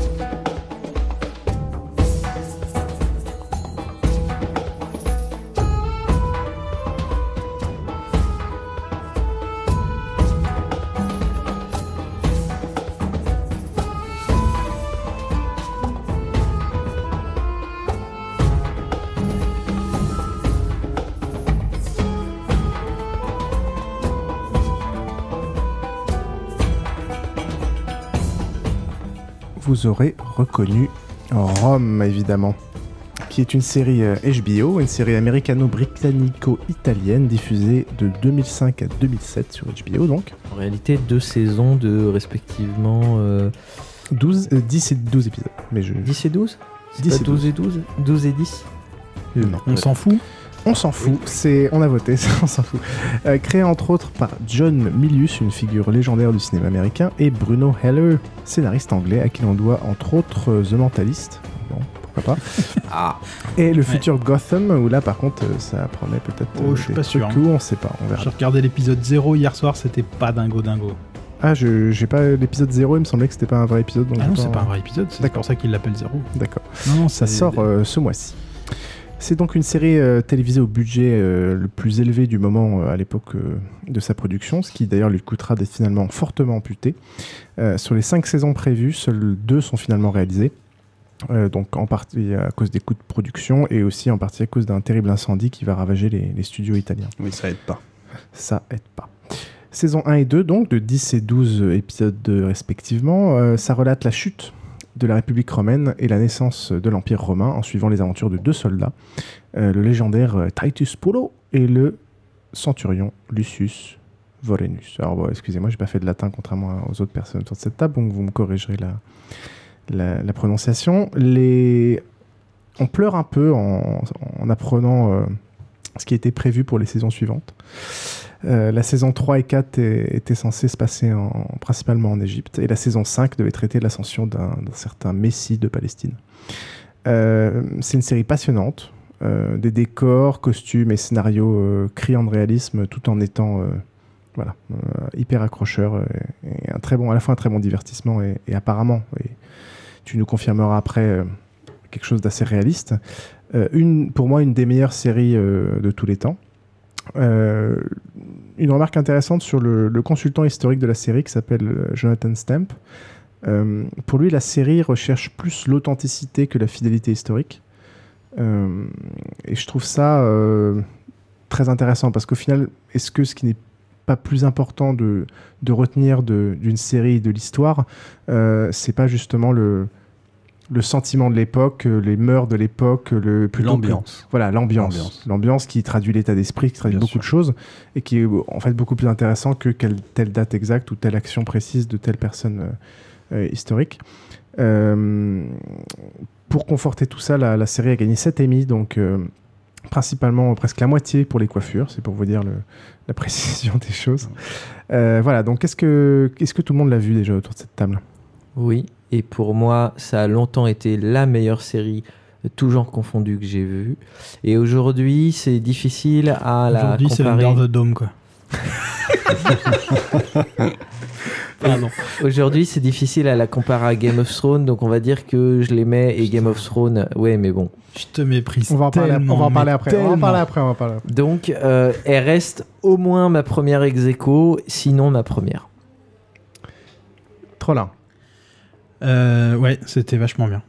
Vous aurez reconnu Rome, évidemment, qui est une série HBO, une série américano-britannico-italienne diffusée de 2005 à 2007 sur HBO, donc. En réalité, 2 saisons de respectivement... 10 et 12 épisodes. Mais 10 et 12 C'est 10 pas et 12 et 12 12 et 10 Non. On s'en fout. On s'en fout, on a voté, on s'en fout. Créé entre autres par John Milius, une figure légendaire du cinéma américain, et Bruno Heller, scénariste anglais, à qui l'on doit entre autres The Mentalist. Bon, pourquoi pas. Et le futur Gotham, où là par contre ça prenait peut-être je suis pas sûr. On sait pas, on verra. J'ai regardé l'épisode 0 hier soir, c'était pas dingo. Ah, j'ai pas l'épisode 0, il me semblait que c'était pas un vrai épisode. Donc non, c'est pas un vrai épisode, c'est pour ça qu'il l'appelle 0. D'accord. Non, ça sort ce mois-ci. C'est donc une série télévisée au budget le plus élevé du moment à l'époque de sa production, ce qui d'ailleurs lui coûtera d'être finalement fortement amputé. Sur les 5 saisons prévues, seules 2 sont finalement réalisées, donc en partie à cause des coûts de production et aussi en partie à cause d'un terrible incendie qui va ravager les studios italiens. Oui, ça aide pas. Ça aide pas. Saison 1 et 2, donc, de 10 et 12 épisodes respectivement, ça relate la chute de la République romaine et la naissance de l'Empire romain en suivant les aventures de 2 soldats, le légendaire Titus Pullo et le centurion Lucius Vorenus. Alors bon, excusez-moi, j'ai pas fait de latin contrairement aux autres personnes autour de cette table, donc vous me corrigerez la prononciation. On pleure un peu en apprenant ce qui était prévu pour les saisons suivantes. La saison 3 et 4 étaient censées se passer principalement en Égypte, et la saison 5 devait traiter l'ascension d'un certain Messie de Palestine. C'est une série passionnante, des décors, costumes et scénarios criants de réalisme, tout en étant hyper accrocheur, et à la fois un très bon divertissement, et apparemment, et tu nous confirmeras après, quelque chose d'assez réaliste. Pour moi, une des meilleures séries de tous les temps. Une remarque intéressante sur le consultant historique de la série qui s'appelle Jonathan Stamp. Pour lui, la série recherche plus l'authenticité que la fidélité historique. Et je trouve ça très intéressant parce qu'au final, est-ce que ce qui n'est pas plus important de retenir d'une série de l'histoire, c'est pas justement le sentiment de l'époque, les mœurs de l'époque, l'ambiance. Voilà, l'ambiance qui traduit l'état d'esprit, qui traduit beaucoup de choses, et qui est en fait beaucoup plus intéressant que telle date exacte ou telle action précise de telle personne historique. Pour conforter tout ça, la série a gagné 7 Emmy, donc principalement presque la moitié pour les coiffures, c'est pour vous dire la précision des choses. Voilà, donc est-ce que tout le monde l'a vu déjà autour de cette table ? Oui, et pour moi, ça a longtemps été la meilleure série, tout genre confondu, que j'ai vue. Et aujourd'hui, c'est difficile à la comparer. Aujourd'hui, c'est Under the Dome, quoi. Pardon. Aujourd'hui, c'est difficile à la comparer à Game of Thrones, donc on va dire que je les mets et Game of Thrones, ouais, mais bon. Je te méprise. On va en parler après. Donc, elle reste au moins ma première ex-aequo, sinon ma première. Trollin. Ouais, c'était vachement bien.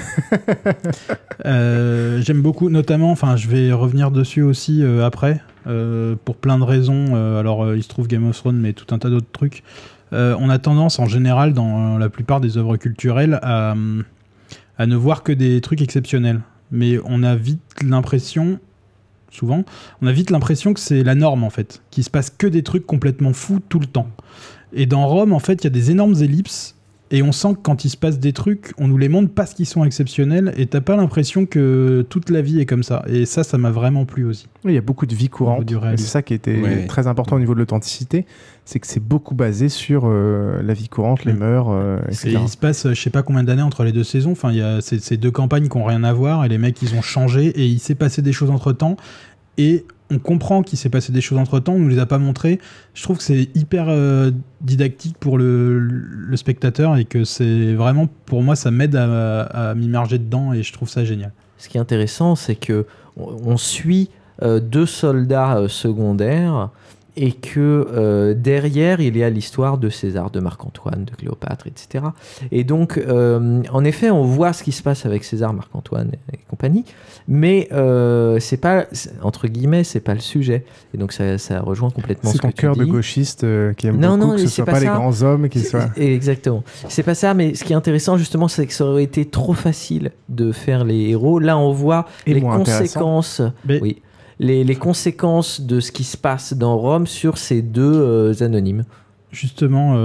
J'aime beaucoup, notamment, enfin, je vais revenir dessus aussi après, pour plein de raisons. Alors, il se trouve Game of Thrones, mais tout un tas d'autres trucs. On a tendance, en général, dans la plupart des œuvres culturelles, à ne voir que des trucs exceptionnels. Mais on a vite l'impression, souvent, que c'est la norme, en fait. Qu'il se passe que des trucs complètement fous tout le temps. Et dans Rome, en fait, il y a des énormes ellipses. Et on sent que quand il se passe des trucs, on nous les montre parce qu'ils sont exceptionnels. Et t'as pas l'impression que toute la vie est comme ça. Et ça m'a vraiment plu aussi. Oui, il y a beaucoup de vie courante. Et c'est ça qui était très important au niveau de l'authenticité. C'est que c'est beaucoup basé sur la vie courante, les mœurs, etc. Il se passe, je sais pas combien d'années entre les deux saisons. Enfin, il y a ces deux campagnes qui ont rien à voir. Et les mecs, ils ont changé. Et il s'est passé des choses entre-temps. Et on comprend qu'il s'est passé des choses entre-temps, on ne nous les a pas montrées. Je trouve que c'est hyper didactique pour le spectateur et que c'est vraiment, pour moi, ça m'aide à m'immerger dedans et je trouve ça génial. Ce qui est intéressant, c'est qu'on suit 2 soldats secondaires et que derrière, il y a l'histoire de César, de Marc-Antoine, de Cléopâtre, etc. Et donc, en effet, on voit ce qui se passe avec César, Marc-Antoine et compagnie, mais c'est pas, entre guillemets, c'est pas le sujet. Et donc, ça rejoint complètement ce que tu dis. C'est ton cœur de gauchiste qui aime beaucoup que ce soit pas les grands hommes qui soient... Exactement. C'est pas ça, mais ce qui est intéressant, justement, c'est que ça aurait été trop facile de faire les héros. Là, on voit les conséquences... Oui. Les conséquences de ce qui se passe dans Rome sur ces 2 anonymes. Justement,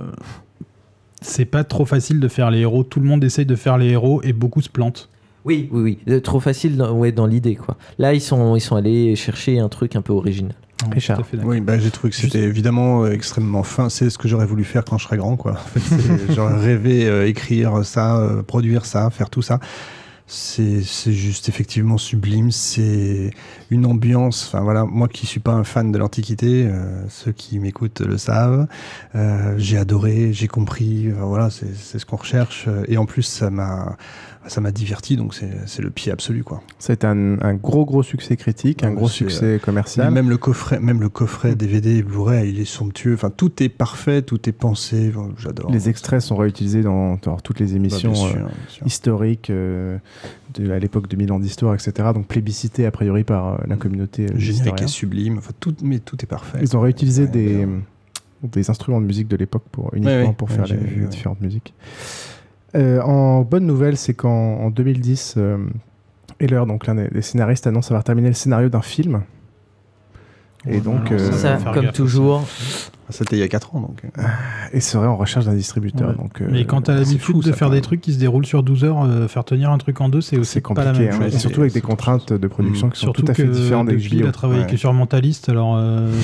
c'est pas trop facile de faire les héros. Tout le monde essaye de faire les héros et beaucoup se plantent. Oui. Trop facile dans l'idée, quoi. Là, ils sont allés chercher un truc un peu original. Richard. Oui, j'ai trouvé que c'était évidemment extrêmement fin. C'est ce que j'aurais voulu faire quand je serais grand, quoi. En fait, j'aurais rêvé écrire ça, produire ça, faire tout ça. C'est juste effectivement sublime, c'est une ambiance, enfin voilà, moi qui suis pas un fan de l'Antiquité, ceux qui m'écoutent le savent, j'ai adoré, j'ai compris, voilà, c'est ce qu'on recherche, et en plus ça m'a diverti, donc c'est le pied absolu, quoi. C'est un gros succès critique, un gros succès commercial. Même le coffret DVD et Blu-ray, il est somptueux, enfin tout est parfait, tout est pensé, j'adore. Les extraits sont réutilisés dans toutes les émissions bien sûr. historiques à l'époque de 1000 ans d'histoire, etc. Donc plébiscité a priori par la communauté. Le générique est sublime, enfin tout est parfait. Ils ont réutilisé des instruments de musique de l'époque uniquement pour faire les différentes musiques. En bonne nouvelle, c'est qu'en 2010, Heller, donc l'un des scénaristes, annonce avoir terminé le scénario d'un film. Et donc, ça, comme toujours. C'était il y a 4 ans, donc. Et serait en recherche d'un distributeur. Ouais. Donc, mais quand t'as l'habitude de faire des trucs qui se déroulent sur 12 heures, faire tenir un truc en 2, c'est aussi compliqué, pas la même chose. Et surtout avec des contraintes de production qui sont tout à fait différentes des HBO. Il a travaillé que sur Mentalist, alors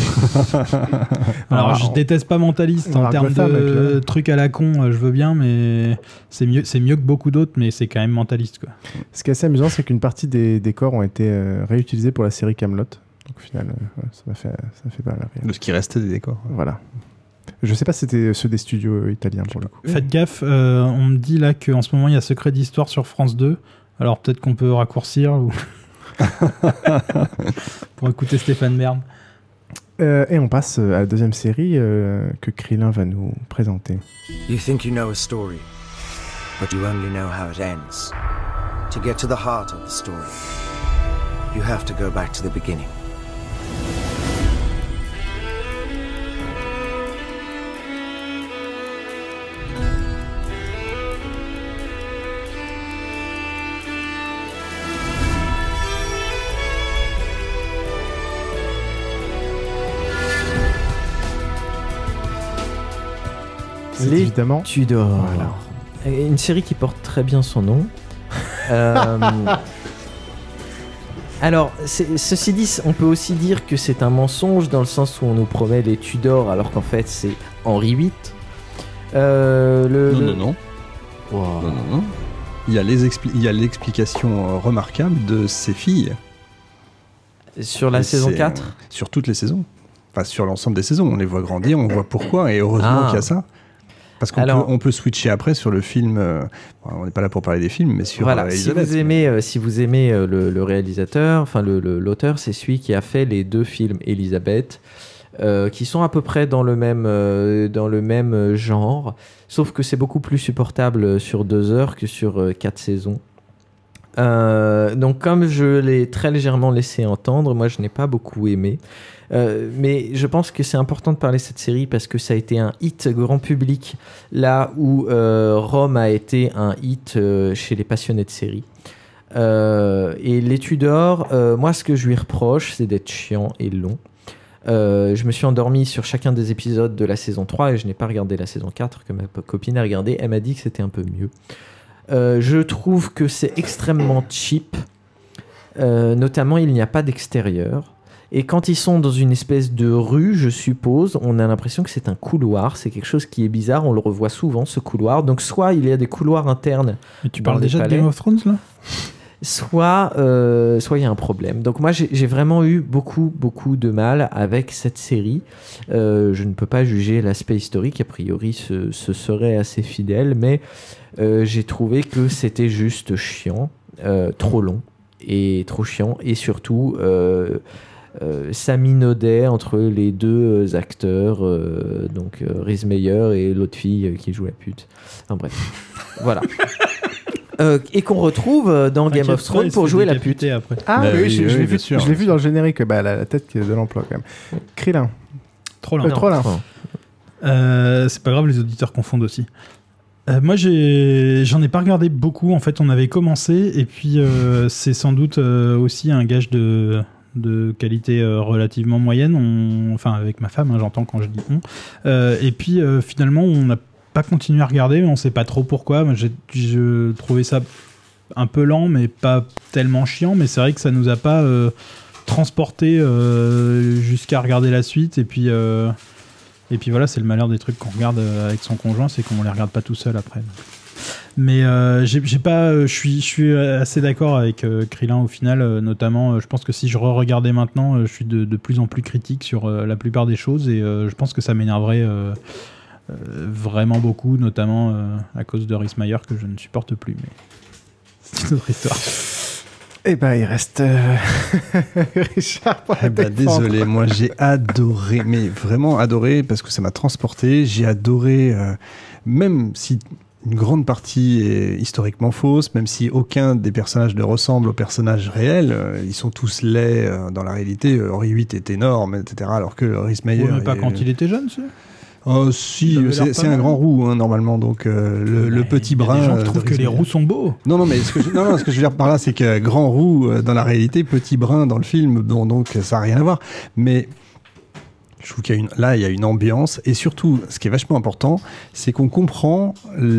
je déteste pas Mentalist en termes de trucs à la con, je veux bien, mais c'est mieux que beaucoup d'autres, mais c'est quand même Mentalist, quoi. Ce qui est assez amusant, c'est qu'une partie des décors ont été réutilisés pour la série Kaamelott. Donc au final, ça m'a fait pas mal rire. De ce qui restait des décors. Voilà. Je sais pas si c'était ceux des studios italiens pour le coup. Faites gaffe, on me dit là qu'en ce moment il y a Secret d'Histoire sur France 2. Alors peut-être qu'on peut raccourcir ou... pour écouter Stéphane Bern. Et on passe à la deuxième série que Krillin va nous présenter. You think you know a story, but you only know how it ends. To get to the heart of the story, you have to go back to the beginning. Les Tudors. Voilà. Une série qui porte très bien son nom. Alors, ceci dit, on peut aussi dire que c'est un mensonge dans le sens où on nous promet les Tudors alors qu'en fait c'est Henri VIII. Non. Wow. Non. Il y a l'explication remarquable de ses filles. Sur la saison 4 Sur toutes les saisons. Enfin, sur l'ensemble des saisons. On les voit grandir, on voit pourquoi, et heureusement qu'il y a ça. Parce qu'on peut switcher après sur le film. On n'est pas là pour parler des films, mais sur Elisabeth. Si vous aimez le réalisateur, enfin l'auteur, c'est celui qui a fait les 2 films Elisabeth, qui sont à peu près dans le même genre, sauf que c'est beaucoup plus supportable sur 2 heures que sur 4 saisons. Donc comme je l'ai très légèrement laissé entendre, moi je n'ai pas beaucoup aimé. Mais je pense que c'est important de parler de cette série parce que ça a été un hit grand public, là où Rome a été un hit chez les passionnés de séries. Et les Tudors, moi ce que je lui reproche, c'est d'être chiant et long. Je me suis endormi sur chacun des épisodes de la saison 3 et je n'ai pas regardé la saison 4 que ma copine a regardé. Elle m'a dit que c'était un peu mieux. Je trouve que c'est extrêmement cheap. Notamment, il n'y a pas d'extérieur. Et quand ils sont dans une espèce de rue, je suppose, on a l'impression que c'est un couloir. C'est quelque chose qui est bizarre. On le revoit souvent, ce couloir. Donc, soit il y a des couloirs internes. Mais tu parles déjà de Game of Thrones, là ? Soit il y a un problème. Donc moi j'ai vraiment eu beaucoup de mal avec cette série. Je ne peux pas juger l'aspect historique, a priori ce serait assez fidèle, mais j'ai trouvé que c'était juste chiant, trop long et trop chiant, et surtout ça minaudait entre les 2 acteurs, donc Rhys Meyer et l'autre fille qui joue la pute. Enfin bref, voilà. Et qu'on retrouve dans Game of Thrones pour jouer la pute. Après. Ah oui, je l'ai vu dans le générique, la tête de l'emploi quand même. Krillin. Trollin. C'est pas grave, les auditeurs confondent aussi. Moi, j'en ai pas regardé beaucoup. En fait, on avait commencé, et puis c'est sans doute aussi un gage de qualité relativement moyenne. Enfin, avec ma femme, j'entends quand je dis on. Et puis finalement, on n'a pas continué à regarder, mais on sait pas trop pourquoi. Moi, je trouvais ça un peu lent, mais pas tellement chiant. Mais c'est vrai que ça nous a pas transporté jusqu'à regarder la suite. Et puis voilà, c'est le malheur des trucs qu'on regarde avec son conjoint, c'est qu'on les regarde pas tout seul après. Mais je suis assez d'accord avec Krillin au final, notamment. Je pense que si je re-regardais maintenant, je suis de plus en plus critique sur la plupart des choses, et je pense que ça m'énerverait vraiment beaucoup, notamment à cause de Rhys Meyer que je ne supporte plus. Mais c'est une autre histoire. Eh ben, il reste Richard pour la désolé, moi j'ai adoré, mais vraiment adoré, parce que ça m'a transporté. J'ai adoré, même si une grande partie est historiquement fausse, même si aucun des personnages ne ressemble aux personnages réels, ils sont tous laids dans la réalité. Henri VIII est énorme, etc. Alors que Rhys Meyer... Ouais, mais pas quand il était jeune, c'est... Oh si, c'est un grand roux normalement, donc le petit brun. Les gens trouvent que les roux sont beaux. Non, mais ce que je veux dire par là, c'est que grand roux dans la réalité, petit brun dans le film, donc ça n'a rien à voir. Mais je trouve qu'il y a une ambiance, et surtout, ce qui est vachement important, c'est qu'on comprend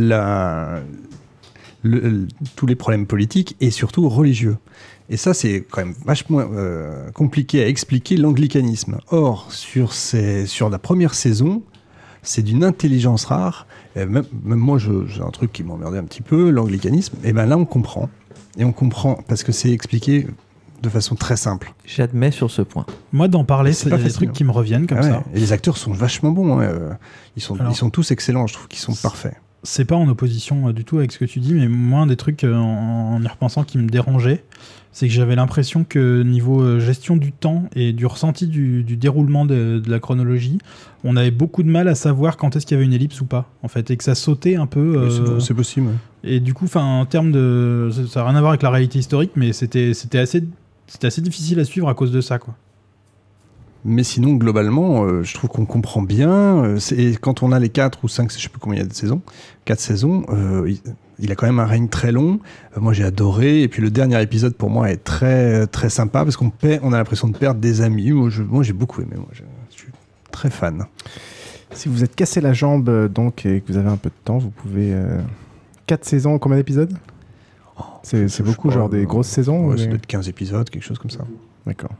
tous les problèmes politiques et surtout religieux. Et ça, c'est quand même vachement compliqué à expliquer, l'anglicanisme. Or, sur la première saison, c'est d'une intelligence rare. Et même moi, j'ai un truc qui m'emmerdait un petit peu, l'anglicanisme. Et ben là, on comprend. Et on comprend parce que c'est expliqué de façon très simple. J'admets sur ce point. Moi, d'en parler, c'est des trucs qui me reviennent comme ça. Et les acteurs sont vachement bons. Ils sont tous excellents. Je trouve qu'ils sont parfaits. C'est pas en opposition du tout avec ce que tu dis, mais moi, un des trucs en y repensant qui me dérangeait, c'est que j'avais l'impression que niveau gestion du temps et du ressenti du déroulement de la chronologie, on avait beaucoup de mal à savoir quand est-ce qu'il y avait une ellipse ou pas, en fait, et que ça sautait un peu. C'est possible. Et du coup, en termes de... Ça n'a rien à voir avec la réalité historique, mais c'était assez difficile à suivre à cause de ça, quoi. Mais sinon, globalement, je trouve qu'on comprend bien. Et quand on a les 4 ou 5, je ne sais plus combien il y a de saisons, 4 saisons, il a quand même un règne très long. Moi, j'ai adoré. Et puis, le dernier épisode, pour moi, est très, très sympa parce qu'on a l'impression de perdre des amis. Moi, j'ai beaucoup aimé. Moi, je suis très fan. Si vous êtes cassé la jambe donc, et que vous avez un peu de temps, vous pouvez... 4 saisons, combien d'épisodes ? C'est beaucoup, genre des grosses saisons. Ouais, ça doit être 15 épisodes, quelque chose comme ça. D'accord.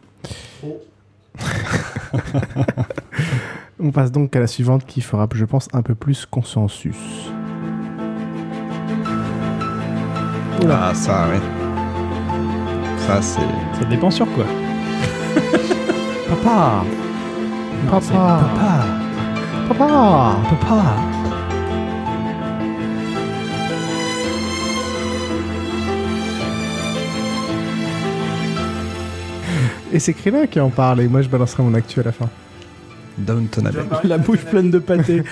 On passe donc à la suivante qui fera, je pense, un peu plus consensus. Ah, ça, oui. Ça, c'est... Ça dépend sur quoi. Papa. Non, Papa. c'est Papa. Papa. Papa. Et c'est Krillin qui en parle, et moi je balancerai mon actu à la fin. Downton Abbey. La bouche pleine de pâté.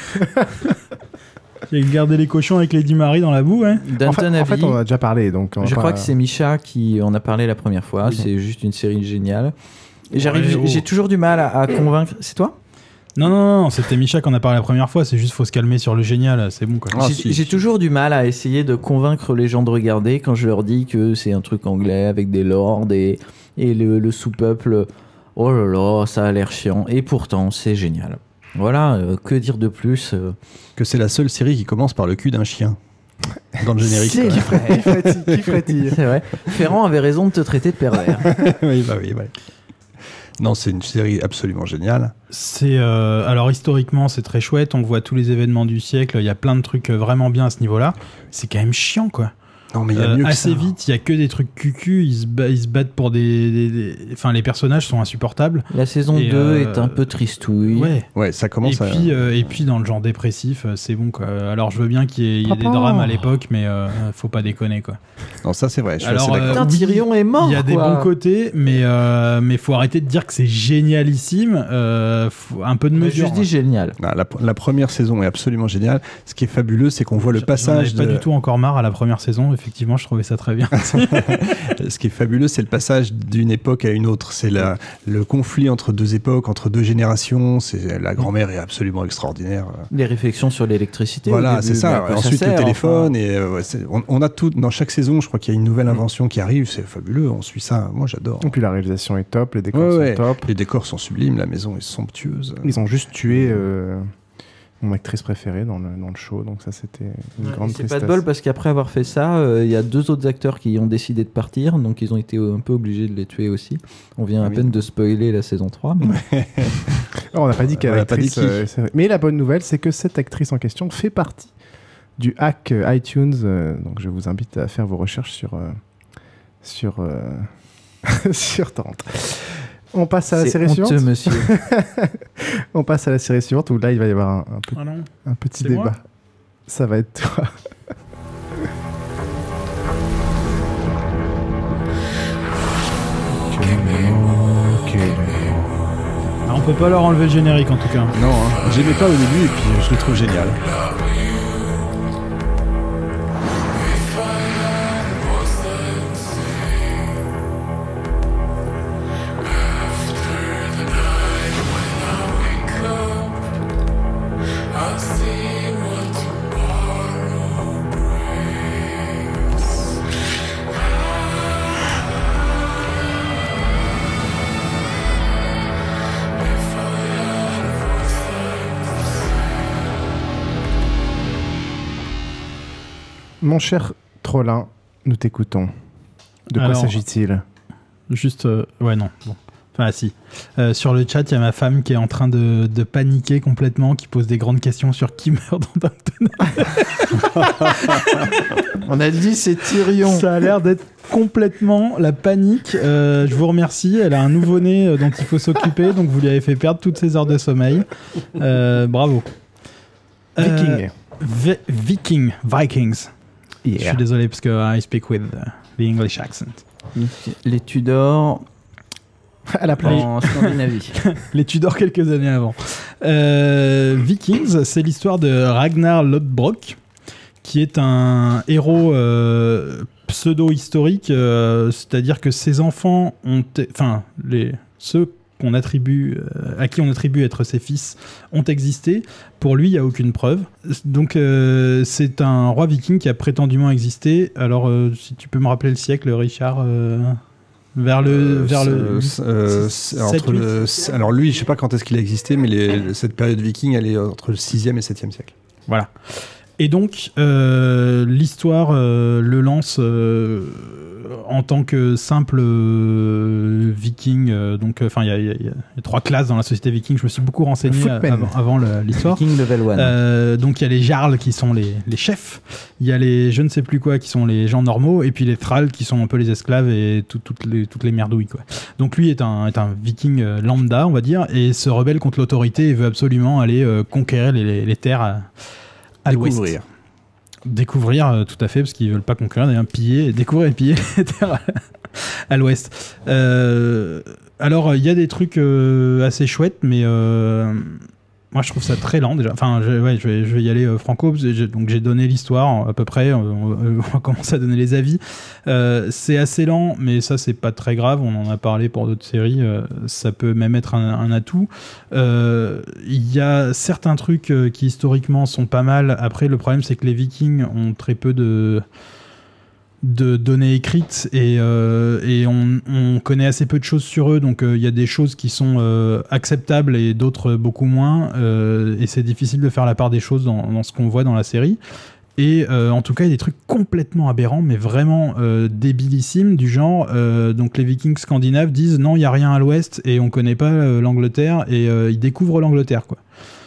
J'ai gardé les cochons avec Lady Marie dans la boue, hein. Downton Abbey. En fait, on en a déjà parlé, donc... Je crois que c'est Micha qui en a parlé la première fois. Oui. C'est juste une série géniale. Et j'ai toujours du mal à convaincre... C'est toi ? Non, c'était Micha qu'on a parlé la première fois. C'est juste faut se calmer sur le génial, c'est bon quoi. J'ai toujours du mal à essayer de convaincre les gens de regarder quand je leur dis que c'est un truc anglais avec des lords et le sous-peuple. Oh là là, ça a l'air chiant. Et pourtant, c'est génial. Voilà, que dire de plus Que c'est la seule série qui commence par le cul d'un chien. Dans le générique. C'est quoi. Qui frétille. C'est vrai. Ferrand avait raison de te traiter de pervers. oui. Non, c'est une série absolument géniale. C'est alors historiquement c'est très chouette, on voit tous les événements du siècle, il y a plein de trucs vraiment bien à ce niveau-là. C'est quand même chiant quoi. Non mais il y a mieux que assez ça. vite, il y a que des trucs cucu, ils se battent pour enfin les personnages sont insupportables. La saison 2 est un peu tristouille. Ouais, ça commence et puis dans le genre dépressif, c'est bon quoi. Alors je veux bien qu'il y ait des drames à l'époque mais faut pas déconner quoi. Non, ça c'est vrai, je suis alors, assez d'accord. Putain, Tyrion est mort. Il y a des bons côtés mais faut arrêter de dire que c'est génialissime, faut un peu de mesure. Je dis génial. Non, la première saison est absolument géniale. Ce qui est fabuleux, c'est qu'on voit le passage J'en avais pas du tout encore marre à la première saison. Effectivement, je trouvais ça très bien. Ce qui est fabuleux, c'est le passage d'une époque à une autre. C'est le conflit entre deux époques, entre deux générations. La grand-mère est absolument extraordinaire. Les réflexions sur l'électricité. Voilà, c'est ça. Ensuite, le téléphone. Enfin... Et on a tout. Dans chaque saison, je crois qu'il y a une nouvelle invention qui arrive. C'est fabuleux. On suit ça. Moi, j'adore. Et puis la réalisation est top, les décors sont top. Les décors sont sublimes. La maison est somptueuse. Ils ont juste tué mon actrice préférée dans le show, donc ça c'était une grande tristesse. C'est pas de bol parce qu'après avoir fait ça, il y a 2 autres acteurs qui ont décidé de partir, donc ils ont été un peu obligés de les tuer aussi. On vient à peine de spoiler la saison 3. Mais... on n'a pas dit quelle actrice. Mais la bonne nouvelle, c'est que cette actrice en question fait partie du hack iTunes, donc je vous invite à faire vos recherches sur Torrent. On passe à la série suivante. Monsieur. On passe à la série suivante où là il va y avoir un petit débat. Moi ça va être toi. On peut pas leur enlever le générique en tout cas. Non, hein. J'aimais pas au début et puis je le trouve génial. Mon cher Trollin, nous t'écoutons. De quoi s'agit-il ? Juste, ouais, non. Bon. Enfin, si. Sur le chat, il y a ma femme qui est en train de paniquer complètement, qui pose des grandes questions sur qui meurt dans Downton. On a dit c'est Tyrion. Ça a l'air d'être complètement la panique. Je vous remercie. Elle a un nouveau-né dont il faut s'occuper, donc vous lui avez fait perdre toutes ses heures de sommeil. Bravo. Vikings. Yeah. Je suis désolé parce que I speak with the English accent. Les Tudors à la plage en Scandinavie. Les Tudors quelques années avant. Vikings, c'est l'histoire de Ragnar Lodbrok, qui est un héros pseudo-historique, c'est-à-dire que ses enfants ont... Enfin, ceux qu'on attribue, à qui on attribue être ses fils ont existé. Pour lui, il n'y a aucune preuve. Donc, c'est un roi viking qui a prétendument existé. Alors, si tu peux me rappeler le siècle, Richard vers le alors lui, je sais pas quand est-ce qu'il a existé, mais cette période viking, elle est entre le 6e et 7e siècle. Voilà. Et donc, l'histoire le lance en tant que simple viking. Donc, il y a 3 classes dans la société viking. Je me suis beaucoup renseigné avant l'histoire. Viking level 1. Donc, il y a les jarls qui sont les chefs. Il y a les je ne sais plus quoi qui sont les gens normaux. Et puis les thralls qui sont un peu les esclaves et toutes les merdouilles, quoi. Donc, lui est un viking lambda, on va dire, et se rebelle contre l'autorité et veut absolument aller conquérir les terres à l'ouest. Découvrir, tout à fait, parce qu'ils veulent pas conquérir, d'ailleurs, découvrir et piller les terres à l'ouest. Alors, il y a des trucs assez chouettes, mais moi, je trouve ça très lent, déjà. Enfin, je vais y aller franco, donc j'ai donné l'histoire, à peu près, on va commencer à donner les avis. C'est assez lent, mais ça, c'est pas très grave, on en a parlé pour d'autres séries, ça peut même être un atout. Il y a certains trucs qui, historiquement, sont pas mal. Après, le problème, c'est que les Vikings ont très peu de données écrites et on connaît assez peu de choses sur eux, donc il y a des choses qui sont acceptables et d'autres beaucoup moins, et c'est difficile de faire la part des choses dans ce qu'on voit dans la série. Et en tout cas, il y a des trucs complètement aberrants, mais vraiment débilissimes, du genre, donc les Vikings scandinaves disent non, il n'y a rien à l'ouest et on connaît pas l'Angleterre, et ils découvrent l'Angleterre, quoi.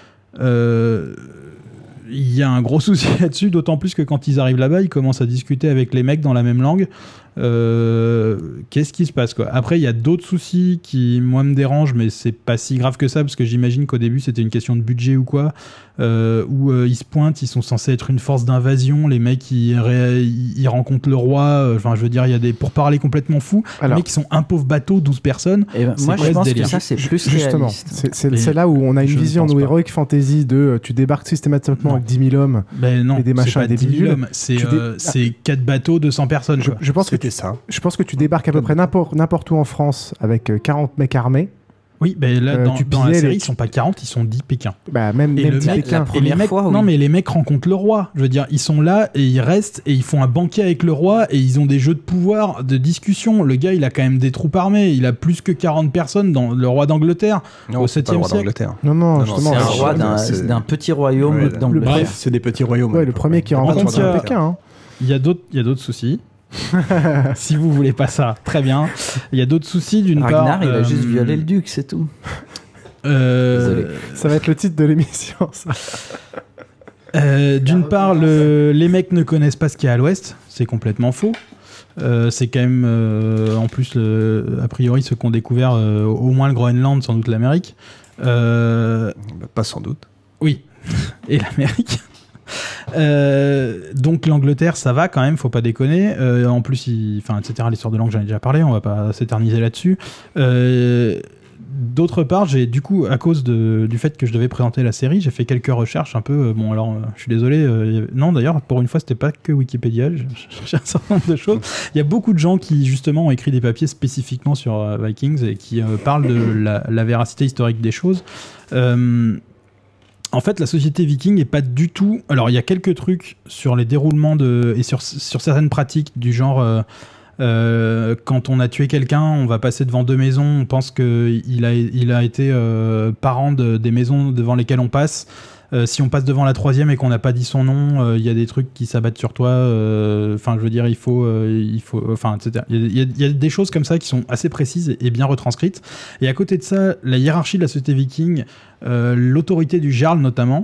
Il y a un gros souci là-dessus, d'autant plus que quand ils arrivent là-bas, ils commencent à discuter avec les mecs dans la même langue. Qu'est-ce qui se passe, quoi. Après, il y a d'autres soucis qui, moi, me dérangent, mais c'est pas si grave que ça, parce que j'imagine qu'au début, c'était une question de budget ou quoi, où ils se pointent, ils sont censés être une force d'invasion, les mecs, ils rencontrent le roi, enfin, je veux dire, il y a des pourparlers complètement fous, les mecs, qui sont un pauvre bateau, 12 personnes. Et moi, je pense que ça, c'est plus justement, c'est là où on a une vision de Heroic Fantasy de tu débarques systématiquement avec 10 000 hommes et des machins et des bidules. C'est 4 bateaux, 200 personnes. Je pense que ça. Je pense que tu débarques à peu près n'importe où en France avec 40 mecs armés. Oui, ben là, dans la série, ils sont pas 40, ils sont 10 Pékins. Bah, même 10 Pékins. Non, mais les mecs rencontrent le roi. Je veux dire, ils sont là et ils restent et ils font un banquet avec le roi et ils ont des jeux de pouvoir, de discussion. Le gars, il a quand même des troupes armées. Il a plus que 40 personnes dans le roi d'Angleterre au 7e siècle. Non, justement. C'est un roi d'un petit royaume d'Angleterre. Bref, c'est des petits royaumes. Ouais, le premier qui rencontre Pékin. Il y a d'autres soucis. Si vous voulez pas ça, très bien. Il y a d'autres soucis, d'une part. Ragnar, il a juste violé le duc, c'est tout. Désolé. Ça va être le titre de l'émission, ça. D'une part, les mecs ne connaissent pas ce qu'il y a à l'ouest, c'est complètement faux. C'est quand même, en plus, a priori, ceux qui ont découvert au moins le Groenland, sans doute l'Amérique. Pas sans doute. Oui, et l'Amérique. Donc l'Angleterre, ça va quand même, faut pas déconner. En plus, etc. L'histoire de langue, j'en ai déjà parlé, on va pas s'éterniser là-dessus. D'autre part, j'ai du coup, à cause du fait que je devais présenter la série, j'ai fait quelques recherches un peu. Bon, alors, je suis désolé. Non, d'ailleurs, pour une fois, c'était pas que Wikipédia. J'ai un certain nombre de choses. Il y a beaucoup de gens qui, justement, ont écrit des papiers spécifiquement sur Vikings et qui parlent de la véracité historique des choses. En fait, la société viking est pas du tout... Alors, il y a quelques trucs sur les déroulements et sur certaines pratiques du genre... quand on a tué quelqu'un, on va passer devant 2 maisons, on pense qu'il a été parent des maisons devant lesquelles on passe. Si on passe devant la 3e et qu'on n'a pas dit son nom, il y a des trucs qui s'abattent sur toi. Enfin, je veux dire, il faut, enfin, etc. Il y a des choses comme ça qui sont assez précises et bien retranscrites. Et à côté de ça, la hiérarchie de la société viking, l'autorité du jarl notamment,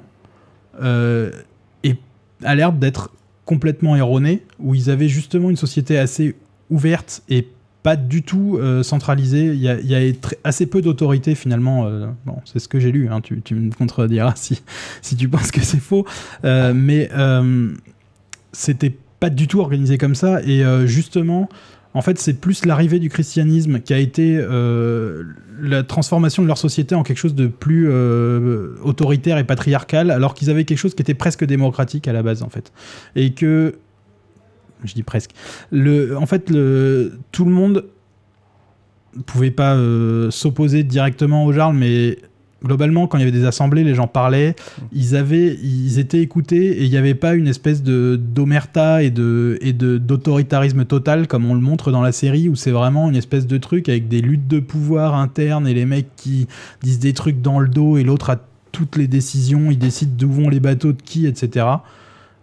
a l'air d'être complètement erronée, où ils avaient justement une société assez ouverte et pas du tout centralisée. Il y a assez peu d'autorité finalement. Bon, c'est ce que j'ai lu, hein. Tu me contrediras si tu penses que c'est faux. Mais c'était pas du tout organisé comme ça. Et justement, en fait, c'est plus l'arrivée du christianisme qui a été la transformation de leur société en quelque chose de plus autoritaire et patriarcal, alors qu'ils avaient quelque chose qui était presque démocratique à la base, en fait. Et que... Je dis presque. En fait, tout le monde pouvait pas s'opposer directement aux jarls, mais globalement, quand il y avait des assemblées, les gens parlaient, ils étaient écoutés, et il n'y avait pas une espèce d'omerta et d'autoritarisme total, comme on le montre dans la série, où c'est vraiment une espèce de truc avec des luttes de pouvoir internes, et les mecs qui disent des trucs dans le dos, et l'autre a toutes les décisions, il décide d'où vont les bateaux de qui, etc.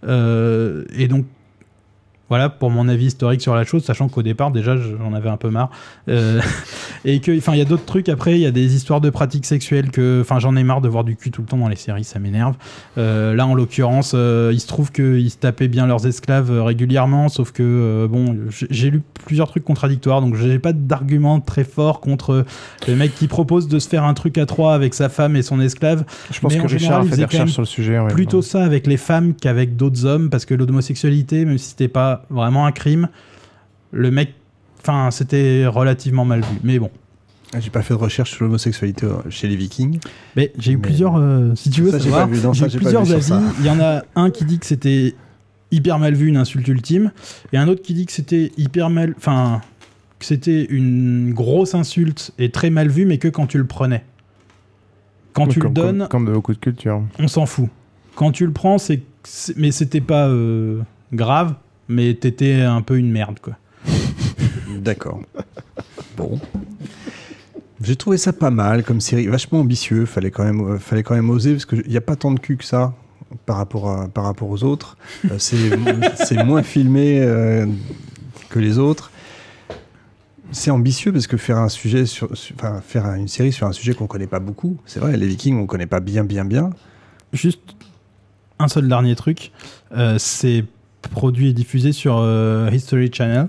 Et donc, voilà pour mon avis historique sur la chose, sachant qu'au départ déjà j'en avais un peu marre et que il y a d'autres trucs après, il y a des histoires de pratiques sexuelles que j'en ai marre de voir du cul tout le temps dans les séries, ça m'énerve. Là en l'occurrence il se trouve qu'ils se tapaient bien leurs esclaves régulièrement, sauf que j'ai lu plusieurs trucs contradictoires, donc j'ai pas d'argument très fort contre le mec qui propose de se faire un truc à trois avec sa femme et son esclave. Je pense que Richard a fait des recherches sur le sujet. Ouais, plutôt ça avec les femmes qu'avec d'autres hommes, parce que l'homosexualité, même si c'était pas vraiment un crime, le mec, c'était relativement mal vu, mais bon. J'ai pas fait de recherche sur l'homosexualité chez les Vikings. Mais j'ai eu plusieurs, si tu veux savoir, j'ai eu plusieurs avis. Il y en a un qui dit que c'était hyper mal vu, une insulte ultime, et un autre qui dit que c'était que c'était une grosse insulte et très mal vu, mais que quand tu le prenais. Quand tu le donnes, comme de beaucoup de cultures, on s'en fout. Quand tu le prends, mais c'était pas grave, mais t'étais un peu une merde, quoi. D'accord. Bon. J'ai trouvé ça pas mal comme série, vachement ambitieux. Fallait quand même oser, parce qu'il n'y a pas tant de cul que ça par rapport aux autres. C'est moins filmé que les autres. C'est ambitieux parce que faire une série sur un sujet qu'on connaît pas beaucoup, c'est vrai, les Vikings on connaît pas bien. Juste un seul dernier truc, c'est produit et diffusé sur History Channel.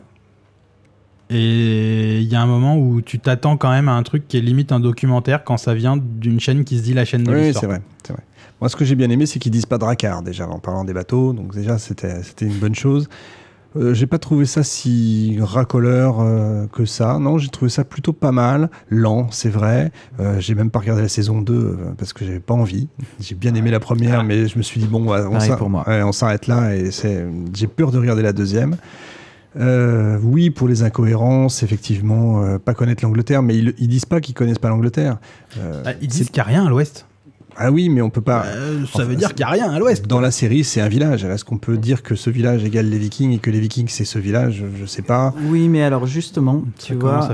Et il y a un moment où tu t'attends quand même à un truc qui est limite un documentaire quand ça vient d'une chaîne qui se dit la chaîne de l'histoire. Oui, c'est vrai. Moi, ce que j'ai bien aimé, c'est qu'ils disent pas Drakkar, déjà, en parlant des bateaux. Donc déjà, c'était une bonne chose. J'ai pas trouvé ça si racoleur que ça. Non, j'ai trouvé ça plutôt pas mal. Lent, c'est vrai. J'ai même pas regardé la saison 2 parce que j'avais pas envie. J'ai bien aimé la première, mais je me suis dit, bon, on s'arrête là. Et j'ai peur de regarder la deuxième. Oui, pour les incohérences, effectivement, pas connaître l'Angleterre, mais ils disent pas qu'ils connaissent pas l'Angleterre. Ils disent qu'il n'y a rien à l'ouest. Ah oui, mais on peut pas... ça veut dire qu'il n'y a rien à l'ouest. Dans la série, c'est un village. Est-ce qu'on peut dire que ce village égale les Vikings et que les Vikings, c'est ce village ? Je sais pas. Oui, mais alors justement, tu vois,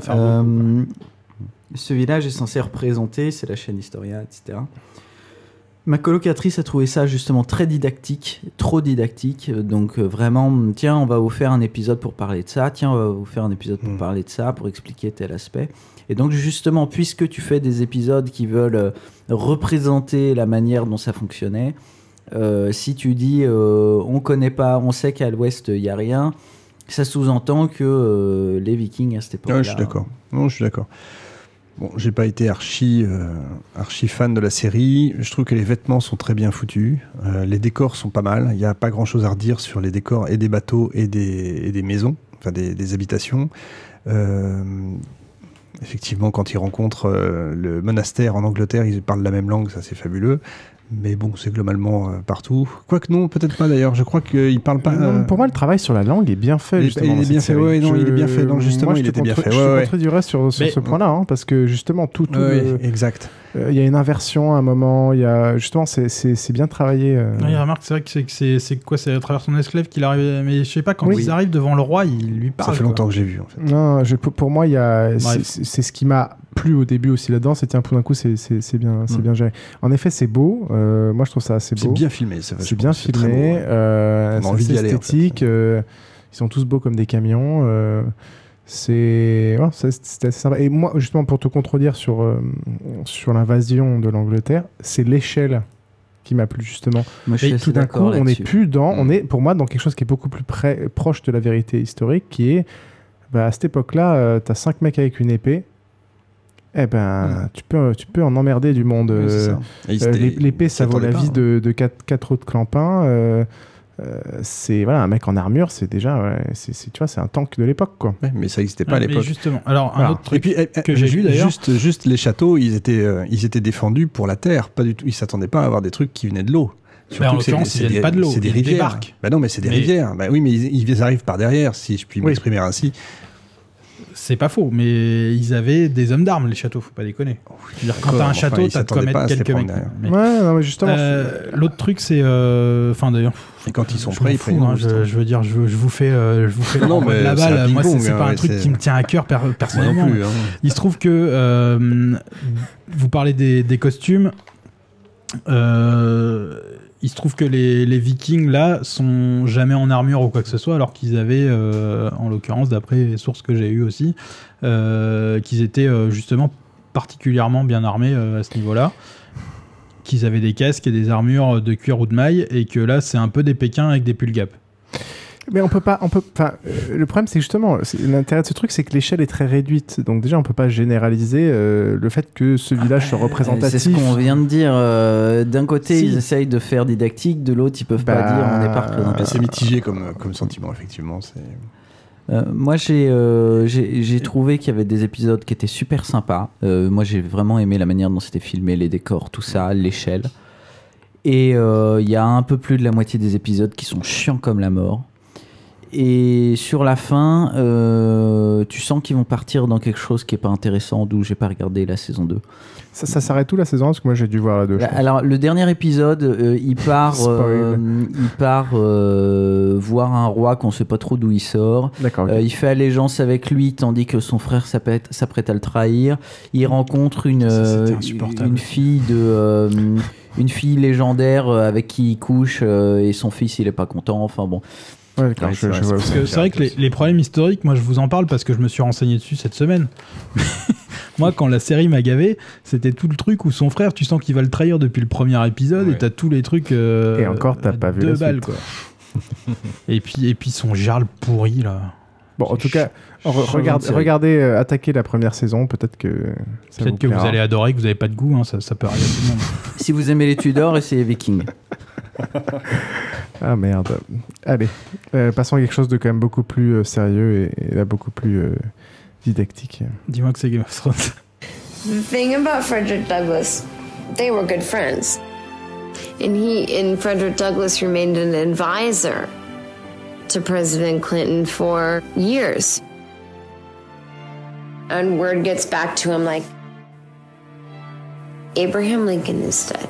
ce village est censé représenter, c'est la chaîne Historia, etc. Ma colocatrice a trouvé ça justement très didactique, trop didactique. Donc vraiment, tiens, on va vous faire un épisode pour parler de ça. Tiens, on va vous faire un épisode pour parler de ça, pour expliquer tel aspect. Et donc justement, puisque tu fais des épisodes qui veulent représenter la manière dont ça fonctionnait, si tu dis on connaît pas, on sait qu'à l'ouest il y a rien, ça sous-entend que les Vikings à cette époque-là... je suis d'accord. Non, je suis d'accord. Bon, j'ai pas été archi fan de la série. Je trouve que les vêtements sont très bien foutus. Les décors sont pas mal. Il y a pas grand-chose à redire sur les décors et des bateaux et des maisons, enfin des habitations. Effectivement, quand ils rencontrent le monastère en Angleterre, ils parlent la même langue, ça c'est fabuleux. Mais bon, c'est globalement partout. Quoique non, peut-être pas d'ailleurs. Je crois qu'ils parlent pas. Pour moi, le travail sur la langue est bien fait. Il est bien fait. Ouais, non, il est bien fait. Donc justement, il était bien fait. Je te contredirais sur ce point-là, hein, parce que justement, tout. Exact. Il y a une inversion à un moment. Il y a justement, c'est bien travaillé. Il remarque, c'est vrai que c'est quoi ? C'est à travers son esclave qu'il arrive. Mais je sais pas, quand ils arrivent devant le roi, il lui parle. Ça fait longtemps que j'ai vu. En fait. Non, pour moi, il y a. C'est ce qui m'a plu au début aussi là-dedans. C'est tiens, tout d'un coup, c'est bien géré. En effet, c'est beau. Moi, je trouve ça assez beau. C'est bien filmé. C'est bien filmé. C'est esthétique. Ils sont tous beaux comme des camions. C'était assez sympa. Et moi, justement, pour te contredire sur l'invasion de l'Angleterre, c'est l'échelle qui m'a plu, justement. Moi, je suis tout d'un coup, on n'est plus on est, pour moi, dans quelque chose qui est beaucoup plus proche de la vérité historique, qui est, à cette époque-là, t'as 5 mecs avec une épée. Tu peux en emmerder du monde. L'épée, ça vaut la vie de 4 autres clampins. C'est un mec en armure, c'est déjà tu vois, c'est un tank de l'époque, quoi. Ouais, mais ça n'existait pas à l'époque. Justement. Alors un autre truc que j'ai lu d'ailleurs, juste les châteaux, ils étaient défendus pour la terre, pas du tout. Ils s'attendaient pas à avoir des trucs qui venaient de l'eau. En l'occurrence, ils viennent pas de l'eau, c'est des rivières. Des barques. Non, mais c'est des rivières. Oui, mais ils arrivent par derrière, si je puis m'exprimer ainsi. C'est pas faux, mais ils avaient des hommes d'armes, les châteaux, faut pas déconner. Quand t'as un château, t'as de quoi mettre quelques mecs. Non, mais justement. L'autre truc, c'est. D'ailleurs. Et quand ils sont prêts, ils prennent. Je veux dire, je vous fais la balle. Moi, c'est pas un truc qui me tient à cœur personnellement. Non plus, hein. Il se trouve que vous parlez des costumes. il se trouve que les Vikings là sont jamais en armure ou quoi que ce soit, alors qu'ils avaient, en l'occurrence d'après les sources que j'ai eues aussi, qu'ils étaient justement particulièrement bien armés à ce niveau-là, qu'ils avaient des casques et des armures de cuir ou de maille, et que là c'est un peu des Pékins avec des pulls Gap. Mais le problème c'est justement, l'intérêt de ce truc c'est que l'échelle est très réduite, donc déjà on peut pas généraliser le fait que ce village soit représentatif. C'est ce qu'on vient de dire, d'un côté ils essayent de faire didactique, de l'autre ils peuvent pas dire on n'est pas représentatif. C'est mitigé comme sentiment, effectivement. Moi j'ai trouvé qu'il y avait des épisodes qui étaient super sympas. Moi j'ai vraiment aimé la manière dont c'était filmé, les décors, tout ça, l'échelle. Et il y a un peu plus de la moitié des épisodes qui sont chiants comme la mort. Et sur la fin, tu sens qu'ils vont partir dans quelque chose qui est pas intéressant, d'où j'ai pas regardé la saison 2. Ça s'arrête où la saison 1 ? Parce que moi j'ai dû voir la 2. Alors le dernier épisode, il part voir un roi qu'on sait pas trop d'où il sort. D'accord, okay. Il fait allégeance avec lui tandis que son frère s'apprête à le trahir. Il rencontre une fille une fille légendaire avec qui il couche et son fils il est pas content. Enfin bon. Ouais, d'accord, c'est vrai que les problèmes historiques, moi je vous en parle parce que je me suis renseigné dessus cette semaine. Moi, quand la série m'a gavé, c'était tout le truc où son frère, tu sens qu'il va le trahir depuis le premier épisode, et t'as tous les trucs. Et encore, t'as pas vu la balles, suite. Quoi. et puis son Jarl pourri là. Bon, en tout cas, regardez attaquer la première saison, peut-être que vous allez adorer, que vous n'avez pas de goût, hein, ça peut arriver à tout le monde. Si vous aimez les Tudors, essayez Vikings. Ah merde. Allez, passons à quelque chose de quand même beaucoup plus sérieux et là beaucoup plus didactique. Dis-moi que c'est Game of Thrones. The thing about Frederick Douglass, they were good friends. And Frederick Douglass remained an advisor to President Clinton for years. And word gets back to him like, Abraham Lincoln is dead.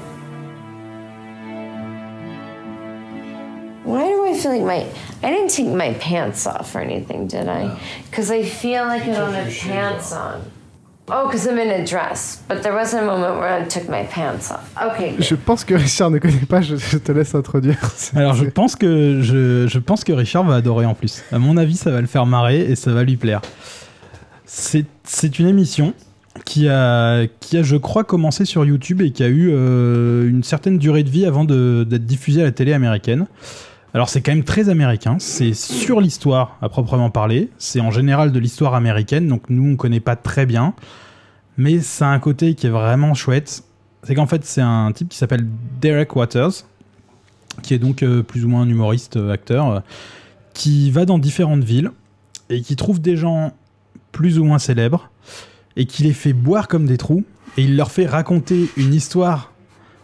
Why do I feel like I didn't take my pants off or anything, did I? Because I feel like I don't have pants on. Oh, because I'm in a dress. But there wasn't a moment where I took my pants off. Okay. Je pense que Richard ne connaît pas, je te laisse introduire. Alors je pense que Richard va adorer en plus. À mon avis, ça va le faire marrer et ça va lui plaire. C'est une émission qui a, je crois, commencé sur YouTube et qui a eu une certaine durée de vie avant d'être diffusée à la télé américaine. Alors c'est quand même très américain, c'est sur l'histoire à proprement parler, c'est en général de l'histoire américaine, donc nous on connaît pas très bien, mais ça a un côté qui est vraiment chouette, c'est qu'en fait c'est un type qui s'appelle Derek Waters, qui est donc plus ou moins un humoriste, acteur, qui va dans différentes villes et qui trouve des gens plus ou moins célèbres et qui les fait boire comme des trous et il leur fait raconter une histoire,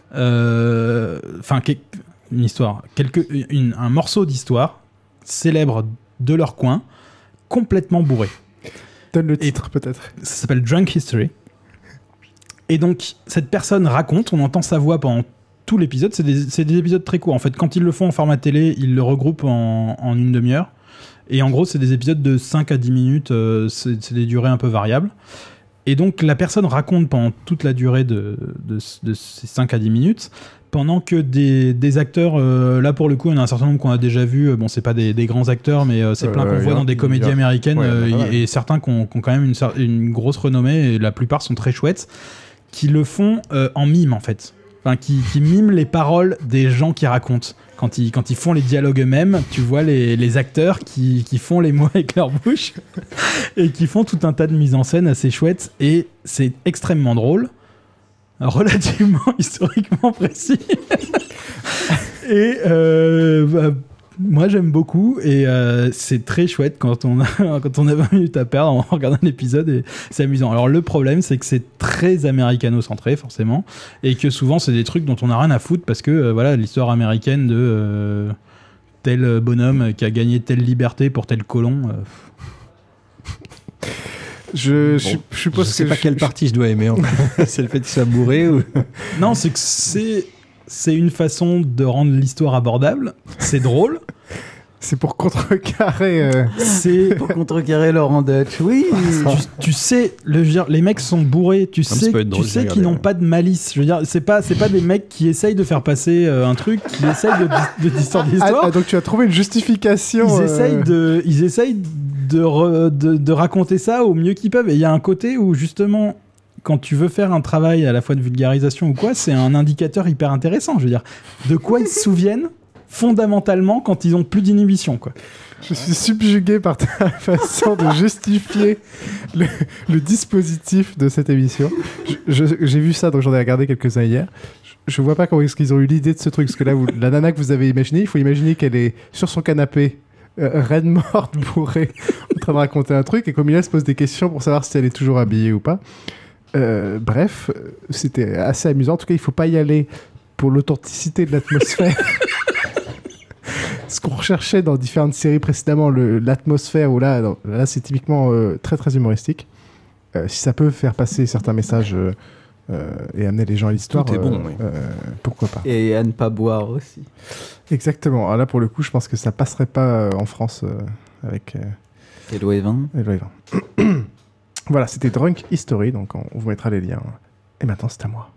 une histoire, un morceau d'histoire célèbre de leur coin, complètement bourré. Donne le titre peut-être. Ça s'appelle Drunk History. Et donc cette personne raconte, on entend sa voix pendant tout l'épisode, c'est des épisodes très courts. En fait, quand ils le font en format télé, ils le regroupent en une demi-heure. Et en gros, c'est des épisodes de 5 à 10 minutes, c'est des durées un peu variables. Et donc la personne raconte pendant toute la durée de ces 5 à 10 minutes, pendant que des acteurs, là pour le coup, il y en a un certain nombre qu'on a déjà vu, bon c'est pas des grands acteurs, mais c'est plein qu'on voit dans des comédies américaines, et certains qui ont quand même une grosse renommée, et la plupart sont très chouettes, qui le font en mime en fait. Enfin, qui miment les paroles des gens qui racontent. Quand ils font les dialogues eux-mêmes, tu vois les acteurs qui font les mots avec leur bouche et qui font tout un tas de mises en scène assez chouettes, et c'est extrêmement drôle, relativement historiquement précis. Et moi j'aime beaucoup, et c'est très chouette quand on a 20 minutes à perdre en regardant l'épisode, et c'est amusant. Alors le problème c'est que c'est très américano-centré forcément, et que souvent c'est des trucs dont on n'a rien à foutre, parce que voilà, l'histoire américaine de tel bonhomme qui a gagné telle liberté pour tel colon. Je suppose je sais pas quelle partie je dois aimer. C'est le fait qu'il soit bourré ou... Non, c'est que c'est une façon de rendre l'histoire abordable. C'est drôle. C'est pour contrecarrer. C'est pour contrecarrer Laurent Dutch. Oui. Tu sais, les mecs sont bourrés. Tu sais qu'ils n'ont pas de malice. Je veux dire, c'est pas des mecs qui essayent de faire passer un truc, qui essayent de distordre l'histoire. Ah, donc tu as trouvé une justification. Ils essayent de raconter ça au mieux qu'ils peuvent. Et il y a un côté où justement, quand tu veux faire un travail à la fois de vulgarisation ou quoi, c'est un indicateur hyper intéressant. Je veux dire, de quoi ils se souviennent fondamentalement quand ils ont plus d'inhibition, quoi. Je suis subjugué par ta façon de justifier le dispositif de cette émission. J'ai vu ça, donc j'en ai regardé quelques-uns hier. Je vois pas comment est-ce qu'ils ont eu l'idée de ce truc, parce que là, la nana que vous avez imaginée, il faut imaginer qu'elle est sur son canapé, reine morte, bourrée, en train de raconter un truc, et qu'au milieu, elle se pose des questions pour savoir si elle est toujours habillée ou pas. Bref, c'était assez amusant. En tout cas, il faut pas y aller pour l'authenticité de l'atmosphère. Ce qu'on recherchait dans différentes séries précédemment, l'atmosphère, où là c'est typiquement très très humoristique. Si ça peut faire passer certains messages et amener les gens à l'histoire, tout est bon, oui. Pourquoi pas. Et à ne pas boire aussi. Exactement. Alors là, pour le coup, je pense que ça passerait pas en France avec... Hello Evan. Voilà, c'était Drunk History, donc on vous mettra les liens. Et maintenant, c'est à moi.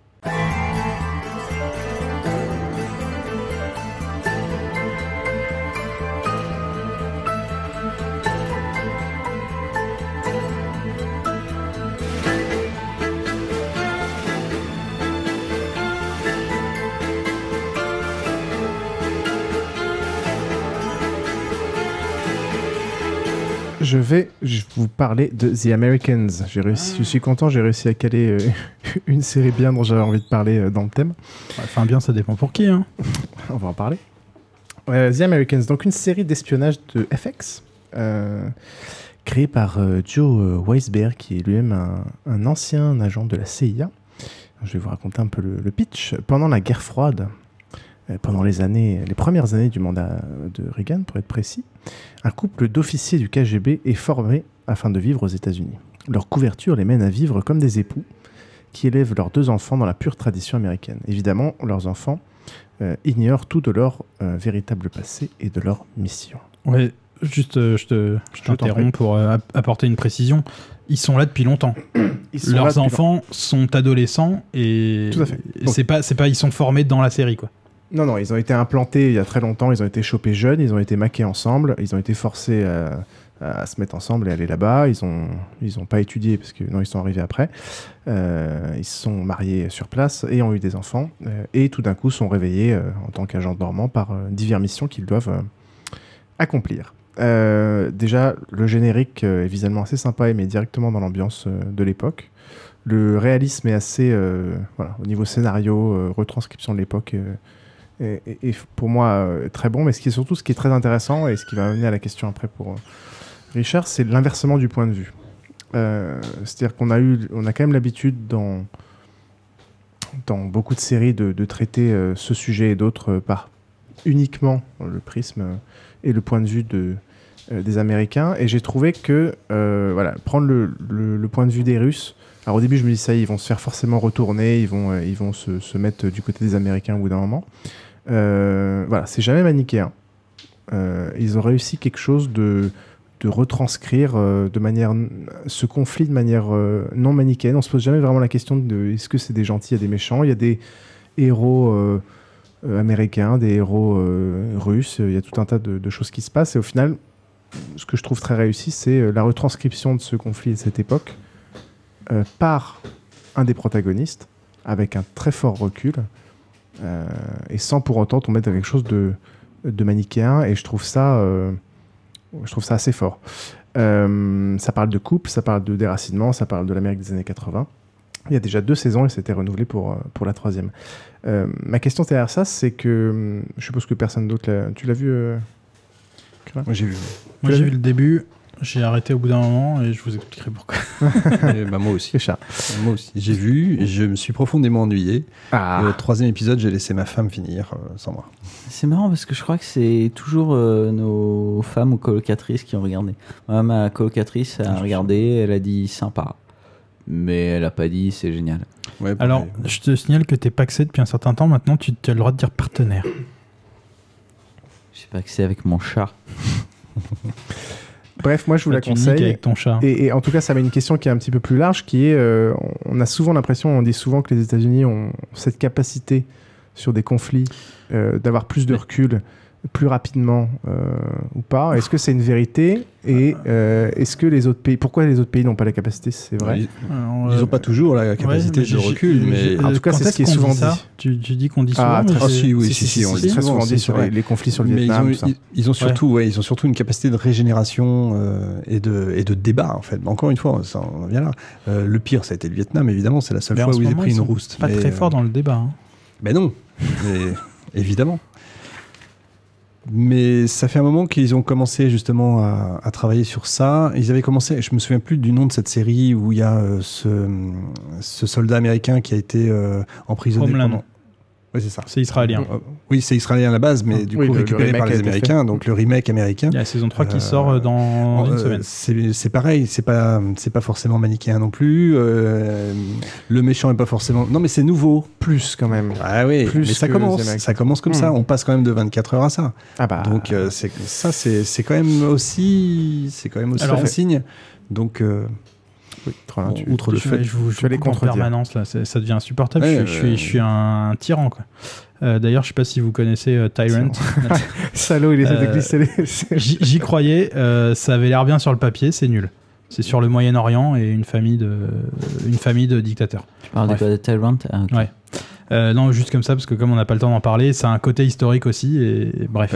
Je vais vous parler de The Americans. Je suis content, j'ai réussi à caler une série bien dont j'avais envie de parler dans le thème. Enfin bien, ça dépend pour qui. Hein. On va en parler. The Americans, donc une série d'espionnage de FX, créée par Joe Weisberg, qui est lui-même un ancien agent de la CIA. Je vais vous raconter un peu le pitch. Pendant la guerre froide, pendant les premières années du mandat de Reagan, pour être précis, un couple d'officiers du KGB est formé afin de vivre aux États-Unis. Leur couverture les mène à vivre comme des époux qui élèvent leurs 2 enfants dans la pure tradition américaine. Évidemment, leurs enfants ignorent tout de leur véritable passé et de leur mission. Ouais, juste, je t'interromps pour apporter une précision. Ils sont là depuis longtemps. Leurs enfants sont adolescents et tout à fait. Donc, c'est pas ils sont formés dans la série, quoi. Non, ils ont été implantés il y a très longtemps, ils ont été chopés jeunes, ils ont été maqués ensemble, ils ont été forcés à se mettre ensemble et aller là-bas. Ils ont pas étudié, parce que non, ils sont arrivés après. Ils se sont mariés sur place et ont eu des enfants. Et tout d'un coup sont réveillés en tant qu'agents dormants par diverses missions qu'ils doivent accomplir. Déjà, le générique est visuellement assez sympa et met directement dans l'ambiance de l'époque. Le réalisme est assez, au niveau scénario, retranscription de l'époque, et pour moi très bon, mais ce qui est très intéressant et ce qui va amener à la question après pour Richard, c'est l'inversement du point de vue. C'est-à-dire qu'on a quand même l'habitude dans beaucoup de séries de traiter ce sujet et d'autres par uniquement le prisme et le point de vue des Américains, et j'ai trouvé que prendre le point de vue des Russes. Alors au début je me dis ça, ils vont se faire forcément retourner, ils vont se mettre du côté des Américains au bout d'un moment. C'est jamais manichéen. Ils ont réussi quelque chose de retranscrire ce conflit de manière non manichéenne. On se pose jamais vraiment la question de est-ce que c'est des gentils, il y a des méchants, il y a des héros américains, des héros russes, il y a tout un tas de choses qui se passent, et au final ce que je trouve très réussi, c'est la retranscription de ce conflit et de cette époque par un des protagonistes, avec un très fort recul, et sans pour autant tomber dans quelque chose de manichéen, et je trouve ça assez fort. Ça parle de couple, ça parle de déracinement, ça parle de l'Amérique des années 80. Il y a déjà 2 saisons et c'était renouvelé pour la 3e. Ma question derrière ça, c'est que je suppose que personne d'autre tu l'as vu Moi j'ai vu. Moi j'ai vu le début. J'ai arrêté au bout d'un moment et je vous expliquerai pourquoi. Moi aussi. Moi aussi. J'ai vu et je me suis profondément ennuyé. Au 3e épisode, j'ai laissé ma femme finir sans moi. C'est marrant parce que je crois que c'est toujours nos femmes ou colocatrices qui ont regardé. Moi, ma colocatrice a regardé, elle a dit sympa. Mais elle a pas dit c'est génial. Ouais, alors, je te signale que t'es paxé depuis un certain temps. Maintenant, tu as le droit de dire partenaire. Je sais pas que c'est avec mon chat. Bref, moi je vous la conseille. Avec ton chat. Et en tout cas, ça met une question qui est un petit peu plus large, qui est, on a souvent l'impression, on dit souvent que les États-Unis ont cette capacité sur des conflits d'avoir plus de recul plus rapidement ou pas. Est-ce que c'est une vérité? Et est-ce que les autres pays, pourquoi les autres pays n'ont pas la capacité? C'est vrai. Ils n'ont pas toujours la capacité de recul, mais en tout cas, c'est ce qui est souvent dit. Tu dis qu'on dit souvent. On le dit très souvent dit sur les conflits sur le Vietnam. Ils ont surtout une capacité de régénération et de débat en fait. Encore une fois, ça, on vient là. Le pire, ça a été le Vietnam, évidemment. C'est la seule fois où ils ont pris une rouste. Pas très fort dans le débat. Ben non, évidemment. Mais ça fait un moment qu'ils ont commencé justement à travailler sur ça. Ils avaient commencé, je me souviens plus du nom de cette série où il y a ce soldat américain qui a été emprisonné pendant... Oui, c'est ça. C'est israélien. Oui, c'est israélien à la base, mais du coup récupéré par les Américains, donc le remake américain. Il y a la saison 3 qui sort dans une semaine. C'est pareil, c'est pas forcément manichéen non plus. Le méchant est pas forcément... Non, mais c'est nouveau. Plus quand même. Ah oui, mais ça commence comme ça. On passe quand même de 24 heures à ça. Ah bah... Donc c'est quand même aussi un signe. Donc... Oui, outre le fait je vous en permanence là, ça devient insupportable. Je suis un tyran quoi. D'ailleurs, je sais pas si vous connaissez Tyrant. Salaud, il essaie de glisser. J'y croyais. Ça avait l'air bien sur le papier, c'est nul. C'est sur le Moyen-Orient et une famille de dictateurs. Tu parles de Tyrant? Okay. Ouais. Non, juste comme ça parce que comme on n'a pas le temps d'en parler, ça a un côté historique aussi. Et bref,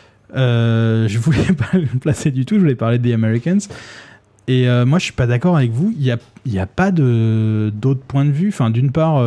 je voulais pas le placer du tout. Je voulais parler des Americans. Et moi, je suis pas d'accord avec vous. Il y a pas d'autres points de vue. Enfin, d'une part,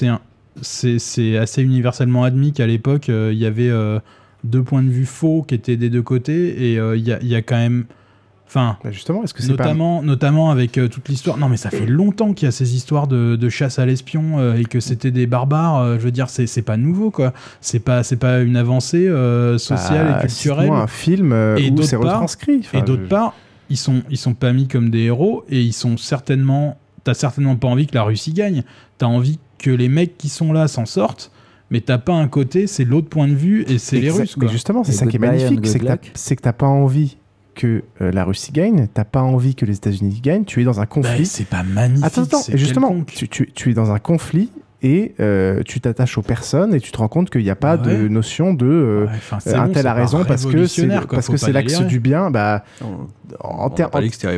c'est assez universellement admis qu'à l'époque, il y avait deux points de vue faux qui étaient des deux côtés. Et il y a quand même... Enfin, justement, est-ce que c'est notamment avec toute l'histoire... Non, mais ça fait longtemps qu'il y a ces histoires de chasse à l'espion et que c'était des barbares. Je veux dire, c'est pas nouveau, quoi. C'est pas une avancée sociale et culturelle. C'est un film où c'est retranscrit. Et d'autre part... Ils sont pas mis comme des héros et t'as certainement pas envie que la Russie gagne. T'as envie que les mecs qui sont là s'en sortent, mais t'as pas un côté, c'est l'autre point de vue et c'est les Russes. Mais justement, c'est ça qui est magnifique, c'est que t'as pas envie que la Russie gagne, t'as pas envie que les États-Unis gagnent, tu es dans un conflit. C'est pas magnifique. Attends, justement, tu es dans un conflit. Et tu t'attaches aux personnes et tu te rends compte qu'il n'y a pas de notion de un tel a raison parce que c'est l'axe du bien. Bah, en termes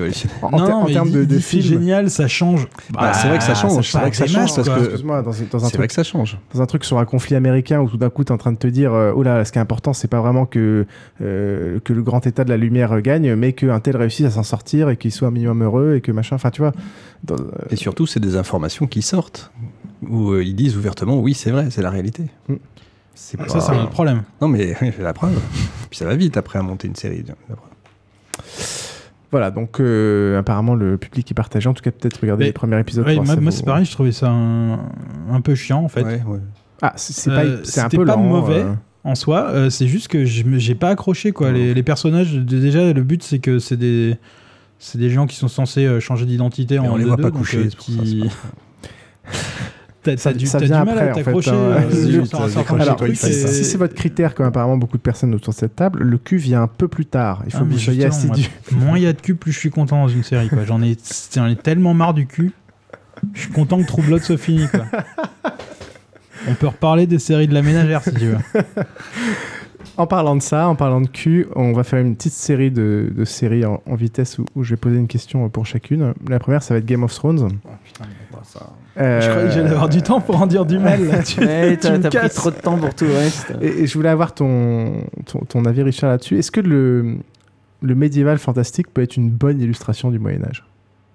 de film, c'est génial, ça change. C'est vrai que ça change. C'est vrai que ça change parce que c'est vrai que ça change. Dans un truc sur un conflit américain où tout d'un coup tu es en train de te dire oh là, ce qui est important, c'est pas vraiment que le grand état de la lumière gagne, mais qu'un tel réussisse à s'en sortir et qu'il soit un minimum heureux et que machin. Enfin, tu vois. Et surtout, c'est des informations qui sortent. Où ils disent ouvertement oui, c'est vrai, c'est la réalité. Ça, c'est un autre problème. Non, mais c'est la preuve. Puis ça va vite après à monter une série. Voilà, donc apparemment le public est partagé. En tout cas, peut-être regarder les premiers épisodes. Moi, c'est pareil, je trouvais ça un peu chiant en fait. Ah, c'est un peu pas lent, mauvais en soi. C'est juste que j'ai pas accroché quoi. Les personnages, déjà, le but c'est que c'est des gens qui sont censés changer d'identité en on les voit pas coucher. T'as du mal à t'accrocher. Si c'est votre critère, comme apparemment beaucoup de personnes autour de cette table, le cul vient un peu plus tard. Il faut que vous soyez assidu. Moins il y a de cul, plus je suis content dans une série. Quoi. J'en ai tellement marre du cul. Je suis content que True Blood soit fini. Quoi. On peut reparler des séries de la ménagère si tu veux. En parlant de ça, en parlant de cul, on va faire une petite série de séries en vitesse où je vais poser une question pour chacune. La première, ça va être Game of Thrones. Oh, putain, ça... Je croyais que j'allais avoir du temps pour en dire du mal. T'as pris trop de temps pour tout le reste. Et je voulais avoir ton avis, Richard, là-dessus. Est-ce que le médiéval fantastique peut être une bonne illustration du Moyen-Âge ?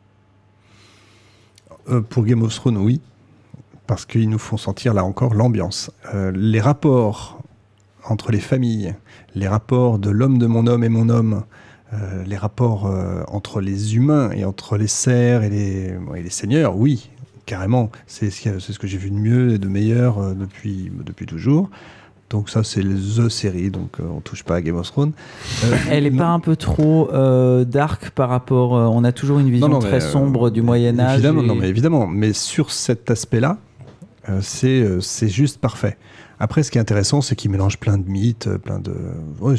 Pour Game of Thrones, oui. Parce qu'ils nous font sentir, là encore, l'ambiance. Les rapports entre les familles, les rapports de l'homme de mon homme et mon homme, les rapports entre les humains et entre les serfs et les seigneurs, oui, carrément. C'est ce que j'ai vu de mieux et de meilleur depuis toujours. Donc ça, c'est the série, donc on touche pas à Game of Thrones. Elle est pas un peu trop dark par rapport... on a toujours une vision très sombre du Moyen-Âge. Évidemment, mais sur cet aspect-là, c'est juste parfait. Après, ce qui est intéressant, c'est qu'il mélange plein de mythes, plein de... Ouais,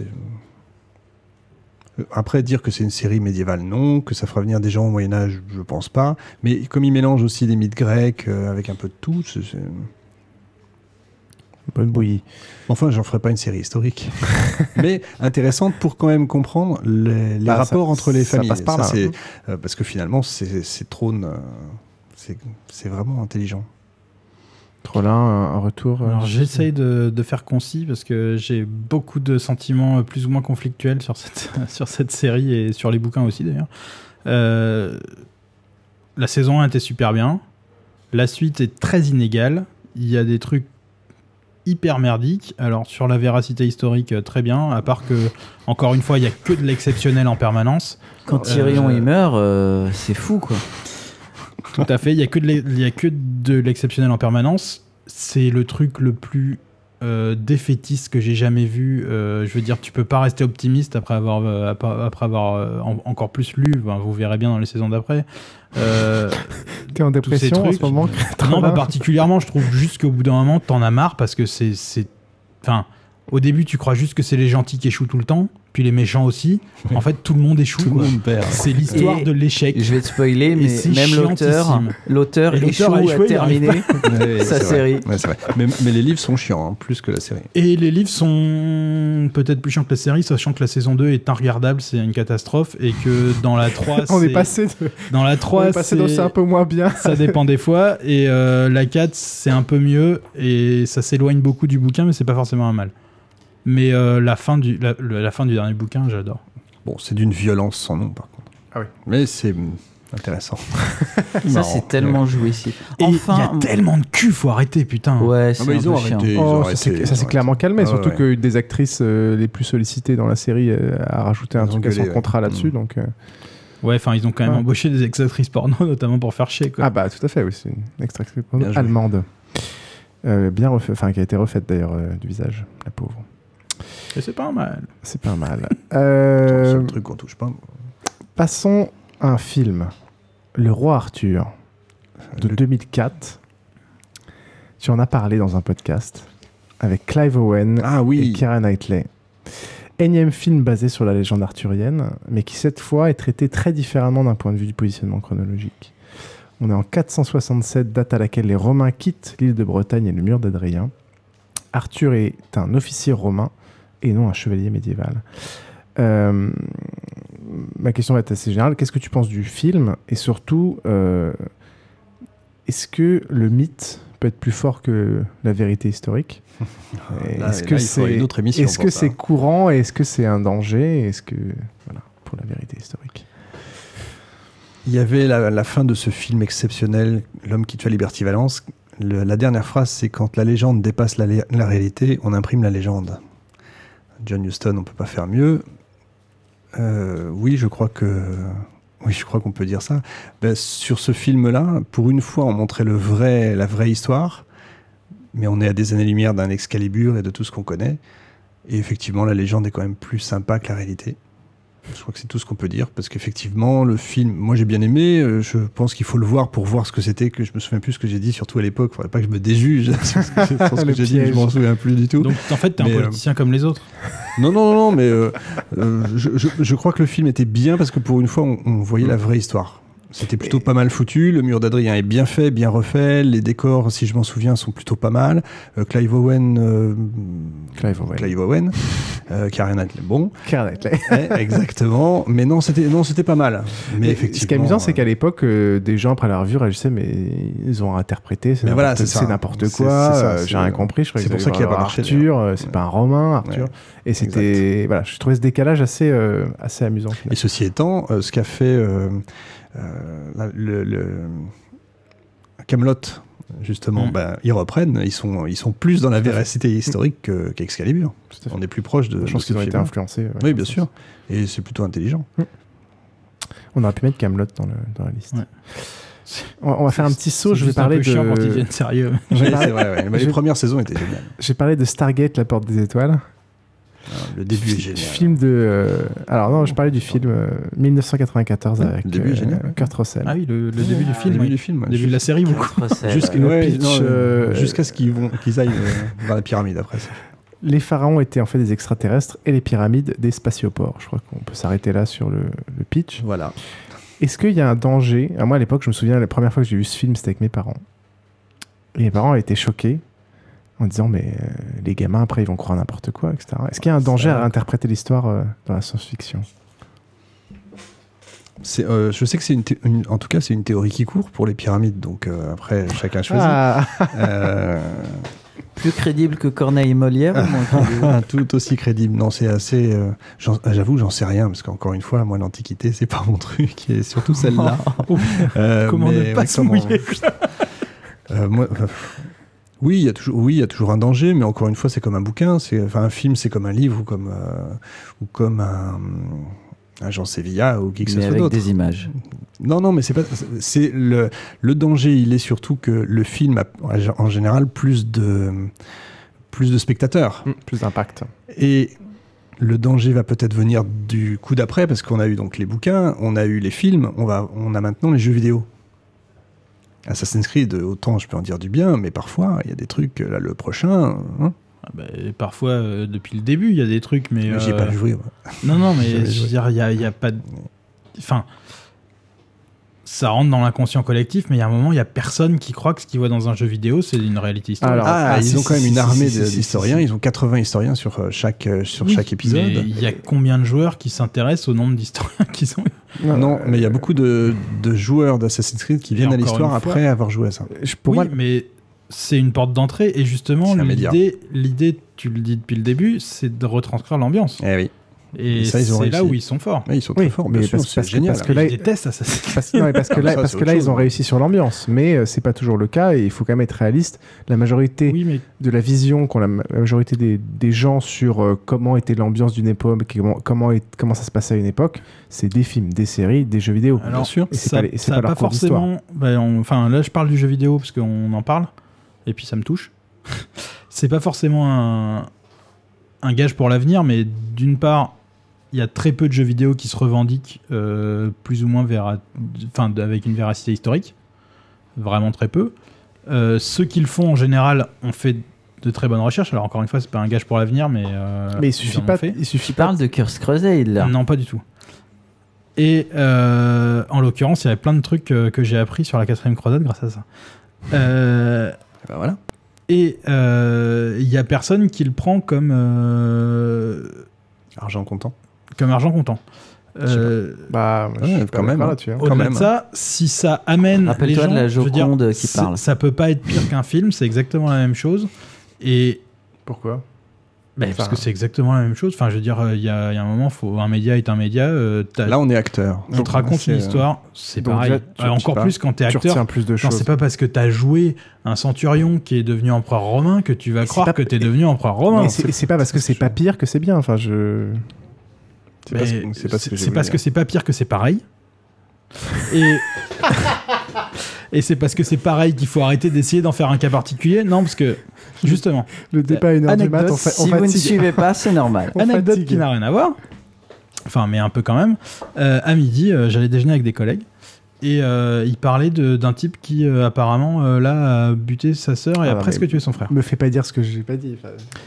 Après, dire que c'est une série médiévale, non. Que ça fera venir des gens au Moyen-Âge, je pense pas. Mais comme il mélange aussi des mythes grecs avec un peu de tout, c'est... Bonne bouillie. Enfin, j'en ferai pas une série historique. Mais intéressante pour quand même comprendre les rapports entre les familles. Ça passe par là. Parce que finalement, c'est trône... c'est vraiment intelligent. Trollin, un retour Alors j'essaye de faire concis parce que j'ai beaucoup de sentiments plus ou moins conflictuels sur cette série et sur les bouquins aussi d'ailleurs. La saison 1 était super bien. La suite est très inégale. Il y a des trucs hyper merdiques. Alors sur la véracité historique, très bien. À part que, encore une fois, il n'y a que de l'exceptionnel en permanence. Quand Tyrion il meurt, c'est fou quoi. Tout à fait, il y a que de l'exceptionnel en permanence. C'est le truc le plus défaitiste que j'ai jamais vu. Je veux dire, tu peux pas rester optimiste après avoir encore plus lu. Ben, vous verrez bien dans les saisons d'après. T'es en dépression en ce moment? Non, pas particulièrement. Je trouve juste qu'au bout d'un moment, t'en as marre parce que Enfin, au début, tu crois juste que c'est les gentils qui échouent tout le temps. Puis les méchants aussi. En fait, tout le monde échoue. Tout le monde perd. C'est l'histoire de l'échec. Je vais te spoiler, mais même l'auteur échoue à terminer sa série. Ouais, c'est vrai. Mais les livres sont chiants, hein, plus que la série. Et les livres sont peut-être plus chiants que la série, sachant que la saison 2 est regardable, c'est une catastrophe, et que dans la 3, on est passé c'est un peu moins bien. Ça dépend des fois, et la 4, c'est un peu mieux, et ça s'éloigne beaucoup du bouquin, mais c'est pas forcément un mal. Mais la fin du dernier bouquin, j'adore. Bon, c'est d'une violence sans nom, par contre. Ah oui. Mais c'est intéressant. Ça, c'est tellement jouissif. Enfin, il y a tellement de cul, faut arrêter, putain. Ouais, c'est ils ont arrêté. Ça s'est clairement calmé, surtout qu'une des actrices les plus sollicitées dans la série a rajouté un truc à son contrat là-dessus, donc... Ouais, enfin, ils ont quand même embauché des ex-actrices porno, notamment pour faire chier, quoi. Ah bah, tout à fait, oui, c'est une ex-actrice porno allemande. Bien refait, enfin, qui a été refaite d'ailleurs du visage, la pauvre. Et c'est pas mal. C'est pas mal. C'est un truc qu'on touche pas. Passons à un film. Le Roi Arthur, de 2004. Tu en as parlé dans un podcast avec Clive Owen et Keira Knightley. Énième film basé sur la légende arthurienne, mais qui cette fois est traité très différemment d'un point de vue du positionnement chronologique. On est en 467, date à laquelle les Romains quittent l'île de Bretagne et le mur d'Adrien. Arthur est un officier romain et non un chevalier médiéval. Ma question va être assez générale. Qu'est-ce que tu penses du film? Et surtout, est-ce que le mythe peut être plus fort que la vérité historique? Est-ce que c'est courant? Est-ce que c'est un danger? Est-ce que... Voilà, pour la vérité historique. Il y avait la fin de ce film exceptionnel, L'homme qui tue à Liberty Valance. La dernière phrase, c'est quand la légende dépasse la réalité, on imprime la légende. John Huston, on peut pas faire mieux. Oui, je crois qu'on peut dire ça. Sur ce film-là, pour une fois, on montrait la vraie histoire, mais on est à des années-lumière d'un Excalibur et de tout ce qu'on connaît. Et effectivement, la légende est quand même plus sympa que la réalité. Je crois que c'est tout ce qu'on peut dire, parce qu'effectivement, le film, moi j'ai bien aimé, je pense qu'il faut le voir pour voir ce que c'était, que je me souviens plus ce que j'ai dit, surtout à l'époque, il faudrait pas que je me déjuge sur ce que j'ai dit, je m'en souviens plus du tout. Donc en fait, t'es un politicien comme les autres. Non, mais je crois que le film était bien, parce que pour une fois, on voyait la vraie histoire. C'était plutôt pas mal foutu, le mur d'Adrien est bien fait, bien refait, les décors, si je m'en souviens, sont plutôt pas mal. Clive Owen, Keira Knightley, bon. Keira Knightley. Exactement, mais non, c'était pas mal. Mais effectivement. Ce qui est amusant, c'est qu'à l'époque, des gens après la revue réagissaient, mais ils ont interprété, c'est n'importe quoi, j'ai rien compris, je crois c'est pour ça qu'il a pas marché. Arthur, c'est pas un Romain, Arthur. Ouais. Et c'était, voilà, je trouvais ce décalage assez amusant. Et ceci étant, ce qu'a fait Camelot, justement, ils reprennent, ils sont plus dans la véracité historique qu'Excalibur. On est plus proche de. Je pense qu'ils ont été influencés. Oui, bien sûr. Et c'est plutôt intelligent. On aurait pu mettre Camelot dans la liste. Ouais. On va faire un petit saut. Je vais parler de. C'est un peu chiant quand ils viennent sérieux. C'est vrai. Les premières saisons étaient géniales. J'ai parlé de Stargate, la porte des étoiles. Le début est génial. Film alors non, je parlais du film 1994 avec le début est génial. Kurt Russell. Ah oui, le début du film. Le début du film. Le début de la série, beaucoup. Jusqu'à ce qu'ils aillent dans la pyramide après ça. Les pharaons étaient en fait des extraterrestres et les pyramides des spatiopores. Je crois qu'on peut s'arrêter là sur le pitch. Voilà. Est-ce qu'il y a un danger? Moi, à l'époque, je me souviens, la première fois que j'ai vu ce film, c'était avec mes parents. Et mes parents étaient choqués en disant, mais les gamins, après, ils vont croire n'importe quoi, etc. Est-ce qu'il y a un danger à interpréter l'histoire dans la science-fiction? Je sais que en tout cas, c'est une théorie qui court pour les pyramides. Donc après, chacun choisit. Plus crédible que Corneille et Molière ou moins crédible? Tout aussi crédible. Non, c'est assez. J'avoue, j'en sais rien parce qu'encore une fois, moi, l'Antiquité, c'est pas mon truc et surtout celle-là. Comment ne pas se mouiller? Oui, il y a toujours un danger, mais encore une fois, c'est comme un bouquin. Un film, c'est comme un livre ou comme un Jean Sevilla ou qui que ce soit d'autre. Mais avec des images. Non, mais c'est pas. C'est le danger. Il est surtout que le film a en général plus de spectateurs, plus d'impact. Et le danger va peut-être venir du coup d'après, parce qu'on a eu donc les bouquins, on a eu les films, on a maintenant les jeux vidéo. Assassin's Creed, autant je peux en dire du bien, mais parfois il y a des trucs. Là, le prochain. Parfois, depuis le début, il y a des trucs, mais j'ai pas joué. Non, mais je veux dire, il y a pas. Enfin, ça rentre dans l'inconscient collectif, mais il y a un moment, il y a personne qui croit que ce qu'il voit dans un jeu vidéo, c'est une réalité historique. Ils ont quand même une armée d'historiens. Ils ont 80 historiens sur chaque épisode. Mais il y a combien de joueurs qui s'intéressent au nombre d'historiens qu'ils ont? Non, mais il y a beaucoup de joueurs d'Assassin's Creed qui viennent à l'histoire après avoir joué à ça. Mais c'est une porte d'entrée, et justement, l'idée, tu le dis depuis le début, c'est de retranscrire l'ambiance. Eh oui. Et ça, c'est là où ils sont forts. Ils sont très forts, bien sûr, c'est génial. Parce que là, ils détestent ça. Parce que là, ils ont réussi sur l'ambiance, mais c'est pas toujours le cas, et il faut quand même être réaliste. La majorité de la vision qu'ont la majorité des gens sur comment était l'ambiance d'une époque, comment ça se passait à une époque, c'est des films, des séries, des jeux vidéo. Alors, bien sûr. Ça n'a pas forcément. Là, je parle du jeu vidéo parce qu'on en parle, et puis ça me touche. C'est pas forcément un gage pour l'avenir, mais d'une part, il y a très peu de jeux vidéo qui se revendiquent plus ou moins avec une véracité historique. Vraiment très peu. Ceux qui le font en général ont fait de très bonnes recherches. Alors encore une fois, c'est pas un gage pour l'avenir, mais il suffit pas. Tu parles de Curse Crusade là? Non, pas du tout. Et en l'occurrence, il y avait plein de trucs que j'ai appris sur la 4ème croisade grâce à ça. Voilà. Et il y a personne qui le prend comme argent comptant. Comme argent comptant. Quand même. Au-delà de ça, si ça amène les gens, de la Joconde qui parle. Ça peut pas être pire qu'un film, c'est exactement la même chose. Et pourquoi? Parce que c'est exactement la même chose. Enfin, je veux dire, il y a un moment, un média est un média. Là, on est acteur. On te raconte une histoire, c'est pareil. Encore plus quand t'es acteur. Tu retiens plus de choses. C'est pas parce que t'as joué un centurion qui est devenu empereur romain que tu vas croire que t'es devenu empereur romain. C'est pas parce que c'est pas pire que c'est bien. Enfin, c'est parce que c'est pas pire que c'est pareil. Et c'est parce que c'est pareil qu'il faut arrêter d'essayer d'en faire un cas particulier. Non, parce que, justement... Le débat à 1h du mat, si vous ne suivez pas, c'est normal. Anecdote qui n'a rien à voir. Enfin, mais un peu quand même. À midi, j'allais déjeuner avec des collègues. Et il parlait d'un type qui, apparemment, là, a buté sa sœur et a presque tué son frère. Me fais pas dire ce que j'ai pas dit.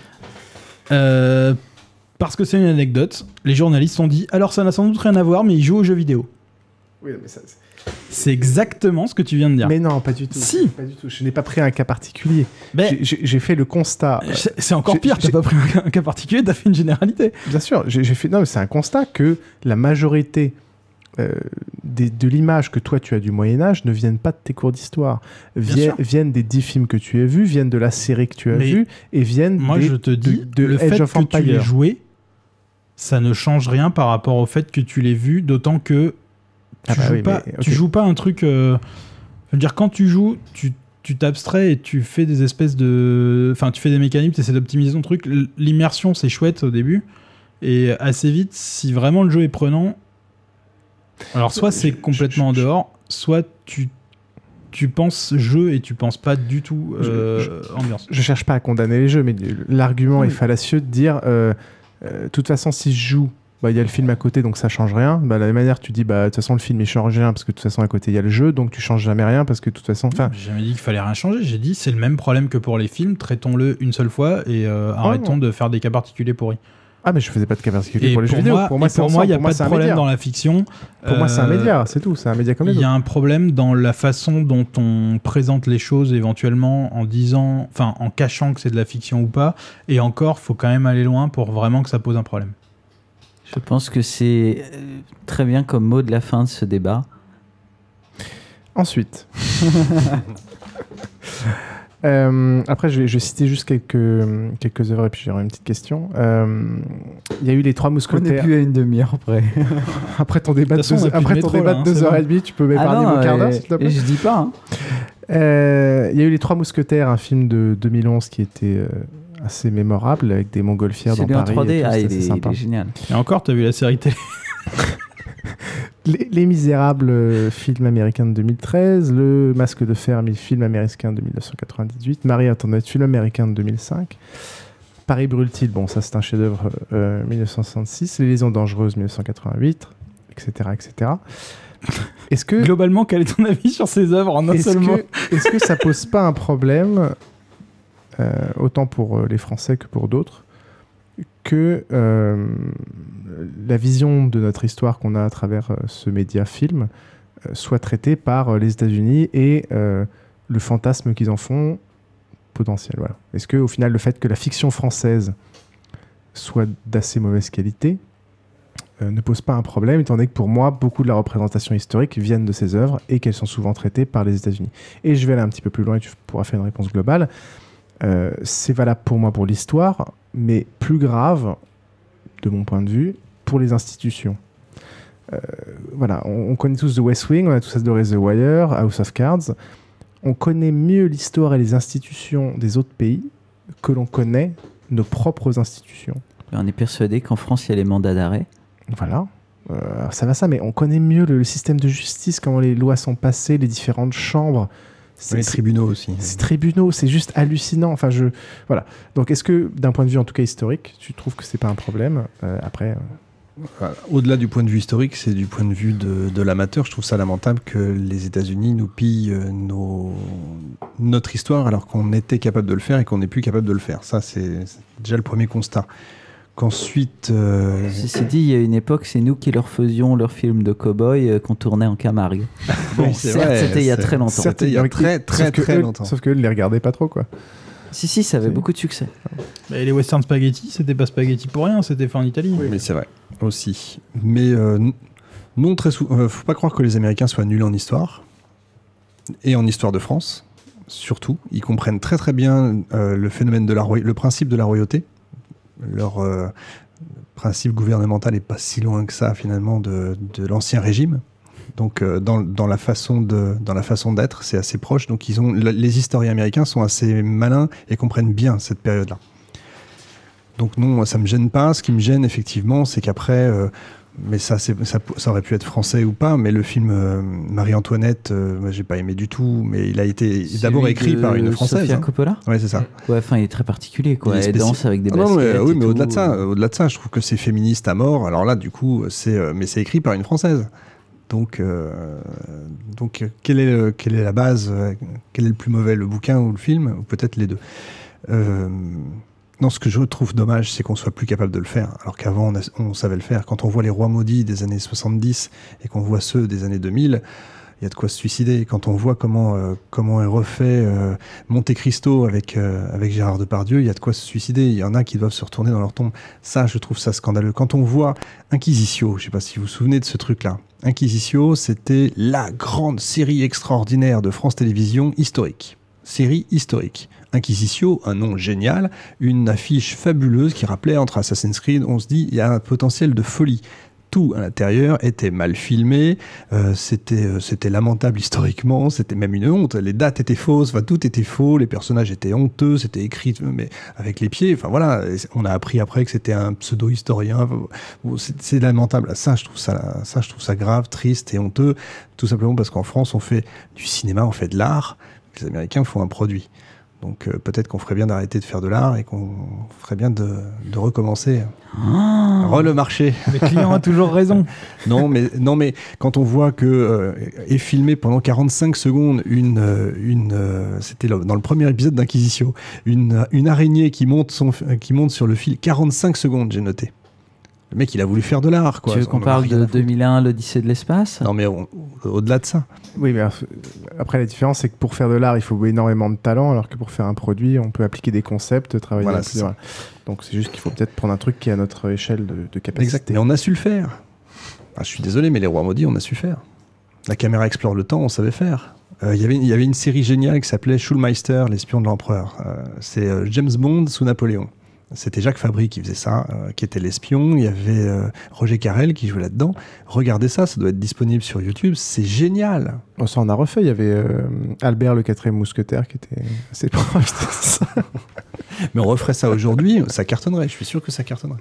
Parce que c'est une anecdote, les journalistes ont dit « Alors, ça n'a sans doute rien à voir, mais il joue aux jeux vidéo. » Oui, mais ça... C'est exactement ce que tu viens de dire. Mais non, pas du tout. Si. Pas du tout. Je n'ai pas pris un cas particulier. J'ai fait le constat. C'est encore pire. T'as pas pris un cas particulier, t'as fait une généralité. Bien sûr. J'ai fait. Non, mais c'est un constat que la majorité de l'image que toi tu as du Moyen Âge ne viennent pas de tes cours d'histoire. Viennent des 10 films que tu as vus, viennent de la série que tu as vue, et viennent. Moi, je te dis, le fait que tu l'aies joué, ça ne change rien par rapport au fait que tu l'aies vu, d'autant que tu joues pas un truc. Je veux dire, quand tu joues, tu t'abstrais et tu fais des espèces de. Enfin, tu fais des mécaniques, tu essaies d'optimiser ton truc. L'immersion, c'est chouette au début. Et assez vite, si vraiment le jeu est prenant. Alors, soit c'est complètement en dehors, soit tu penses jeu et tu penses pas du tout ambiance. Je cherche pas à condamner les jeux, mais l'argument est fallacieux de dire. De toute façon, si je joue, il y a le film à côté, donc ça change rien. De la même manière, tu dis, de toute façon, le film, il change rien, parce que de toute façon, à côté, il y a le jeu, donc tu changes jamais rien, parce que de toute façon... J'ai jamais dit qu'il fallait rien changer. J'ai dit, c'est le même problème que pour les films, traitons-le une seule fois et arrêtons de faire des cas particuliers pourris. Ah, mais je faisais pas de cas particuliers pour les jeux vidéo. Pour moi, il n'y a pas de problème dans la fiction. Pour moi, c'est un média, c'est tout. C'est un média comme les autres. Il y a un problème dans la façon dont on présente les choses, éventuellement, en cachant que c'est de la fiction ou pas. Et encore, faut quand même aller loin pour vraiment que ça pose un problème. Je pense que c'est très bien comme mot de la fin de ce débat. Ensuite. Après, je vais citer juste quelques œuvres et puis j'aurai une petite question. Il y a eu les 3 Mousquetaires. On est plus à une demi-heure après. Après ton débat de 2h30, tu peux m'épargner mon quart d'heure, s'il te plaît. Je dis pas. Il y a eu les 3 Mousquetaires, un film de 2011 qui était assez mémorable avec des montgolfières dans Paris. C'est en 3D, il est génial. Et encore, t'as vu la série télé? Les Misérables, film américain de 2013, Le Masque de Fer, film américain de 1998, Marie-Antoinette, film américain de 2005, Paris brûle-t-il, bon ça c'est un chef-d'œuvre 1966, Les Liaisons dangereuses 1988, etc. etc. Est-ce que, globalement, quel est ton avis sur ces œuvres en un seul mot? Est-ce que ça pose pas un problème, autant pour les Français que pour d'autres, que la vision de notre histoire qu'on a à travers ce média film soit traitée par les États-Unis et le fantasme qu'ils en font potentiel. Voilà. Est-ce qu'au final, le fait que la fiction française soit d'assez mauvaise qualité ne pose pas un problème, étant donné que pour moi, beaucoup de la représentation historique viennent de ces œuvres et qu'elles sont souvent traitées par les États-Unis. Et je vais aller un petit peu plus loin et tu pourras faire une réponse globale. C'est valable pour moi pour l'histoire, mais plus grave, de mon point de vue, pour les institutions. Voilà, on connaît tous The West Wing, on a tous adoré The Wire, House of Cards. On connaît mieux l'histoire et les institutions des autres pays que l'on connaît nos propres institutions. On est persuadé qu'en France, il y a les mandats d'arrêt. Voilà. Ça, mais on connaît mieux le système de justice, comment les lois sont passées, les différentes chambres. Les tribunaux aussi. Ces tribunaux, c'est juste hallucinant. Enfin, voilà. Donc, est-ce que, d'un point de vue en tout cas historique, tu trouves que c'est pas un problème après Au-delà du point de vue historique, c'est du point de vue de l'amateur. Je trouve ça lamentable que les États-Unis nous pillent notre histoire alors qu'on était capable de le faire et qu'on n'est plus capable de le faire. Ça, c'est déjà le premier constat. Qu'ensuite... Ceci dit, il y a une époque, c'est nous qui leur faisions leurs films de cow-boy qu'on tournait en Camargue. Bon, oui, certes, c'était il y a très longtemps. C'était il y a très longtemps. Sauf qu'eux ne les regardaient pas trop, quoi. Si, ça avait beaucoup de succès. Et les western spaghetti, c'était pas spaghetti pour rien, c'était fait en Italie. Oui, mais c'est vrai, aussi. Mais non, très souvent, faut pas croire que les Américains soient nuls en histoire, et en histoire de France, surtout. Ils comprennent très très bien le phénomène de le principe de la royauté. Leur principe gouvernemental n'est pas si loin que ça, finalement, de l'ancien régime. Donc, dans la façon d'être, c'est assez proche. Donc, les historiens américains sont assez malins et comprennent bien cette période-là. Donc, non, ça me gêne pas. Ce qui me gêne, effectivement, c'est qu'après... mais ça aurait pu être français ou pas, mais le film Marie-Antoinette, moi j'ai pas aimé du tout, mais il a été d'abord écrit par une française. Sofia Coppola. Ouais, c'est ça. Ouais, enfin, il est très particulier, quoi. Elle danse avec des baskets. Oui, mais au-delà de ça, je trouve que c'est féministe à mort. Alors là, du coup, mais c'est écrit par une française. Donc, quelle est la base, quel est le plus mauvais, le bouquin ou le film, ou peut-être les deux. Non, ce que je trouve dommage, c'est qu'on soit plus capable de le faire, alors qu'avant, on savait le faire. Quand on voit les Rois maudits des années 70 et qu'on voit ceux des années 2000, il y a de quoi se suicider. Quand on voit comment est refait Monte Cristo avec Gérard Depardieu, il y a de quoi se suicider. Il y en a qui doivent se retourner dans leur tombe. Ça, je trouve ça scandaleux. Quand on voit Inquisitio, je ne sais pas si vous vous souvenez de ce truc-là. Inquisitio, c'était la grande série extraordinaire de France Télévisions historique. Série historique. Inquisitio, un nom génial, une affiche fabuleuse qui rappelait entre Assassin's Creed, on se dit, il y a un potentiel de folie. Tout à l'intérieur était mal filmé, c'était lamentable historiquement, c'était même une honte, les dates étaient fausses, tout était faux, les personnages étaient honteux, c'était écrit mais avec les pieds, enfin voilà, on a appris après que c'était un pseudo-historien, c'est lamentable. Ça je trouve ça grave, triste et honteux, tout simplement parce qu'en France on fait du cinéma, on fait de l'art, les Américains font un produit. Donc peut-être qu'on ferait bien d'arrêter de faire de l'art et qu'on ferait bien de recommencer. Le marché. Le client a toujours raison. Non, mais quand on voit que est filmé pendant 45 secondes c'était dans le premier épisode d'Inquisition, une araignée qui monte sur le fil, 45 secondes, j'ai noté. Le mec, il a voulu faire de l'art, quoi. Tu veux qu'on parle de 2001, l'Odyssée de l'espace ? Non, mais au-delà de ça. Oui, mais après, la différence, c'est que pour faire de l'art, il faut énormément de talent, alors que pour faire un produit, on peut appliquer des concepts, travailler voilà, avec plusieurs. Donc, c'est juste qu'il faut peut-être prendre un truc qui est à notre échelle de capacité. Exact. Mais on a su le faire. Je suis désolé, mais Les Rois Maudits, on a su faire. La caméra explore le temps, on savait faire. Il y avait une série géniale qui s'appelait Schulmeister, l'espion de l'empereur. C'est James Bond sous Napoléon. C'était Jacques Fabry qui faisait ça, qui était l'espion. Il y avait Roger Carrel qui jouait là-dedans. Regardez ça doit être disponible sur YouTube. C'est génial. Ça, on a refait. Il y avait Albert, le 4e mousquetaire, qui était assez proche de ça. Mais on referait ça aujourd'hui, ça cartonnerait. Je suis sûr que ça cartonnerait.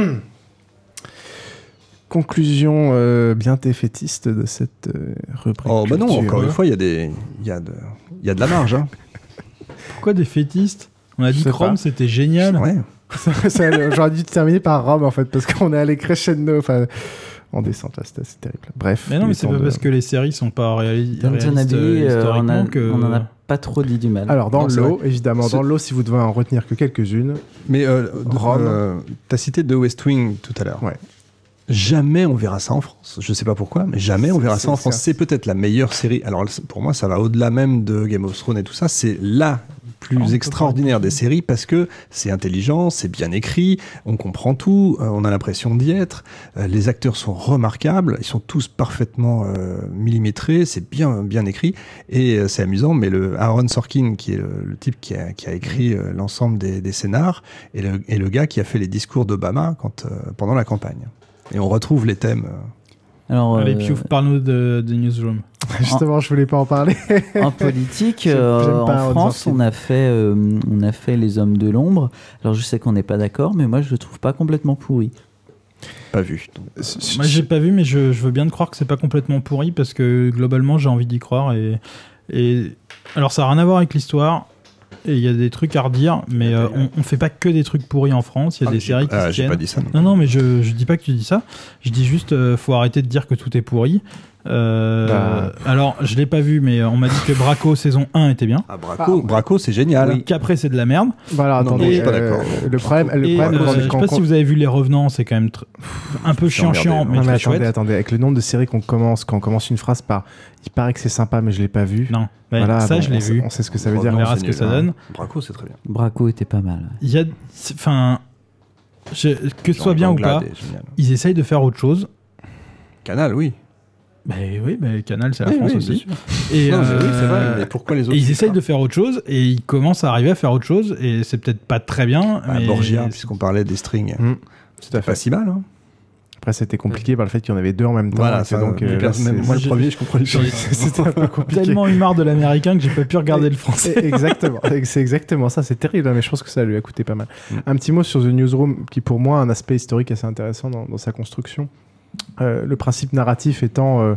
Conclusion bien défaitiste de cette rubrique. Oh, bah non, encore une fois, il y a de la marge. Hein. Pourquoi des fétistes ? On a dit que Rome, c'était génial. Ouais. J'aurais dû terminer par Rome, en fait, parce qu'on est allé crescendo. Enfin, en descente, là, c'était assez terrible. Bref. Mais non, mais c'est pas parce que les séries sont pas réalistes historiquement que... On en a pas trop dit du mal. Alors, dans l'eau, évidemment, dans l'eau, si vous devez en retenir que quelques-unes. Mais Rome, t'as cité The West Wing tout à l'heure. Ouais. Jamais on verra ça en France. Je sais pas pourquoi, mais jamais on verra ça en France. C'est peut-être la meilleure série. Alors, pour moi, ça va au-delà même de Game of Thrones et tout ça. C'est la plus extraordinaire des séries parce que c'est intelligent, c'est bien écrit, on comprend tout, on a l'impression d'y être, les acteurs sont remarquables, ils sont tous parfaitement millimétrés, c'est bien écrit et c'est amusant, mais le Aaron Sorkin qui est le type qui a écrit l'ensemble des scénars et le gars qui a fait les discours d'Obama pendant la campagne. Et on retrouve les thèmes. Alors, allez, Piouf, parle-nous de Newsroom. Justement, je voulais pas en parler. En politique, en France, on a fait Les Hommes de l'Ombre. Alors, je sais qu'on n'est pas d'accord, mais moi, je le trouve pas complètement pourri. Pas vu. Moi, j'ai pas vu, mais je veux bien te croire que c'est pas complètement pourri parce que globalement, j'ai envie d'y croire. Et alors, ça n'a rien à voir avec l'histoire. Et il y a des trucs à redire, mais on fait pas que des trucs pourris en France. Il y a des séries qui se tiennent. J'ai pas dit ça. Non, mais je dis pas que tu dis ça. Je dis juste, faut arrêter de dire que tout est pourri. Alors, je l'ai pas vu, mais on m'a dit que Braco saison 1 était bien. Braco, c'est génial. Oui. Qu'après, c'est de la merde. Voilà, attendez, je suis pas d'accord. Le problème, je sais pas si vous avez vu Les Revenants, c'est quand même un peu chiant, mais très chouette. Attendez, avec le nombre de séries quand on commence une phrase par il paraît que c'est sympa, mais je l'ai pas vu. Non, voilà, ça, je l'ai vu. On sait ce que ça veut dire. On verra ce que ça donne. Braco, c'est très bien. Braco était pas mal. Il y a, que ce soit bien ou pas, ils essayent de faire autre chose. Canal, oui. Mais Canal, c'est la France aussi. Et oui, c'est vrai. Mais pourquoi les autres ils essayent de faire autre chose et ils commencent à arriver à faire autre chose et c'est peut-être pas très bien. Mais... Borgia, puisqu'on parlait des strings, c'est pas si mal. Hein. Après, c'était compliqué par le fait qu'il y en avait deux en même temps. Voilà, ça, donc, moi, le premier, je comprenais pas. C'était un peu compliqué. Tellement eu marre de l'américain que j'ai pas pu regarder le français. Exactement. C'est exactement ça. C'est terrible, mais je pense que ça lui a coûté pas mal. Un petit mot sur The Newsroom, qui pour moi a un aspect historique assez intéressant dans sa construction. Le principe narratif étant,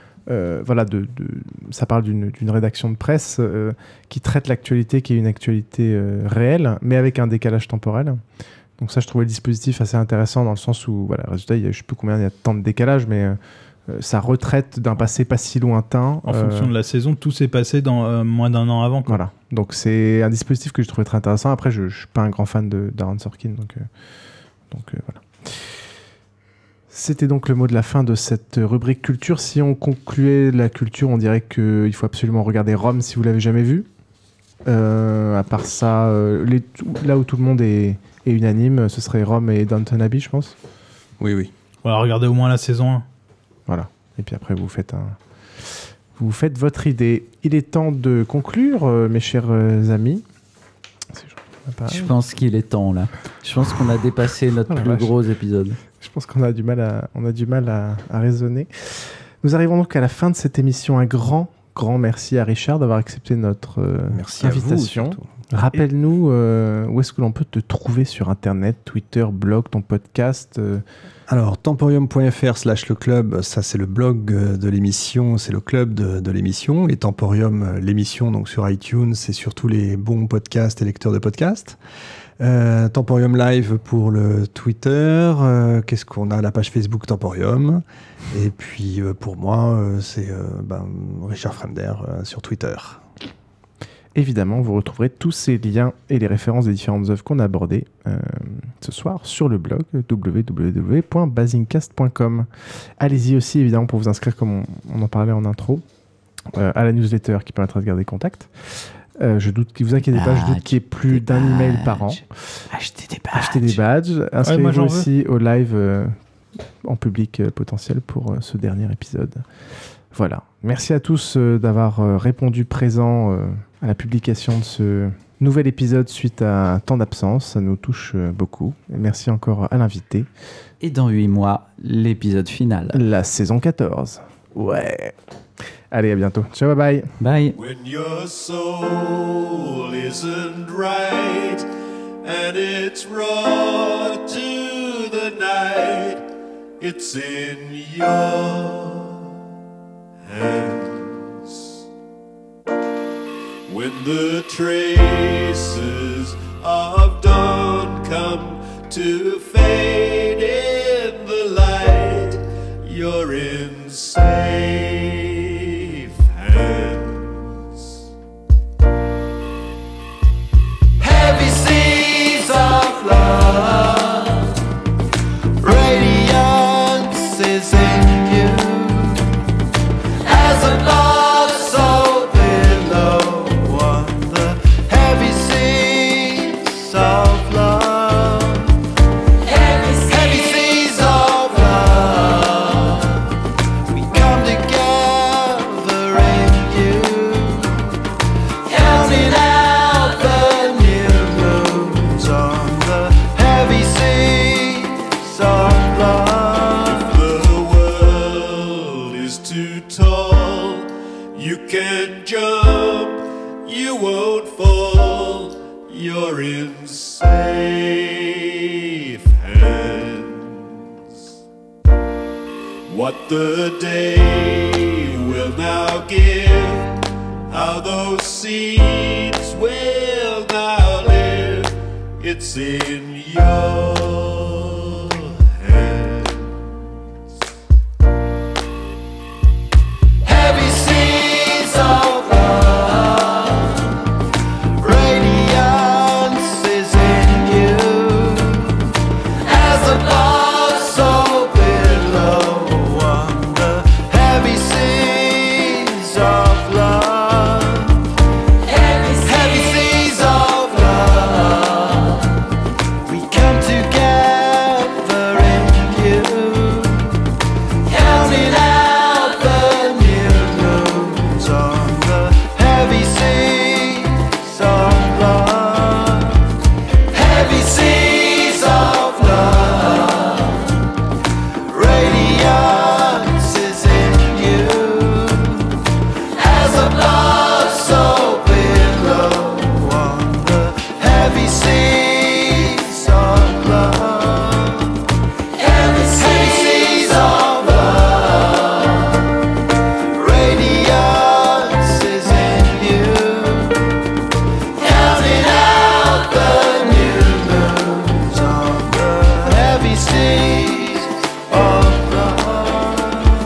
ça parle d'une rédaction de presse qui traite l'actualité, qui est une actualité réelle, mais avec un décalage temporel. Donc ça, je trouvais le dispositif assez intéressant dans le sens où, voilà, résultat, je ne sais plus combien il y a de temps de décalage, mais ça retraite d'un passé pas si lointain. En fonction de la saison, tout s'est passé dans moins d'un an avant. Voilà. Donc c'est un dispositif que je trouvais très intéressant. Après, je ne suis pas un grand fan d'Aaron Sorkin, donc voilà. C'était donc le mot de la fin de cette rubrique culture. Si on concluait la culture, on dirait qu'il faut absolument regarder Rome si vous l'avez jamais vu. À part ça, là où tout le monde est unanime, ce serait Rome et Downton Abbey, je pense. Oui. Voilà, regardez au moins la saison 1. Voilà. Et puis après, vous faites votre idée. Il est temps de conclure, mes chers amis. Je pense qu'il est temps, là. Je pense qu'on a dépassé notre plus gros épisode. Je pense qu'on a du mal à raisonner. Nous arrivons donc à la fin de cette émission. Un grand merci à Richard d'avoir accepté notre invitation. Rappelle-nous où est-ce que l'on peut te trouver sur Internet, Twitter, blog, ton podcast Alors, temporium.fr/le club, ça c'est le blog de l'émission, c'est le club de l'émission. Et Temporium, l'émission, donc sur iTunes, c'est surtout les bons podcasts et lecteurs de podcasts. Temporium Live pour le Twitter. Qu'est-ce qu'on a? La page Facebook Temporium. Et puis pour moi, c'est Richard Fremder sur Twitter. Évidemment, vous retrouverez tous ces liens et les références des différentes œuvres qu'on a abordées ce soir sur le blog www.basingcast.com. Allez-y aussi, évidemment, pour vous inscrire, comme on en parlait en intro, à la newsletter qui permettra de garder contact. Je doute qu'il vous inquiétez pas, je doute qu'il y ait plus d'un email par an. Achetez des badges. Inscrivez-vous aussi au live en public potentiel pour ce dernier épisode. Voilà. Merci à tous d'avoir répondu présent à la publication de ce nouvel épisode suite à un temps d'absence. Ça nous touche beaucoup. Et merci encore à l'invité. Et dans 8 mois, l'épisode final. La saison 14. Ouais. Allez, à bientôt. Ciao, bye bye. Bye. When your soul isn't right and it's raw to the night, it's in your hands. When the traces of dawn come to fade in the light, you're in safe hands. Heavy seas of love, radiance is in you. As above, so below, on the heavy seas of love. Heavy seas of love. We come together in you, counting out the new moons on the heavy seas of love. The world is too tall, you can't jump, you won't fall, you're in safe hands. What the day will now give, how those seeds will now live, it's in your hands. Heavy seas of love, radiance is in you. As above, so below, on the heavy seas of love. Heavy seas of love. We come together in you, counting out the new moons on the heavy seas of love. Heavy seas of love. Radiance is in you. As above, so below, on the heavy seas of love. Heavy seas of love. Radiance is in you, counting out the new moons on the heavy seas of love.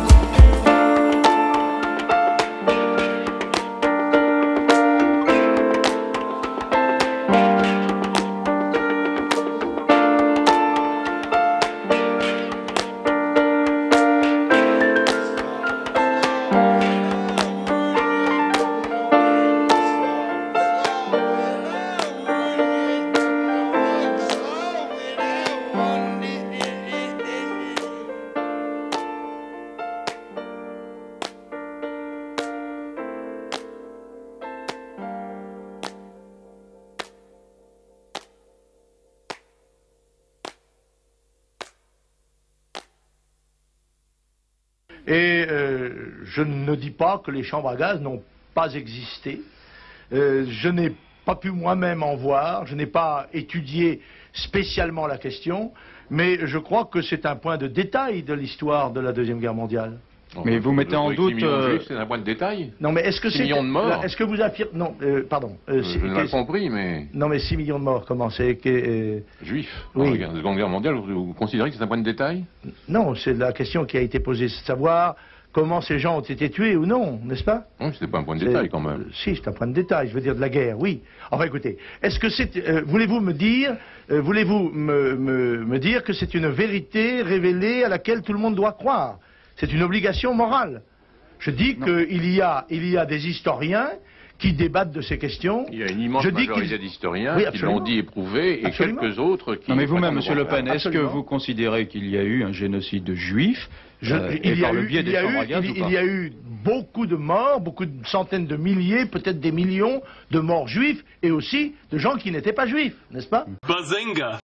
Et je ne dis pas que les chambres à gaz n'ont pas existé. Je n'ai pas pu moi-même en voir, je n'ai pas étudié spécialement la question, mais je crois que c'est un point de détail de l'histoire de la Deuxième Guerre mondiale. Mais vous mettez en doute... C'est un point de détail. Non, mais est-ce que 6 millions de morts. Est-ce que vous affirmez... Non, pardon. Je ne l'ai pas compris, mais... Non, mais 6 millions de morts, comment c'est Juifs. Oui. Dans la Seconde Guerre mondiale, vous considérez que c'est un point de détail? Non, c'est la question qui a été posée, c'est de savoir comment ces gens ont été tués ou non, n'est-ce pas? Non, c'était pas un point de détail quand même. Si, c'est un point de détail, je veux dire de la guerre, oui. Enfin écoutez, est-ce que c'est... voulez-vous me dire... voulez-vous me dire que c'est une vérité révélée à laquelle tout le monde doit croire? C'est une obligation morale. Je dis qu'il y a des historiens qui débattent de ces questions. Il y a une immense majorité d'historiens qui l'ont dit éprouvé et quelques autres qui... Non mais vous-même, Monsieur Le Pen, est-ce que vous considérez qu'il y a eu un génocide de juifs il y a eu beaucoup de morts, beaucoup de centaines de milliers, peut-être des millions de morts juifs et aussi de gens qui n'étaient pas juifs, n'est-ce pas? Bazinga!